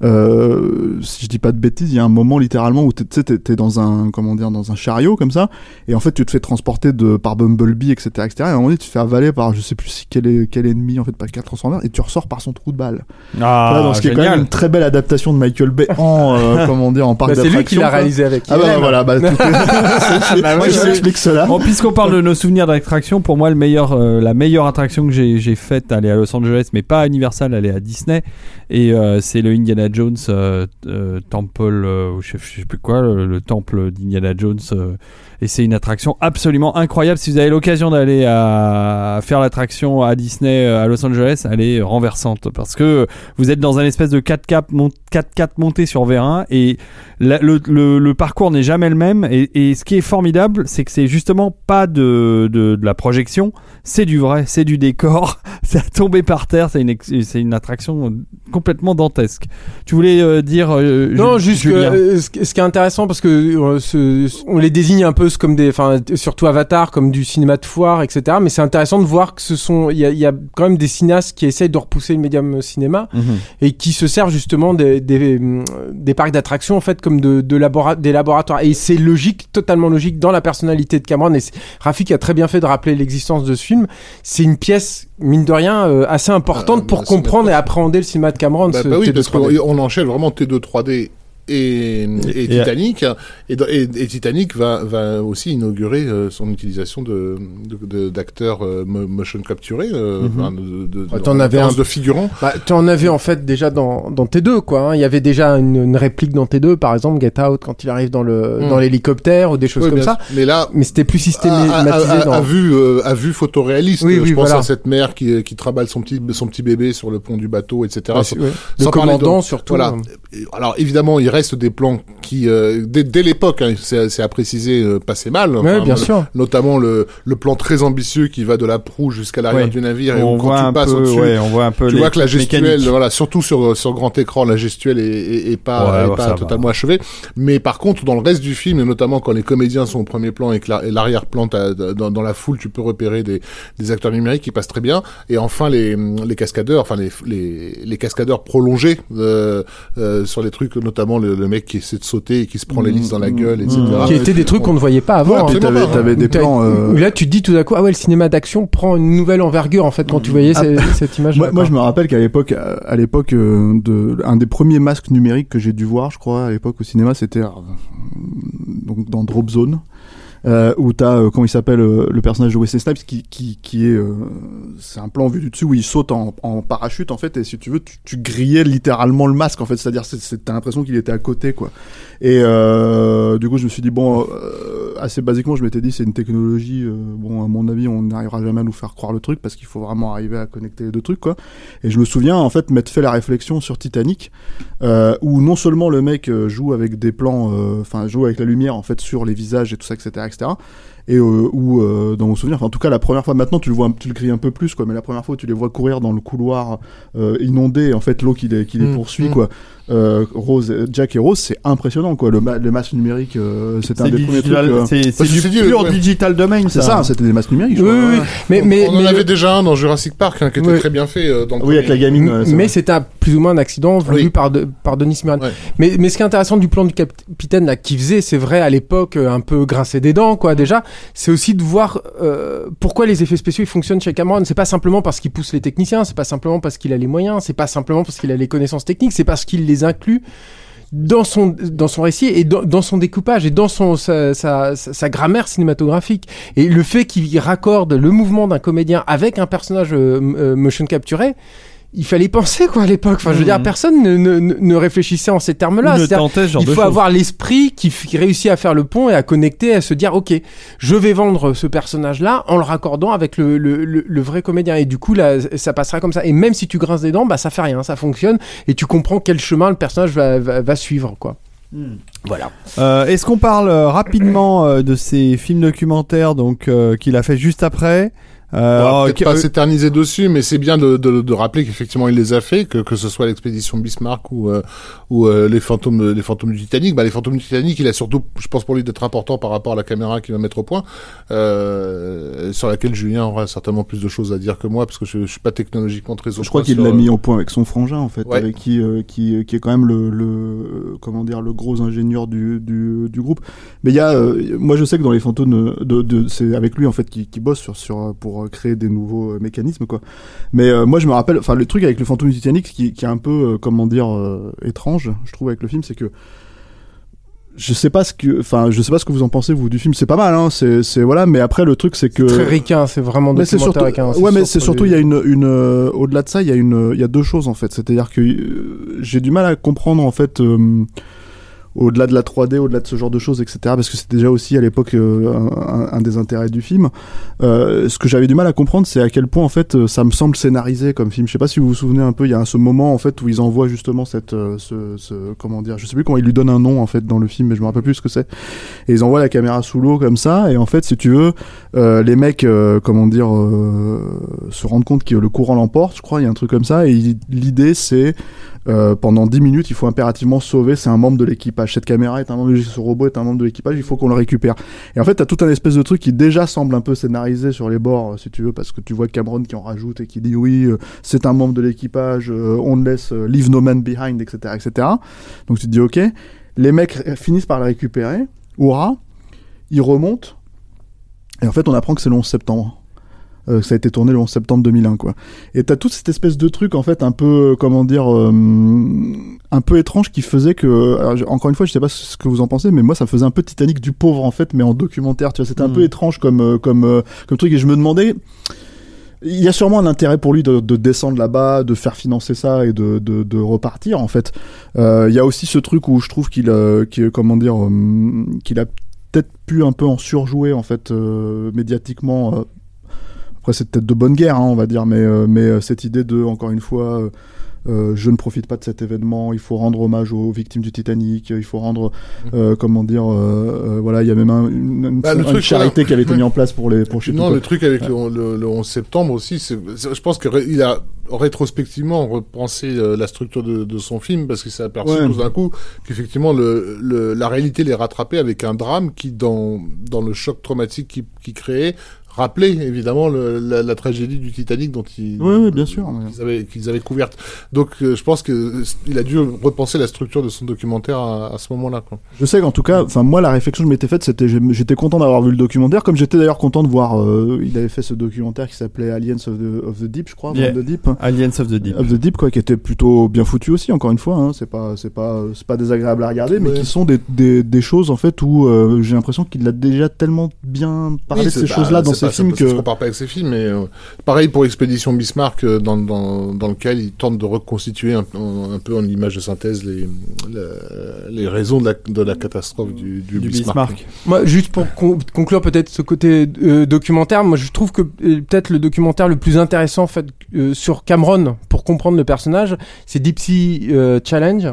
[SPEAKER 4] euh, si je dis pas de bêtises, il y a un moment littéralement où t'es, tu sais, t'es, t'es dans un, comment dire, dans un chariot comme ça, et en fait tu te fais transporter de par Bumblebee, et cetera, et cetera. Et à un moment donné, tu te fais avaler par, je sais plus si quel est quel ennemi en fait, pas quel Transformers, et tu ressors par son trou de balle.
[SPEAKER 2] Ah,
[SPEAKER 4] Voilà, donc ce qui est quand même
[SPEAKER 2] génial.
[SPEAKER 4] une très belle adaptation de Michael Bay en, euh, comment dire, en parc
[SPEAKER 6] Bah, c'est
[SPEAKER 4] d'attractions.
[SPEAKER 6] lui qui l'a
[SPEAKER 4] quoi.
[SPEAKER 6] réalisé avec.
[SPEAKER 4] Ah bah
[SPEAKER 6] Hélène.
[SPEAKER 4] voilà, bah, tout est... je,
[SPEAKER 2] Bah, moi,
[SPEAKER 4] je
[SPEAKER 2] je-
[SPEAKER 4] explique cela.
[SPEAKER 2] Bon, puisqu'on parle de nos souvenirs d'attraction, pour moi, le meilleur, euh, la meilleure attraction que j'ai, j'ai faite, elle est à Los Angeles, mais pas à Universal, elle est à Disney. Et euh, c'est le Indiana Jones euh, euh, Temple, euh, ou je, sais, je sais plus quoi, le, le temple d'Indiana Jones. euh, et c'est une attraction absolument incroyable. Si vous avez l'occasion d'aller à, à faire l'attraction à Disney euh, à Los Angeles, elle est renversante parce que vous êtes dans un espèce de quatre quatre mont- quatre quatre monté sur Vérin et la- le, le, le parcours n'est jamais le même. Et, et ce qui est formidable, c'est que c'est justement pas de, de, de la projection, c'est du vrai, c'est du décor. C'est à tomber par terre, c'est une, ex- c'est une attraction complètement dantesque. Tu voulais euh, dire euh,
[SPEAKER 6] Non,
[SPEAKER 2] Ju-
[SPEAKER 6] juste que,
[SPEAKER 2] Julien.
[SPEAKER 6] euh, ce, qui- ce qui est intéressant parce que euh, ce- on les désigne un peu comme des, enfin surtout Avatar comme du cinéma de foire, et cetera. Mais c'est intéressant de voir que ce sont, il y a, il y a quand même des cinéastes qui essayent de repousser le médium cinéma
[SPEAKER 2] Mhm.
[SPEAKER 6] et qui se servent justement des, des, des parcs d'attractions en fait comme de, de labora- des laboratoires. Et c'est logique, totalement logique dans la personnalité de Cameron. Et c'est- Rafik a très bien fait de rappeler l'existence de ce film. C'est une pièce mine de rien euh, assez importante
[SPEAKER 5] Ah,
[SPEAKER 6] pour
[SPEAKER 5] bah, c'est
[SPEAKER 6] comprendre et
[SPEAKER 5] d'accord.
[SPEAKER 6] appréhender le cinéma de Cameron.
[SPEAKER 5] Bah,
[SPEAKER 6] ce
[SPEAKER 5] bah oui,
[SPEAKER 6] T deux
[SPEAKER 5] parce
[SPEAKER 6] trois D.
[SPEAKER 5] qu'on on enchaîne vraiment T deux trois D et, et, et Titanic et, et, et Titanic va va aussi inaugurer euh, son utilisation de, de, de d'acteurs euh, motion capturés euh, mm-hmm. de, de,
[SPEAKER 6] bah, t'en avais un
[SPEAKER 5] de figurants.
[SPEAKER 6] Bah, t'en avais en fait déjà dans dans T deux quoi. Hein. Il y avait déjà une, une réplique dans T deux par exemple Get Out quand il arrive dans le mm. dans l'hélicoptère ou des choses oui, comme ça.
[SPEAKER 5] Mais là,
[SPEAKER 6] mais c'était plus systématisé. À,
[SPEAKER 5] à, à,
[SPEAKER 6] dans...
[SPEAKER 5] à vue euh, à vue photoréaliste.
[SPEAKER 6] Oui,
[SPEAKER 5] je
[SPEAKER 6] oui,
[SPEAKER 5] pense
[SPEAKER 6] voilà.
[SPEAKER 5] à cette mère qui qui traballe son petit son petit bébé sur le pont du bateau, et cetera.
[SPEAKER 6] Ouais,
[SPEAKER 5] sans,
[SPEAKER 6] ouais.
[SPEAKER 5] sans
[SPEAKER 6] le commandant surtout.
[SPEAKER 5] Voilà. Alors évidemment, il reste des plans qui, euh, dès, dès l'époque, hein, c'est, c'est à préciser, euh, passaient mal.
[SPEAKER 6] Enfin, oui, bien
[SPEAKER 5] le,
[SPEAKER 6] sûr.
[SPEAKER 5] Notamment le, le plan très ambitieux qui va de la proue jusqu'à l'arrière
[SPEAKER 2] ouais.
[SPEAKER 5] du navire et
[SPEAKER 2] on
[SPEAKER 5] où, quand
[SPEAKER 2] voit
[SPEAKER 5] tu passes
[SPEAKER 2] peu,
[SPEAKER 5] au-dessus,
[SPEAKER 2] ouais, on voit un peu
[SPEAKER 5] tu
[SPEAKER 2] les
[SPEAKER 5] vois que la gestuelle,
[SPEAKER 2] mécaniques.
[SPEAKER 5] voilà, surtout sur sur grand écran, la gestuelle est, est, est pas,
[SPEAKER 2] ouais,
[SPEAKER 5] est pas totalement va. achevée. Mais par contre, dans le reste du film, et notamment quand les comédiens sont au premier plan et que la, et l'arrière-plan dans, dans la foule, tu peux repérer des, des acteurs numériques qui passent très bien. Et enfin, les, les cascadeurs, enfin les, les, les cascadeurs prolongés euh, euh, sur les trucs, notamment le, le mec qui essaie de sauter et qui se prend l'hélice dans la gueule, et cetera.
[SPEAKER 6] Qui étaient des trucs qu'on ne voyait pas avant.
[SPEAKER 4] Ouais, hein. T'avais, t'avais des plans. Euh...
[SPEAKER 6] Là, tu te dis tout d'un coup, ah ouais, le cinéma d'action prend une nouvelle envergure en fait quand tu voyais ah, ces, cette image.
[SPEAKER 4] Moi, moi, je me rappelle qu'à l'époque, à l'époque, euh, de un des premiers masques numériques que j'ai dû voir, je crois, à l'époque au cinéma, c'était euh, donc dans Drop Zone. Euh, où t'as euh, comment il s'appelle euh, le personnage de Wesley Snipes qui qui qui est euh, c'est un plan vu du dessus où il saute en, en parachute en fait, et si tu veux tu, tu grillais littéralement le masque en fait, c'est-à-dire c'est, c'est, t'as l'impression qu'il était à côté quoi. Et euh, du coup je me suis dit bon euh, assez basiquement je m'étais dit c'est une technologie euh, bon à mon avis on n'arrivera jamais à nous faire croire le truc parce qu'il faut vraiment arriver à connecter les deux trucs quoi. Et je me souviens en fait m'être fait la réflexion sur Titanic euh, où non seulement le mec euh, joue avec des plans enfin euh, joue avec la lumière en fait sur les visages et tout ça etc etc et euh, où euh, dans mon souvenir, enfin en tout cas la première fois, maintenant tu le vois, tu le grilles un peu plus quoi, mais la première fois où tu les vois courir dans le couloir euh, inondé, en fait l'eau qui les qui les mmh, poursuit mmh. quoi. Euh, Rose, Jack et Rose, c'est impressionnant quoi. Le, ma- le masque numérique, euh, c'était
[SPEAKER 2] c'est
[SPEAKER 4] un des
[SPEAKER 2] digital,
[SPEAKER 4] premiers trucs. Euh...
[SPEAKER 2] C'est, c'est, c'est du pur ouais. digital domain.
[SPEAKER 4] C'est
[SPEAKER 2] ça,
[SPEAKER 4] ça, c'était des masques numériques. Je
[SPEAKER 6] oui,
[SPEAKER 4] crois,
[SPEAKER 6] oui,
[SPEAKER 4] ouais.
[SPEAKER 6] oui. Mais,
[SPEAKER 5] on,
[SPEAKER 6] mais,
[SPEAKER 5] on en
[SPEAKER 6] mais
[SPEAKER 5] avait
[SPEAKER 6] le...
[SPEAKER 5] déjà un dans Jurassic Park hein, qui était oui. très bien fait. Euh, dans le
[SPEAKER 4] oui, avec la gamine.
[SPEAKER 6] Euh,
[SPEAKER 4] mais
[SPEAKER 6] vrai. C'était un, plus ou moins un accident voulu
[SPEAKER 5] oui.
[SPEAKER 6] par, de, par Denis Muren. Ouais. Mais, mais ce qui est intéressant du plan du capitaine là, qui faisait, c'est vrai à l'époque un peu grincer des dents quoi. Déjà, c'est aussi de voir euh, pourquoi les effets spéciaux ils fonctionnent chez Cameron. C'est pas simplement parce qu'il pousse les techniciens, c'est pas simplement parce qu'il a les moyens, c'est pas simplement parce qu'il a les connaissances techniques, c'est parce qu'il les inclut dans son dans son récit et dans, dans son découpage et dans son sa, sa, sa grammaire cinématographique. Et le fait qu'il raccorde le mouvement d'un comédien avec un personnage euh, euh, motion capturé, il fallait penser quoi à l'époque. Enfin, je veux dire, personne ne, ne, ne réfléchissait en ces termes-là.
[SPEAKER 2] Ne tentait, genre
[SPEAKER 6] il faut avoir l'esprit qui, qui réussit à faire le pont et à connecter, à se dire, ok, je vais vendre ce personnage-là en le raccordant avec le, le, le, le vrai comédien. Et du coup, là, ça passera comme ça. Et même si tu grinces des dents, bah ça fait rien, ça fonctionne et tu comprends quel chemin le personnage va, va, va suivre, quoi.
[SPEAKER 2] Hmm.
[SPEAKER 6] Voilà.
[SPEAKER 2] Euh, est-ce qu'on parle euh, rapidement euh, de ces films documentaires donc euh, qu'il a fait juste après?
[SPEAKER 5] Euh, bon, peut-être pas euh... s'éterniser dessus, mais c'est bien de, de, de rappeler qu'effectivement il les a fait, que, que ce soit l'expédition Bismarck ou, euh, ou euh, les fantômes, les fantômes du Titanic. Bah, les fantômes du Titanic, il a surtout, je pense pour lui d'être important par rapport à la caméra qu'il va mettre au point, euh, sur laquelle Julien aura certainement plus de choses à dire que moi, parce que je, je suis pas technologiquement très au point.
[SPEAKER 4] Je crois qu'il
[SPEAKER 5] sur...
[SPEAKER 4] l'a mis au point avec son frangin en fait,
[SPEAKER 5] ouais.
[SPEAKER 4] avec qui, euh, qui, qui est quand même le, le, euh, comment dire, le gros ingénieur du, du, du groupe. Mais il y a, euh, moi je sais que dans les fantômes, de, de, c'est avec lui en fait qui, qui bosse sur, sur pour créer des nouveaux mécanismes quoi. Mais euh, moi je me rappelle, enfin le truc avec le fantôme du Titanic qui, qui est un peu euh, comment dire euh, étrange, je trouve avec le film, c'est que je sais pas ce que, enfin je sais pas ce que vous en pensez vous du film. C'est pas mal, hein. C'est, c'est voilà. Mais après le truc c'est que
[SPEAKER 6] c'est très ricain, c'est vraiment documentaire ricain.
[SPEAKER 4] Ouais, mais c'est surtout il les... y a une, une euh, au-delà de ça il y a une, il y a deux choses en fait. C'est-à-dire que euh, j'ai du mal à comprendre en fait. Euh, au-delà de la trois D, au-delà de ce genre de choses, et cetera, parce que c'était déjà aussi à l'époque euh, un, un des intérêts du film. Euh, ce que j'avais du mal à comprendre, c'est à quel point en fait ça me semble scénarisé comme film. Je sais pas si vous vous souvenez un peu, il y a ce moment en fait où ils envoient justement cette, euh, ce, ce, comment dire, je sais plus comment ils lui donnent un nom en fait dans le film, mais je me rappelle plus ce que c'est. Et ils envoient la caméra sous l'eau comme ça, et en fait, si tu veux, euh, les mecs, euh, comment dire, euh, se rendent compte que le courant l'emporte, je crois, il y a un truc comme ça, et il, l'idée c'est Euh, pendant dix minutes, il faut impérativement sauver, c'est un membre de l'équipage. Cette caméra est un membre de ce robot est un membre de l'équipage, il faut qu'on le récupère. Et en fait, t'as tout un espèce de truc qui déjà semble un peu scénarisé sur les bords, si tu veux, parce que tu vois Cameron qui en rajoute et qui dit oui, euh, c'est un membre de l'équipage, euh, on le laisse, euh, leave no man behind, et cetera, et cetera. Donc tu te dis ok, les mecs finissent par le récupérer, hurrah, ils remontent, et en fait on apprend que c'est le onze septembre. Euh, ça a été tourné le onze septembre deux mille un, quoi. Et t'as toute cette espèce de truc, en fait, un peu, comment dire, euh, un peu étrange qui faisait que, alors, encore une fois, je sais pas ce que vous en pensez, mais moi, ça me faisait un peu Titanic du pauvre, en fait, mais en documentaire, tu vois. C'était un mmh. peu étrange comme, euh, comme, euh, comme truc, et je me demandais, il y a sûrement un intérêt pour lui de, de descendre là-bas, de faire financer ça et de, de, de repartir, en fait. Euh, il y a aussi ce truc où je trouve qu'il, euh, qu'il comment dire, euh, qu'il a peut-être pu un peu en surjouer, en fait, euh, médiatiquement, euh, après, c'est peut-être de bonne guerre, hein, on va dire, mais, euh, mais euh, cette idée de, encore une fois, euh, euh, je ne profite pas de cet événement, il faut rendre hommage aux victimes du Titanic, il faut rendre, euh, comment dire, euh, euh, voilà, il y a même un, une, une,
[SPEAKER 5] bah,
[SPEAKER 4] une
[SPEAKER 5] truc,
[SPEAKER 4] charité
[SPEAKER 5] voilà.
[SPEAKER 4] qui avait été mise en place pour les pour
[SPEAKER 5] Non, le truc avec ouais. le, le, le onze septembre aussi, c'est, je pense qu'il a rétrospectivement repensé euh, la structure de, de son film, parce qu'il s'est aperçu ouais. tout d'un coup qu'effectivement le, le, la réalité les rattrapait avec un drame qui, dans, dans le choc traumatique qu'il qui créait, rappeler évidemment le, la, la tragédie du Titanic dont ils,
[SPEAKER 4] oui, oui, bien sûr,
[SPEAKER 5] qu'ils avaient, qu'ils avaient couverte. Donc euh, je pense que il a dû repenser la structure de son documentaire à, à ce moment-là, quoi.
[SPEAKER 4] Je sais qu'en tout cas, enfin moi la réflexion que je m'étais faite, c'était j'étais content d'avoir vu le documentaire, comme j'étais d'ailleurs content de voir, euh, il avait fait ce documentaire qui s'appelait Aliens of the, of the Deep, je crois,
[SPEAKER 2] yeah.
[SPEAKER 4] the Deep.
[SPEAKER 2] Aliens of the Deep.
[SPEAKER 4] Of the Deep, quoi, qui était plutôt bien foutu aussi, encore une fois. Hein, c'est pas, c'est pas, c'est pas désagréable à regarder, mais ouais. qui sont des, des, des choses en fait où euh, j'ai l'impression qu'il a déjà tellement bien parlé
[SPEAKER 5] oui,
[SPEAKER 4] de ces
[SPEAKER 5] bah,
[SPEAKER 4] choses-là dans ses
[SPEAKER 5] pas,
[SPEAKER 4] films
[SPEAKER 5] c'est,
[SPEAKER 4] que.
[SPEAKER 5] C'est, c'est avec ses films, mais euh, pareil pour Expédition Bismarck, euh, dans, dans, dans lequel il tente de reconstituer un, un, un peu en image de synthèse les, les, les raisons de la, de la catastrophe du, du, du Bismarck. Bismarck.
[SPEAKER 6] Moi, juste pour con- conclure peut-être ce côté euh, documentaire, moi je trouve que euh, peut-être le documentaire le plus intéressant en fait euh, sur Cameron pour comprendre le personnage, c'est Deep Sea euh, Challenge.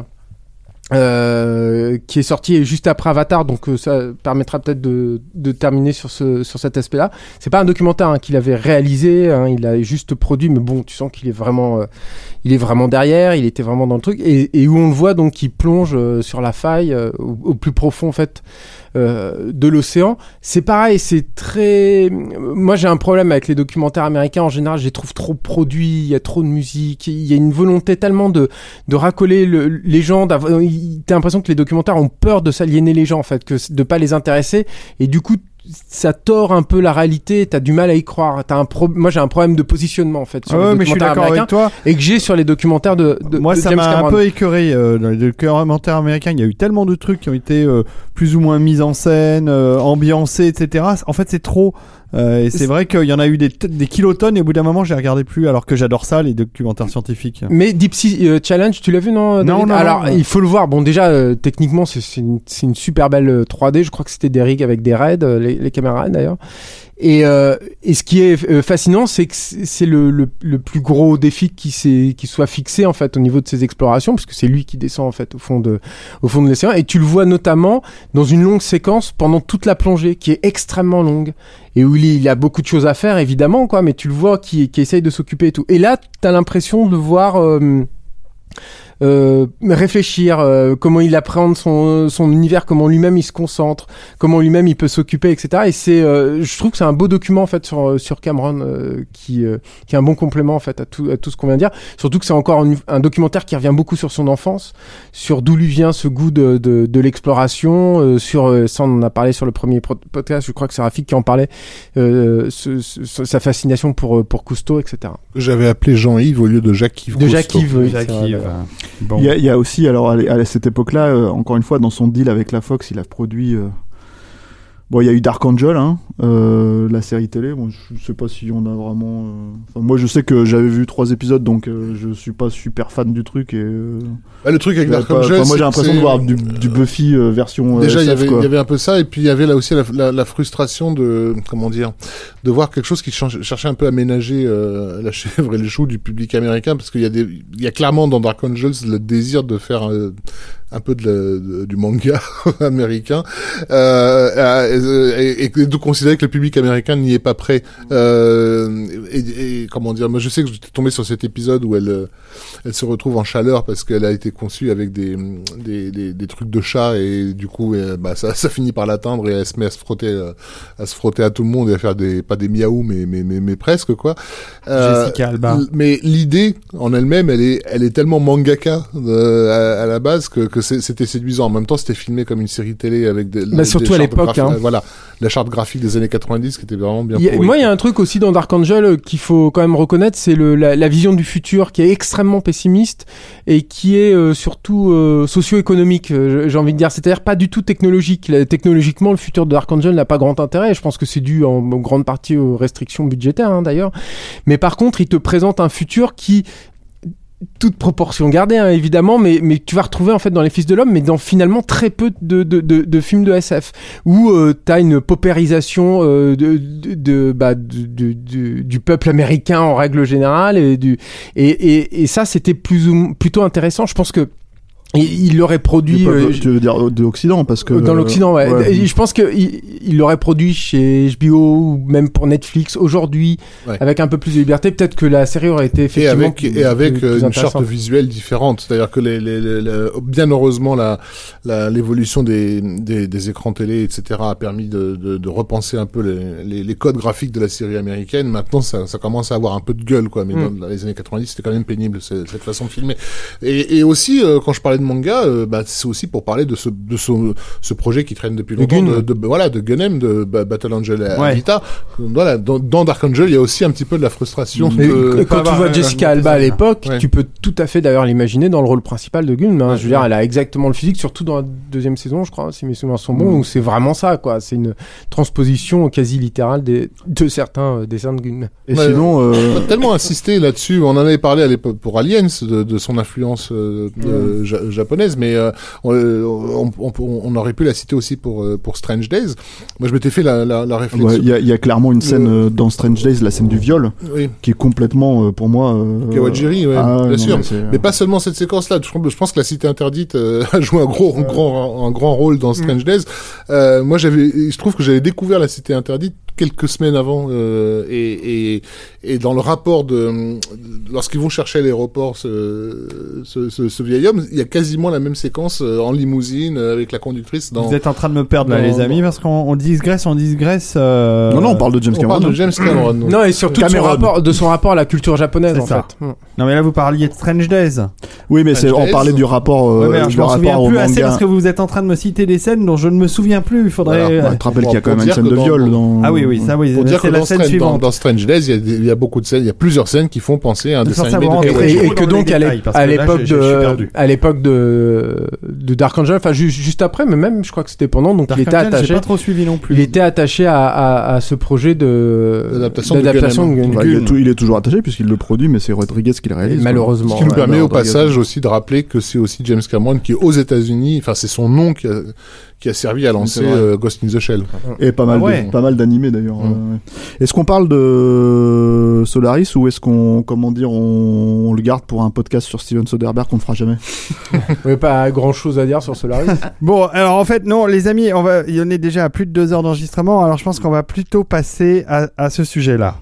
[SPEAKER 6] Euh, qui est sorti juste après Avatar, donc euh, ça permettra peut-être de, de terminer sur ce sur cet aspect-là. C'est pas un documentaire hein, qu'il avait réalisé, hein, il a juste produit, mais bon, tu sens qu'il est vraiment, euh, il est vraiment derrière, il était vraiment dans le truc, et, et où on le voit donc qu'il plonge euh, sur la faille euh, au, au plus profond en fait. Euh, de l'océan, c'est pareil, c'est très. Moi, j'ai un problème avec les documentaires américains en général. Je les trouve trop produits. Il y a trop de musique. Il y a une volonté tellement de de racoler le, les gens. T'as l'impression que les documentaires ont peur de s'aliéner les gens en fait, que de pas les intéresser. Et du coup, ça tord un peu la réalité, t'as du mal à y croire. T'as un pro... Moi, j'ai un problème de positionnement en fait sur
[SPEAKER 2] ouais,
[SPEAKER 6] les
[SPEAKER 2] mais
[SPEAKER 6] documentaires américains,
[SPEAKER 2] toi.
[SPEAKER 6] et que j'ai sur les documentaires de, de
[SPEAKER 2] moi,
[SPEAKER 6] de
[SPEAKER 2] ça
[SPEAKER 6] James
[SPEAKER 2] m'a
[SPEAKER 6] Cameron.
[SPEAKER 2] un peu écœuré euh, dans les documentaires américains. Il y a eu tellement de trucs qui ont été euh, plus ou moins mis en scène, euh, ambiancés, et cetera. En fait, c'est trop. Euh, et c'est, c'est vrai qu'il y en a eu des, t- des kilotonnes et au bout d'un moment j'ai regardé plus, alors que j'adore ça, les documentaires scientifiques.
[SPEAKER 6] Mais Deep Sea euh, Challenge, tu l'as vu, non, David?
[SPEAKER 2] Non, non.
[SPEAKER 6] Alors
[SPEAKER 2] non, non.
[SPEAKER 6] il faut le voir. Bon, déjà euh, techniquement c'est, c'est, une, c'est une super belle euh, trois D. Je crois que c'était des rigs avec des raids, euh, les, les caméras d'ailleurs. Et, euh, et ce qui est euh, fascinant, c'est que c'est le, le, le plus gros défi qui, s'est, qui soit fixé en fait au niveau de ses explorations, puisque c'est lui qui descend en fait au fond de, au fond de l'océan. Et tu le vois notamment dans une longue séquence pendant toute la plongée, qui est extrêmement longue et où il, il a beaucoup de choses à faire évidemment, quoi. Mais tu le vois qui, qui essaye de s'occuper et tout. Et là, t'as l'impression de voir. Euh, Euh, réfléchir, euh, comment il appréhende son son univers, comment lui-même il se concentre, comment lui-même il peut s'occuper, et cetera. Et c'est, euh, je trouve que c'est un beau document en fait sur sur Cameron euh, qui euh, qui est un bon complément en fait à tout à tout ce qu'on vient de dire. Surtout que c'est encore un, un documentaire qui revient beaucoup sur son enfance, sur d'où lui vient ce goût de de, de l'exploration, euh, sur euh, ça on en a parlé sur le premier podcast. Je crois que c'est Rafik qui en parlait, euh, ce, ce, sa fascination pour pour Cousteau, et cetera.
[SPEAKER 5] J'avais appelé Jean-Yves au lieu de Jacques-Yves.
[SPEAKER 6] De Jacques-Yves, oui,
[SPEAKER 2] Jacques-Yves.
[SPEAKER 4] Bon. Il y a, il y a aussi, alors à, à cette époque-là, euh, encore une fois, dans son deal avec la Fox, il a produit. Euh... Bon, il y a eu Dark Angel, hein, euh, la série télé. Bon, je sais pas si on a vraiment. Euh... Enfin, moi, je sais que j'avais vu trois épisodes, donc euh, je suis pas super fan du truc. Et euh...
[SPEAKER 5] bah, le truc avec Dark
[SPEAKER 4] pas...
[SPEAKER 5] Angel,
[SPEAKER 4] enfin, moi j'ai l'impression c'est... de voir du, du Buffy euh, version.
[SPEAKER 5] Déjà, il y avait,
[SPEAKER 4] quoi.
[SPEAKER 5] il y avait un peu ça, et puis il y avait là aussi la, la, la frustration de, comment dire, de voir quelque chose qui change, cherchait un peu à ménager euh, la chèvre et le chou du public américain, parce qu'il y a des, il y a clairement dans Dark Angels le désir de faire euh, un peu de, la, de du manga américain, euh, et, et, et de considérer que le public américain n'y est pas prêt. Euh, et, et comment dire, moi je sais que j'étais tombé sur cet épisode où elle, elle se retrouve en chaleur parce qu'elle a été conçue avec des, des, des, des trucs de chat, et du coup, et, bah ça, ça finit par l'atteindre, et elle se met à se frotter, à se frotter à tout le monde et à faire des, pas des miaou, mais mais mais, mais presque quoi.
[SPEAKER 2] Euh, Jessica Alba.
[SPEAKER 5] Mais l'idée en elle-même, elle est, elle est tellement mangaka euh, à, à la base que que c'est, c'était séduisant. En même temps, c'était filmé comme une série télé avec des,
[SPEAKER 6] bah,
[SPEAKER 5] des
[SPEAKER 6] surtout
[SPEAKER 5] des
[SPEAKER 6] à l'époque,
[SPEAKER 5] graphi-
[SPEAKER 6] hein.
[SPEAKER 5] Voilà, la charte graphique des années quatre-vingt-dix qui était vraiment bien.
[SPEAKER 6] Il y a-
[SPEAKER 5] pourrie.
[SPEAKER 6] moi, il y a un truc aussi dans Dark Angel euh, qu'il faut quand même reconnaître, c'est le, la, la vision du futur qui est extrêmement pessimiste et qui est euh, surtout euh, socio-économique, euh, j'ai envie de dire. C'est-à-dire pas du tout technologique. La- technologiquement, le futur de Dark Angel n'a pas grand intérêt. Je pense que c'est dû en grande partie aux restrictions budgétaires, hein, d'ailleurs. Mais par contre, il te présente un futur qui, toute proportion gardée, hein, évidemment, mais, mais tu vas retrouver en fait dans Les Fils de l'Homme, mais dans finalement très peu de, de, de, de films de S F, où euh, t'as une paupérisation euh, de, de, de, bah, du, du, du, du peuple américain en règle générale, et, du, et, et, et ça c'était plus ou, plutôt intéressant. Je pense que il il l'aurait produit
[SPEAKER 4] Du peuple,
[SPEAKER 6] euh,
[SPEAKER 4] tu veux dire de Occident, parce que
[SPEAKER 6] dans l'Occident, ouais.
[SPEAKER 4] ouais.
[SPEAKER 6] Et je pense que il il l'aurait produit chez H B O ou même pour Netflix aujourd'hui,
[SPEAKER 5] Ouais.
[SPEAKER 6] avec un peu plus de liberté. Peut-être que la série aurait été
[SPEAKER 5] Et
[SPEAKER 6] effectivement
[SPEAKER 5] avec,
[SPEAKER 6] plus-
[SPEAKER 5] et avec
[SPEAKER 6] plus-
[SPEAKER 5] euh,
[SPEAKER 6] plus
[SPEAKER 5] une charte
[SPEAKER 6] intéressante.
[SPEAKER 5] visuelle différente. C'est-à-dire que les, les, les- les- bien heureusement, la, la, l'évolution des, des, des écrans télé, et cetera, a permis de, de, de repenser un peu les, les, les codes graphiques de la série américaine. Maintenant, ça, ça commence à avoir un peu de gueule, quoi. Mais
[SPEAKER 6] Mm.
[SPEAKER 5] dans, dans les années quatre-vingt-dix, c'était quand même pénible, cette, cette façon de filmer. Et, et aussi, euh, quand je parlais de manga, euh, bah, c'est aussi pour parler de ce, de ce, ce projet qui traîne depuis
[SPEAKER 6] De
[SPEAKER 5] longtemps,
[SPEAKER 6] Gun.
[SPEAKER 5] de, de, voilà, de Gunm, de Ba- Battle Angel et
[SPEAKER 2] Ouais.
[SPEAKER 5] Alita. Voilà, dans, dans Dark Angel, il y a aussi un petit peu de la frustration.
[SPEAKER 6] Et
[SPEAKER 5] de-
[SPEAKER 6] quand tu
[SPEAKER 2] avoir,
[SPEAKER 6] vois
[SPEAKER 2] euh,
[SPEAKER 6] Jessica
[SPEAKER 2] euh,
[SPEAKER 6] Alba à
[SPEAKER 2] euh,
[SPEAKER 6] l'époque,
[SPEAKER 5] ouais.
[SPEAKER 6] tu peux tout à fait d'ailleurs l'imaginer dans le rôle principal de Gunn. Hein.
[SPEAKER 5] Ouais,
[SPEAKER 6] je veux dire,
[SPEAKER 5] ouais.
[SPEAKER 6] elle a exactement le physique, surtout dans la deuxième saison, je crois, si mes souvenirs sont bons,
[SPEAKER 4] Mm.
[SPEAKER 6] où c'est vraiment ça, quoi. C'est une transposition quasi littérale des, de certains euh, dessins de Gunn.
[SPEAKER 4] Et
[SPEAKER 5] Ouais,
[SPEAKER 4] sinon,
[SPEAKER 5] On
[SPEAKER 4] euh,
[SPEAKER 5] a tellement insisté là-dessus. On en avait parlé à l'époque pour Aliens de, de son influence euh, de- ja- japonaise, mais euh, on, on, on, on aurait pu la citer aussi pour euh, pour Strange Days. Moi, je m'étais fait la, la, la réflexion.
[SPEAKER 4] ouais, il y, a- il y a clairement une scène
[SPEAKER 5] Le-
[SPEAKER 4] euh, dans Strange Days, la scène du viol,
[SPEAKER 5] Oui,
[SPEAKER 4] qui est complètement, euh, pour moi, euh,
[SPEAKER 5] Kawajiri, ouais,
[SPEAKER 4] ah,
[SPEAKER 5] bien
[SPEAKER 4] non,
[SPEAKER 5] sûr.
[SPEAKER 4] mais c'est-
[SPEAKER 5] Mais pas seulement cette séquence-là. Je, pense- je pense que la Cité Interdite euh, a joué un gros, un grand, un grand rôle dans Strange Days. Euh, moi, j'avais, je trouve que j'avais découvert la Cité Interdite quelques semaines avant, euh, et, et, et dans le rapport de, lorsqu'ils vont chercher à l'aéroport ce, ce, ce, ce vieil homme, il y a quasiment la même séquence euh, en limousine euh, avec la conductrice dans.
[SPEAKER 2] Vous êtes en train de me perdre là,
[SPEAKER 5] dans-
[SPEAKER 2] les amis, parce qu'on on digresse, on digresse. euh,
[SPEAKER 4] Non, non, on parle de James
[SPEAKER 5] On
[SPEAKER 4] Cameron.
[SPEAKER 5] parle de James Cameron. donc.
[SPEAKER 6] Non, et surtout de son,
[SPEAKER 4] Cameron.
[SPEAKER 6] rapport, de son rapport à la culture japonaise,
[SPEAKER 2] C'est
[SPEAKER 6] en
[SPEAKER 2] ça.
[SPEAKER 6] fait. Mm.
[SPEAKER 2] Non, mais là, vous parliez de Strange Days.
[SPEAKER 4] Oui, mais c'est, on
[SPEAKER 5] Strange
[SPEAKER 4] parlait
[SPEAKER 5] Days.
[SPEAKER 4] du rapport, euh,
[SPEAKER 2] Ouais, mais alors, je
[SPEAKER 4] du
[SPEAKER 2] m'en souviens
[SPEAKER 4] rapport au
[SPEAKER 2] plus assez
[SPEAKER 4] manga.
[SPEAKER 2] parce que vous êtes en train de me citer des scènes dont je ne me souviens plus. Il faudrait.
[SPEAKER 5] Voilà.
[SPEAKER 2] euh,
[SPEAKER 4] Ouais, tu te rappelles
[SPEAKER 5] Pour-
[SPEAKER 4] qu'il y a quand
[SPEAKER 5] pour
[SPEAKER 4] même une
[SPEAKER 5] dire
[SPEAKER 4] scène
[SPEAKER 5] que
[SPEAKER 4] de
[SPEAKER 5] dans-
[SPEAKER 4] viol dans...
[SPEAKER 2] Ah oui, oui, ça oui.
[SPEAKER 5] Pour dire que
[SPEAKER 2] C'est la
[SPEAKER 5] dans,
[SPEAKER 2] scène
[SPEAKER 5] Strange, dans,
[SPEAKER 2] suivante.
[SPEAKER 5] dans Strange Days, il y, a des- il y a beaucoup de scènes, il y a plusieurs scènes qui font penser à un
[SPEAKER 2] De
[SPEAKER 5] dessin
[SPEAKER 2] faire
[SPEAKER 5] animé
[SPEAKER 2] savoir
[SPEAKER 5] de
[SPEAKER 2] en
[SPEAKER 6] Et,
[SPEAKER 2] Ouais,
[SPEAKER 5] Kawajiri.
[SPEAKER 2] je
[SPEAKER 6] et
[SPEAKER 2] trouve
[SPEAKER 6] que
[SPEAKER 2] dans les
[SPEAKER 6] donc à l'é-
[SPEAKER 2] détails, parce
[SPEAKER 6] à
[SPEAKER 2] que là,
[SPEAKER 6] l'époque
[SPEAKER 2] je- je suis
[SPEAKER 6] de
[SPEAKER 2] perdu.
[SPEAKER 6] à l'époque de de Dark Angel, enfin ju- juste après, mais même je crois que c'était pendant, donc
[SPEAKER 2] Dark
[SPEAKER 6] il était
[SPEAKER 2] Angel, j'ai
[SPEAKER 6] attaché.
[SPEAKER 2] pas trop suivi non plus.
[SPEAKER 6] Il était attaché à, à, à ce projet de
[SPEAKER 5] D'adaptation de
[SPEAKER 6] d'adaptation
[SPEAKER 5] Gunn.
[SPEAKER 6] de
[SPEAKER 4] Bah,
[SPEAKER 6] Gunn.
[SPEAKER 4] il, est tou- il est toujours attaché puisqu'il le produit, mais c'est Rodriguez qui le réalise. quoi.
[SPEAKER 6] Malheureusement.
[SPEAKER 5] Ce qui nous
[SPEAKER 6] Ouais,
[SPEAKER 5] permet
[SPEAKER 4] bah,
[SPEAKER 5] au
[SPEAKER 4] Rodriguez.
[SPEAKER 5] passage aussi de rappeler que c'est aussi James Cameron qui, aux États-Unis, enfin c'est son nom qui a, qui a servi à lancer
[SPEAKER 4] C'est vrai.
[SPEAKER 5] euh, Ghost in the Shell.
[SPEAKER 4] Et pas mal,
[SPEAKER 2] Ah ouais.
[SPEAKER 4] de, pas mal d'animés d'ailleurs.
[SPEAKER 5] Mm.
[SPEAKER 4] euh, ouais. Est-ce qu'on parle de Solaris ou est-ce qu'on, comment dire, on, on le garde pour un podcast sur Steven Soderbergh qu'on ne fera jamais?
[SPEAKER 6] Oui, pas grand chose à dire sur Solaris.
[SPEAKER 2] Bon, alors en fait, non, les amis, on va, il y en est déjà à plus de deux heures d'enregistrement, alors je pense qu'on va plutôt passer à, à ce sujet-là.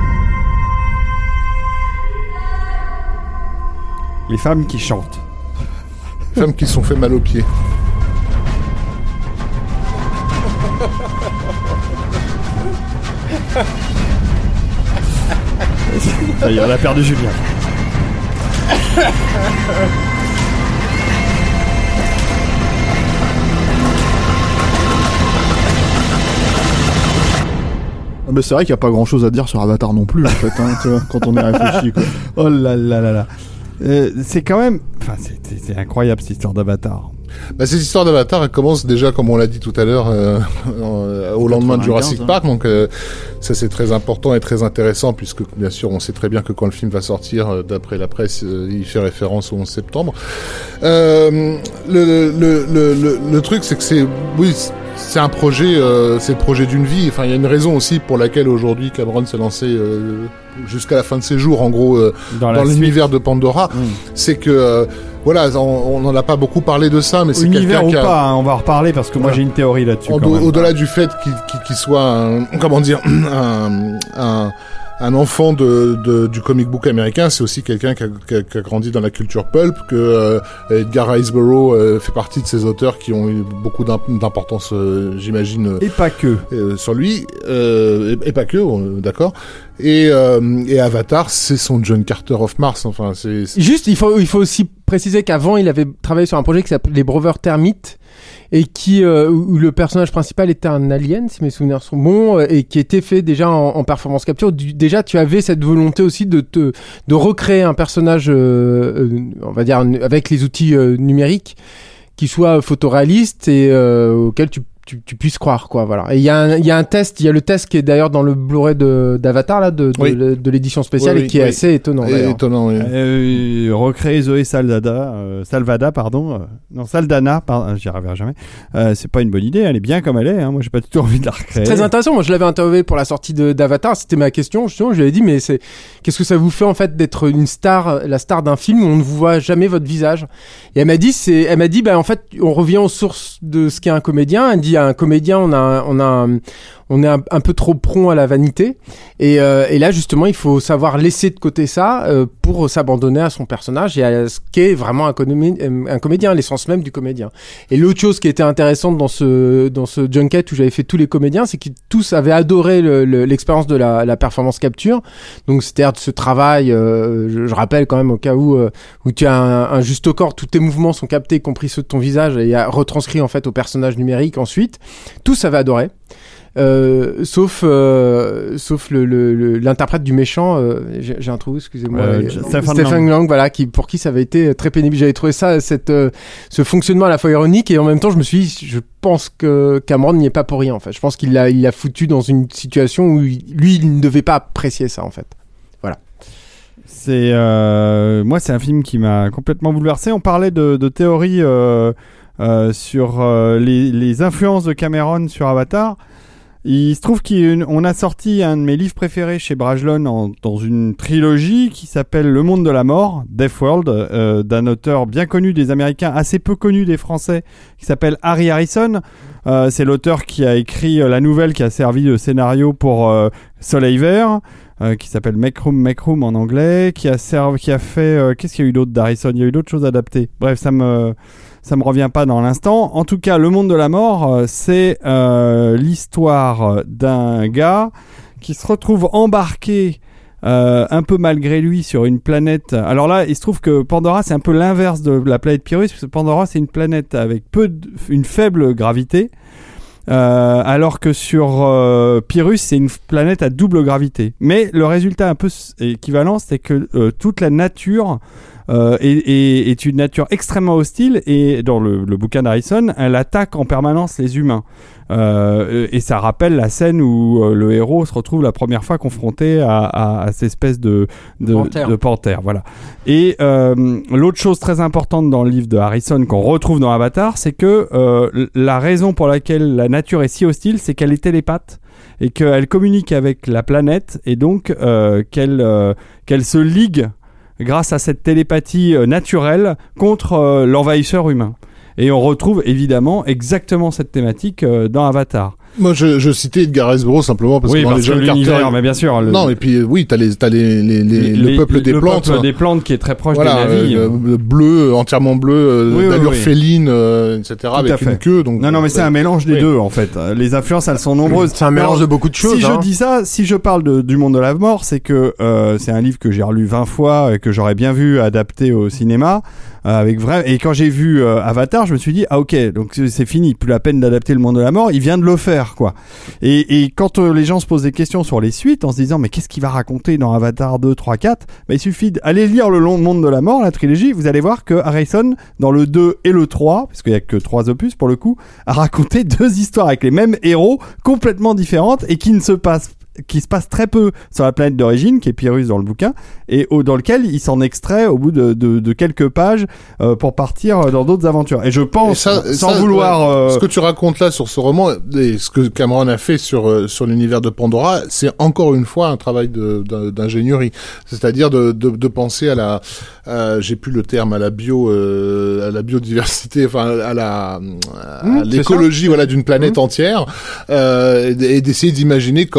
[SPEAKER 2] Les femmes qui chantent.
[SPEAKER 5] Femmes qui se sont fait mal aux pieds.
[SPEAKER 2] Ça y est, on a perdu Julien.
[SPEAKER 4] Ah, mais c'est vrai qu'il n'y a pas grand chose à dire sur Avatar non plus, en fait, hein, tu vois, quand on est réfléchi, quoi.
[SPEAKER 2] Oh là là là là. Euh, c'est quand même... Enfin, c'est, c'est- c'est incroyable cette histoire d'Avatar.
[SPEAKER 5] Bah, cette histoire d'Avatar, elle commence déjà, comme on l'a dit tout à l'heure, euh, euh, au lendemain de Jurassic
[SPEAKER 4] quatre-vingt-quinze,
[SPEAKER 5] Park. Donc, euh, ça c'est très important et très intéressant, puisque bien sûr, on sait très bien que quand le film va sortir, euh, d'après la presse, euh, il fait référence au onze septembre. Euh, le, le, le, le, le truc, c'est que c'est, oui, c'est un projet, euh, c'est le projet d'une vie. Enfin, il y a une raison aussi pour laquelle aujourd'hui Cameron s'est lancé euh, jusqu'à la fin de ses jours, en gros, euh,
[SPEAKER 2] Dans, la
[SPEAKER 5] dans
[SPEAKER 2] suite.
[SPEAKER 5] l'univers de Pandora.
[SPEAKER 2] Mm.
[SPEAKER 5] C'est que euh, voilà, on n'en a pas beaucoup parlé de ça, mais c'est
[SPEAKER 2] Univers
[SPEAKER 5] quelqu'un
[SPEAKER 2] ou
[SPEAKER 5] qui a,
[SPEAKER 2] pas, hein, on va en reparler parce que moi
[SPEAKER 5] Voilà.
[SPEAKER 2] j'ai une théorie là-dessus.
[SPEAKER 5] en-
[SPEAKER 2] quand même.
[SPEAKER 5] au-delà du fait qu'il, qu'il, qu'il soit un, comment dire, un, un, un enfant de, de, du comic book américain, c'est aussi quelqu'un qui a, qui a, qui a grandi dans la culture pulp, que euh, Edgar Rice Burroughs euh, fait partie de ces auteurs qui ont eu beaucoup d'imp- d'importance, euh, j'imagine,
[SPEAKER 2] Et pas que.
[SPEAKER 5] euh, sur lui, euh, et, et pas que, on- d'accord. Et, euh, et Avatar, c'est son John Carter of Mars. Enfin, c'est, c'est-
[SPEAKER 6] Juste, il faut, il faut aussi préciser qu'avant, il avait travaillé sur un projet qui s'appelait les Brother Termites, et qui euh, où le personnage principal était un alien, si mes souvenirs sont bons, euh, et qui était fait déjà en, en performance capture. Du, déjà, tu avais cette volonté aussi de te de recréer un personnage, euh, euh, on va dire, avec les outils euh, numériques, qui soit photoréaliste et euh, auquel tu Tu, tu puisses croire, quoi, voilà. Et il y a un il y a un test, il y a le test qui est d'ailleurs dans le Blu-ray de d'Avatar là, de de,
[SPEAKER 5] oui.
[SPEAKER 6] de, de l'édition spéciale,
[SPEAKER 5] oui, oui,
[SPEAKER 6] et qui est
[SPEAKER 5] oui.
[SPEAKER 6] assez étonnant.
[SPEAKER 5] Et, étonnant, oui.
[SPEAKER 2] Euh, recréer Zoé Saldana, euh, Salvada, pardon, euh, non Saldana, pardon, j'y arriverai jamais. Euh, c'est pas une bonne idée, elle est bien comme elle est. Hein. Moi, j'ai pas du tout envie de la recréer.
[SPEAKER 6] Très intéressant. Moi, je l'avais interviewé pour la sortie de d'Avatar. C'était ma question. Justement, je lui avais dit, mais c'est qu'est-ce que ça vous fait en fait d'être une star, la star d'un film où on ne vous voit jamais votre visage. Et elle m'a dit, c'est, elle m'a dit, bah en fait, on revient aux sources de ce qu'est un comédien. Elle dit, un comédien, on a, on a, un, on est un, un peu trop prompt à la vanité. Et, euh, et là, justement, il faut savoir laisser de côté ça euh, pour s'abandonner à son personnage et à ce qu'est vraiment un, comé- un comédien, l'essence même du comédien. Et l'autre chose qui était intéressante dans ce, dans ce junket où j'avais fait tous les comédiens, c'est qu'ils tous avaient adoré le, le, l'expérience de la, la performance capture. Donc, c'est-à-dire de ce travail, euh, je, je rappelle quand même au cas où, euh, où tu as un, un juste au corps, tous tes mouvements sont captés, y compris ceux de ton visage, et retranscrits en fait au personnage numérique ensuite. Tous avaient adoré. Euh, sauf euh, sauf le, le, le l'interprète du méchant, euh, j'ai, j'ai un trou, excusez-moi,
[SPEAKER 2] euh,
[SPEAKER 6] euh,
[SPEAKER 2] Stephen
[SPEAKER 6] Stephen
[SPEAKER 2] Lang.
[SPEAKER 6] Lang, voilà, qui pour qui ça avait été très pénible. J'avais trouvé ça, cette euh, ce fonctionnement à la fois ironique, et en même temps je me suis dit, je pense que Cameron n'y est pas pour rien en fait. Je pense qu'il l'a il l'a foutu dans une situation où il, lui il ne devait pas apprécier ça en fait. Voilà.
[SPEAKER 2] C'est euh, moi, c'est un film qui m'a complètement bouleversé. On parlait de, de théories euh, euh, sur euh, les, les influences de Cameron sur Avatar. Il se trouve qu'on a sorti un de mes livres préférés chez Brajlon en, dans une trilogie qui s'appelle Le Monde de la Mort, Death World, euh, d'un auteur bien connu des Américains, assez peu connu des Français, qui s'appelle Harry Harrison. Euh, c'est l'auteur qui a écrit euh, la nouvelle qui a servi de scénario pour euh, Soleil Vert, euh, qui s'appelle Make Room, Make Room en anglais, qui a, servi, qui a fait... Euh, qu'est-ce qu'il y a eu d'autre d'Harrison ? Il y a eu d'autres choses adaptées. Bref, ça me... Ça me revient pas dans l'instant. En tout cas, Le Monde de la Mort, euh, c'est euh, l'histoire d'un gars qui se retrouve embarqué euh, un peu malgré lui sur une planète. Alors là, il se trouve que Pandora, c'est un peu l'inverse de la planète Pyrrhus, parce que Pandora, c'est une planète avec peu de, une faible gravité, euh, alors que sur euh, Pyrrhus, c'est une planète à double gravité. Mais le résultat un peu équivalent, c'est que euh, toute la nature Euh, est, est, est une nature extrêmement hostile, et dans le, le bouquin d'Harrison, elle attaque en permanence les humains. Euh, et ça rappelle la scène où euh, le héros se retrouve la première fois confronté à, à, à cette espèce de, de,
[SPEAKER 6] panthère.
[SPEAKER 2] de panthère. Voilà. Et euh, l'autre chose très importante dans le livre de Harrison qu'on retrouve dans Avatar, c'est que euh, la raison pour laquelle la nature est si hostile, c'est qu'elle est télépathe et qu'elle communique avec la planète, et donc euh, qu'elle, euh, qu'elle se ligue grâce à cette télépathie euh, naturelle contre euh, l'envahisseur humain. Et on retrouve évidemment exactement cette thématique euh, dans Avatar.
[SPEAKER 5] Moi, je, je citais Edgar Rice Burroughs simplement parce
[SPEAKER 2] oui,
[SPEAKER 5] que dans
[SPEAKER 2] parce
[SPEAKER 5] les jeunes
[SPEAKER 2] que l'univers,
[SPEAKER 5] Carter,
[SPEAKER 2] mais bien sûr. Le,
[SPEAKER 5] non, et puis oui, t'as les, t'as les, les, les,
[SPEAKER 2] les
[SPEAKER 5] le peuple des
[SPEAKER 2] le
[SPEAKER 5] plantes,
[SPEAKER 2] peuple des plantes qui est très proche
[SPEAKER 5] voilà,
[SPEAKER 2] des navis.
[SPEAKER 5] euh, euh, bleu, entièrement bleu, euh,
[SPEAKER 2] Oui, oui,
[SPEAKER 5] d'allure
[SPEAKER 2] oui.
[SPEAKER 5] féline, euh, et cetera,
[SPEAKER 2] Tout à
[SPEAKER 5] avec
[SPEAKER 2] fait.
[SPEAKER 5] une queue. Donc,
[SPEAKER 2] Non, non, mais c'est
[SPEAKER 5] euh,
[SPEAKER 2] un mélange des
[SPEAKER 5] oui.
[SPEAKER 2] deux en fait. Les influences, elles sont nombreuses.
[SPEAKER 6] C'est un mélange
[SPEAKER 2] Alors,
[SPEAKER 6] de beaucoup de choses.
[SPEAKER 2] Si
[SPEAKER 6] hein.
[SPEAKER 2] je dis ça, si je parle de, du Monde de la Mort, c'est que euh, c'est un livre que j'ai relu vingt fois et que j'aurais bien vu adapté au cinéma. Euh, avec vrai... Et quand j'ai vu euh, Avatar, je me suis dit, ah ok, donc c'est fini, plus la peine d'adapter Le Monde de la Mort, il vient de le faire, quoi. Et, et quand euh, les gens se posent des questions sur les suites, en se disant, mais qu'est-ce qu'il va raconter dans Avatar deux, trois, quatre, bah, il suffit d'aller lire Le Long Monde de la Mort, la trilogie, vous allez voir que Harrison, dans le deux et le trois, parce qu'il y a que trois opus pour le coup, a raconté deux histoires avec les mêmes héros, complètement différentes, et qui ne se passent qui se passe très peu sur la planète d'origine, qui est Pyrrhus dans le bouquin, et au, dans lequel il s'en extrait au bout de, de, de quelques pages euh, pour partir dans d'autres aventures. Et je pense,
[SPEAKER 5] Et ça,
[SPEAKER 2] sans
[SPEAKER 5] ça,
[SPEAKER 2] vouloir...
[SPEAKER 5] euh,
[SPEAKER 2] euh,
[SPEAKER 5] ce que tu racontes là sur ce roman, et ce que Cameron a fait sur euh, sur l'univers de Pandora, c'est encore une fois un travail de, de, d'ingénierie, c'est-à-dire de, de, de penser à la, euh, j'ai plus le terme, à la bio, euh, à la biodiversité, enfin à la, à
[SPEAKER 6] Mmh,
[SPEAKER 5] l'écologie, voilà, d'une planète
[SPEAKER 6] Mmh.
[SPEAKER 5] entière, euh, et d'essayer d'imaginer comment on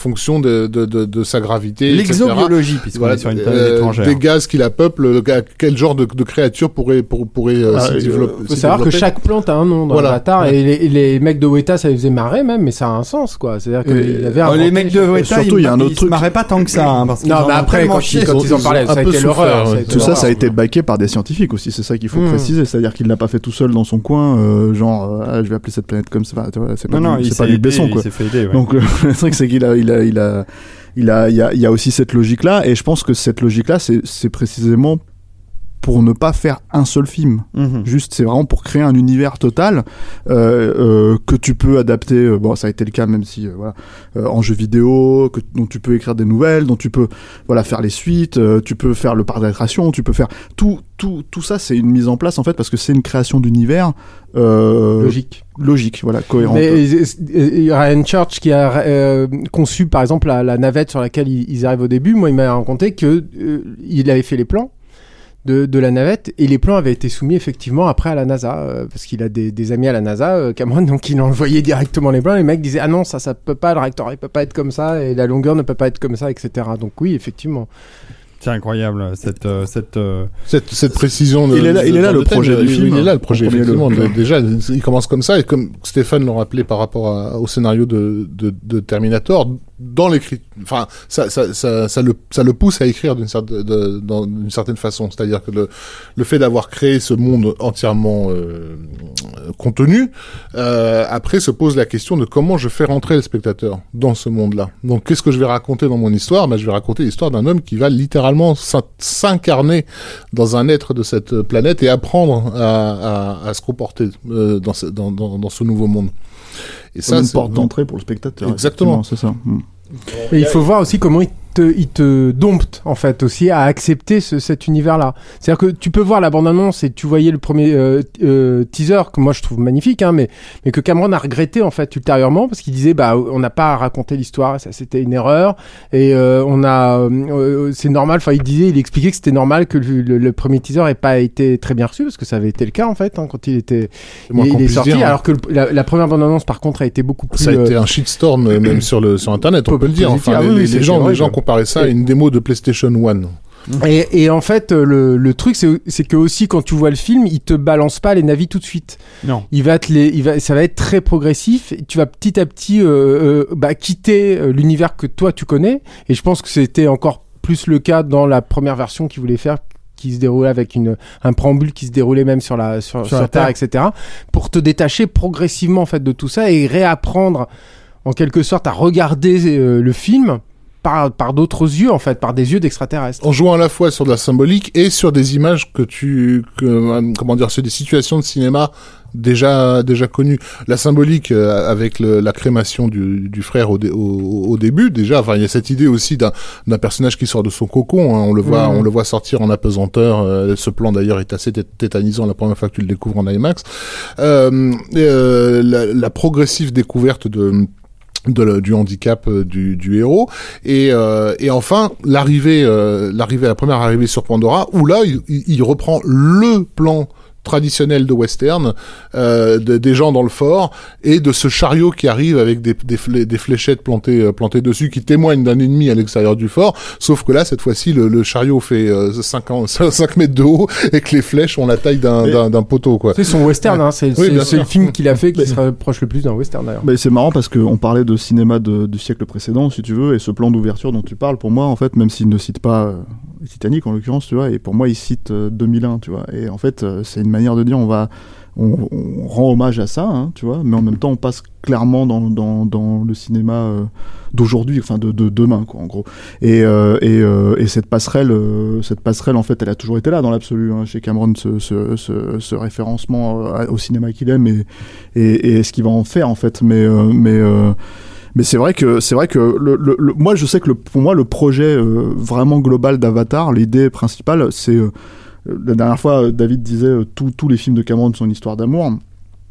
[SPEAKER 5] fonction de, de, de, de sa gravité.
[SPEAKER 2] L'exobiologie, puisqu'on
[SPEAKER 5] voilà,
[SPEAKER 2] est sur une planète
[SPEAKER 5] euh,
[SPEAKER 2] étrangère.
[SPEAKER 5] Des gaz qui la peuplent, le, quel genre de, de créature pourrait, pour, pourrait euh,
[SPEAKER 4] Ah,
[SPEAKER 5] s'y
[SPEAKER 4] euh,
[SPEAKER 5] développer.
[SPEAKER 6] Il faut savoir que chaque plante a un nom dans
[SPEAKER 5] Voilà.
[SPEAKER 6] Avatar,
[SPEAKER 5] Ouais.
[SPEAKER 6] et les, les mecs de Weta, ça les faisait marrer même, mais ça a un sens, quoi. C'est-à-dire qu'il avait
[SPEAKER 2] Oh,
[SPEAKER 6] inventé
[SPEAKER 2] les mecs de
[SPEAKER 6] chaque-
[SPEAKER 2] Weta,
[SPEAKER 4] surtout,
[SPEAKER 2] ils,
[SPEAKER 4] il y a un autre
[SPEAKER 2] ils se
[SPEAKER 4] truc.
[SPEAKER 2] marraient pas tant que ça, hein, parce qu'ils
[SPEAKER 6] Non,
[SPEAKER 2] en
[SPEAKER 6] mais
[SPEAKER 2] ont
[SPEAKER 6] après,
[SPEAKER 2] tellement
[SPEAKER 6] quand
[SPEAKER 2] chié.
[SPEAKER 6] ils, quand ils en parlaient,
[SPEAKER 5] ont
[SPEAKER 6] ça a
[SPEAKER 5] un peu
[SPEAKER 6] été
[SPEAKER 5] souffert,
[SPEAKER 6] l'horreur.
[SPEAKER 5] ouais.
[SPEAKER 6] ça a été
[SPEAKER 4] Tout ça,
[SPEAKER 6] l'horreur.
[SPEAKER 4] ça a été backé par des scientifiques aussi, c'est ça qu'il faut
[SPEAKER 6] Mm.
[SPEAKER 4] préciser. C'est-à-dire qu'il l'a pas fait tout seul dans son coin, euh, genre, euh, ah, je vais appeler cette planète comme ça. Enfin, tu vois, c'est pas,
[SPEAKER 2] Non, non,
[SPEAKER 4] du-
[SPEAKER 2] il
[SPEAKER 4] c'est
[SPEAKER 2] s'est
[SPEAKER 4] pas Luc
[SPEAKER 2] aidé,
[SPEAKER 4] Besson,
[SPEAKER 2] il
[SPEAKER 4] quoi.
[SPEAKER 2] s'est fait aider, ouais.
[SPEAKER 4] Donc le, le truc c'est qu'il a, il a, il a, il a, il y a, il y a aussi cette logique-là, et je pense que cette logique-là, c'est, c'est précisément pour ne pas faire un seul film.
[SPEAKER 2] Mhm.
[SPEAKER 4] Juste, c'est vraiment pour créer un univers total euh, euh, que tu peux adapter. euh, Bon, ça a été le cas, même si euh, voilà, euh, en jeu vidéo, que, dont tu peux écrire des nouvelles, dont tu peux voilà faire les suites, euh, tu peux faire le parc d'attractions, tu peux faire tout, tout, tout ça. C'est une mise en place en fait parce que c'est une création d'univers euh,
[SPEAKER 6] Logique.
[SPEAKER 4] logique, voilà, cohérente.
[SPEAKER 6] Mais euh, euh, Ryan Church qui a euh, conçu par exemple la, la navette sur laquelle ils, ils arrivent au début, moi il m'a raconté que euh, il avait fait les plans de, de la navette et les plans avaient été soumis effectivement après à la NASA euh, parce qu'il a des, des amis à la NASA, euh, Cameron, donc il envoyait directement les plans. Les mecs disaient ah non ça ça peut pas, le réacteur il peut pas être comme ça et la longueur ne peut pas être comme ça, et cetera. Donc oui effectivement.
[SPEAKER 2] C'est incroyable cette euh, cette. euh,
[SPEAKER 5] Cette, cette précision. De,
[SPEAKER 4] Il est là-
[SPEAKER 5] de-
[SPEAKER 4] il est là,
[SPEAKER 5] dans
[SPEAKER 4] le
[SPEAKER 5] thème,
[SPEAKER 4] projet
[SPEAKER 5] il-
[SPEAKER 4] du film.
[SPEAKER 5] Il est là le projet,
[SPEAKER 4] Comprenez-le.
[SPEAKER 5] effectivement. De- déjà, il commence comme ça, et comme Stéphane l'a rappelé par rapport à- au scénario de, de, de Terminator, dans l'écrit, enfin, ça, ça, ça, ça le, ça le pousse à écrire d'une certaine, de, dans, d'une certaine façon. C'est-à-dire que le, le fait d'avoir créé ce monde entièrement euh, contenu, euh, après se pose la question de comment je fais rentrer le spectateur dans ce monde-là. Donc, qu'est-ce que je vais raconter dans mon histoire? Ben, je vais raconter l'histoire d'un homme qui va littéralement s'in- s'incarner dans un être de cette planète et apprendre à, à, à se comporter euh, dans, ce, dans, dans, dans ce nouveau monde. Et
[SPEAKER 4] C'est une
[SPEAKER 5] c'est-
[SPEAKER 4] porte d'entrée pour le spectateur.
[SPEAKER 5] Exactement.
[SPEAKER 4] effectivement, c'est ça. Mm.
[SPEAKER 6] Et il faut voir aussi comment il te, il te dompte en fait aussi à accepter ce, cet univers-là. C'est-à-dire que tu peux voir la bande-annonce et tu voyais le premier euh, euh, teaser que moi je trouve magnifique, hein, mais, mais que Cameron a regretté en fait ultérieurement parce qu'il disait bah on n'a pas à raconter l'histoire, ça c'était une erreur et euh, on a euh, c'est normal. Enfin il disait, il expliquait que c'était normal que le, le, le premier teaser ait pas été très bien reçu parce que ça avait été le cas en fait hein, quand il était
[SPEAKER 5] C'est moins
[SPEAKER 6] il,
[SPEAKER 5] qu'on
[SPEAKER 6] il est
[SPEAKER 5] puisse
[SPEAKER 6] sorti,
[SPEAKER 5] dire, hein.
[SPEAKER 6] alors que le- la, la première bande-annonce par contre a été beaucoup plus
[SPEAKER 5] Ça a été
[SPEAKER 6] euh,
[SPEAKER 5] un shitstorm euh, même sur le sur internet, on peut le dire.
[SPEAKER 6] positif.
[SPEAKER 5] Enfin,
[SPEAKER 6] Ah
[SPEAKER 5] les,
[SPEAKER 6] oui, oui,
[SPEAKER 5] les
[SPEAKER 6] c'était
[SPEAKER 5] gens, les
[SPEAKER 6] horrible.
[SPEAKER 5] gens comparaient ça à une démo de PlayStation One.
[SPEAKER 6] Et, et en fait, euh, le, le truc, c'est, c'est que aussi quand tu vois le film, il te balance pas les navis tout de suite.
[SPEAKER 2] Non.
[SPEAKER 6] Il va te les, il va, ça va être très progressif. Et tu vas petit à petit euh, euh, bah, quitter euh, l'univers que toi tu connais. Et je pense que c'était encore plus le cas dans la première version qu'il voulait faire, qui se déroulait avec une, un préambule qui se déroulait même sur la, sur,
[SPEAKER 2] Sur
[SPEAKER 6] sur
[SPEAKER 2] la
[SPEAKER 6] Terre,
[SPEAKER 2] Terre.
[SPEAKER 6] et cetera. Pour te détacher progressivement en fait de tout ça et réapprendre en quelque sorte à regarder euh, le film par, par d'autres yeux en fait, par des yeux d'extraterrestres.
[SPEAKER 5] En jouant à la fois sur de la symbolique et sur des images que tu, que, euh, comment dire, sur des situations de cinéma déjà déjà connues. La symbolique euh, avec le, la crémation du, du frère au, dé, au, au début déjà. Enfin, il y a cette idée aussi d'un, d'un personnage qui sort de son cocon. Hein, on le voit,
[SPEAKER 6] Mmh.
[SPEAKER 5] on le voit sortir en apesanteur. Euh, ce plan d'ailleurs est assez té- tétanisant la première fois que tu le découvres en IMAX. Euh, euh, la, la progressive découverte de De le, du handicap euh, du, du héros et, euh, et enfin l'arrivée euh, l'arrivée la première arrivée sur Pandora où là il, il il reprend le plan traditionnel de western euh, de, des gens dans le fort et de ce chariot qui arrive avec des, des, flé- des fléchettes plantées, euh, plantées dessus qui témoignent d'un ennemi à l'extérieur du fort, sauf que là cette fois-ci le, le chariot fait euh, cinq mètres de haut et que les flèches ont la taille d'un,
[SPEAKER 4] Mais-
[SPEAKER 5] d'un, d'un poteau quoi.
[SPEAKER 6] C'est son western, hein, c'est,
[SPEAKER 5] Oui,
[SPEAKER 6] c'est,
[SPEAKER 5] bien
[SPEAKER 6] c'est le
[SPEAKER 5] sûr.
[SPEAKER 6] film qu'il a fait qui
[SPEAKER 4] Mais-
[SPEAKER 6] se rapproche le plus d'un western d'ailleurs.
[SPEAKER 4] Mais c'est marrant parce qu'on parlait de cinéma de, du siècle précédent, si tu veux, et ce plan d'ouverture dont tu parles, pour moi, en fait, même s'il ne cite pas euh, Titanic en l'occurrence, tu vois, et pour moi, il cite euh, deux mille un, tu vois, et en fait, euh, c'est une manière de dire, on va, on, on rend hommage à ça, hein, tu vois, mais en même temps, on passe clairement dans, dans, dans le cinéma euh, d'aujourd'hui, enfin de, de demain, quoi, en gros. Et, euh, et, euh, et cette passerelle, euh, cette passerelle, en fait, elle a toujours été là dans l'absolu, hein, chez Cameron, ce, ce, ce, ce référencement euh, au cinéma qu'il aime et, et, et ce qu'il va en faire, en fait, mais, euh, mais euh, mais c'est vrai que c'est vrai que le, le, le- moi je sais que le, pour moi le projet euh, vraiment global d'Avatar, l'idée principale, c'est euh, la dernière fois David disait euh, tous tous les films de Cameron sont une histoire d'amour.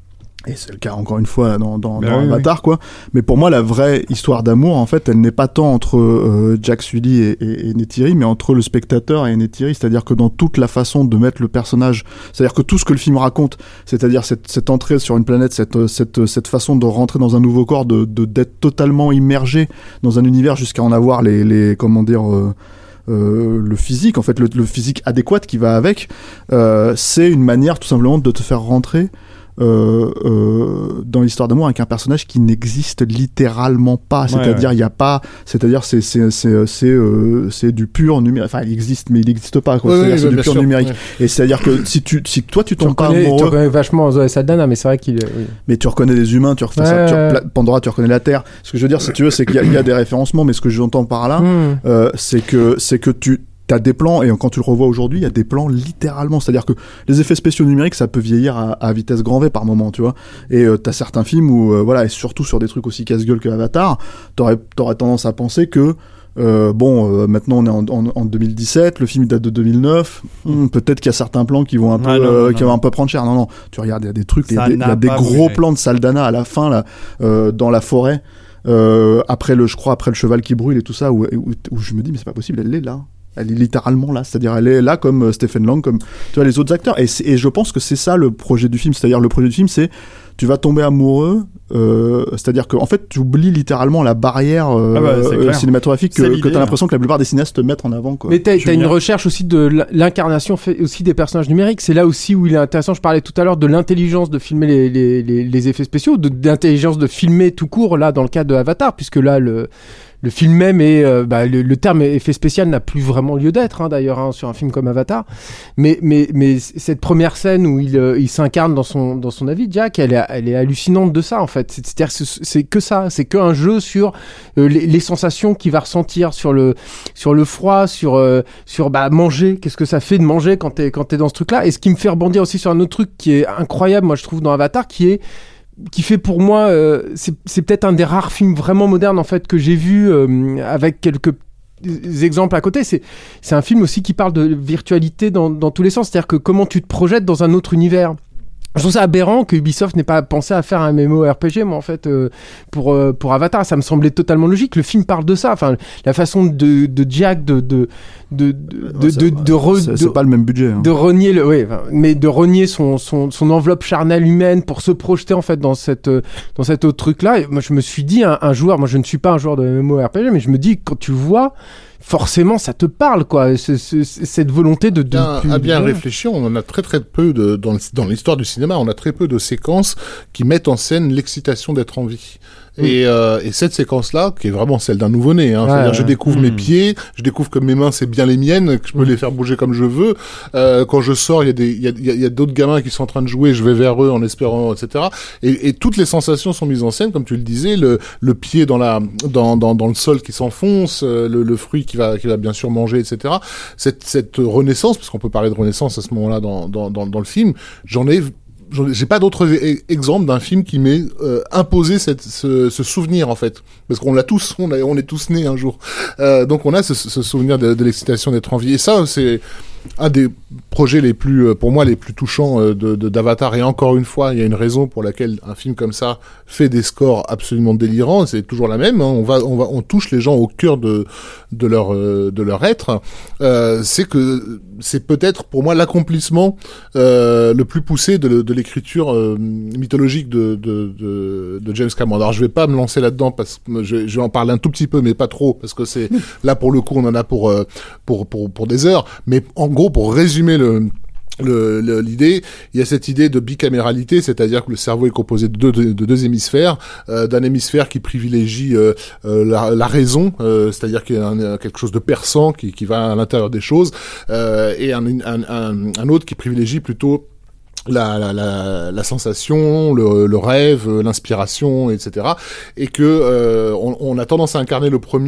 [SPEAKER 4] Et c'est le cas encore une fois dans, dans,
[SPEAKER 2] Ben
[SPEAKER 4] dans
[SPEAKER 2] oui,
[SPEAKER 4] Avatar, quoi. Mais pour moi, la vraie histoire d'amour, en fait, elle n'est pas tant entre euh, Jack Sully et, et, et Neytiri, mais entre le spectateur et Neytiri. C'est-à-dire que dans toute la façon de mettre le personnage, c'est-à-dire que tout ce que le film raconte, c'est-à-dire cette, cette entrée sur une planète, cette, cette, cette façon de rentrer dans un nouveau corps, de, de d'être totalement immergé dans un univers jusqu'à en avoir les, les comment dire. Euh, Euh, le physique, en fait, le, le physique adéquat qui va avec, euh, c'est une manière tout simplement de te faire rentrer euh, euh, dans l'histoire d'amour avec un personnage qui n'existe littéralement pas. C'est-à-dire, il ouais, ouais. y a pas, c'est-à-dire, c'est c'est c'est c'est euh, c'est du pur numérique. Enfin, il existe, mais il n'existe pas. Quoi.
[SPEAKER 5] Oui,
[SPEAKER 4] c'est-à-dire,
[SPEAKER 5] oui,
[SPEAKER 4] c'est
[SPEAKER 5] oui,
[SPEAKER 4] du pur
[SPEAKER 5] sûr,
[SPEAKER 4] numérique.
[SPEAKER 5] Ouais.
[SPEAKER 4] Et c'est-à-dire que si tu, si toi tu tombes
[SPEAKER 6] tu
[SPEAKER 4] pas
[SPEAKER 6] reconnais,
[SPEAKER 4] amoureux,
[SPEAKER 6] tu reconnais vachement Zoé Saldana, mais c'est vrai qu'il. Oui.
[SPEAKER 4] Mais tu reconnais les humains, tu refais ouais, ça. Tu re- Pandora, tu reconnais la Terre. Ce que je veux dire, si tu veux, c'est qu'il y a, il y a des référencements, mais ce que j'entends par là, mm. euh, c'est que c'est que tu t'as des plans, et quand tu le revois aujourd'hui, il y a des plans littéralement, c'est-à-dire que les effets spéciaux numériques, ça peut vieillir à, à vitesse grand V par moment, tu vois, et euh, t'as certains films où, euh, voilà, et surtout sur des trucs aussi casse-gueule que Avatar, t'aurais, t'aurais tendance à penser que Euh, bon, euh, maintenant on est en, en, en deux mille dix-sept, le film date de deux mille neuf. Hum, peut-être qu'il y a certains plans qui vont un peu, ah non, euh, non, qui non. vont un peu prendre cher. Non, non. Tu regardes, il y a des trucs, il y a des, y a des gros bougé. plans de Saldana à la fin là, euh, dans la forêt. Euh, après le, je crois, après le cheval qui brûle et tout ça, où, où, où je me dis mais c'est pas possible, elle est là. Elle est littéralement là, c'est-à-dire elle est là comme euh, Stephen Lang, comme tu vois les autres acteurs. Et, et je pense que c'est ça le projet du film, c'est-à-dire le projet du film, c'est tu vas tomber amoureux, euh, c'est-à-dire que en fait tu oublies littéralement la barrière euh, ah bah, euh, cinématographique que, que t'as l'impression que la plupart des cinéastes te mettent en avant. Quoi.
[SPEAKER 6] Mais t'as, t'as une recherche aussi de l'incarnation fait aussi des personnages numériques. C'est là aussi où il est intéressant. Je parlais tout à l'heure de l'intelligence de filmer les, les, les, les effets spéciaux, de, d'intelligence de filmer tout court là dans le cas de Avatar, puisque là le Le film même est, euh, bah, le, le terme effet spécial n'a plus vraiment lieu d'être, hein, d'ailleurs, hein, sur un film comme Avatar. Mais, mais, mais cette première scène où il, euh, il s'incarne dans son, dans son avis, Jack, elle est, elle est hallucinante de ça, en fait. C'est, c'est-à-dire que c'est, c'est que ça, c'est qu'un jeu sur euh, les, les sensations qu'il va ressentir, sur le, sur le froid, sur, euh, sur bah, manger. Qu'est-ce que ça fait de manger quand t'es, quand t'es dans ce truc-là? Et ce qui me fait rebondir aussi sur un autre truc qui est incroyable, moi, je trouve, dans Avatar, qui est qui fait pour moi, euh, c'est, c'est peut-être un des rares films vraiment modernes en fait que j'ai vu euh, avec quelques exemples à côté. C'est, c'est un film aussi qui parle de virtualité dans, dans tous les sens, c'est-à-dire que comment tu te projettes dans un autre univers. Je trouve ça aberrant que Ubisoft n'ait pas pensé à faire un MMORPG, moi, en fait, euh, pour, euh, pour Avatar. Ça me semblait totalement logique. Le film parle de ça. Enfin, la façon de, de Jack de, de, de, de, de, de, de, re,
[SPEAKER 4] c'est,
[SPEAKER 6] de,
[SPEAKER 4] c'est pas le même budget. Hein.
[SPEAKER 6] De renier le, oui, enfin, mais de renier son, son, son enveloppe charnelle humaine pour se projeter, en fait, dans cette, dans cet autre truc-là. Et moi, je me suis dit, un, un joueur, moi, je ne suis pas un joueur de MMORPG, mais je me dis, quand tu le vois, forcément, ça te parle, quoi. C'est, c'est, c'est cette volonté de... de
[SPEAKER 5] bien, à bien de... réfléchir, on en a très très peu, de, dans, dans l'histoire du cinéma, on a très peu de séquences qui mettent en scène l'excitation d'être en vie. Et, euh, et cette séquence-là, qui est vraiment celle d'un nouveau-né, hein, ouais, c'est-à-dire je découvre mmh. mes pieds, je découvre que mes mains c'est bien les miennes, que je peux mmh. les faire bouger comme je veux. Euh, quand je sors, il y a des, il y a, il y a d'autres gamins qui sont en train de jouer, je vais vers eux en espérant, et cetera. Et, et toutes les sensations sont mises en scène, comme tu le disais, le, le pied dans la, dans, dans, dans le sol qui s'enfonce, le, le fruit qui va, qui va bien sûr manger, et cetera. Cette, cette renaissance, parce qu'on peut parler de renaissance à ce moment-là dans, dans, dans, dans le film, j'en ai j'ai pas d'autres exemples d'un film qui m'ait euh, imposé cette, ce, ce souvenir en fait, parce qu'on l'a tous, on, a, on est tous nés un jour, euh, donc on a ce, ce souvenir de, de l'excitation d'être en vie. Et ça, c'est un des projets les plus, pour moi, les plus touchants de, de d'Avatar. Et encore une fois, il y a une raison pour laquelle un film comme ça fait des scores absolument délirants. C'est toujours la même. Hein. On va, on va, on touche les gens au cœur de de leur de leur être. Euh, c'est que c'est peut-être pour moi l'accomplissement euh, le plus poussé de, de l'écriture euh, mythologique de, de de de James Cameron. Alors je vais pas me lancer là-dedans parce que je, je vais en parler un tout petit peu, mais pas trop, parce que c'est là pour le coup on en a pour pour pour pour des heures. Mais en gros, pour résumer le Le, le, l'idée, il y a cette idée de bicaméralité, c'est-à-dire que le cerveau est composé de deux, de, de deux hémisphères, euh, d'un hémisphère qui privilégie euh, euh, la, la raison, euh, c'est-à-dire qu'il y a un, quelque chose de perçant qui, qui va à l'intérieur des choses, euh, et un, un, un, un autre qui privilégie plutôt La, la, la, la sensation, le, le rêve, l'inspiration, et cetera. Et que euh, on, on a tendance à incarner le premier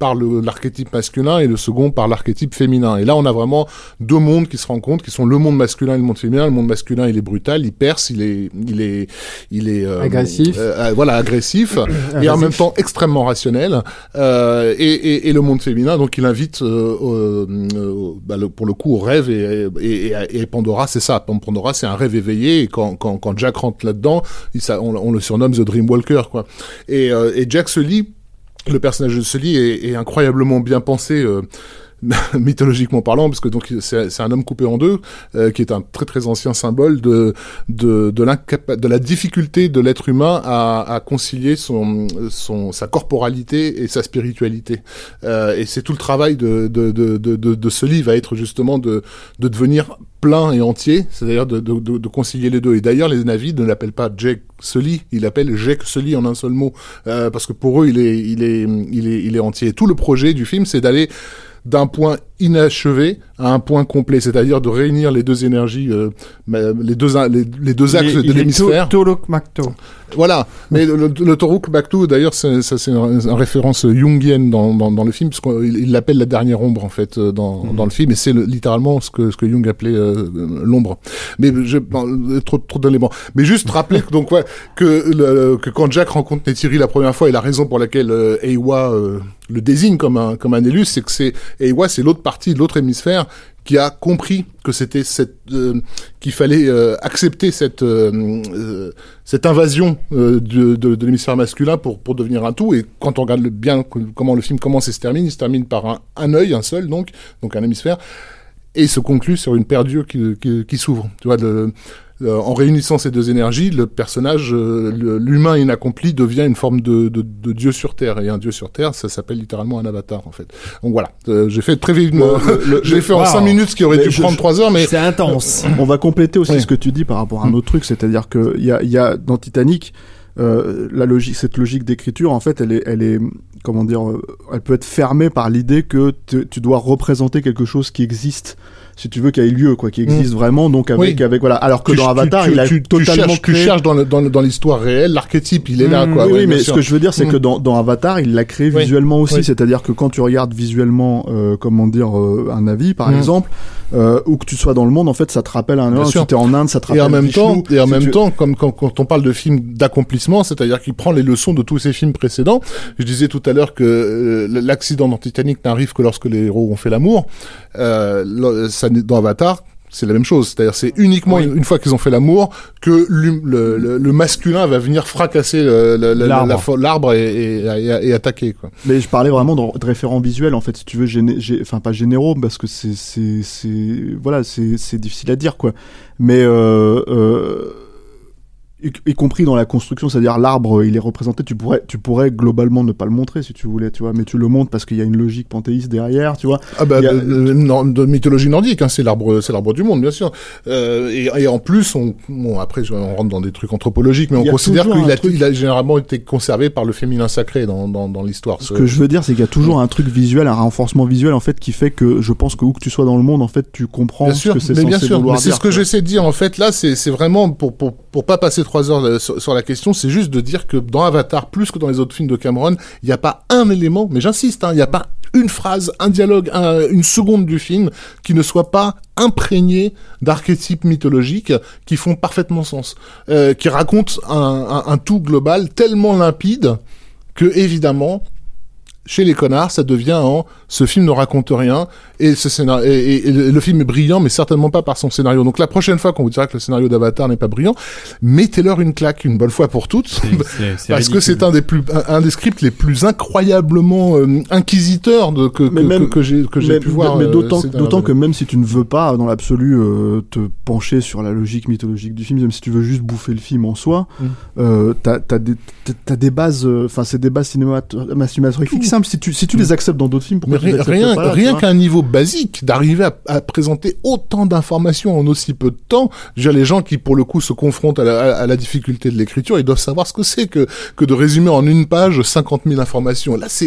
[SPEAKER 5] par le, l'archétype masculin et le second par l'archétype féminin. Et là, on a vraiment deux mondes qui se rencontrent, qui sont le monde masculin et le monde féminin. Le monde masculin, il est brutal, il perce, il est, il est, il est euh,
[SPEAKER 6] agressif.
[SPEAKER 5] Euh, voilà, agressif et en même temps extrêmement rationnel. Euh, et, et, et le monde féminin, donc, il invite euh, euh, euh, bah, le, pour le coup au rêve et, et, et, et Pandora, c'est ça. Pandora, c'est un rêve éveillé. Et quand, quand, quand Jack rentre là-dedans, il, ça, on, on le surnomme The Dreamwalker, quoi. Et, euh, et Jack Sully, le personnage de Sully est, est incroyablement bien pensé. Euh, mythologiquement parlant, parce que donc c'est, c'est un homme coupé en deux, euh, qui est un très très ancien symbole de de de, l'incapa- de la difficulté de l'être humain à, à concilier son son sa corporalité et sa spiritualité. Euh, et c'est tout le travail de de de de de, de ce livre va être justement de de devenir plein et entier, c'est-à-dire de, de, de, de concilier les deux. Et d'ailleurs, les Navis ne l'appellent pas Jack Sully, ils l'appellent Jack Sully en un seul mot, euh, parce que pour eux, il est il est il est il est entier. Et tout le projet du film, c'est d'aller d'un point inachevé à un point complet, c'est-à-dire de réunir les deux énergies, euh, les deux les, les deux axes
[SPEAKER 2] il est,
[SPEAKER 5] de l'hémisphère.
[SPEAKER 2] Toruk Makto.
[SPEAKER 5] Voilà, mais le, le Toruk Makto, d'ailleurs, c'est, ça c'est une, une référence jungienne dans, dans, dans le film, parce qu'il il l'appelle la dernière ombre en fait dans, mmh. dans le film, et c'est le, littéralement ce que ce que Jung appelait euh, l'ombre. Mais je bon, trop trop d'éléments. Mais juste rappeler que donc ouais, que le, que quand Jack rencontre Neytiri la première fois, et la raison pour laquelle euh, Eywa euh, le désigne comme un comme un élu, c'est que c'est Eywa, c'est l'autre partie de l'autre hémisphère qui a compris que c'était cette euh, qu'il fallait euh, accepter cette euh, euh, cette invasion euh, de, de, de l'hémisphère masculin pour pour devenir un tout. Et quand on regarde le, bien comment le film commence et se termine, il se termine par un, un œil, un seul donc donc un hémisphère, et il se conclut sur une paire d'yeux qui, qui qui s'ouvre. Tu vois, le, Euh, en réunissant ces deux énergies, le personnage, euh, le, l'humain inaccompli devient une forme de, de, de dieu sur Terre. Et un dieu sur Terre, ça s'appelle littéralement un avatar, en fait. Donc voilà, euh, j'ai fait très vite, le, le, j'ai fait wow. en cinq minutes ce qui aurait mais dû je, prendre trois heures, mais...
[SPEAKER 2] C'est intense.
[SPEAKER 4] On va compléter aussi
[SPEAKER 5] oui.
[SPEAKER 4] ce que tu dis par rapport à un autre truc, c'est-à-dire que il y a, y a dans Titanic, euh, la logique, cette logique d'écriture, en fait, elle est, elle est, comment dire, euh, elle peut être fermée par l'idée que te, tu dois représenter quelque chose qui existe. Si tu veux, qu'il y ait lieu, quoi, qui existe mmh. vraiment, donc avec, oui. avec, voilà. Alors que tu, dans Avatar,
[SPEAKER 5] tu, tu,
[SPEAKER 4] il a
[SPEAKER 5] tu,
[SPEAKER 4] totalement
[SPEAKER 5] tu cherches,
[SPEAKER 4] créé...
[SPEAKER 5] tu cherches dans, le, dans, le, dans l'histoire réelle, l'archétype, il est mmh, là, quoi.
[SPEAKER 4] Oui,
[SPEAKER 5] ouais,
[SPEAKER 4] mais
[SPEAKER 5] sûr.
[SPEAKER 4] ce que je veux dire, c'est mmh. que dans, dans Avatar, il l'a créé
[SPEAKER 5] oui.
[SPEAKER 4] visuellement aussi.
[SPEAKER 5] Oui.
[SPEAKER 4] C'est-à-dire que quand tu regardes visuellement, euh, comment dire, euh, un avis, par mmh. exemple, euh, ou que tu sois dans le monde, en fait, ça te rappelle un Inde. Si t'es en Inde, ça te rappelle
[SPEAKER 5] et en même
[SPEAKER 4] Vishnu,
[SPEAKER 5] temps, et en
[SPEAKER 4] si
[SPEAKER 5] même
[SPEAKER 4] tu...
[SPEAKER 5] temps, comme quand, quand on parle de films d'accomplissement, c'est-à-dire qu'il prend les leçons de tous ces films précédents. Je disais tout à l'heure que euh, l'accident dans Titanic n'arrive que lorsque les héros ont fait l'amour. Euh, ça, dans Avatar, c'est la même chose, c'est-à-dire c'est uniquement oui. une fois qu'ils ont fait l'amour que le, le, le masculin va venir fracasser le, le, l'arbre, la, l'arbre et, et, et, et attaquer, quoi.
[SPEAKER 4] Mais je parlais vraiment de, de référents visuels, en fait, si tu veux, géné, gé, enfin pas généraux, parce que c'est c'est c'est voilà, c'est c'est difficile à dire, quoi. Mais euh, euh, y, y compris dans la construction, c'est-à-dire l'arbre, il est représenté, tu pourrais tu pourrais globalement ne pas le montrer si tu voulais, tu vois, mais tu le montres parce qu'il y a une logique panthéiste derrière, tu vois.
[SPEAKER 5] Ah bah
[SPEAKER 4] a...
[SPEAKER 5] de, de, de mythologie nordique, hein, c'est l'arbre, c'est l'arbre du monde, bien sûr. Euh, et, et en plus, on, bon après, on rentre dans des trucs anthropologiques, mais on considère qu'il a, truc... il a généralement été conservé par le féminin sacré dans dans, dans l'histoire.
[SPEAKER 4] Ce que je veux dire, c'est qu'il y a toujours un truc visuel, un renforcement visuel en fait, qui fait que je pense que où que tu sois dans le monde, en fait, tu comprends
[SPEAKER 5] bien
[SPEAKER 4] ce
[SPEAKER 5] sûr,
[SPEAKER 4] que c'est
[SPEAKER 5] mais
[SPEAKER 4] censé
[SPEAKER 5] bien sûr,
[SPEAKER 4] vouloir
[SPEAKER 5] mais c'est
[SPEAKER 4] dire,
[SPEAKER 5] ce que
[SPEAKER 4] quoi.
[SPEAKER 5] j'essaie de dire en fait là, c'est c'est vraiment pour pour pour pas passer trois heures sur, sur la question, c'est juste de dire que dans Avatar, plus que dans les autres films de Cameron, il n'y a pas un élément, mais j'insiste, hein, il n'y a pas une phrase, un dialogue, un, une seconde du film qui ne soit pas imprégné d'archétypes mythologiques qui font parfaitement sens, euh, qui racontent un, un, un tout global tellement limpide que évidemment, chez les connards, ça devient en ce film ne raconte rien et ce scénario et, et, et le film est brillant, mais certainement pas par son scénario. Donc la prochaine fois qu'on vous dira que le scénario d'Avatar n'est pas brillant, mettez-leur une claque une bonne fois pour toutes, c'est, c'est, c'est parce ridicule. Que c'est un des plus un, un des scripts les plus incroyablement euh, inquisiteurs de que que, même, que, que j'ai que j'ai
[SPEAKER 4] mais,
[SPEAKER 5] pu voir.
[SPEAKER 4] Mais d'autant
[SPEAKER 5] euh,
[SPEAKER 4] d'autant que même si tu ne veux pas dans l'absolu euh, te pencher sur la logique mythologique du film, même si tu veux juste bouffer le film en soi, mm. euh, t'as t'as des t'as des bases, enfin euh, c'est des bases cinématographiques simples. Si tu si tu les acceptes dans d'autres films, pourquoi
[SPEAKER 5] mais
[SPEAKER 4] tu
[SPEAKER 5] rien rien,
[SPEAKER 4] pas là,
[SPEAKER 5] rien qu'à un niveau basique d'arriver à, à présenter autant d'informations en aussi peu de temps. Déjà les gens qui pour le coup se confrontent à la, à la difficulté de l'écriture, ils doivent savoir ce que c'est que que de résumer en une page cinquante mille informations. Là c'est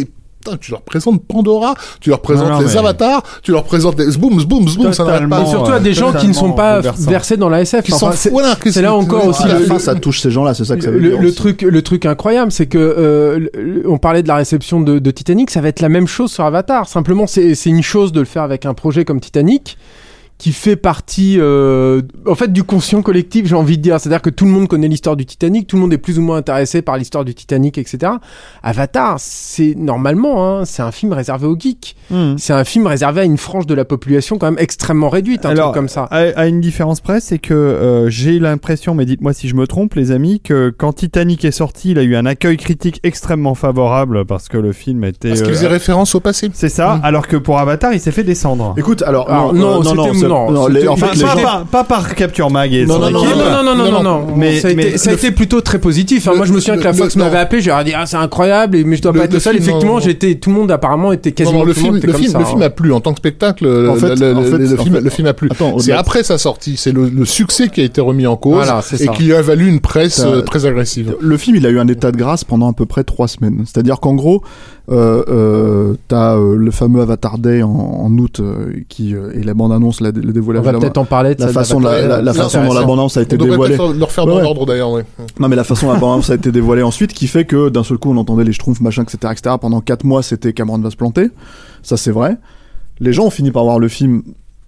[SPEAKER 5] putain, tu leur présentes Pandora, tu leur présentes
[SPEAKER 2] non, non,
[SPEAKER 5] les
[SPEAKER 2] mais...
[SPEAKER 5] avatars, tu leur présentes les zboum, zboum, zboum, ça n'arrête pas.
[SPEAKER 6] Et surtout à des gens qui ne sont pas versés dans la S F.
[SPEAKER 5] Qui
[SPEAKER 6] enfin,
[SPEAKER 5] sont
[SPEAKER 6] c'est,
[SPEAKER 5] voilà,
[SPEAKER 6] c'est là encore aussi
[SPEAKER 4] à la
[SPEAKER 6] le,
[SPEAKER 4] fin,
[SPEAKER 6] le,
[SPEAKER 4] ça touche ces gens-là, c'est ça que ça veut
[SPEAKER 6] le,
[SPEAKER 4] dire.
[SPEAKER 6] le
[SPEAKER 4] aussi.
[SPEAKER 6] truc, le truc incroyable, c'est que euh, le, on parlait de la réception de, de Titanic, ça va être la même chose sur Avatar. Simplement, c'est, c'est une chose de le faire avec un projet comme Titanic, qui fait partie, euh, en fait, du conscient collectif, j'ai envie de dire. C'est-à-dire que tout le monde connaît l'histoire du Titanic, tout le monde est plus ou moins intéressé par l'histoire du Titanic, et cetera. Avatar, c'est normalement, hein, c'est un film réservé aux geeks. Mmh. C'est un film réservé à une frange de la population quand même extrêmement réduite, un
[SPEAKER 2] Alors,
[SPEAKER 6] truc comme ça.
[SPEAKER 2] À, à une différence près, c'est que euh, j'ai l'impression, mais dites-moi si je me trompe, les amis, que quand Titanic est sorti, il a eu un accueil critique extrêmement favorable parce que le film était.
[SPEAKER 5] Parce qu'il faisait
[SPEAKER 2] euh,
[SPEAKER 5] référence au passé.
[SPEAKER 2] C'est ça. Mmh. Alors que pour Avatar, il s'est fait descendre.
[SPEAKER 4] Écoute, alors,
[SPEAKER 6] alors non,
[SPEAKER 4] non, non,
[SPEAKER 6] c'était, non,
[SPEAKER 4] non,
[SPEAKER 6] c'était,
[SPEAKER 4] les, en fait,
[SPEAKER 2] pas,
[SPEAKER 4] les
[SPEAKER 2] pas,
[SPEAKER 4] gens...
[SPEAKER 2] pas, pas par Capture Mag et
[SPEAKER 4] non,
[SPEAKER 2] son
[SPEAKER 4] non, non,
[SPEAKER 2] équipe.
[SPEAKER 6] Non, non, non, non, non, non, non.
[SPEAKER 2] Mais,
[SPEAKER 6] ça a,
[SPEAKER 2] mais
[SPEAKER 6] été, ça a
[SPEAKER 2] le...
[SPEAKER 6] été plutôt très positif. Hein.
[SPEAKER 5] Le,
[SPEAKER 6] Moi, je me souviens
[SPEAKER 5] le,
[SPEAKER 6] que la fois
[SPEAKER 5] le,
[SPEAKER 6] que je m'avais appelé, j'ai dit ah c'est incroyable, mais je dois
[SPEAKER 5] le,
[SPEAKER 6] pas être le, le seul.
[SPEAKER 5] Film,
[SPEAKER 6] Effectivement,
[SPEAKER 5] non.
[SPEAKER 6] j'étais, tout le monde apparemment était quasiment.
[SPEAKER 5] Non, non, le
[SPEAKER 6] tout le monde
[SPEAKER 5] film,
[SPEAKER 6] était
[SPEAKER 5] le
[SPEAKER 6] comme
[SPEAKER 5] film,
[SPEAKER 6] ça,
[SPEAKER 5] le
[SPEAKER 6] hein.
[SPEAKER 5] film a plu en tant que spectacle.
[SPEAKER 4] En fait,
[SPEAKER 5] le,
[SPEAKER 4] en
[SPEAKER 5] le,
[SPEAKER 4] fait,
[SPEAKER 5] le,
[SPEAKER 4] en
[SPEAKER 5] film,
[SPEAKER 4] fait,
[SPEAKER 5] le film a plu.
[SPEAKER 4] Attends,
[SPEAKER 5] c'est après sa sortie, c'est le, le succès qui a été remis en cause
[SPEAKER 6] Voilà, c'est
[SPEAKER 5] et
[SPEAKER 6] ça.
[SPEAKER 5] qui a valu une presse
[SPEAKER 4] Ça,
[SPEAKER 5] euh, très agressive.
[SPEAKER 4] Le film, il a eu un état de grâce pendant à peu près trois semaines. C'est-à-dire qu'en gros, euh, euh, t'as euh, le fameux Avatar Day en, en août euh, qui euh, et la bande-annonce la, le dévoilage.
[SPEAKER 6] On va peut-être en parler de
[SPEAKER 4] la
[SPEAKER 6] ça,
[SPEAKER 4] façon, la, la, la
[SPEAKER 5] Non,
[SPEAKER 4] façon
[SPEAKER 5] c'est
[SPEAKER 4] dont la bande-annonce a été
[SPEAKER 5] On devrait
[SPEAKER 4] dévoilée.
[SPEAKER 5] peut-être leur faire
[SPEAKER 4] Ouais,
[SPEAKER 5] dans
[SPEAKER 4] ouais.
[SPEAKER 5] l'ordre d'ailleurs. Ouais.
[SPEAKER 4] Non, mais la façon dont la bande-annonce a été dévoilée ensuite, qui fait que d'un seul coup, on entendait les schtroumpfs, machin, et cetera, et cetera. Pendant quatre mois, c'était Cameron va se planter. Ça, c'est vrai. Les gens ont fini par voir le film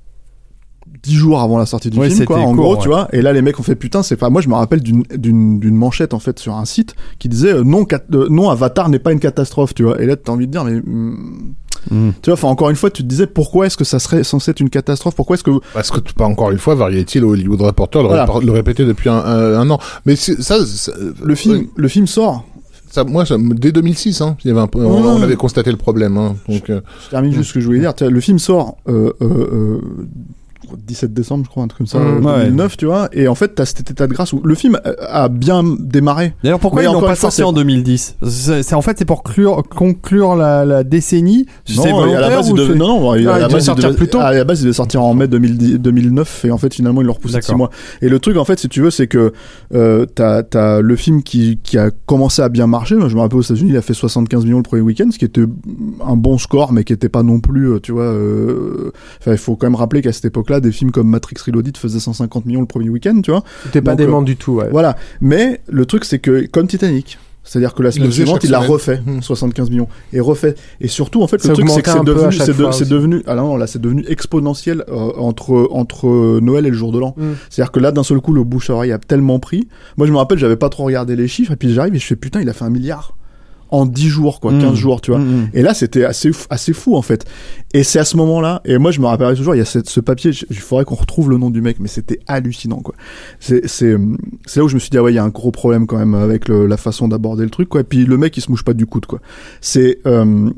[SPEAKER 4] dix jours avant la sortie du
[SPEAKER 2] Ouais,
[SPEAKER 4] film, quoi, en
[SPEAKER 2] court,
[SPEAKER 4] gros,
[SPEAKER 2] ouais.
[SPEAKER 4] tu vois. Et là, les mecs ont fait putain, c'est pas. Moi, je me rappelle d'une d'une d'une manchette en fait sur un site qui disait euh, non, cat... euh, non, Avatar n'est pas une catastrophe, tu vois. Et là, t'as envie de dire, mais mm,
[SPEAKER 2] Mm.
[SPEAKER 4] tu vois, enfin, encore une fois, tu te disais pourquoi est-ce que ça serait censé être une catastrophe? Pourquoi est-ce que
[SPEAKER 5] Parce que, pas encore une fois, Variety, le Hollywood Reporter, le,
[SPEAKER 4] Voilà.
[SPEAKER 5] répar- le répétait depuis un, un, un an. Mais c'est- ça, ça
[SPEAKER 4] le film,
[SPEAKER 5] ouais,
[SPEAKER 4] le film sort?
[SPEAKER 5] ça, moi, ça, dès deux mille six, hein, il y avait un peu, on, on avait constaté le problème. Hein, donc, euh,
[SPEAKER 4] Je termine juste ce que je voulais dire. Tu vois, le film sort euh, euh, euh, dix-sept décembre, je crois, un truc comme ça,
[SPEAKER 6] Mmh,
[SPEAKER 4] euh, deux mille neuf, tu vois. Et en fait, t'as cet état de grâce où le film a a bien démarré.
[SPEAKER 2] D'ailleurs, pourquoi
[SPEAKER 4] Mais
[SPEAKER 2] ils l'ont
[SPEAKER 4] encore
[SPEAKER 2] pas
[SPEAKER 4] une fois,
[SPEAKER 2] sorti
[SPEAKER 4] c'est-
[SPEAKER 2] en deux mille dix? c'est, c'est En fait, c'est pour clure, conclure la, la décennie.
[SPEAKER 4] Non,
[SPEAKER 2] c'est
[SPEAKER 4] à la
[SPEAKER 2] volontaire
[SPEAKER 4] base, il
[SPEAKER 2] ou
[SPEAKER 4] devait,
[SPEAKER 2] c'est-
[SPEAKER 4] non, non, il-
[SPEAKER 6] Ah,
[SPEAKER 4] à
[SPEAKER 6] il
[SPEAKER 4] la
[SPEAKER 6] devait
[SPEAKER 4] base, il
[SPEAKER 6] sortir
[SPEAKER 4] devait-
[SPEAKER 6] plus tôt.
[SPEAKER 4] à la base, il devait sortir en mai deux mille dix deux mille neuf, et en fait, finalement, ils l'ont repoussé de six
[SPEAKER 2] D'accord.
[SPEAKER 4] mois. Et le truc, en fait, si tu veux, c'est que euh, t'as, t'as le film qui, qui a commencé à bien marcher. Moi, je me rappelle aux États-Unis, il a fait soixante-quinze millions le premier week-end, ce qui était un bon score, mais qui était pas non plus, euh, tu vois. euh, Enfin, il faut quand même rappeler qu'à cette époque-là, des films comme Matrix Reloaded faisaient cent cinquante millions le premier week-end, tu vois.
[SPEAKER 6] C'était pas
[SPEAKER 4] Donc,
[SPEAKER 6] dément du tout, ouais.
[SPEAKER 4] Voilà. Mais le truc, c'est que, comme Titanic, c'est-à-dire que la
[SPEAKER 5] Il le
[SPEAKER 4] semaine
[SPEAKER 5] faisait
[SPEAKER 4] suivante,
[SPEAKER 5] chaque
[SPEAKER 4] il a
[SPEAKER 5] semaine.
[SPEAKER 4] refait
[SPEAKER 5] Mmh.
[SPEAKER 4] soixante-quinze millions. Et refait. Et surtout, en fait,
[SPEAKER 6] Ça
[SPEAKER 4] le truc, c'est que
[SPEAKER 6] augmentait
[SPEAKER 4] c'est
[SPEAKER 6] un peu à
[SPEAKER 4] devenu,
[SPEAKER 6] chaque
[SPEAKER 4] c'est, de-
[SPEAKER 6] fois
[SPEAKER 4] c'est
[SPEAKER 6] aussi.
[SPEAKER 4] devenu, ah non, là, c'est devenu exponentiel euh, entre, entre Noël et le jour de l'an.
[SPEAKER 6] Mm.
[SPEAKER 4] C'est-à-dire que là, d'un seul coup, le bouche à oreille a tellement pris. Moi, je me rappelle, j'avais pas trop regardé les chiffres, et puis j'arrive et je fais, putain, il a fait un milliard. En dix jours, quoi,
[SPEAKER 2] Mmh.
[SPEAKER 4] quinze jours, tu vois.
[SPEAKER 2] Mmh.
[SPEAKER 4] Et là, c'était assez, f- assez fou, en fait. Et c'est à ce moment-là, et moi, je me rappellerai toujours, il y a cette, ce papier, j- il faudrait qu'on retrouve le nom du mec, mais c'était hallucinant, quoi. C'est, c'est, c'est là où je me suis dit, ah ouais, il y a un gros problème quand même avec le, la façon d'aborder le truc, quoi. Et puis le mec, il se mouche pas du coude, quoi. C'est, euh,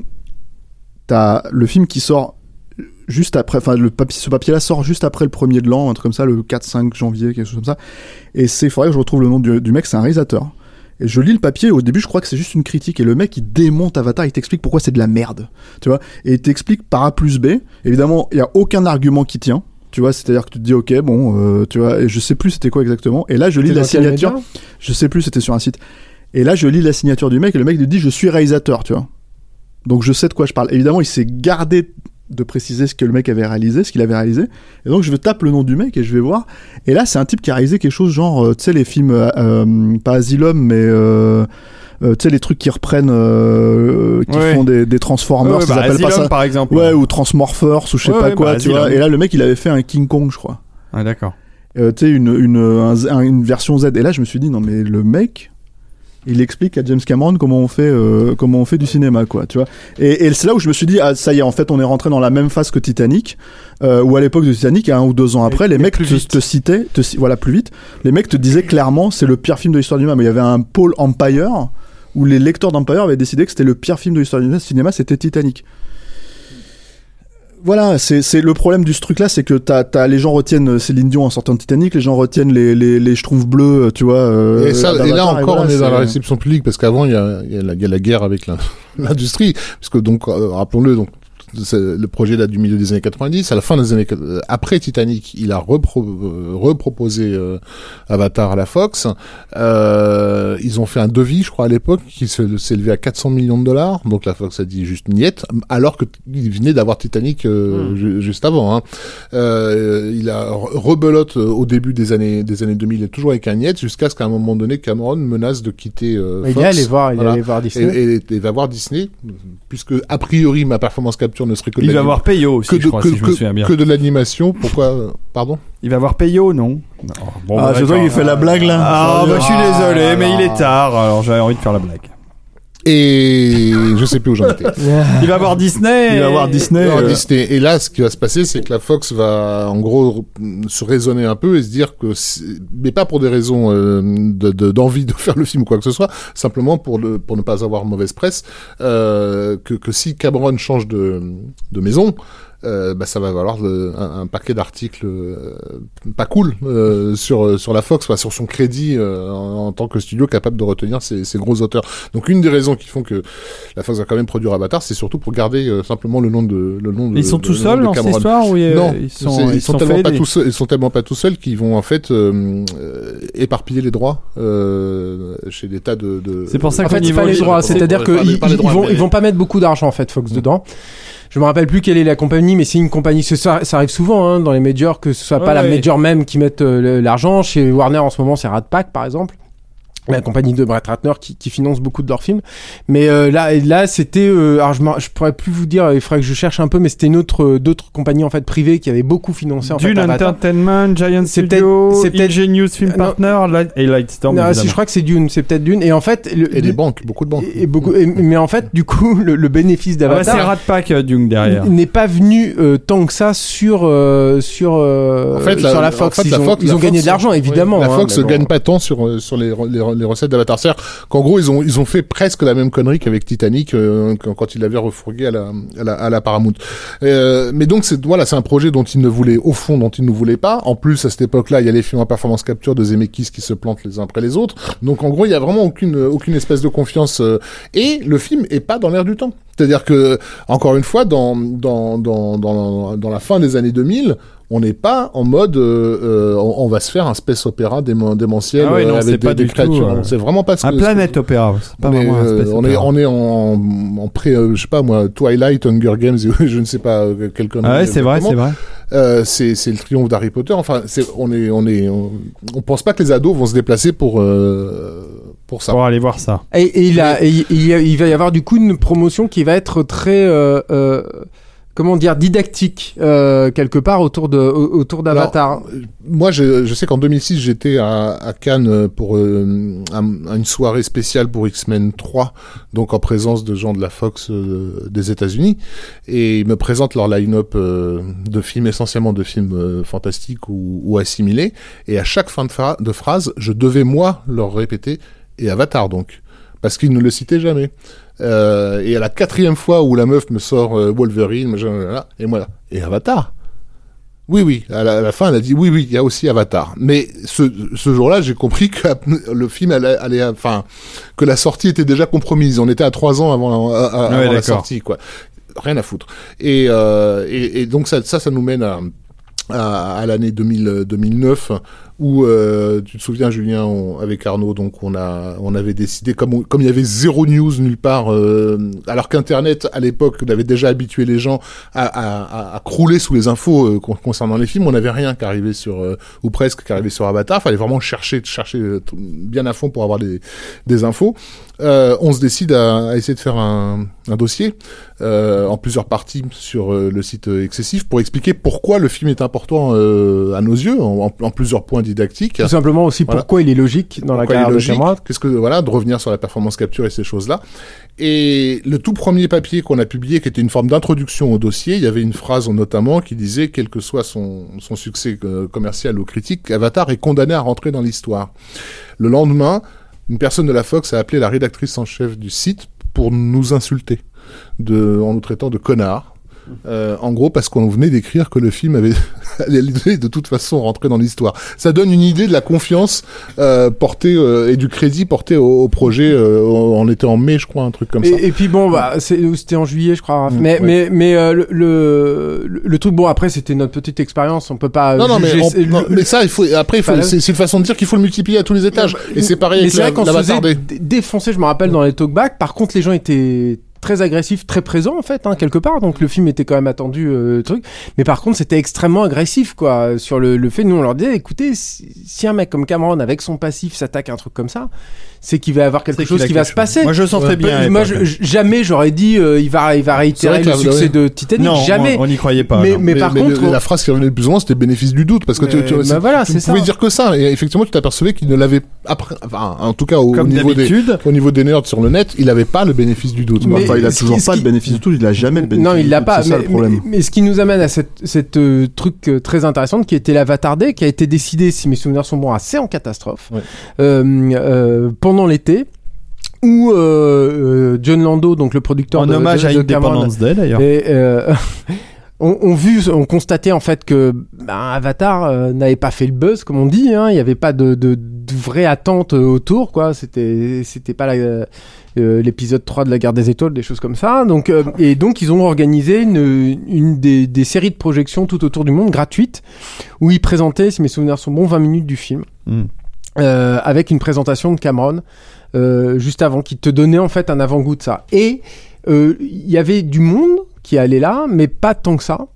[SPEAKER 4] t'as le film qui sort juste après, enfin, le papier, ce papier-là sort juste après le premier de l'an, un truc comme ça, le quatre cinq janvier, quelque chose comme ça. Et c'est, il faudrait que je retrouve le nom du, du mec, c'est un réalisateur. Et je lis le papier, au début je crois que c'est juste une critique, et le mec il démonte Avatar, il t'explique pourquoi c'est de la merde, tu vois, et il t'explique par A plus B, évidemment il y a aucun argument qui tient, tu vois, c'est-à-dire que tu te dis ok bon, euh, tu vois, et je sais plus c'était quoi exactement, et là je lis
[SPEAKER 6] C'était
[SPEAKER 4] la
[SPEAKER 6] dans quel
[SPEAKER 4] signature,
[SPEAKER 6] média
[SPEAKER 4] je sais plus, c'était sur un site, et là je lis la signature du mec, et le mec lui dit je suis réalisateur, tu vois, donc je sais de quoi je parle, évidemment il s'est gardé de préciser ce que le mec avait réalisé, ce qu'il avait réalisé. Et donc je vais taper le nom du mec et je vais voir. Et là c'est un type qui a réalisé quelque chose genre, euh, tu sais les films, euh, euh, pas Asylum, mais euh, euh, tu sais les trucs qui reprennent, euh, qui
[SPEAKER 2] Ouais.
[SPEAKER 4] font des, des Transformers,
[SPEAKER 2] Ouais,
[SPEAKER 4] ils
[SPEAKER 2] bah,
[SPEAKER 4] appellent pas
[SPEAKER 2] Asylum,
[SPEAKER 4] ça.
[SPEAKER 2] par exemple.
[SPEAKER 4] Ouais, ou Transmorphers ou je sais
[SPEAKER 2] Ouais,
[SPEAKER 4] pas
[SPEAKER 2] ouais,
[SPEAKER 4] quoi,
[SPEAKER 2] bah,
[SPEAKER 4] tu vois.
[SPEAKER 2] Asylum.
[SPEAKER 4] Et là le mec il avait fait un King Kong, je crois.
[SPEAKER 2] Ah, d'accord.
[SPEAKER 4] Euh, tu sais une une un Z- un- une version Z. Et là je me suis dit non mais le mec. Il explique à James Cameron comment on fait euh, comment on fait du cinéma, quoi, tu vois. Et, et c'est là où je me suis dit ah ça y est, en fait on est rentré dans la même phase que Titanic, euh, où à l'époque de Titanic, un ou deux ans après,
[SPEAKER 6] Et-
[SPEAKER 4] les
[SPEAKER 6] et
[SPEAKER 4] mecs
[SPEAKER 6] plus
[SPEAKER 4] te,
[SPEAKER 6] vite.
[SPEAKER 4] te citaient, te, ci- voilà plus vite, les mecs te disaient clairement c'est le pire film de l'histoire du cinéma. Mais il y avait un pôle Empire où les lecteurs d'Empire avaient décidé que c'était le pire film de l'histoire du cinéma, c'était Titanic. Voilà, c'est c'est le problème du ce truc là, c'est que t'as t'as les gens retiennent Céline Dion en sortant de Titanic, les gens retiennent les les les schtroumpfs bleus, tu vois. Euh,
[SPEAKER 5] et, ça, et là
[SPEAKER 4] d'Avatar,
[SPEAKER 5] encore,
[SPEAKER 4] voilà,
[SPEAKER 5] on est dans
[SPEAKER 4] c'est-
[SPEAKER 5] la réception publique parce qu'avant, il y a, il y, a la- il y a la guerre avec la- l'industrie, puisque donc, euh, rappelons-le, donc c'est, le projet date du milieu des années quatre-vingt-dix. À la fin des années, après Titanic, il a repro, euh, reproposé euh, Avatar à la Fox. Euh, ils ont fait un devis, je crois, à l'époque, qui se, s'élevait à quatre cents millions de dollars. Donc la Fox a dit juste niette, alors que il venait d'avoir Titanic euh, mmh. ju- juste avant. Hein. Euh, il a rebelote au début des années des années deux mille, toujours avec un niet, jusqu'à ce qu'à un moment donné, Cameron menace de quitter euh, Fox.
[SPEAKER 6] Il est allé voir, il
[SPEAKER 5] voilà.
[SPEAKER 6] est allé voir Disney.
[SPEAKER 5] Et, et, et va voir Disney, puisque a priori ma performance capture ne serait que de
[SPEAKER 2] il va voir Peyo aussi,
[SPEAKER 5] que de,
[SPEAKER 2] je crois,
[SPEAKER 5] que,
[SPEAKER 2] si je me
[SPEAKER 5] que,
[SPEAKER 2] souviens bien.
[SPEAKER 5] que de l'animation. Pourquoi euh, Pardon.
[SPEAKER 2] Il va voir Peyo, non, non. Bon,
[SPEAKER 4] Ah,
[SPEAKER 2] bah,
[SPEAKER 4] c'est toi qui fais la blague là.
[SPEAKER 2] Ah, bah je suis désolé,
[SPEAKER 6] Ah,
[SPEAKER 2] mais
[SPEAKER 6] là.
[SPEAKER 2] il est tard, alors j'avais envie de faire la blague.
[SPEAKER 5] Et je sais plus où j'en étais.
[SPEAKER 2] Il va voir Disney.
[SPEAKER 4] Il va voir Disney.
[SPEAKER 5] Non,
[SPEAKER 4] euh,
[SPEAKER 5] Disney. Et là, ce qui va se passer, c'est que la Fox va, en gros, se raisonner un peu et se dire que, c'est... mais pas pour des raisons euh, de, de, d'envie de faire le film ou quoi que ce soit, simplement pour, le, pour ne pas avoir mauvaise presse, euh, que, que si Cameron change de, de maison, Euh, bah ça va valoir le, un, un paquet d'articles euh, pas cool euh, sur sur la Fox, enfin, sur son crédit euh, en, en tant que studio capable de retenir ces, ces gros auteurs. Donc une des raisons qui font que la Fox va quand même produire Avatar, c'est surtout pour garder euh, simplement le nom de le nom de.
[SPEAKER 2] Ils sont
[SPEAKER 5] de,
[SPEAKER 2] tout
[SPEAKER 5] de,
[SPEAKER 2] seuls
[SPEAKER 5] de
[SPEAKER 2] dans cette
[SPEAKER 5] Cameron.
[SPEAKER 2] histoire ou ils,
[SPEAKER 5] Non,
[SPEAKER 2] ils sont,
[SPEAKER 5] c'est, ils,
[SPEAKER 2] ils
[SPEAKER 5] sont,
[SPEAKER 2] sont
[SPEAKER 5] tellement
[SPEAKER 2] fait
[SPEAKER 5] pas
[SPEAKER 2] des-
[SPEAKER 5] tout seuls, ils sont tellement pas tout seuls qu'ils vont en fait euh, euh, éparpiller les droits euh, chez des tas de. de
[SPEAKER 2] C'est pour ça
[SPEAKER 6] En
[SPEAKER 2] qu'au
[SPEAKER 6] fait, c'est
[SPEAKER 2] niveau
[SPEAKER 6] pas les
[SPEAKER 2] du-
[SPEAKER 6] droits,
[SPEAKER 5] c'est-
[SPEAKER 6] c'est-à-dire
[SPEAKER 5] pas-
[SPEAKER 6] qu'ils
[SPEAKER 5] pas les droits,
[SPEAKER 6] vont,
[SPEAKER 5] mais-
[SPEAKER 6] ils vont pas mettre beaucoup d'argent en fait, Fox, dedans. Je me rappelle plus quelle est la compagnie, mais c'est une compagnie. Ça, ça arrive souvent hein, dans les majors que ce soit
[SPEAKER 2] Ouais,
[SPEAKER 6] pas la
[SPEAKER 2] ouais.
[SPEAKER 6] major même qui mette euh, le- l'argent. Chez Warner en ce moment, c'est Rat Pack par exemple. La compagnie de Brett Ratner qui, qui finance beaucoup de leurs films. Mais euh, là, là, c'était. Euh, alors, je, m'en- je pourrais plus vous dire. Il faudrait que je cherche un peu, mais c'était une autre, euh, d'autres compagnies en fait privées qui avaient beaucoup financé en
[SPEAKER 2] Dune
[SPEAKER 6] fait. Avatar.
[SPEAKER 2] Entertainment, Giant
[SPEAKER 6] C'est
[SPEAKER 2] Studio,
[SPEAKER 6] peut-être- c'est peut-être-
[SPEAKER 2] Ingenious Film
[SPEAKER 6] Euh, non.
[SPEAKER 2] Partner Light- et Lightstorm.
[SPEAKER 6] Non, si,
[SPEAKER 2] évidemment.
[SPEAKER 6] je crois que c'est Dune. C'est peut-être Dune. Et en fait, le,
[SPEAKER 5] Et des banques, beaucoup de banques.
[SPEAKER 6] et beaucoup. et- mais en fait, du coup, le, le bénéfice
[SPEAKER 2] Ah bah,
[SPEAKER 6] d'Avatar.
[SPEAKER 2] c'est Rat Pack euh, Dune derrière.
[SPEAKER 6] n'est pas venu euh, tant que ça sur euh, sur euh,
[SPEAKER 5] En fait,
[SPEAKER 6] sur
[SPEAKER 5] la,
[SPEAKER 6] la Fox.
[SPEAKER 5] en fait,
[SPEAKER 6] ils
[SPEAKER 5] la
[SPEAKER 6] ont,
[SPEAKER 5] Fox-
[SPEAKER 6] ils
[SPEAKER 5] la
[SPEAKER 6] ont gagné
[SPEAKER 5] Fox-
[SPEAKER 6] de l'argent évidemment.
[SPEAKER 5] oui, la
[SPEAKER 6] hein,
[SPEAKER 5] Fox
[SPEAKER 6] mais
[SPEAKER 5] ne
[SPEAKER 6] bon.
[SPEAKER 5] gagne pas tant sur euh, sur les, les, les recettes d'Avatar. C'est-à-dire qu'en gros, ils ont ils ont fait presque la même connerie qu'avec Titanic euh, quand, quand ils l'avaient refourgué à la à la, à la Paramount. Euh, mais donc c'est voilà, c'est un projet dont ils ne voulaient au fond dont ils ne voulaient pas. En plus, à cette époque-là, il y a les films en performance capture de Zemeckis qui se plantent les uns après les autres. Donc en gros, il y a vraiment aucune aucune espèce de confiance euh, et le film est pas dans l'air du temps. C'est-à-dire que encore une fois, dans dans dans dans dans la fin des années deux mille, on n'est pas en mode euh, euh, on, on va se faire un space opéra dément- démentiel
[SPEAKER 2] Ah ouais, non,
[SPEAKER 5] euh,
[SPEAKER 2] c'est
[SPEAKER 5] avec
[SPEAKER 2] pas
[SPEAKER 5] des, des
[SPEAKER 2] du
[SPEAKER 5] créatures.
[SPEAKER 2] tout, euh,
[SPEAKER 5] C'est vraiment pas ce
[SPEAKER 2] Un
[SPEAKER 5] que-
[SPEAKER 2] planète opéra, c'est pas
[SPEAKER 5] on est,
[SPEAKER 2] vraiment un
[SPEAKER 5] euh,
[SPEAKER 2] space
[SPEAKER 5] on est,
[SPEAKER 2] opéra.
[SPEAKER 5] on est en, en pré, euh, je sais pas moi, Twilight, Hunger Games, je ne sais pas euh, quel connerie.
[SPEAKER 2] Ah ouais, c'est vrai, c'est
[SPEAKER 5] exactement.
[SPEAKER 2] vrai.
[SPEAKER 5] Euh, c'est, c'est le triomphe d'Harry Potter. Enfin, c'est, on est, on est, on, on pense pas que les ados vont se déplacer pour, euh, pour ça.
[SPEAKER 2] Pour aller voir ça.
[SPEAKER 6] Et, et il a, et il, il y a- il va y avoir du coup une promotion qui va être très euh, euh, comment dire didactique euh, quelque part autour de au- autour d'Avatar.
[SPEAKER 5] Alors, euh, moi, je, je sais qu'en deux mille six, j'étais à, à Cannes pour euh, un- une soirée spéciale pour X-Men trois, donc en présence de gens de la Fox euh, des États-Unis, et ils me présentent leur line-up euh, de films, essentiellement de films euh, fantastiques ou, ou assimilés, et à chaque fin de, fra- de phrase, je devais moi leur répéter et Avatar donc, parce qu'ils ne le citaient jamais. Euh, et à la quatrième fois où la meuf me sort euh, Wolverine, machin, là, et moi là, et Avatar. Oui, oui. À la, à la fin, elle a dit oui, oui. Il y a aussi Avatar. Mais ce, ce jour-là, j'ai compris que le film allait, allait, enfin, que la sortie était déjà compromise. On était à trois ans avant, à, à-
[SPEAKER 2] Ouais,
[SPEAKER 5] avant la
[SPEAKER 2] d'accord.
[SPEAKER 5] sortie, quoi. Rien à foutre. Et, euh, et, et donc ça, ça, ça nous mène à, à, à l'année deux mille, deux mille neuf, où euh, tu te souviens, Julien, on, avec Arnaud, donc on a, on avait décidé, comme on- comme il y avait zéro news nulle part, euh, alors qu'Internet à l'époque avait déjà habitué les gens à, à, à, à crouler sous les infos euh, con- concernant les films, on n'avait rien qui arrivait sur, euh, ou presque qui arrivait sur Avatar. Fallait vraiment chercher, chercher euh, t- bien à fond pour avoir des, des infos. Euh, on se décide à, à essayer de faire un, un dossier euh, en plusieurs parties sur euh, le site euh, Excessif pour expliquer pourquoi le film est important euh, à nos yeux, en, en- en plusieurs points didactiques.
[SPEAKER 6] Tout simplement aussi
[SPEAKER 5] Voilà.
[SPEAKER 6] pourquoi il est logique dans
[SPEAKER 5] Pourquoi
[SPEAKER 6] la
[SPEAKER 5] il est
[SPEAKER 6] carrière de
[SPEAKER 5] logique,
[SPEAKER 6] Cameron.
[SPEAKER 5] Qu'est-ce que voilà, de revenir sur la performance capture et ces choses-là. Et le tout premier papier qu'on a publié, qui était une forme d'introduction au dossier, il y avait une phrase notamment qui disait, quel que soit son, son succès euh, commercial ou critique, Avatar est condamné à rentrer dans l'histoire. Le lendemain, une personne de la Fox a appelé la rédactrice en chef du site pour nous insulter, de, en nous traitant de connards. Euh, en gros, parce qu'on venait d'écrire que le film avait allait de toute façon rentrer dans l'histoire. Ça donne une idée de la confiance euh, portée euh, et du crédit porté au, au projet. Euh, on était en mai, je crois, un truc comme
[SPEAKER 6] et,
[SPEAKER 5] ça.
[SPEAKER 6] Et puis bon, bah, c'est, c'était en juillet, je crois. Mmh, mais, ouais. mais mais euh, le, le le truc, bon, après, c'était notre petite expérience. On peut pas.
[SPEAKER 5] Non, non,
[SPEAKER 6] juger,
[SPEAKER 5] mais, on,
[SPEAKER 6] c'est,
[SPEAKER 5] non
[SPEAKER 6] le,
[SPEAKER 5] mais ça, il faut. Après, il faut. C'est, c'est une façon de dire qu'il faut le multiplier à tous les étages. Non, bah, et c'est pareil
[SPEAKER 6] mais
[SPEAKER 5] avec
[SPEAKER 6] c'est
[SPEAKER 5] la,
[SPEAKER 6] vrai qu'on se faisait
[SPEAKER 5] d-
[SPEAKER 6] défoncer. Je me rappelle dans les talkbacks. Par contre, les gens étaient très agressif, très présent en fait, hein, quelque part. Donc le film était quand même attendu, euh, truc. Mais par contre, c'était extrêmement agressif, quoi, sur le, le fait. Nous, on leur disait, écoutez, si, si un mec comme Cameron avec son passif s'attaque à un truc comme ça, c'est qu'il va y avoir quelque
[SPEAKER 2] c'est
[SPEAKER 6] chose qui va se passer.
[SPEAKER 2] Moi, je sens très ouais. bien.
[SPEAKER 6] Moi, je, jamais j'aurais dit, euh, il va, il va réitérer le succès de Titanic.
[SPEAKER 2] Non,
[SPEAKER 6] jamais.
[SPEAKER 2] On n'y croyait pas.
[SPEAKER 6] Mais, mais, mais par
[SPEAKER 5] mais
[SPEAKER 6] contre,
[SPEAKER 5] le, la phrase qui revenait le plus souvent, c'était bénéfice du doute, parce que
[SPEAKER 6] mais,
[SPEAKER 5] tu, tu,
[SPEAKER 6] bah voilà,
[SPEAKER 5] tu
[SPEAKER 6] c'est
[SPEAKER 5] pouvais
[SPEAKER 6] ça.
[SPEAKER 5] dire que ça. Et effectivement, tu t'apercevais qu'il ne l'avait après, enfin, en tout cas au,
[SPEAKER 2] Comme
[SPEAKER 5] au niveau
[SPEAKER 2] d'habitude.
[SPEAKER 5] des, au niveau des nerds sur le net, il n'avait pas le bénéfice du doute.
[SPEAKER 4] Mais enfin, il a toujours
[SPEAKER 6] qui,
[SPEAKER 4] pas
[SPEAKER 6] qui...
[SPEAKER 4] le bénéfice du doute. Il a jamais le bénéfice.
[SPEAKER 6] Non, il l'a pas.
[SPEAKER 4] C'est
[SPEAKER 6] mais,
[SPEAKER 4] ça le problème.
[SPEAKER 6] Mais, mais ce qui nous amène à cette, cette euh, truc euh, très intéressant qui était l'Avatar Day, qui a été décidé, si mes souvenirs sont bons, assez en catastrophe
[SPEAKER 5] ouais.
[SPEAKER 6] euh, euh, pendant l'été. Où euh, euh, John Lando, donc le producteur
[SPEAKER 2] en
[SPEAKER 6] de,
[SPEAKER 2] hommage
[SPEAKER 6] de,
[SPEAKER 2] à
[SPEAKER 6] de
[SPEAKER 2] Independence Day d'ailleurs,
[SPEAKER 6] et, euh, on, on vu, on constatait en fait que bah, Avatar euh, n'avait pas fait le buzz comme on dit. Hein, il n'y avait pas de, de, de vraie attente autour, quoi. C'était, c'était pas la, euh, l'épisode trois de la Guerre des Étoiles, des choses comme ça. Donc, euh, et donc ils ont organisé une, une des, des séries de projections tout autour du monde gratuites où ils présentaient, si mes souvenirs sont bons, vingt minutes du film. Mm. Euh, avec une présentation de Cameron euh, juste avant, qui te donnait en fait un avant-goût de ça. Et il euh, y avait du monde qui allait là, mais pas tant que ça.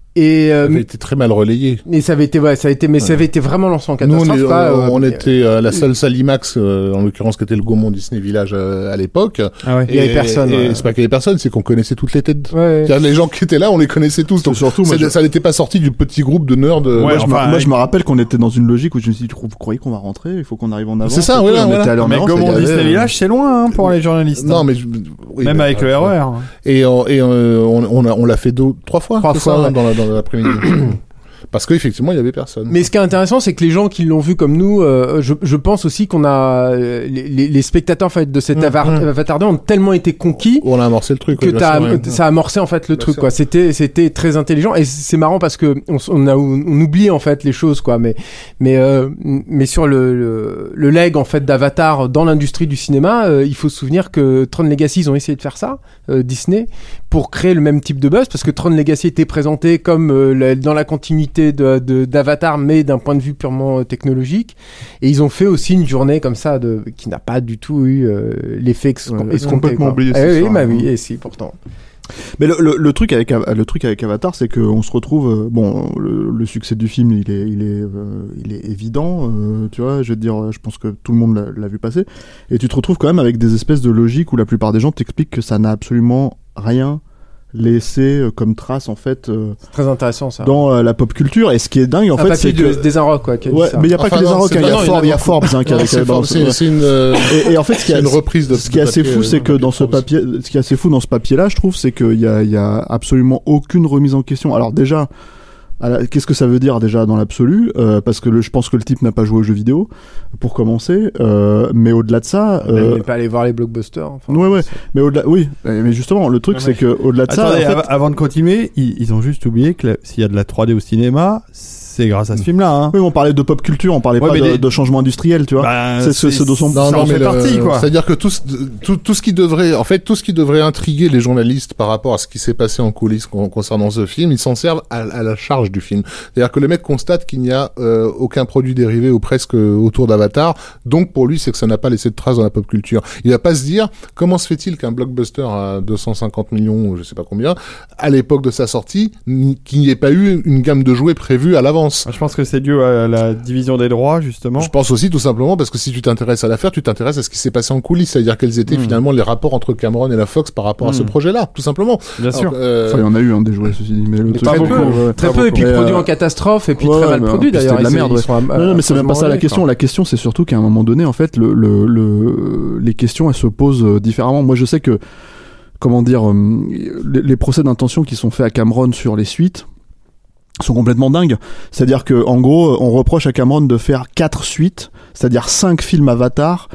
[SPEAKER 6] Et euh,
[SPEAKER 5] ça avait été très mal relayé.
[SPEAKER 6] Et ça avait été, ouais, ça a été, mais ouais. ça avait été vraiment lancé en catastrophe.
[SPEAKER 5] Nous, on, est,
[SPEAKER 6] pas,
[SPEAKER 5] on,
[SPEAKER 6] euh,
[SPEAKER 5] on était euh, la seule salle IMAX, euh, en l'occurrence, qui était le Gaumont Disney Village euh, à l'époque.
[SPEAKER 6] Ah ouais.
[SPEAKER 5] Et,
[SPEAKER 6] il y avait personne.
[SPEAKER 5] Et,
[SPEAKER 6] ouais.
[SPEAKER 5] et c'est pas qu'il y avait personne, c'est qu'on connaissait toutes les têtes.
[SPEAKER 6] Ouais, ouais.
[SPEAKER 5] Les gens qui étaient là, on les connaissait tous. Donc surtout, moi, je... ça n'était pas sorti du petit groupe de nerds.
[SPEAKER 4] Ouais,
[SPEAKER 5] moi,
[SPEAKER 4] enfin,
[SPEAKER 5] je
[SPEAKER 4] moi,
[SPEAKER 5] avec...
[SPEAKER 4] je me rappelle qu'on était dans une logique où je me suis dit, vous croyez qu'on va rentrer? Il faut qu'on arrive en avant.
[SPEAKER 5] C'est ça, oui,
[SPEAKER 4] on
[SPEAKER 5] voilà.
[SPEAKER 4] était allé en
[SPEAKER 2] mais
[SPEAKER 4] avance,
[SPEAKER 2] Gaumont
[SPEAKER 4] avait...
[SPEAKER 2] Disney Village, c'est loin hein, pour les journalistes.
[SPEAKER 5] Non,
[SPEAKER 2] hein.
[SPEAKER 5] mais je... oui,
[SPEAKER 2] même
[SPEAKER 5] bah,
[SPEAKER 2] avec le R E R.
[SPEAKER 5] Et, et euh, on, on, a, on l'a fait deux, trois fois,
[SPEAKER 6] trois fois
[SPEAKER 5] ça,
[SPEAKER 6] ouais.
[SPEAKER 5] dans, la, dans l'après-midi. Parce qu'effectivement, il y avait personne.
[SPEAKER 6] Mais ce qui est intéressant, c'est que les gens qui l'ont vu comme nous, euh, je, je pense aussi qu'on a les, les, les spectateurs en fait de cet mmh, Avatar deux ont tellement été conquis.
[SPEAKER 5] On a amorcé le truc.
[SPEAKER 6] Que
[SPEAKER 5] ouais,
[SPEAKER 6] t'as,
[SPEAKER 5] sûr, ouais.
[SPEAKER 6] ça a amorcé en fait le
[SPEAKER 5] bien
[SPEAKER 6] truc
[SPEAKER 5] sûr.
[SPEAKER 6] quoi. C'était c'était très intelligent et c'est marrant parce que on, on a on oublie en fait les choses quoi. Mais mais euh, mais sur le, le le leg en fait d'Avatar dans l'industrie du cinéma, euh, il faut se souvenir que Tron Legacy ils ont essayé de faire ça, euh, Disney, pour créer le même type de buzz parce que Tron Legacy était présenté comme euh, la, dans la continuité de, de d'Avatar mais d'un point de vue purement technologique et ils ont fait aussi une journée comme ça de qui n'a pas du tout eu euh, l'effet ex-
[SPEAKER 4] ouais,
[SPEAKER 6] escompté
[SPEAKER 4] complètement
[SPEAKER 6] quoi.
[SPEAKER 4] oublié
[SPEAKER 6] Eh oui,
[SPEAKER 4] soir,
[SPEAKER 6] bah
[SPEAKER 4] hein.
[SPEAKER 6] oui et si pourtant.
[SPEAKER 4] Mais le, le, le truc avec le truc avec Avatar, c'est que on se retrouve euh, bon, le, le succès du film, il est il est euh, il est évident, euh, tu vois. Je veux dire, je pense que tout le monde l'a, l'a vu passer. Et tu te retrouves quand même avec des espèces de logiques où la plupart des gens t'expliquent que ça n'a absolument rien laissé euh, comme trace en fait euh,
[SPEAKER 6] c'est très intéressant ça
[SPEAKER 4] dans euh, la pop culture. Et ce qui est dingue en
[SPEAKER 6] un
[SPEAKER 4] fait, c'est
[SPEAKER 6] de,
[SPEAKER 4] que
[SPEAKER 6] des Inrocks quoi. Qui a
[SPEAKER 4] ouais,
[SPEAKER 6] dit ça.
[SPEAKER 4] mais il y a pas
[SPEAKER 5] enfin,
[SPEAKER 4] que les
[SPEAKER 5] non,
[SPEAKER 4] Inrocks, il y a Forbes, il y a Forbes hein, qui a
[SPEAKER 5] c'est,
[SPEAKER 4] dans ce...
[SPEAKER 5] c'est, c'est une euh,
[SPEAKER 4] et, et en fait ce qui est
[SPEAKER 5] une reprise de
[SPEAKER 4] ce qui est assez fou, c'est que dans ce papier, ce qui est assez fou dans ce papier-là, je trouve, c'est qu'il y a, il y a absolument aucune remise en question. Alors déjà, qu'est-ce que ça veut dire déjà dans l'absolu euh, parce que le, je pense que le type n'a pas joué aux jeux vidéo pour commencer, euh, mais au-delà de ça,
[SPEAKER 6] euh,
[SPEAKER 4] il
[SPEAKER 6] n'est pas allé voir les blockbusters. Enfin,
[SPEAKER 4] ouais ouais,
[SPEAKER 6] c'est...
[SPEAKER 4] mais au-delà, oui, mais justement le truc ah, c'est que au-delà de
[SPEAKER 2] Attendez,
[SPEAKER 4] ça, en fait...
[SPEAKER 2] avant de continuer, ils, ils ont juste oublié que la, s'il y a de la trois D au cinéma, c'est grâce à ce film-là. Hein.
[SPEAKER 4] Oui, on parlait de pop culture, on parlait ouais, pas de, les... de changement industriel, tu vois.
[SPEAKER 2] Bah,
[SPEAKER 4] c'est ce, ce dont son
[SPEAKER 5] non, non,
[SPEAKER 2] fait
[SPEAKER 5] le...
[SPEAKER 2] partie, quoi.
[SPEAKER 5] C'est-à-dire que tout, tout, tout ce qui devrait, en fait, tout ce qui devrait intriguer les journalistes par rapport à ce qui s'est passé en coulisses concernant ce film, ils s'en servent à, à la charge du film. C'est-à-dire que le mec constate qu'il n'y a euh, aucun produit dérivé ou presque autour d'Avatar, donc pour lui, c'est que ça n'a pas laissé de traces dans la pop culture. Il va pas se dire comment se fait-il qu'un blockbuster à deux cent cinquante millions, ou je sais pas combien, à l'époque de sa sortie, qu'il n'y ait pas eu une gamme de jouets prévue à l'avance.
[SPEAKER 2] Je pense que c'est dû à la division des droits, justement.
[SPEAKER 5] Je pense aussi tout simplement parce que si tu t'intéresses à l'affaire, tu t'intéresses à ce qui s'est passé en coulisses, c'est-à-dire quels étaient mmh. finalement les rapports entre Cameron et la Fox par rapport mmh. à ce projet-là, tout simplement.
[SPEAKER 2] Bien sûr.
[SPEAKER 4] Euh... Enfin, il y en a eu hein, des jouets, ceci dit, mais le truc,
[SPEAKER 6] très,
[SPEAKER 4] peu,
[SPEAKER 6] peu,
[SPEAKER 4] ouais,
[SPEAKER 6] très peu, et puis produit en catastrophe, et puis
[SPEAKER 4] ouais,
[SPEAKER 6] très mal
[SPEAKER 4] bah,
[SPEAKER 6] produit d'ailleurs.
[SPEAKER 4] C'était de la merde. Ouais. À, non, non, mais c'est même pas ça la question.
[SPEAKER 6] Quoi.
[SPEAKER 4] La question, c'est surtout qu'à un moment donné, en fait, le, le, le, les questions, elles se posent différemment. Moi, je sais que, comment dire, euh, les, les procès d'intention qui sont faits à Cameron sur les suites sont complètement dingues. C'est-à-dire que, en gros, on reproche à Cameron de faire quatre suites, c'est-à-dire cinq films Avatar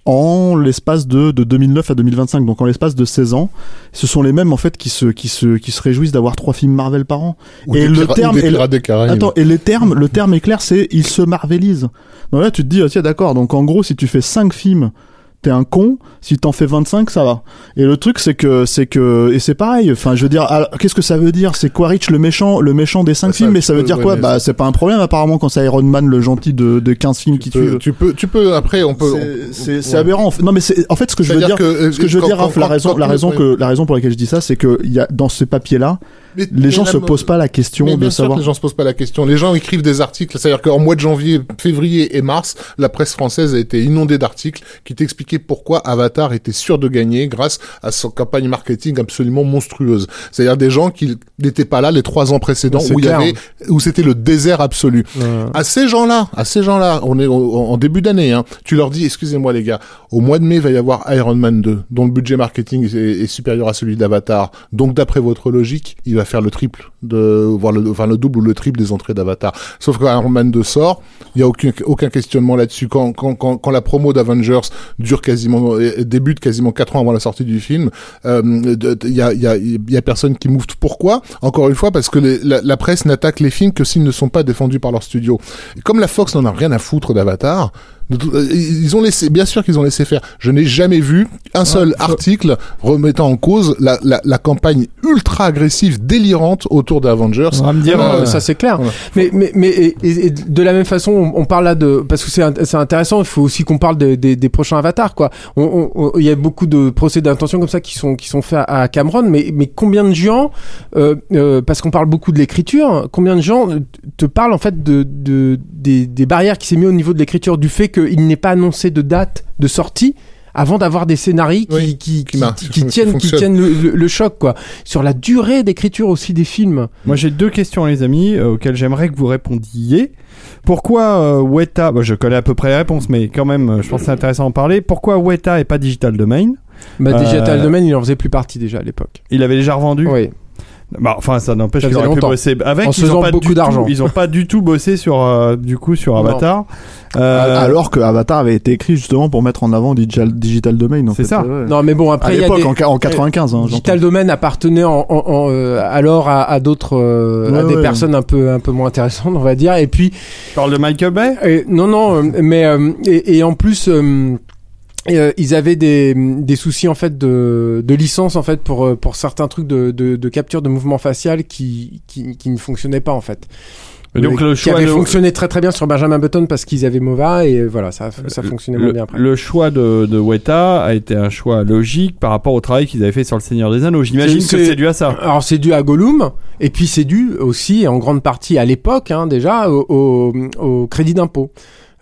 [SPEAKER 4] en l'espace de, de deux mille neuf à deux mille vingt-cinq, donc en l'espace de seize ans. Ce sont les mêmes en fait qui se qui se qui se réjouissent d'avoir trois films Marvel par an.
[SPEAKER 5] Ou
[SPEAKER 4] et
[SPEAKER 5] des
[SPEAKER 4] le
[SPEAKER 5] pira-
[SPEAKER 4] terme
[SPEAKER 5] ou des
[SPEAKER 4] et le-
[SPEAKER 5] Pirates des Caraïbes.
[SPEAKER 4] Attends, et les termes, le terme est clair, c'est ils se marvelisent. Donc là, tu te dis, ah, tiens, d'accord. Donc en gros, si tu fais cinq films, t'es un con. Si t'en fais vingt-cinq, ça va. Et le truc, c'est que, c'est que, et c'est pareil. Enfin, je veux dire, alors, qu'est-ce que ça veut dire? C'est Quaritch le méchant, le méchant des cinq
[SPEAKER 5] Bah, ça,
[SPEAKER 4] films, mais
[SPEAKER 5] tu
[SPEAKER 4] ça veut
[SPEAKER 5] peux-
[SPEAKER 4] dire
[SPEAKER 5] ouais,
[SPEAKER 4] quoi?
[SPEAKER 5] mais
[SPEAKER 4] Bah,
[SPEAKER 5] ça-
[SPEAKER 4] c'est pas un problème apparemment quand c'est Iron Man le gentil de, de quinze films qui
[SPEAKER 5] Tu peux,
[SPEAKER 4] tue.
[SPEAKER 5] tu peux, tu peux, après, on peut.
[SPEAKER 4] C'est-
[SPEAKER 5] on-
[SPEAKER 4] C'est c'est
[SPEAKER 5] ouais.
[SPEAKER 4] aberrant. En fait. Non, mais c'est en fait ce que je veux
[SPEAKER 5] C'est-à-dire
[SPEAKER 4] dire.
[SPEAKER 5] que, euh,
[SPEAKER 4] Ce que je veux
[SPEAKER 5] quand-
[SPEAKER 4] dire,
[SPEAKER 5] quand-
[SPEAKER 4] Raph, la
[SPEAKER 5] quand-
[SPEAKER 4] raison,
[SPEAKER 5] quand-
[SPEAKER 4] la raison
[SPEAKER 5] ouais.
[SPEAKER 4] que la raison pour laquelle je dis ça, c'est que il y a dans ce papier-là,
[SPEAKER 5] Mais-
[SPEAKER 4] les gens
[SPEAKER 5] mais
[SPEAKER 4] se
[SPEAKER 5] même-
[SPEAKER 4] posent pas la question
[SPEAKER 5] Mais
[SPEAKER 4] de
[SPEAKER 5] bien sûr
[SPEAKER 4] savoir.
[SPEAKER 5] que les gens se posent pas la question. Les gens écrivent des articles. C'est-à-dire qu'en mois de janvier, février et mars, la presse française a été inondée d'articles qui t'expliquaient pourquoi Avatar était sûr de gagner grâce à son campagne marketing absolument monstrueuse. C'est-à-dire des gens qui n'étaient pas là les trois ans précédents
[SPEAKER 6] C'est
[SPEAKER 5] où il y
[SPEAKER 6] clair.
[SPEAKER 5] avait, où c'était le désert absolu.
[SPEAKER 6] Ouais.
[SPEAKER 5] À ces gens-là, à ces gens-là, on est au- en début d'année, hein, tu leur dis, excusez-moi les gars, au mois de mai, il va y avoir Iron Man deux, dont le budget marketing est, est supérieur à celui d'Avatar. Donc, d'après votre logique, il va faire le triple de, voire le, enfin, le double ou le triple des entrées d'Avatar. Sauf que Iron Man deux sort, il y a aucun, aucun questionnement là-dessus. Quand, quand, quand, quand la promo d'Avengers dure quasiment, euh, débute quasiment quatre ans avant la sortie du film, euh, de- de- il y a, il y a, il y a personne qui moufte. Pourquoi? Encore une fois, parce que les- la, la presse n'attaque les films que s'ils ne sont pas défendus par leur studio. Et comme la Fox n'en a rien à foutre d'Avatar, de tout- euh, ils ont laissé, bien sûr qu'ils ont laissé faire. Je n'ai jamais vu un seul article remettant en cause la, la, la campagne ultra agressive, délirante autour d'Avengers.
[SPEAKER 2] On va me dire,
[SPEAKER 6] Non,
[SPEAKER 2] euh,
[SPEAKER 6] mais ça c'est clair.
[SPEAKER 5] voilà.
[SPEAKER 6] Mais mais mais et, et- et de la même façon, on, on parle là de parce que c'est int- c'est intéressant. Il faut aussi qu'on parle de- des- des prochains avatars quoi. On- on- on- Il y a beaucoup de procès d'intention comme ça qui sont qui sont faits à, à Cameron. Mais mais combien de gens euh, euh, parce qu'on parle beaucoup de l'écriture, combien de gens te parlent en fait de, de des, des barrières qui s'est mis au niveau de l'écriture, du fait qu'il n'ait pas annoncé de date de sortie avant d'avoir des scénarios qui,
[SPEAKER 5] Oui,
[SPEAKER 6] qui,
[SPEAKER 5] qui
[SPEAKER 6] qui,
[SPEAKER 5] marchent,
[SPEAKER 6] qui
[SPEAKER 5] qui
[SPEAKER 6] tiennent, qui
[SPEAKER 5] fonctionnent.
[SPEAKER 6] tiennent le, le- le choc quoi. Sur la durée d'écriture aussi des films.
[SPEAKER 2] Moi j'ai deux questions les amis euh, auxquelles j'aimerais que vous répondiez. Pourquoi euh, Weta, bah, je connais à peu près les réponses mais quand même euh, je pense que c'est intéressant d'en parler. Pourquoi Weta et pas Digital Domain?
[SPEAKER 6] Bah,
[SPEAKER 2] Euh,
[SPEAKER 6] Digital Domain, il en faisait plus partie déjà à l'époque.
[SPEAKER 2] Il avait déjà revendu.
[SPEAKER 6] Oui.
[SPEAKER 2] Bah, enfin ça n'empêche
[SPEAKER 6] Ça
[SPEAKER 2] qu'il
[SPEAKER 6] faisait
[SPEAKER 2] aurait pu
[SPEAKER 6] longtemps.
[SPEAKER 2] bosser avec.
[SPEAKER 6] En se
[SPEAKER 2] Ils ont
[SPEAKER 6] faisant
[SPEAKER 2] pas
[SPEAKER 6] beaucoup
[SPEAKER 2] du
[SPEAKER 6] d'argent.
[SPEAKER 2] tout- Ils ont pas du tout bossé sur euh, du coup sur
[SPEAKER 6] Non.
[SPEAKER 2] Avatar. Euh,
[SPEAKER 4] Alors que Avatar avait été écrit justement pour mettre en avant Digital, Digital Domain. en
[SPEAKER 2] C'est
[SPEAKER 4] fait.
[SPEAKER 2] ça.
[SPEAKER 4] Ouais.
[SPEAKER 6] Non, mais bon,
[SPEAKER 4] À
[SPEAKER 6] après, il y a
[SPEAKER 4] l'époque,
[SPEAKER 6] des...
[SPEAKER 4] en, qua- en quatre-vingt-quinze, hein,
[SPEAKER 6] Digital
[SPEAKER 4] j'entends.
[SPEAKER 6] Domain appartenait en, en- en, euh, alors à, à d'autres, euh, à
[SPEAKER 4] Ouais,
[SPEAKER 6] des
[SPEAKER 4] ouais.
[SPEAKER 6] personnes un peu, un peu moins intéressantes, on va dire. Et puis,
[SPEAKER 2] tu parles de Michael Bay.
[SPEAKER 6] euh, non, non, euh, mais euh, et, et en plus. euh, euh, ils avaient des, des soucis en fait de, de licence en fait pour, euh, pour certains trucs de, de, de capture de mouvement facial qui, qui, qui ne fonctionnaient pas en fait.
[SPEAKER 2] Et donc
[SPEAKER 6] Mais
[SPEAKER 2] le
[SPEAKER 6] qui
[SPEAKER 2] choix
[SPEAKER 6] avait
[SPEAKER 2] de
[SPEAKER 6] fonctionné très très bien sur Benjamin Button parce qu'ils avaient Mova et voilà ça, ça fonctionnait
[SPEAKER 2] le,
[SPEAKER 6] moins bien après.
[SPEAKER 2] le choix de, de Weta a été un choix logique par rapport au travail qu'ils avaient fait sur le Seigneur des Anneaux. J'imagine
[SPEAKER 6] C'est-
[SPEAKER 2] que
[SPEAKER 6] c'est-
[SPEAKER 2] c'est dû à ça.
[SPEAKER 6] Alors c'est dû à Gollum et puis c'est dû aussi en grande partie à l'époque hein, déjà au, au, au crédit d'impôt.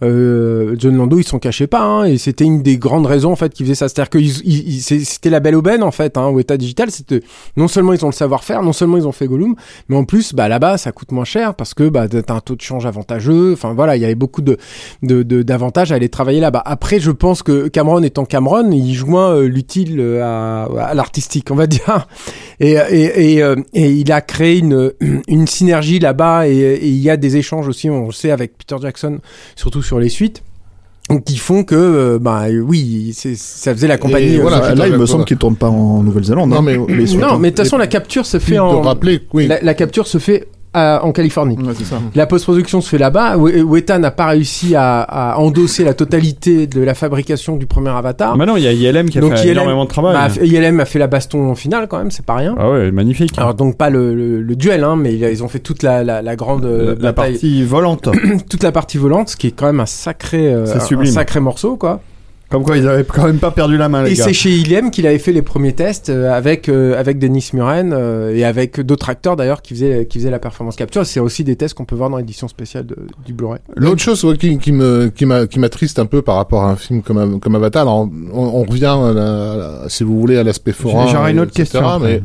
[SPEAKER 6] Euh, John Lando ils s'en cachaient pas hein, et c'était une des grandes raisons en fait qui faisait ça, c'est-à-dire que ils, ils, ils- c'est- c'était la belle aubaine en fait hein, Weta Digital, c'était non seulement ils ont le savoir-faire, non seulement ils ont fait Gollum, mais en plus bah là-bas ça coûte moins cher parce que bah t'as un taux de change avantageux, enfin voilà il y avait beaucoup de de, de d'avantages à aller travailler là-bas. Après je pense que Cameron étant Cameron il joint euh, l'utile euh, à, à l'artistique on va dire et et et, euh, et il a créé une une synergie là-bas et, et il y a des échanges aussi on le sait avec Peter Jackson surtout sur les suites donc qui font que euh, bah oui c'est ça faisait la compagnie
[SPEAKER 5] Et
[SPEAKER 6] euh,
[SPEAKER 5] voilà,
[SPEAKER 4] Là,
[SPEAKER 5] je
[SPEAKER 4] là,
[SPEAKER 5] suis
[SPEAKER 4] il me
[SPEAKER 5] d'accord.
[SPEAKER 4] semble qu'il tourne pas en Nouvelle-Zélande.
[SPEAKER 5] Non,
[SPEAKER 4] hein.
[SPEAKER 5] mais-
[SPEAKER 4] Les suites,
[SPEAKER 6] non
[SPEAKER 4] hein.
[SPEAKER 6] mais de toute façon la capture se
[SPEAKER 5] Puis
[SPEAKER 6] fait
[SPEAKER 5] de
[SPEAKER 6] en
[SPEAKER 5] rappeler, oui.
[SPEAKER 6] la, la capture se fait à- en Californie.
[SPEAKER 4] Ouais, c'est ça.
[SPEAKER 6] La post-production se fait là-bas. We- Weta n'a pas réussi à, à endosser la totalité de la fabrication du premier Avatar.
[SPEAKER 2] Maintenant il y a I L M qui a
[SPEAKER 6] Donc,
[SPEAKER 2] fait
[SPEAKER 6] I L M
[SPEAKER 2] énormément de travail.
[SPEAKER 6] Bah, I L M a fait la baston finale quand même, c'est pas rien.
[SPEAKER 2] Ah ouais, magnifique.
[SPEAKER 6] Alors donc pas le, le, le duel, hein, mais ils ont fait toute la, la, la grande euh,
[SPEAKER 2] la, la
[SPEAKER 6] bataille,
[SPEAKER 2] partie volante.
[SPEAKER 6] toute la partie volante, ce qui est quand même un sacré, euh,
[SPEAKER 2] C'est
[SPEAKER 6] un,
[SPEAKER 2] sublime.
[SPEAKER 6] un sacré morceau quoi.
[SPEAKER 2] Comme quoi ils avaient quand même pas perdu la main les
[SPEAKER 6] Et
[SPEAKER 2] gars.
[SPEAKER 6] c'est chez I L M qu'il avait fait les premiers tests euh, avec euh, avec Dennis Muren euh, et avec d'autres acteurs d'ailleurs qui faisaient qui faisaient la performance capture. C'est aussi des tests qu'on peut voir dans l'édition spéciale de, du Blu-ray.
[SPEAKER 5] L'autre chose ouais, qui, qui me qui m'a qui m'attriste un peu par rapport à un film comme comme Avatar, alors on, on revient à la- à la- si vous voulez à l'aspect forain.
[SPEAKER 2] J'aurais une autre
[SPEAKER 5] et cetera,
[SPEAKER 2] question après.
[SPEAKER 5] Mais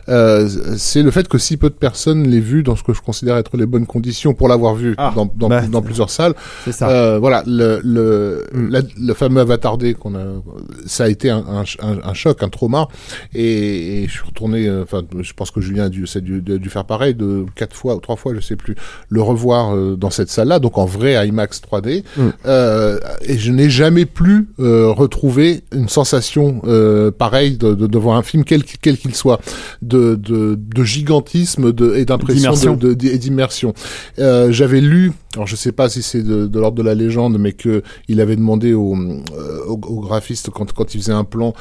[SPEAKER 5] euh, c'est le fait que si peu de personnes l'aient vu dans ce que je considère être les bonnes conditions pour l'avoir vu
[SPEAKER 2] Ah,
[SPEAKER 5] dans, dans,
[SPEAKER 2] bah,
[SPEAKER 5] dans plusieurs salles.
[SPEAKER 2] C'est ça.
[SPEAKER 5] Euh, voilà, le, le,
[SPEAKER 2] Mm.
[SPEAKER 5] la- le fameux Avatar D qu'on a, ça a été un, un, un, un choc, un trauma. Et, et je suis retourné, euh, enfin, je pense que Julien a dû, ça a dû, a dû faire pareil, de quatre fois ou trois fois, je sais plus, le revoir euh, dans cette salle-là, donc en vrai IMAX trois D.
[SPEAKER 6] Mm.
[SPEAKER 5] Euh, et je n'ai jamais plus euh, retrouvé une sensation euh, pareille de, de, de voir un film, quel quel qu'il soit, de, de, de gigantisme de, et d'impression
[SPEAKER 2] D'immersion.
[SPEAKER 5] de, de, et d'immersion. Euh, j'avais lu, alors je sais pas si c'est de, de l'ordre de la légende, mais que il avait demandé au, euh, au, au graphiste quand, quand il faisait un plan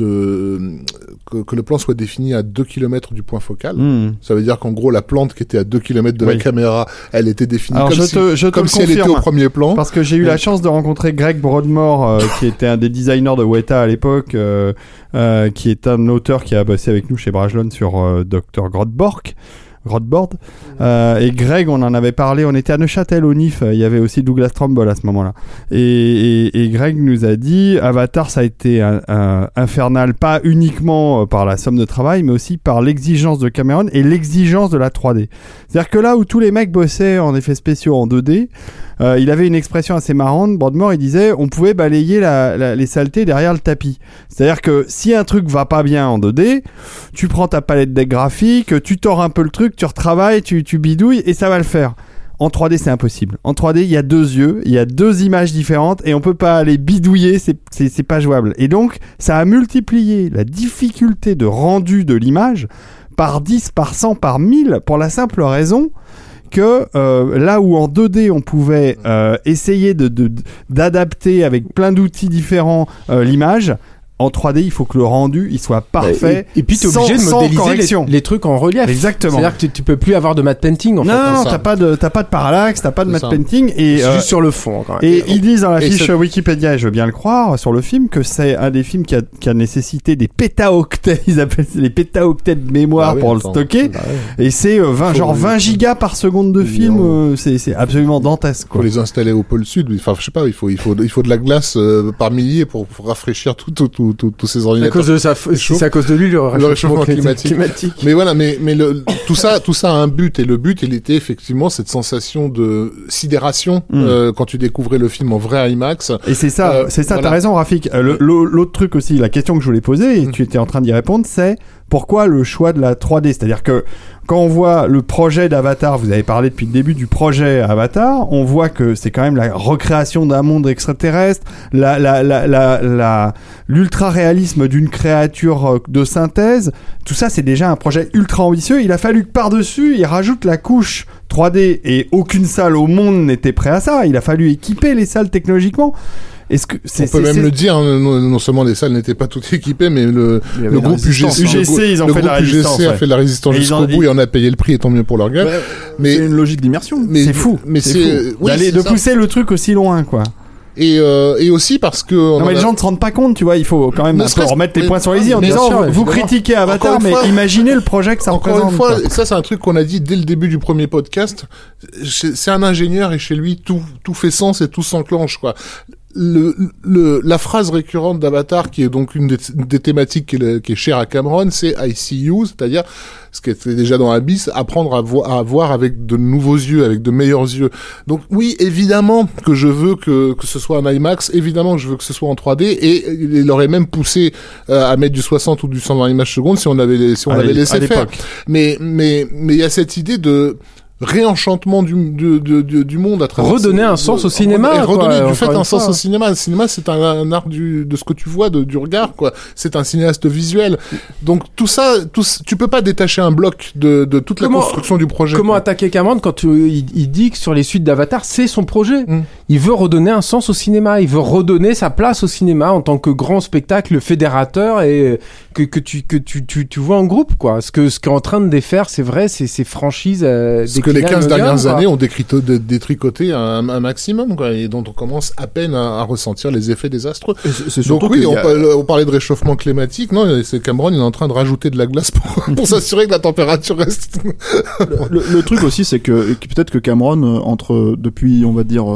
[SPEAKER 5] de que, que le plan soit défini à deux kilomètres du point focal.
[SPEAKER 2] Mmh.
[SPEAKER 5] Ça veut dire qu'en gros la plante qui était à deux kilomètres de
[SPEAKER 2] Oui.
[SPEAKER 5] la caméra, elle était définie
[SPEAKER 2] Alors,
[SPEAKER 5] comme
[SPEAKER 2] je
[SPEAKER 5] si,
[SPEAKER 2] te- je te
[SPEAKER 5] comme
[SPEAKER 2] le
[SPEAKER 5] si elle était
[SPEAKER 2] confirme.
[SPEAKER 5] au premier plan.
[SPEAKER 2] Parce que j'ai eu
[SPEAKER 5] Ouais.
[SPEAKER 2] la chance de rencontrer Greg Broadmoor, euh, qui était un des designers de Weta à l'époque, euh, euh, qui est un auteur qui a bossé avec nous chez Brajlon sur euh, docteur Grothborg. Grothborg. Euh, et Greg, on en avait parlé, on était à Neuchâtel au N I F, il y avait aussi Douglas Trumbull à ce moment-là. Et, et, et Greg nous a dit, Avatar, ça a été un, un infernal, pas uniquement par la somme de travail, mais aussi par l'exigence de Cameron et l'exigence de la trois D. C'est-à-dire que là où tous les mecs bossaient en effets spéciaux en deux D, euh, il avait une expression assez marrante, Broadmoor, il disait, on pouvait balayer la, la, les saletés derrière le tapis. C'est-à-dire que si un truc va pas bien en deux D, tu prends ta palette deck graphique, tu tords un peu le truc, tu retravailles, tu, tu bidouilles et ça va le faire. En trois D, c'est impossible. En trois D, il y a deux yeux, il y a deux images différentes et on peut pas aller bidouiller, c'est, c'est, c'est pas jouable. Et donc, ça a multiplié la difficulté de rendu de l'image par dix, par cent, par mille, pour la simple raison que euh, là où en deux D on pouvait euh, essayer de, de, d'adapter avec plein d'outils différents euh, l'image, en trois D il faut que le rendu il soit parfait.
[SPEAKER 6] Et, et puis t'es
[SPEAKER 2] sans-
[SPEAKER 6] obligé de
[SPEAKER 2] sans
[SPEAKER 6] modéliser
[SPEAKER 2] correction.
[SPEAKER 6] les, les trucs en relief.
[SPEAKER 2] Exactement.
[SPEAKER 6] C'est-à-dire que tu, tu peux plus avoir de matte painting en
[SPEAKER 2] Non,
[SPEAKER 6] fait.
[SPEAKER 2] non,
[SPEAKER 5] c'est ça.
[SPEAKER 2] t'as pas de t'as pas de parallaxe, t'as pas de
[SPEAKER 5] C'est
[SPEAKER 2] matte
[SPEAKER 5] ça.
[SPEAKER 2] painting et
[SPEAKER 6] C'est
[SPEAKER 2] euh,
[SPEAKER 6] juste sur le fond. Quand même.
[SPEAKER 2] et ils disent dans la
[SPEAKER 5] Et
[SPEAKER 2] fiche
[SPEAKER 5] c'est-
[SPEAKER 2] Wikipédia, et je veux bien le croire, sur le film, que c'est un des films qui a, qui a nécessité des pétaoctets, ils appellent ça les pétaoctets de mémoire
[SPEAKER 5] Ah oui,
[SPEAKER 2] pour
[SPEAKER 5] attends.
[SPEAKER 2] le stocker.
[SPEAKER 5] Bah ouais.
[SPEAKER 2] Et c'est euh, vingt,
[SPEAKER 5] Faut-
[SPEAKER 2] genre vingt gigas par seconde de film, euh, c'est, c'est absolument dantesque,
[SPEAKER 5] Faut
[SPEAKER 2] quoi.
[SPEAKER 5] les installer au pôle sud. Enfin, je sais pas, il faut, il faut, il faut de la glace euh, par milliers pour, pour rafraîchir tout, tout, tout, tout- tous ces
[SPEAKER 6] à
[SPEAKER 5] ordinateurs.
[SPEAKER 6] cause de sa, si c'est à cause de lui le réchauffement,
[SPEAKER 5] réchauffement
[SPEAKER 6] climatique.
[SPEAKER 5] climatique. Mais voilà, mais mais le, tout ça, tout ça a un but et le but, il était effectivement cette sensation de sidération
[SPEAKER 2] Mm.
[SPEAKER 5] euh, quand tu découvrais le film en vrai IMAX.
[SPEAKER 2] Et c'est ça,
[SPEAKER 5] Euh,
[SPEAKER 2] c'est ça,
[SPEAKER 5] voilà.
[SPEAKER 2] t'as raison, Rafik. Euh, le- le- l'autre truc aussi, la question que je voulais poser, et
[SPEAKER 5] Mm.
[SPEAKER 2] tu étais en train d'y répondre, c'est pourquoi le choix de la trois D? C'est-à-dire que quand on voit le projet d'Avatar, vous avez parlé depuis le début du projet Avatar, on voit que c'est quand même la recréation d'un monde extraterrestre, la, la, la, la, la- l'ultra-réalisme d'une créature euh, de synthèse. Tout ça, c'est déjà un projet ultra ambitieux. Il a fallu que par-dessus, il rajoute la couche trois D et aucune salle au monde n'était prêt à ça. Il a fallu équiper les salles technologiquement. Est-ce que c'est,
[SPEAKER 5] On peut
[SPEAKER 2] c'est-
[SPEAKER 5] même
[SPEAKER 2] c'est-
[SPEAKER 5] le dire, hein, non, non seulement les salles n'étaient pas toutes équipées, mais le,
[SPEAKER 4] Il y avait
[SPEAKER 5] le
[SPEAKER 4] la
[SPEAKER 5] groupe U G
[SPEAKER 4] résistance,
[SPEAKER 5] C,
[SPEAKER 2] hein. U G C,
[SPEAKER 5] le,
[SPEAKER 2] ils ont
[SPEAKER 5] le
[SPEAKER 2] fait de la
[SPEAKER 5] groupe U G C
[SPEAKER 2] résistance,
[SPEAKER 5] a
[SPEAKER 2] ouais.
[SPEAKER 5] fait de la résistance
[SPEAKER 2] Et ils
[SPEAKER 5] jusqu'au
[SPEAKER 2] ont-
[SPEAKER 5] bout et on a payé le prix et tant mieux pour leur gueule.
[SPEAKER 4] Ouais,
[SPEAKER 5] mais
[SPEAKER 4] c'est une logique d'immersion.
[SPEAKER 5] mais
[SPEAKER 2] c'est fou,
[SPEAKER 5] mais
[SPEAKER 2] c'est
[SPEAKER 5] c'est
[SPEAKER 2] fou.
[SPEAKER 5] oui,
[SPEAKER 2] D'aller-
[SPEAKER 5] c'est
[SPEAKER 2] de
[SPEAKER 5] ça.
[SPEAKER 2] pousser le truc aussi loin, quoi.
[SPEAKER 5] Et euh, et aussi parce que on
[SPEAKER 2] Non,
[SPEAKER 5] en
[SPEAKER 2] mais les
[SPEAKER 5] a-
[SPEAKER 2] gens ne se rendent pas compte, tu vois. Il faut quand même
[SPEAKER 5] Ne
[SPEAKER 2] un peu
[SPEAKER 5] serait-ce-
[SPEAKER 2] remettre les
[SPEAKER 5] mais-
[SPEAKER 2] points sur les i en
[SPEAKER 6] bien
[SPEAKER 2] disant
[SPEAKER 6] sûr,
[SPEAKER 2] vous
[SPEAKER 6] évidemment.
[SPEAKER 2] critiquez Avatar,
[SPEAKER 5] Encore une
[SPEAKER 2] mais
[SPEAKER 5] fois-
[SPEAKER 2] imaginez le projet que ça
[SPEAKER 5] Encore
[SPEAKER 2] représente.
[SPEAKER 5] une fois,
[SPEAKER 2] quoi.
[SPEAKER 5] et ça c'est un truc qu'on a dit dès le début du premier podcast. C'est c'est un ingénieur et chez lui tout tout fait sens et tout s'enclenche quoi. Le, le la phrase récurrente d'Avatar qui est donc une des, des thématiques qui est, le- qui est chère à Cameron, c'est I see you, c'est-à-dire ce qui était déjà dans Abyss, apprendre à, vo- à voir avec de nouveaux yeux, avec de meilleurs yeux. Donc oui, évidemment que je veux que que ce soit un IMAX, évidemment que je veux que ce soit en trois D et il aurait même poussé euh, à mettre du soixante ou du cent vingt images secondes si on avait si on
[SPEAKER 2] À
[SPEAKER 5] avait
[SPEAKER 2] l'é-
[SPEAKER 5] laissé
[SPEAKER 2] à
[SPEAKER 5] faire.
[SPEAKER 2] l'époque.
[SPEAKER 5] Mais mais mais il y a cette idée de réenchantement du du, du, du, du monde à travers
[SPEAKER 6] Redonner un
[SPEAKER 5] de-
[SPEAKER 6] sens au
[SPEAKER 5] de-
[SPEAKER 6] cinéma,
[SPEAKER 5] et redonner
[SPEAKER 6] quoi,
[SPEAKER 5] du fait
[SPEAKER 6] encore
[SPEAKER 5] un
[SPEAKER 6] une
[SPEAKER 5] sens
[SPEAKER 6] fois.
[SPEAKER 5] au cinéma. Le cinéma c'est un, un art du de ce que tu vois, de, du regard quoi. C'est un cinéaste visuel. Donc tout ça, tout, c- tu peux pas détacher un bloc de de toute
[SPEAKER 6] Comment-
[SPEAKER 5] la construction du projet.
[SPEAKER 6] Comment
[SPEAKER 5] quoi.
[SPEAKER 6] attaquer Cameron quand tu- il, il dit que sur les suites d'Avatar, c'est son projet.
[SPEAKER 5] Mm.
[SPEAKER 6] Il veut redonner un sens au cinéma. Il veut redonner sa place au cinéma en tant que grand spectacle fédérateur et que, que tu que tu, tu, tu vois en groupe quoi. Ce que ce qu'est en train de défaire, c'est vrai, c'est ces franchises. Euh,
[SPEAKER 5] Ce que les
[SPEAKER 6] déclinées à
[SPEAKER 5] quinze
[SPEAKER 6] Logan,
[SPEAKER 5] dernières
[SPEAKER 6] quoi.
[SPEAKER 5] années ont décrito- dé- détricoté un, un maximum, quoi, et dont on commence à peine à, à ressentir les effets désastreux.
[SPEAKER 4] Et c'est- c'est
[SPEAKER 5] Donc
[SPEAKER 4] surtout
[SPEAKER 5] oui,
[SPEAKER 4] qu'il y
[SPEAKER 5] on,
[SPEAKER 4] a-
[SPEAKER 5] parle- on parlait de réchauffement climatique. Non, c'est Cameron, il est en train de rajouter de la glace pour, pour s'assurer que la température reste.
[SPEAKER 4] le, le truc aussi, c'est que, que peut-être que Cameron, euh, entre depuis, on va dire, euh,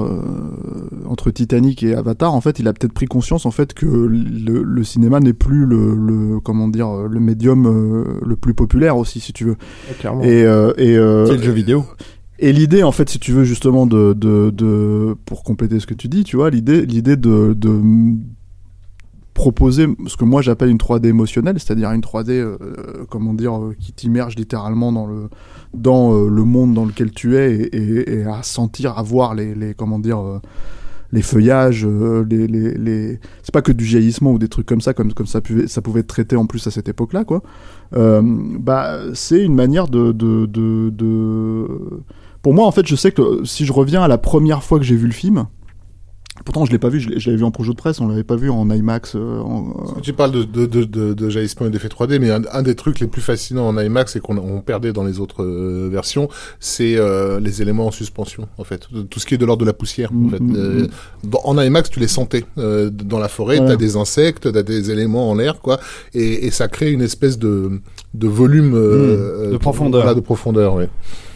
[SPEAKER 4] entre Titanic et Avatar, en fait, il a peut-être pris conscience en fait que le, le cinéma n'est plus le, le comment dire le médium euh, le plus populaire aussi, si tu veux.
[SPEAKER 6] Ouais, clairement.
[SPEAKER 4] Et, euh, et euh,
[SPEAKER 2] C'est le jeu vidéo.
[SPEAKER 4] Et l'idée, en fait, si tu veux justement de de, de pour compléter ce que tu dis, tu vois, l'idée l'idée de, de proposer ce que moi j'appelle une trois D émotionnelle, c'est-à-dire une trois D, euh, comment dire, euh, qui t'immerge littéralement dans le dans euh, le monde dans lequel tu es et, et, et à sentir, à voir les, les comment dire, euh, les feuillages, euh, les, les, les... c'est pas que du jaillissement ou des trucs comme ça, comme, comme ça, pouvait, ça pouvait être traité en plus à cette époque-là, quoi. Euh, bah, c'est une manière de, de, de, de... Pour moi, en fait, je sais que si je reviens à la première fois que j'ai vu le film, pourtant, je l'ai pas vu, je l'ai- je l'avais vu en projet de presse, on l'avait pas vu en IMAX. euh, en, euh,
[SPEAKER 5] Tu parles de, de, de, de, de jaillissement et d'effet trois D, mais un, un des trucs les plus fascinants en IMAX et qu'on on perdait dans les autres euh, versions, c'est euh, les éléments en suspension, en fait. Tout ce qui est de l'ordre de la poussière, en
[SPEAKER 4] Mm,
[SPEAKER 5] fait.
[SPEAKER 4] mm,
[SPEAKER 5] Euh, dans, en IMAX, tu les sentais. Euh, dans la forêt,
[SPEAKER 4] Ouais.
[SPEAKER 5] t'as des insectes, t'as des éléments en l'air, quoi. Et, et ça crée une espèce de, de volume... euh,
[SPEAKER 2] de
[SPEAKER 5] euh,
[SPEAKER 2] profondeur.
[SPEAKER 5] Voilà, de profondeur, oui.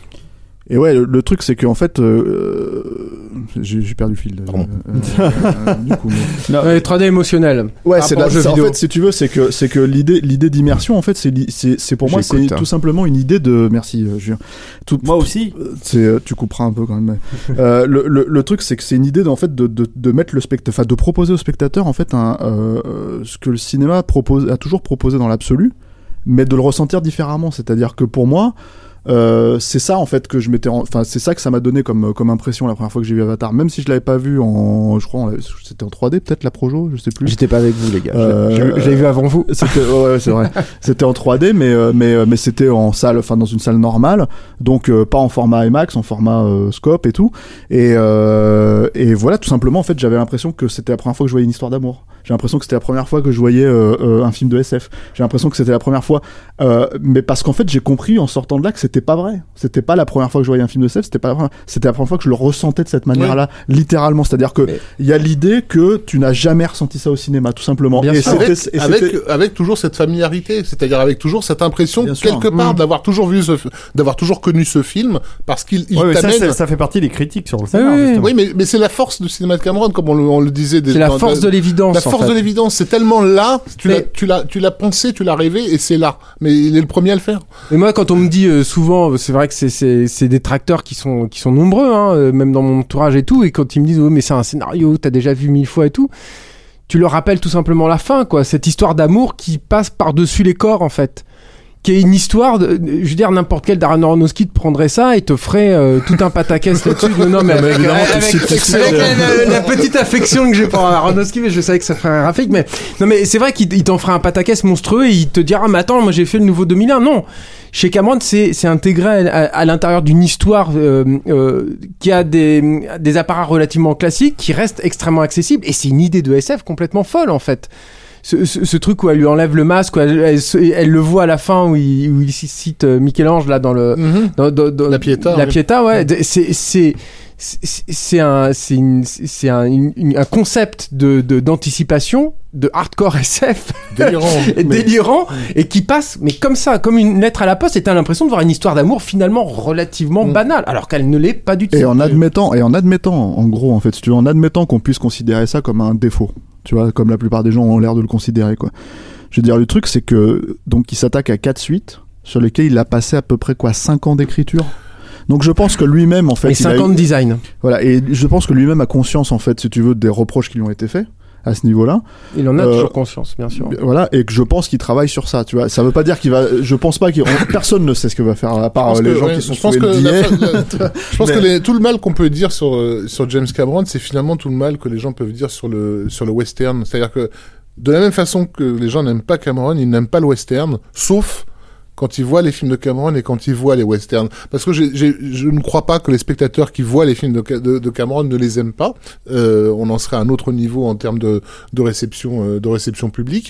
[SPEAKER 4] Et ouais, le, le truc, c'est qu'en fait, euh, j'ai j'ai perdu le fil. euh,
[SPEAKER 5] Pardon.
[SPEAKER 4] euh, euh, du coup, mais-
[SPEAKER 6] Ouais, trois D émotionnel.
[SPEAKER 4] Ouais,
[SPEAKER 6] Par
[SPEAKER 4] c'est
[SPEAKER 6] rapport
[SPEAKER 4] la-
[SPEAKER 6] au jeu
[SPEAKER 4] c'est- en
[SPEAKER 6] vidéo.
[SPEAKER 4] fait, si tu veux, c'est que c'est que l'idée l'idée d'immersion, en fait, c'est li- c'est c'est pour moi, c'est
[SPEAKER 6] J'écoute, hein.
[SPEAKER 4] tout simplement une idée de. Merci, euh, Julien. Tout,
[SPEAKER 2] Moi aussi.
[SPEAKER 4] euh, C'est euh, tu couperas un peu quand même. mais- euh, le, le le truc, c'est que c'est une idée en fait de de de mettre le spectateur, enfin de proposer au spectateur en fait un euh, euh, ce que le cinéma propose a toujours proposé dans l'absolu, mais de le ressentir différemment. C'est-à-dire que pour moi. Euh, c'est ça en fait que je m'étais, en- enfin c'est ça que ça m'a donné comme comme impression la première fois que j'ai vu Avatar, même si je l'avais pas vu en, je crois, en- c'était en trois D peut-être la Projo, je sais plus.
[SPEAKER 6] J'étais pas avec vous, les gars. Je-
[SPEAKER 4] Euh,
[SPEAKER 6] je- je l'ai vu avant vous.
[SPEAKER 4] C'était, ouais, ouais, c'est vrai. C'était en trois D, mais euh, mais euh, mais c'était en salle, enfin dans une salle normale, donc euh, pas en format IMAX, en format euh, scope et tout. Et euh, et voilà, tout simplement, en fait, j'avais l'impression que c'était la première fois que je voyais une histoire d'amour. J'ai l'impression que c'était la première fois que je voyais euh, euh, un film de S F. J'ai l'impression que c'était la première fois, euh, mais parce qu'en fait, j'ai compris en sortant de là que c'était pas vrai. C'était pas la première fois que je voyais un film de S F. C'était pas la première... c'était la première fois que je le ressentais de cette manière-là, littéralement. C'est-à-dire que
[SPEAKER 6] Mais-
[SPEAKER 4] il y a l'idée que tu n'as jamais ressenti ça au cinéma, tout simplement.
[SPEAKER 6] Bien
[SPEAKER 4] et
[SPEAKER 6] sûr.
[SPEAKER 4] c'était-
[SPEAKER 5] Avec,
[SPEAKER 4] et
[SPEAKER 5] avec,
[SPEAKER 4] c'était-
[SPEAKER 5] avec toujours cette familiarité, c'est-à-dire avec toujours cette impression
[SPEAKER 4] Bien sûr.
[SPEAKER 5] quelque part
[SPEAKER 4] Mmh.
[SPEAKER 5] d'avoir toujours vu ce, f- d'avoir toujours connu ce film parce qu'il il
[SPEAKER 2] Ouais, mais ça,
[SPEAKER 5] t'amène.
[SPEAKER 2] c'est- ça fait partie des critiques sur le
[SPEAKER 6] Oui,
[SPEAKER 2] scénar.
[SPEAKER 6] oui.
[SPEAKER 2] justement.
[SPEAKER 5] Oui, mais, mais c'est la force du cinéma de Cameron, comme on le, on le disait. des-
[SPEAKER 6] C'est la
[SPEAKER 5] dans-
[SPEAKER 6] force de l'évidence.
[SPEAKER 5] La
[SPEAKER 6] en
[SPEAKER 5] force
[SPEAKER 6] fait.
[SPEAKER 5] de l'évidence, c'est tellement là, tu
[SPEAKER 6] Mais-
[SPEAKER 5] l'as, tu l'as, tu l'as pensé, tu l'as rêvé, et c'est là. Mais il est le premier à le faire.
[SPEAKER 6] Et moi, quand on me dit euh, souvent, c'est vrai que c'est c'est c'est des tracteurs qui sont qui sont nombreux, hein, euh, même dans mon entourage et tout. Et quand ils me disent, oh, mais c'est un scénario, t'as déjà vu mille fois et tout, tu leur rappelles tout simplement la fin, quoi. Cette histoire d'amour qui passe par dessus les corps, en fait. Qui est une histoire de, je veux dire, n'importe quel Darren Aronofsky te prendrait ça et te ferait euh, tout un pataquès là-dessus. Non, non, mais avec,
[SPEAKER 4] évidemment,
[SPEAKER 6] avec-
[SPEAKER 4] tu cites
[SPEAKER 6] avec-
[SPEAKER 4] tout de suite,
[SPEAKER 6] avec
[SPEAKER 4] euh,
[SPEAKER 6] la, la petite affection que j'ai pour Aronofsky, mais je savais que ça ferait un graphique. Mais non, mais c'est vrai qu'il il t'en ferait un pataquès monstrueux et il te dira, ah, mais attends, moi j'ai fait le nouveau deux mille un. Non. Chez Cameron, c'est c'est intégré à, à l'intérieur d'une histoire euh, euh, qui a des, des apparats relativement classiques, qui reste extrêmement accessible. Et c'est une idée de S F complètement folle, en fait. Ce, ce, ce truc où elle lui enlève le masque, où elle, elle, se- elle le voit à la fin, où il, où il cite euh, Michel-Ange, là, dans le... Dans, dans- dans-
[SPEAKER 5] La Pietà,
[SPEAKER 6] La
[SPEAKER 5] oui.
[SPEAKER 6] Pietà, ouais. D- C'est... c'est c'est c'est un c'est une c'est un, une- une- un concept de de- d'anticipation de hardcore S F
[SPEAKER 5] Délirant.
[SPEAKER 6] et délirant et qui passe mais comme ça comme une lettre à la poste et t'as l'impression de voir une histoire d'amour finalement relativement
[SPEAKER 5] Mm.
[SPEAKER 6] banale alors qu'elle ne l'est pas du tout.
[SPEAKER 4] Et en admettant, et en admettant, en gros, en fait, si tu veux, en admettant qu'on puisse considérer ça comme un défaut, tu vois, comme la plupart des gens ont l'air de le considérer, quoi. Je veux dire, le truc, c'est que, donc, il s'attaque à quatre suites, sur lesquelles il a passé à peu près, quoi, cinq ans d'écriture. Donc, je pense que lui-même, en fait,
[SPEAKER 6] et
[SPEAKER 4] il a
[SPEAKER 6] cinq
[SPEAKER 4] eu-
[SPEAKER 6] ans de design.
[SPEAKER 4] voilà, et je pense que lui-même a conscience, en fait, si tu veux, des reproches qui lui ont été faits, à ce niveau-là.
[SPEAKER 6] Il en a
[SPEAKER 4] Euh,
[SPEAKER 6] toujours conscience bien sûr.
[SPEAKER 4] Voilà, et que je pense qu'il travaille sur ça, tu vois. Ça veut pas dire qu'il va, je pense pas qu'il, on- personne ne sait ce que va faire, à part
[SPEAKER 5] Je pense
[SPEAKER 4] euh, les
[SPEAKER 5] que,
[SPEAKER 4] gens
[SPEAKER 5] ouais,
[SPEAKER 4] qui sont
[SPEAKER 5] je pense
[SPEAKER 4] sous
[SPEAKER 5] que,
[SPEAKER 4] le
[SPEAKER 5] la
[SPEAKER 4] billet.
[SPEAKER 5] fa- la- je pense
[SPEAKER 4] Mais-
[SPEAKER 5] que les- tout le mal qu'on peut dire sur euh, sur James Cameron, c'est finalement tout le mal que les gens peuvent dire sur le sur le western. C'est-à-dire que de la même façon que les gens n'aiment pas Cameron, ils n'aiment pas le western, sauf quand ils voient les films de Cameron et quand ils voient les westerns. Parce que j'ai, j'ai, je ne crois pas que les spectateurs qui voient les films de, Ca- de, de Cameron ne les aiment pas. Euh, on en serait à un autre niveau en termes de, de réception, euh, de réception publique.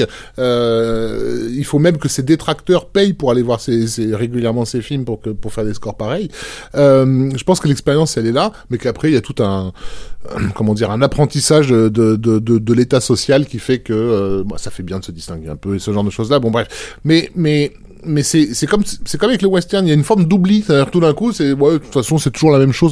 [SPEAKER 5] Euh, il faut même que ces détracteurs payent pour aller voir ces, ces, régulièrement ces films pour que, pour faire des scores pareils. Euh, je pense que l'expérience, elle est là, mais qu'après, il y a tout un, euh, comment dire, un apprentissage de, de, de, de, de l'état social qui fait que, euh, bah, ça fait bien de se distinguer un peu et ce genre de choses-là. Bon, bref. Mais, mais, mais c'est c'est comme c'est comme avec le western, il y a une forme d'oubli, c'est-à-dire tout d'un coup c'est ouais de toute façon c'est toujours la même chose, mais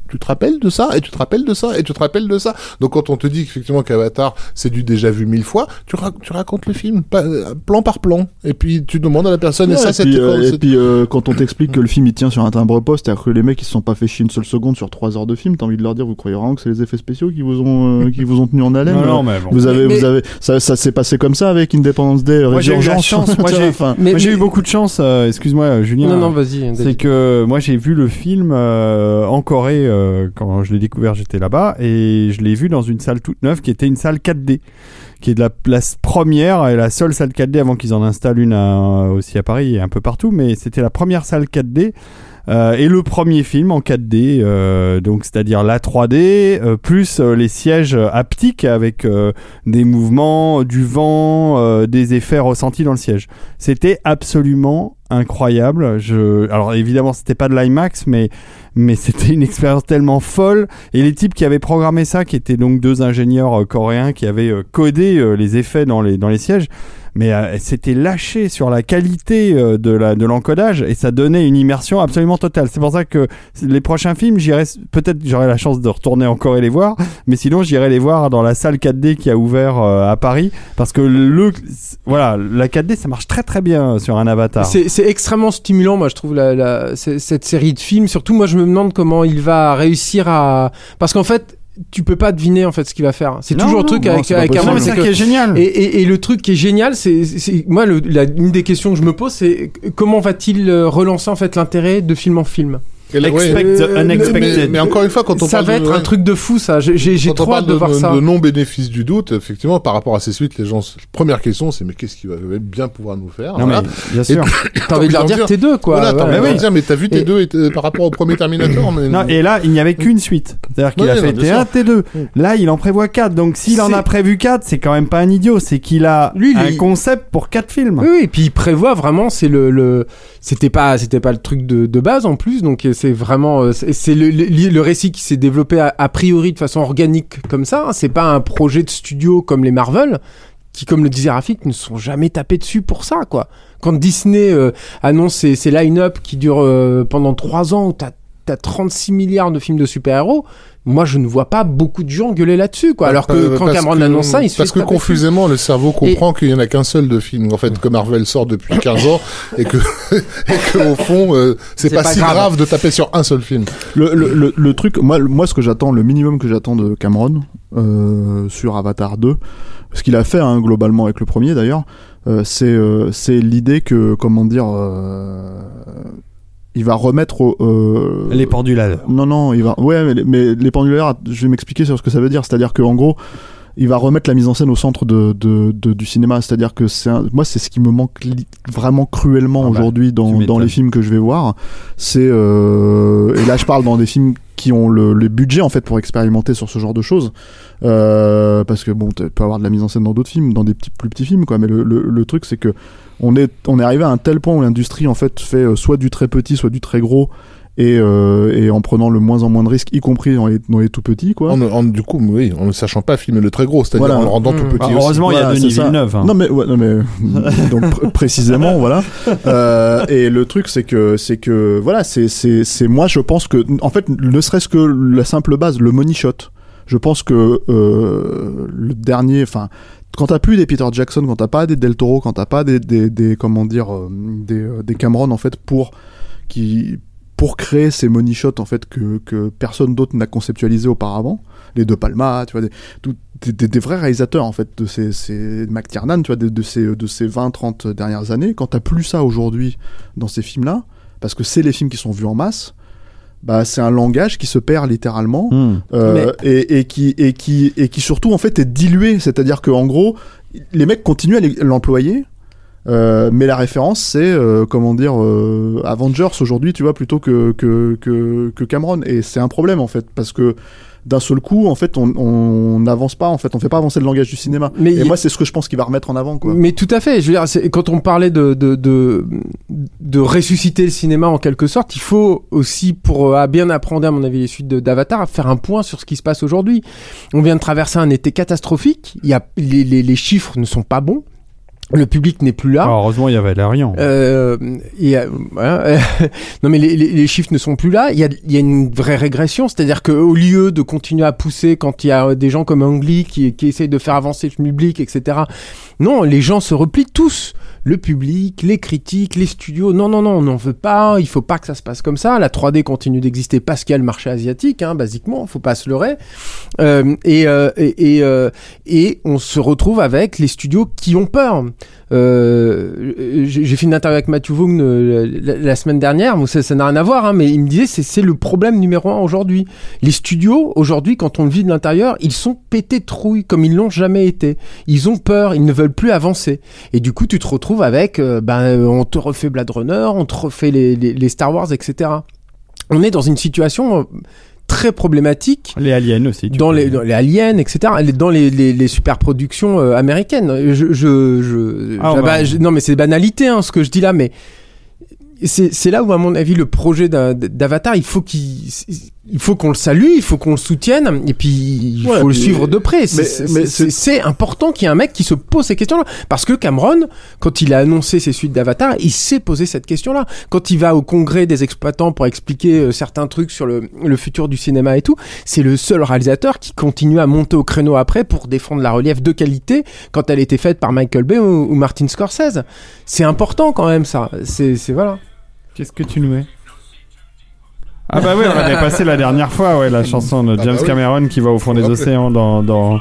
[SPEAKER 5] tu te rappelles de ça, et tu te rappelles de ça, et tu te rappelles de ça. Donc quand on te dit qu'effectivement qu'Avatar, c'est du déjà vu mille fois, tu, ra- tu racontes le film, pas, plan par plan, et puis tu demandes à la personne,
[SPEAKER 4] Ouais,
[SPEAKER 5] et ça,
[SPEAKER 4] et
[SPEAKER 5] c'était
[SPEAKER 4] puis,
[SPEAKER 5] quoi,
[SPEAKER 4] euh, et
[SPEAKER 5] c'est-
[SPEAKER 4] puis euh, quand on t'explique que le film il tient sur un timbre poste, c'est-à-dire que les mecs ils se sont pas fait chier une seule seconde sur trois heures de film, t'as envie de leur dire, vous croyez vraiment que c'est les effets spéciaux qui vous ont euh, qui vous ont tenu en haleine?
[SPEAKER 2] Non, non,
[SPEAKER 4] euh,
[SPEAKER 2] mais bon.
[SPEAKER 4] Vous avez,
[SPEAKER 6] Mais-
[SPEAKER 4] vous avez, ça, ça s'est passé comme ça avec Independence Day,
[SPEAKER 2] Moi, j'ai eu la
[SPEAKER 4] Résurgence.
[SPEAKER 2] chance. Moi, j'ai,
[SPEAKER 4] Enfin,
[SPEAKER 6] Mais-
[SPEAKER 2] moi, j'ai
[SPEAKER 6] mais-
[SPEAKER 2] eu beaucoup de chance. euh, excuse-moi, euh, Julien.
[SPEAKER 6] Non, non, vas-y.
[SPEAKER 2] C'est
[SPEAKER 6] David.
[SPEAKER 2] que moi j'ai vu le film euh, en Corée euh, quand je l'ai découvert, j'étais là-bas et je l'ai vu dans une salle toute neuve qui était une salle quatre D, qui est de la place première et la seule salle quatre D avant qu'ils en installent une à- aussi à Paris et un peu partout, mais c'était la première salle quatre D. Euh, et le premier film en quatre D, euh, donc c'est-à-dire la trois D, euh, plus euh, les sièges haptiques avec euh, des mouvements, du vent, euh, des effets ressentis dans le siège. C'était absolument incroyable. Je... Alors évidemment, c'était pas de l'IMAX, mais mais c'était une expérience tellement folle. Et les types qui avaient programmé ça, qui étaient donc deux ingénieurs euh, coréens qui avaient euh, codé euh, les effets dans les dans les sièges. Mais euh, c'était lâché sur la qualité euh, de, la, de l'encodage et ça donnait une immersion absolument totale. C'est pour ça que les prochains films, j'irai, peut-être j'aurai la chance de retourner en Corée les voir, mais sinon j'irai les voir dans la salle quatre D qui a ouvert euh, à Paris parce que le, voilà, la quatre D ça marche très très bien sur un Avatar.
[SPEAKER 6] C'est, c'est extrêmement stimulant, moi je trouve la, la, c'est- cette série de films. Surtout, moi je me demande comment il va réussir à, parce qu'en fait, tu peux pas deviner en fait ce qu'il va faire. C'est
[SPEAKER 2] Non,
[SPEAKER 6] toujours
[SPEAKER 2] non,
[SPEAKER 6] le truc
[SPEAKER 4] non,
[SPEAKER 6] avec
[SPEAKER 4] c'est pas
[SPEAKER 6] avec
[SPEAKER 4] possible.
[SPEAKER 2] Non,
[SPEAKER 6] Cameron,
[SPEAKER 2] mais c'est
[SPEAKER 6] c'est
[SPEAKER 2] ça qui
[SPEAKER 6] que-
[SPEAKER 2] est génial.
[SPEAKER 6] Et, et, et le truc qui est génial, c'est, c'est moi le, la, une des questions que je me pose, c'est comment va-t-il euh, relancer en fait l'intérêt de film en film.
[SPEAKER 5] Et là, ouais,
[SPEAKER 2] Expect the
[SPEAKER 6] Euh,
[SPEAKER 2] unexpected.
[SPEAKER 5] mais, mais encore une fois, quand on
[SPEAKER 6] Ça
[SPEAKER 5] parle
[SPEAKER 6] va
[SPEAKER 5] de,
[SPEAKER 6] être un
[SPEAKER 5] ouais,
[SPEAKER 6] truc de fou, ça. J'ai, j'ai, j'ai
[SPEAKER 5] quand on
[SPEAKER 6] trop
[SPEAKER 5] parle
[SPEAKER 6] hâte de voir
[SPEAKER 5] de,
[SPEAKER 6] ça.
[SPEAKER 5] de non-bénéfice du doute, effectivement, par rapport à ces suites, les gens, première question, c'est mais qu'est-ce qu'il va bien pouvoir nous faire?
[SPEAKER 2] Non,
[SPEAKER 5] Voilà.
[SPEAKER 2] mais bien sûr.
[SPEAKER 6] T'as envie de leur dire T deux, quoi.
[SPEAKER 5] Voilà, t'as
[SPEAKER 6] Ouais,
[SPEAKER 5] envie de
[SPEAKER 6] ouais.
[SPEAKER 5] leur dire, mais t'as vu T deux
[SPEAKER 6] Et-
[SPEAKER 5] et t- par rapport au premier Terminator, mais...
[SPEAKER 2] Non, et là, il n'y avait qu'une suite. C'est-à-dire qu'il
[SPEAKER 5] Ouais,
[SPEAKER 2] a
[SPEAKER 5] non,
[SPEAKER 2] fait
[SPEAKER 5] bien
[SPEAKER 2] T un,
[SPEAKER 5] sûr.
[SPEAKER 2] T deux. Là, il en prévoit quatre. Donc, s'il en
[SPEAKER 6] C'est-
[SPEAKER 2] a prévu quatre, c'est quand même pas un idiot. C'est qu'il a
[SPEAKER 6] Lui, il
[SPEAKER 2] un
[SPEAKER 6] est-
[SPEAKER 2] concept pour quatre films.
[SPEAKER 6] Oui, oui, et puis il prévoit vraiment, c'est le, le c'était pas, c'était pas le truc de, de base en plus, donc c'est vraiment, euh, c'est, c'est le, le, le récit qui s'est développé a, a priori de façon organique comme ça. Hein, c'est pas un projet de studio comme les Marvel, qui, comme le disait Rafik, ne sont jamais tapés dessus pour ça, quoi. Quand Disney euh, annonce ses, ses line-up qui durent euh, pendant trois ans, où t'as t'as trente-six milliards de films de super-héros, moi je ne vois pas beaucoup de gens gueuler là-dessus, quoi. Alors que
[SPEAKER 5] Euh,
[SPEAKER 6] quand
[SPEAKER 5] parce
[SPEAKER 6] Cameron
[SPEAKER 5] que-
[SPEAKER 6] annonce ça, il se
[SPEAKER 5] Parce
[SPEAKER 6] fait
[SPEAKER 5] que
[SPEAKER 6] taper dessus.
[SPEAKER 5] confusément, le cerveau comprend qu'il y en a qu'un seul de film, en fait, que Marvel sort depuis quinze ans, et que, et que au fond, euh, c'est
[SPEAKER 6] C'est
[SPEAKER 5] pas,
[SPEAKER 6] pas
[SPEAKER 5] si
[SPEAKER 6] grave.
[SPEAKER 5] grave de taper sur un seul film.
[SPEAKER 4] Le, le, le, le truc, moi, moi, ce que j'attends, le minimum que j'attends de Cameron euh, sur Avatar deux, ce qu'il a fait hein, globalement avec le premier d'ailleurs, euh, c'est euh, c'est l'idée que, comment dire, euh, il va remettre au, euh,
[SPEAKER 2] Les pendules à l'heure.
[SPEAKER 4] non, non, il va. Ouais, mais, les- mais les pendulaires, je vais m'expliquer sur ce que ça veut dire. C'est-à-dire qu'en gros, il va remettre la mise en scène au centre de, de, de- du cinéma. C'est-à-dire que c'est un- moi, c'est ce qui me manque li- vraiment cruellement
[SPEAKER 2] Ah bah,
[SPEAKER 4] aujourd'hui
[SPEAKER 2] tu
[SPEAKER 4] dans,
[SPEAKER 2] m'étonnes.
[SPEAKER 4] dans les films que je vais voir. C'est euh, et là, je parle dans des films qui ont le, le budget en fait pour expérimenter sur ce genre de choses. Euh, parce que bon, tu peux avoir de la mise en scène dans d'autres films, dans des petits, plus petits films, quoi. Mais le, le, le truc, c'est que on est, on est arrivé à un tel point où l'industrie en fait fait euh, soit du très petit, soit du très gros, et, euh, et en prenant le moins en moins de risques, y compris dans les, dans les tout petits, quoi.
[SPEAKER 5] En, en- du coup, oui, en ne sachant pas filmer le très gros, c'est-à-dire
[SPEAKER 4] Voilà.
[SPEAKER 5] en le rendant
[SPEAKER 6] Mmh.
[SPEAKER 5] tout petit
[SPEAKER 2] Ah,
[SPEAKER 5] aussi.
[SPEAKER 2] heureusement, il y a
[SPEAKER 4] Voilà,
[SPEAKER 2] Denis
[SPEAKER 4] c'est ça.
[SPEAKER 2] Villeneuve. hein.
[SPEAKER 4] Non mais ouais, non mais donc pr- précisément voilà. Euh, et le truc c'est que c'est que voilà c'est c'est c'est moi je pense que en fait ne serait-ce que la simple base le money shot. Je pense que euh, le dernier enfin quand t'as plus des Peter Jackson, quand t'as pas des Del Toro, quand t'as pas des des, des comment dire euh, des euh, des Cameron en fait pour qui pour créer ces money shots en fait que que personne d'autre n'a conceptualisé auparavant, les De Palma, tu vois des tout, des, des, des vrais réalisateurs en fait de ces, ces McTiernan, tu vois de, de ces de ces vingt trente dernières années, quand t'as plus ça aujourd'hui dans ces films là parce que c'est les films qui sont vus en masse, bah c'est un langage qui se perd littéralement
[SPEAKER 2] Hmm.
[SPEAKER 4] euh, et, et qui et qui et qui surtout en fait est dilué, c'est-à-dire que en gros les mecs continuent à les- l'employer. Euh, mais la référence c'est euh, comment dire euh, Avengers aujourd'hui, tu vois, plutôt que que que, que Cameron, et c'est un problème en fait parce que d'un seul coup en fait on on n'avance pas en fait, on fait pas avancer le langage du cinéma.
[SPEAKER 6] Mais
[SPEAKER 4] et
[SPEAKER 6] il-
[SPEAKER 4] moi c'est ce que je pense qu'il va remettre en avant, quoi.
[SPEAKER 6] Mais tout à fait. Je veux dire, c'est- quand on parlait de, de, de, de ressusciter le cinéma en quelque sorte, il faut aussi, pour euh, bien appréhender à mon avis les suites de- d'Avatar, faire un point sur ce qui se passe aujourd'hui. On vient de traverser un été catastrophique. Il y a, les, les, les chiffres ne sont pas bons. Le public n'est plus là.
[SPEAKER 2] Alors, heureusement, il y avait Valérian.
[SPEAKER 6] Euh, et, euh, voilà. Non, mais les, les, les chiffres ne sont plus là. Il y a, il y a une vraie régression, c'est-à-dire qu'au lieu de continuer à pousser quand il y a des gens comme Ang Lee qui, qui essayent de faire avancer le public, et cetera. Non, les gens se replient tous. Le public, les critiques, les studios. Non, non, non, on n'en veut pas. Il faut pas que ça se passe comme ça. La trois D continue d'exister parce qu'il y a le marché asiatique, hein, basiquement. Faut pas se leurrer. Euh, et, euh, et, et, euh, et on se retrouve avec les studios qui ont peur. Euh, j'ai fait une interview avec Matthew Vaughn euh, la, la semaine dernière. Bon, ça, ça n'a rien à voir, hein, mais il me disait c'est c'est le problème numéro un aujourd'hui. Les studios aujourd'hui, quand on le vit de l'intérieur, ils sont pétés de trouille comme ils l'ont jamais été. Ils ont peur, ils ne veulent plus avancer. Et du coup, tu te retrouves avec, euh, ben, on te refait Blade Runner, on te refait les, les, les Star Wars, et cetera. On est dans une situation euh, très problématique.
[SPEAKER 2] Les aliens aussi.
[SPEAKER 6] Dans les, dans les aliens, et cetera. Dans les, les, les super productions euh, américaines. Je, je, je,
[SPEAKER 2] ah,
[SPEAKER 6] je,
[SPEAKER 2] bah,
[SPEAKER 6] bah, je, non, mais c'est banalité, hein, ce que je dis là, mais c'est, c'est là où, à mon avis, le projet d'Avatar, il faut qu'il, il faut qu'on le salue, il faut qu'on le soutienne, et puis il
[SPEAKER 4] ouais,
[SPEAKER 6] faut le
[SPEAKER 4] mais,
[SPEAKER 6] suivre de près. C'est,
[SPEAKER 4] mais,
[SPEAKER 6] c'est,
[SPEAKER 4] mais
[SPEAKER 6] c'est,
[SPEAKER 4] c'est...
[SPEAKER 6] c'est important qu'il y ait un mec qui se pose ces questions-là. Parce que Cameron, quand il a annoncé ses suites d'Avatar, il s'est posé cette question-là. Quand il va au congrès des exploitants pour expliquer euh, certains trucs sur le, le futur du cinéma et tout, c'est le seul réalisateur qui continue à monter au créneau après pour défendre la relief de qualité quand elle était faite par Michael Bay ou, ou Martin Scorsese. C'est important quand même, ça. C'est, c'est voilà.
[SPEAKER 2] Qu'est-ce que tu nous mets ? Ah bah oui, on avait passé la dernière fois, ouais, la chanson de James ah bah Cameron oui. qui va au fond des océans dans... dans...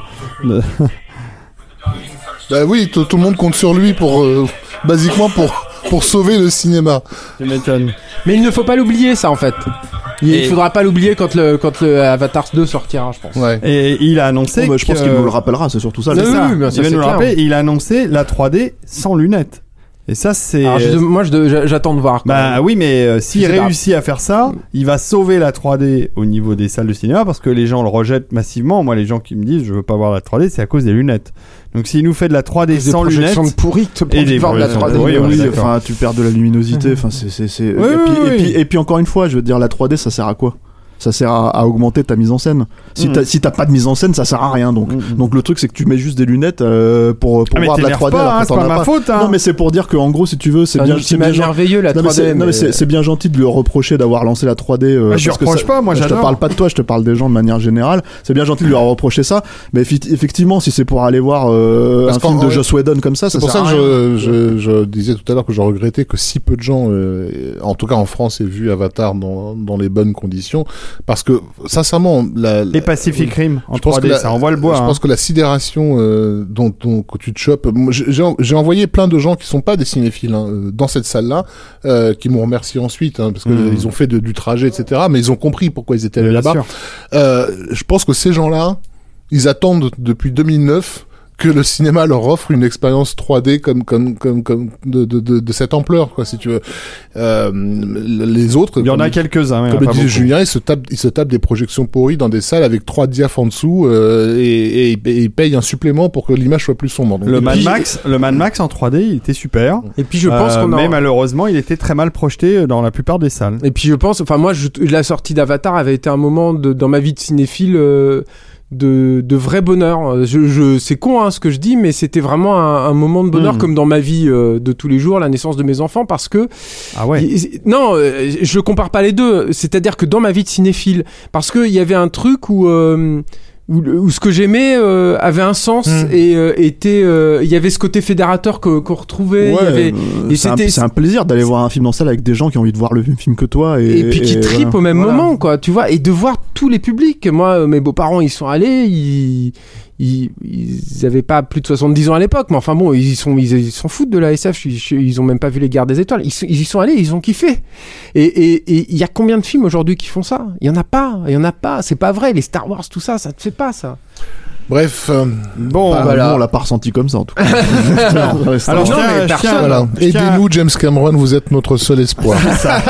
[SPEAKER 5] Bah oui, tout, tout le monde compte sur lui pour, euh, basiquement pour, pour sauver le cinéma.
[SPEAKER 2] Tu m'étonnes.
[SPEAKER 6] Mais il ne faut pas l'oublier, ça, en fait. Il ne faudra pas l'oublier quand le, quand le Avatar deux sortira, je pense.
[SPEAKER 2] Ouais. Et il a annoncé
[SPEAKER 4] oh bah, je pense
[SPEAKER 2] que...
[SPEAKER 4] qu'il nous le rappellera, c'est surtout ça.
[SPEAKER 2] C'est
[SPEAKER 4] oui,
[SPEAKER 2] ça.
[SPEAKER 6] Oui, bien, ça
[SPEAKER 2] il va nous le
[SPEAKER 6] clair.
[SPEAKER 2] rappeler, et il a annoncé la trois D sans lunettes. Et ça, c'est...
[SPEAKER 6] Alors, je, moi, je, j'attends de voir.
[SPEAKER 2] Bah même. oui, mais euh, s'il réussit
[SPEAKER 6] grave.
[SPEAKER 2] à faire ça, il va sauver la trois D au niveau des salles de cinéma parce que les gens le rejettent massivement. Moi, les gens qui me disent je veux pas voir la trois D, c'est à cause des lunettes. Donc s'il nous fait de la trois D sans lunettes...
[SPEAKER 6] Des pourries te
[SPEAKER 2] et des
[SPEAKER 6] voir de la trois D.
[SPEAKER 4] Oui, oui, enfin, tu perds de la luminosité. Enfin, c'est... c'est, c'est...
[SPEAKER 2] Oui,
[SPEAKER 4] et,
[SPEAKER 2] oui,
[SPEAKER 4] puis,
[SPEAKER 2] oui.
[SPEAKER 4] et, puis, et puis encore une fois, je veux dire, la trois D, ça sert à quoi ? Ça sert à, à augmenter ta mise en scène. Si, mmh. t'as, si t'as pas de mise en scène, ça sert à rien. Donc, mmh. donc le truc, c'est que tu mets juste des lunettes euh, pour, pour
[SPEAKER 2] ah
[SPEAKER 4] voir de la trois D.
[SPEAKER 2] Pas,
[SPEAKER 4] alors
[SPEAKER 2] hein,
[SPEAKER 4] que
[SPEAKER 2] c'est pas ma
[SPEAKER 4] pas.
[SPEAKER 2] faute. Hein.
[SPEAKER 4] Non, mais c'est pour dire qu'en gros, si tu veux, c'est, c'est bien,
[SPEAKER 6] c'est bien merveilleux la
[SPEAKER 4] non,
[SPEAKER 6] trois D.
[SPEAKER 4] Mais c'est,
[SPEAKER 6] mais...
[SPEAKER 4] non, mais c'est, c'est bien gentil de lui reprocher d'avoir lancé la trois D. Euh,
[SPEAKER 2] ah, je reproche
[SPEAKER 4] ça,
[SPEAKER 2] pas, moi j'adore.
[SPEAKER 4] Je te parle pas de toi, je te parle des gens de manière générale. C'est bien gentil de lui reprocher ça. Mais effectivement, si c'est pour aller voir euh, un film de Joss Whedon comme ça,
[SPEAKER 5] c'est
[SPEAKER 4] ça
[SPEAKER 5] pour
[SPEAKER 4] sert
[SPEAKER 5] ça
[SPEAKER 4] à
[SPEAKER 5] que
[SPEAKER 4] rien.
[SPEAKER 5] je, je, je disais tout à l'heure que je regrettais que si peu de gens, euh, en tout cas en France, aient vu Avatar dans, dans les bonnes conditions, parce que sincèrement, la La,
[SPEAKER 2] les Pacific Rim en
[SPEAKER 5] je pense
[SPEAKER 2] trois D,
[SPEAKER 5] la,
[SPEAKER 2] ça envoie le bois.
[SPEAKER 5] Je
[SPEAKER 2] hein.
[SPEAKER 5] pense que la sidération euh, dont, dont que tu te chopes, moi, j'ai, j'ai envoyé plein de gens qui sont pas des cinéphiles hein, dans cette salle-là, euh, qui m'ont remercié ensuite hein, parce que mmh. ils ont fait de, du trajet, et cetera. Mais ils ont compris pourquoi ils étaient allés là-bas. Euh, je pense que ces gens-là, ils attendent depuis deux mille neuf que le cinéma leur offre une expérience trois D comme comme comme comme de de de, de cette ampleur quoi si tu veux. Euh, les autres,
[SPEAKER 2] il y en a quelques-uns.
[SPEAKER 5] Comme le disait Julien, ils se tapent ils se tapent des projections pourries dans des salles avec trois diaphes en dessous euh, et, et, et ils payent un supplément pour que l'image soit plus sombre. Donc,
[SPEAKER 2] le Mad Max, le Mad Max en trois D, il était super.
[SPEAKER 6] Et puis je pense
[SPEAKER 2] euh,
[SPEAKER 6] qu'on a...
[SPEAKER 2] mais malheureusement, il était très mal projeté dans la plupart des salles.
[SPEAKER 6] Et puis je pense, enfin moi, je, la sortie d'Avatar avait été un moment de, dans ma vie de cinéphile. Euh, de de vrai bonheur. Je, je c'est con hein, ce que je dis, mais c'était vraiment un, un moment de bonheur mmh. comme dans ma vie euh, de tous les jours, la naissance de mes enfants, parce que
[SPEAKER 2] ah ouais
[SPEAKER 6] y, non, euh, je compare pas les deux. C'est-à-dire que dans ma vie de cinéphile, parce que il y avait un truc où euh, où, où ce que j'aimais euh, avait un sens mmh. et euh, était il euh, y avait ce côté fédérateur que, qu'on retrouvait.
[SPEAKER 4] Ouais,
[SPEAKER 6] y avait,
[SPEAKER 4] euh,
[SPEAKER 6] et
[SPEAKER 4] c'est,
[SPEAKER 6] c'était...
[SPEAKER 4] un, c'est un plaisir d'aller voir un film en salle avec des gens qui ont envie de voir le même film que toi et,
[SPEAKER 6] et puis qui tripent voilà. au même voilà. moment quoi, tu vois, et de voir tous les publics. Moi, mes beaux-parents ils sont allés, ils Ils, ils avaient pas plus de soixante-dix ans à l'époque, mais enfin bon, ils sont, ils, ils s'en foutent de la S F, ils, ils ont même pas vu les Guerres des Étoiles, ils, ils y sont allés, ils ont kiffé. Et il y a combien de films aujourd'hui qui font ça ? Il y en a pas, il y en a pas, c'est pas vrai, les Star Wars, tout ça, ça te fait pas ça.
[SPEAKER 5] Bref, euh,
[SPEAKER 2] bon,
[SPEAKER 4] bah,
[SPEAKER 2] voilà.
[SPEAKER 4] Nous, on l'a pas ressenti comme ça en tout cas.
[SPEAKER 2] Alors,
[SPEAKER 6] non, mais personne.
[SPEAKER 5] Voilà. Aidez-nous, James Cameron, vous êtes notre seul espoir.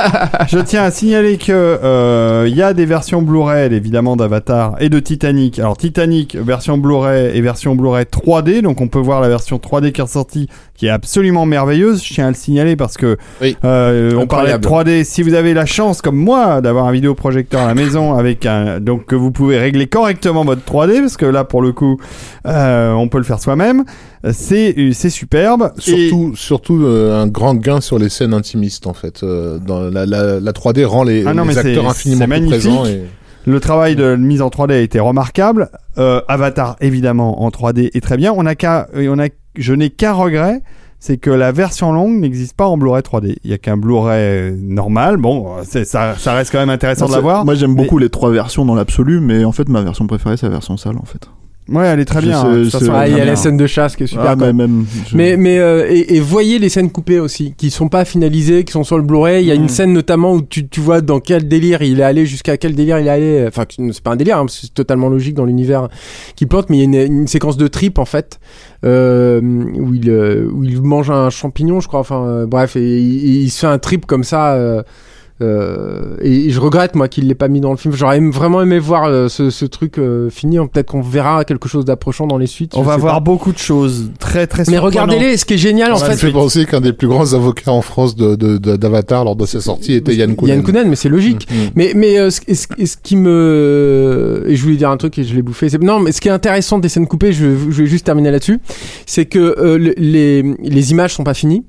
[SPEAKER 2] Je tiens à signaler que il euh, y a des versions Blu-ray évidemment d'Avatar et de Titanic. Alors Titanic version Blu-ray et version Blu-ray trois D, donc on peut voir la version trois D qui est ressortie, qui est absolument merveilleuse. Je tiens à le signaler parce que
[SPEAKER 5] oui.
[SPEAKER 2] euh, on parlait de trois D. Si vous avez la chance, comme moi, d'avoir un vidéoprojecteur à la maison avec un, donc que vous pouvez régler correctement votre trois D, parce que là pour le le coup, euh, on peut le faire soi-même. C'est c'est superbe.
[SPEAKER 5] Surtout, et... surtout euh, un grand gain sur les scènes intimistes en fait. Euh, dans la, la, la trois D rend les,
[SPEAKER 2] ah non,
[SPEAKER 5] les acteurs
[SPEAKER 2] c'est,
[SPEAKER 5] infiniment
[SPEAKER 2] c'est
[SPEAKER 5] plus présents. Et...
[SPEAKER 2] Le travail de mise en trois D a été remarquable. Euh, Avatar évidemment en trois D est très bien. On a qu'à, on a, je n'ai qu'un regret. C'est que la version longue n'existe pas en Blu-ray trois D. Il y a qu'un Blu-ray normal. Bon, c'est, ça, ça reste quand même intéressant
[SPEAKER 4] moi,
[SPEAKER 2] de l'avoir.
[SPEAKER 4] Moi, j'aime
[SPEAKER 2] mais...
[SPEAKER 4] beaucoup les trois versions dans l'absolu, mais en fait, ma version préférée, c'est la version sale, en fait.
[SPEAKER 2] Ouais, elle est très
[SPEAKER 4] je
[SPEAKER 2] bien.
[SPEAKER 4] sais,
[SPEAKER 2] Hein,
[SPEAKER 4] je sais,
[SPEAKER 2] façon,
[SPEAKER 6] ah, il y a
[SPEAKER 2] bien.
[SPEAKER 6] la scène de chasse qui est super.
[SPEAKER 4] Ah, mais même, je...
[SPEAKER 6] mais mais euh, et, et voyez les scènes coupées aussi, qui sont pas finalisées, qui sont sur le Blu-ray. Il y a mmh. une scène notamment où tu tu vois dans quel délire il est allé, jusqu'à quel délire il est allé. Enfin, c'est pas un délire, hein, c'est totalement logique dans l'univers qu'il plante, mais il y a une, une séquence de trip en fait. Euh, où il euh, où il mange un champignon, je crois. Enfin, euh, bref, et il, il se fait un trip comme ça. Euh, Euh, et, et je regrette moi qu'il l'ait pas mis dans le film. J'aurais aimé, vraiment aimé voir euh, ce, ce truc euh, fini. Peut-être qu'on verra quelque chose d'approchant dans les suites.
[SPEAKER 2] On va voir pas. beaucoup de choses très très.
[SPEAKER 6] Mais regardez-les, ce qui est génial en
[SPEAKER 5] ça
[SPEAKER 6] fait.
[SPEAKER 5] me fait penser qu'un des plus grands avocats en France de, de, de d'Avatar lors de sa sortie était Yann Kounen.
[SPEAKER 6] Yann Kounen, mais c'est logique. Mmh. Mais mais euh, ce, ce, ce qui me et je voulais dire un truc et je l'ai bouffé. C'est... Non, mais ce qui est intéressant des scènes coupées, je, je vais juste terminer là-dessus, c'est que euh, les les images sont pas finies.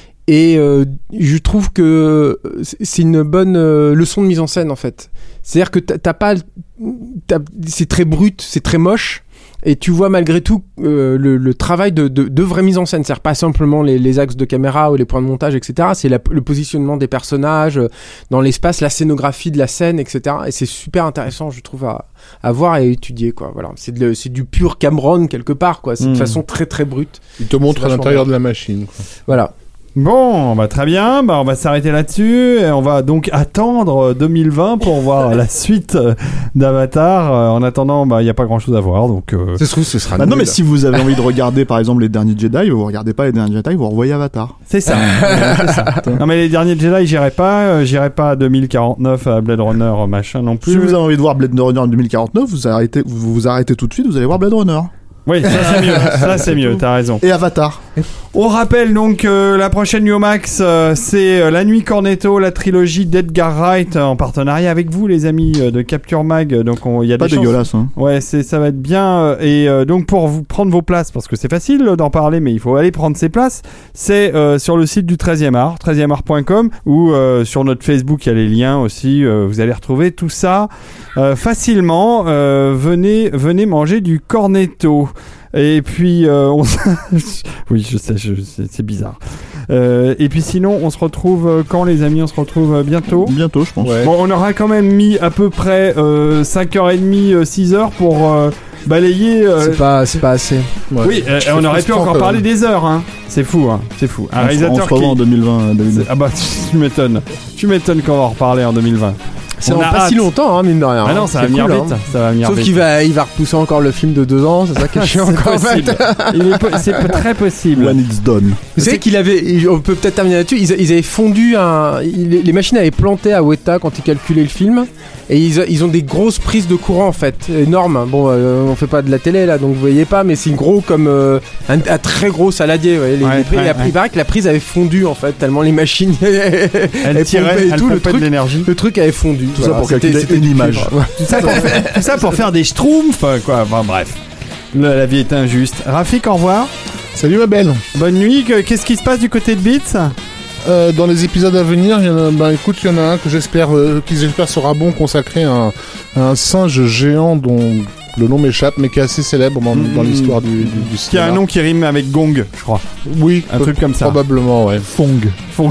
[SPEAKER 6] Et euh, je trouve que c'est une bonne euh, leçon de mise en scène en fait. C'est-à-dire que t'as, t'as pas, t'as, c'est très brut, c'est très moche, et tu vois malgré tout euh, le, le travail de, de, de vraie mise en scène. C'est-à-dire pas simplement les, les axes de caméra ou les points de montage, et cetera. C'est la, le positionnement des personnages euh, dans l'espace, la scénographie de la scène, et cetera. Et c'est super intéressant, je trouve, à, à voir et à étudier quoi. Voilà, c'est, de, c'est du pur Cameron quelque part quoi. C'est mmh. de façon très très brute.
[SPEAKER 5] Il te montre à l'intérieur bien. de la machine. Quoi.
[SPEAKER 6] Voilà.
[SPEAKER 2] Bon, bah très bien, bah on va s'arrêter là-dessus et on va donc attendre deux mille vingt pour voir la suite d'Avatar. Euh, en attendant, bah il y a pas grand-chose à voir, donc. Euh...
[SPEAKER 6] Ça se trouve, ce sera.
[SPEAKER 4] Bah non, mais si vous avez envie de regarder, par exemple, les derniers Jedi, vous regardez pas les derniers Jedi, vous revoyez Avatar.
[SPEAKER 2] C'est ça. C'est ça. Non mais les derniers Jedi, j'irai pas, euh, j'irai pas à deux mille quarante-neuf à Blade Runner machin non plus.
[SPEAKER 4] Si vous avez envie de voir Blade Runner en deux mille quarante-neuf, vous arrêtez, vous vous arrêtez tout de suite, vous allez voir Blade Runner.
[SPEAKER 2] Oui, ça c'est mieux, ça c'est mieux, t'as raison.
[SPEAKER 4] Et Avatar.
[SPEAKER 2] On rappelle donc euh, la prochaine Newmax, euh, c'est euh, La Nuit Cornetto, la trilogie d'Edgar Wright euh, en partenariat avec vous les amis euh, de Capture Mag. Donc il y a
[SPEAKER 4] pas
[SPEAKER 2] des
[SPEAKER 4] dégueulasse.
[SPEAKER 2] Chances...
[SPEAKER 4] Hein.
[SPEAKER 2] Ouais, c'est ça va être bien. Euh, et euh, donc pour vous prendre vos places, parce que c'est facile d'en parler, mais il faut aller prendre ses places. C'est euh, sur le site du treizième art, treizième art point com, ou euh, sur notre Facebook, il y a les liens aussi. Euh, vous allez retrouver tout ça euh, facilement. Euh, venez, venez manger du cornetto. Et puis, euh, on... oui, je sais, je, c'est, c'est bizarre. Euh, et puis sinon, on se retrouve quand, les amis? On se retrouve bientôt.
[SPEAKER 4] Bientôt, je pense.
[SPEAKER 2] Ouais. Bon, on aura quand même mis à peu près euh, cinq heures trente, six heures pour euh, balayer. Euh...
[SPEAKER 6] C'est pas, c'est pas assez.
[SPEAKER 2] Ouais. Oui, euh, on aurait pu encore parler des heures. Hein. C'est fou, hein. C'est fou. Un
[SPEAKER 4] on
[SPEAKER 2] réalisateur
[SPEAKER 4] se revoit
[SPEAKER 2] qui...
[SPEAKER 4] en deux mille vingt. deux mille vingt.
[SPEAKER 2] Ah bah, tu m'étonnes. Tu m'étonnes qu'on va en reparler en deux mille vingt.
[SPEAKER 6] C'est dans pas hâte. Si longtemps, hein, mine de rien.
[SPEAKER 2] Ah non, ça va venir vite. Ça va venir
[SPEAKER 6] Sauf
[SPEAKER 2] vite.
[SPEAKER 6] qu'il va, il va repousser encore le film de deux ans. C'est ça qui est chiant encore. En fait.
[SPEAKER 2] Il est po- c'est très possible.
[SPEAKER 4] When it's done.
[SPEAKER 6] Vous savez qu'il avait, on peut peut-être terminer là-dessus. Ils, ils avaient fondu un, ils, les machines avaient planté à Weta quand ils calculaient le film. Et ils, ils ont des grosses prises de courant en fait, énormes. Bon, euh, on fait pas de la télé là, donc vous voyez pas, mais c'est gros comme euh, un, un très gros saladier. Vous voyez, les,
[SPEAKER 2] ouais,
[SPEAKER 6] les prises,
[SPEAKER 2] ouais,
[SPEAKER 6] la,
[SPEAKER 2] ouais.
[SPEAKER 6] Il paraît que la prise avait fondu en fait, tellement les machines.
[SPEAKER 2] Elle tirait, et tout,
[SPEAKER 6] elle le truc,
[SPEAKER 2] de l'énergie.
[SPEAKER 6] Le truc avait fondu.
[SPEAKER 4] Tout
[SPEAKER 6] voilà,
[SPEAKER 4] ça pour
[SPEAKER 6] c'était,
[SPEAKER 4] calculer
[SPEAKER 6] c'était
[SPEAKER 4] une image.
[SPEAKER 2] Ouais. Tout, ça pour faire, tout ça pour faire des schtroumpfs, quoi. Enfin bref, la, la vie est injuste. Rafik, au revoir.
[SPEAKER 5] Salut ma belle.
[SPEAKER 2] Bonne nuit. Qu'est-ce qui se passe du côté de Beats?
[SPEAKER 5] Euh, dans les épisodes à venir, il y en a, bah, écoute, il y en a un que j'espère, euh, qui j'espère sera bon, consacré à un, à un singe géant dont le nom m'échappe, mais qui est assez célèbre dans, mmh. dans l'histoire du, du, du cinéma.
[SPEAKER 2] Qui a un nom qui rime avec gong, je crois.
[SPEAKER 5] Oui,
[SPEAKER 2] un truc comme ça.
[SPEAKER 5] Probablement, ouais.
[SPEAKER 4] Fong.
[SPEAKER 2] Fong.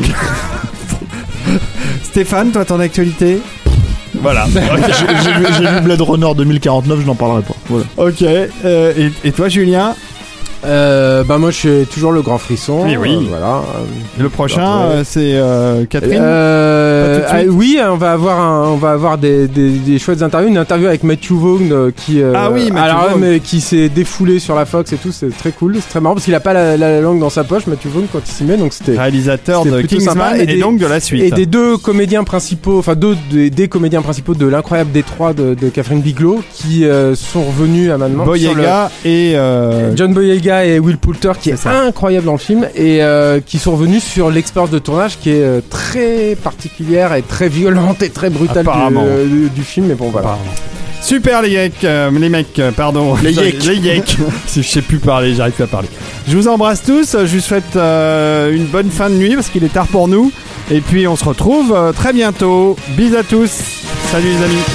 [SPEAKER 2] Stéphane, toi, ton actualité? Voilà.
[SPEAKER 4] Okay. j'ai, j'ai, vu, j'ai vu Blade Runner deux mille quarante-neuf, je n'en parlerai pas. Voilà.
[SPEAKER 2] Ok. Euh, et, et toi, Julien?
[SPEAKER 6] Euh, bah moi je suis toujours le grand frisson.
[SPEAKER 2] Et oui.
[SPEAKER 6] Euh, voilà.
[SPEAKER 2] Le prochain euh, c'est euh, Catherine.
[SPEAKER 6] Euh, ah, oui, on va avoir un, on va avoir des, des, des chouettes interviews. Une interview avec Matthew Vaughn euh, qui. Euh,
[SPEAKER 2] ah oui, Matthew
[SPEAKER 6] alors,
[SPEAKER 2] Vaughn.
[SPEAKER 6] mais qui s'est défoulé sur la Fox et tout. C'est très cool, c'est très marrant parce qu'il a pas la, la langue dans sa poche, Matthew Vaughn, quand il s'y met. Donc c'était.
[SPEAKER 2] Réalisateur
[SPEAKER 6] c'était
[SPEAKER 2] de Kingsman et, et des, donc de la suite.
[SPEAKER 6] Et des deux comédiens principaux, enfin deux des, des comédiens principaux de l'incroyable Détroit de, de Catherine Bigelow qui euh, sont revenus à maintenant.
[SPEAKER 2] Boyega le... et euh...
[SPEAKER 6] John Boyega et Will Poulter, qui est, est incroyable dans le film, et euh, qui sont revenus sur l'expérience de tournage qui est euh, très particulière et très violente et très brutale du, euh, du, du film, mais bon voilà.
[SPEAKER 2] Super les geeks, euh, les mecs, euh, pardon.
[SPEAKER 4] Les geeks.
[SPEAKER 2] Les geeks. Je sais plus parler, j'arrive plus à parler. Je vous embrasse tous, je vous souhaite euh, une bonne fin de nuit parce qu'il est tard pour nous. Et puis on se retrouve euh, très bientôt. Bisous à tous. Salut les amis.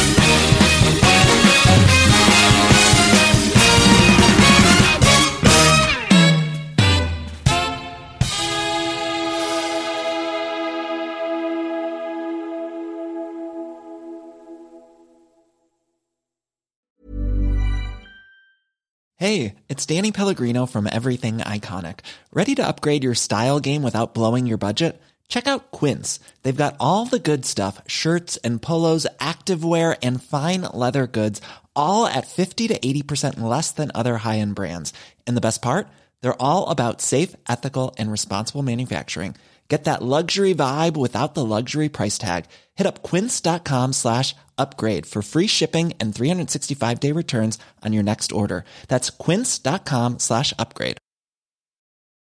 [SPEAKER 8] Hey, it's Danny Pellegrino from Everything Iconic. Ready to upgrade your style game without blowing your budget? Check out Quince. They've got all the good stuff, shirts and polos, activewear, and fine leather goods, all at fifty to eighty percent less than other high-end brands. And the best part? They're all about safe, ethical, and responsible manufacturing. Get that luxury vibe without the luxury price tag. Hit up quince.com slash upgrade for free shipping and three sixty-five day returns on your next order. That's quince.com slash upgrade.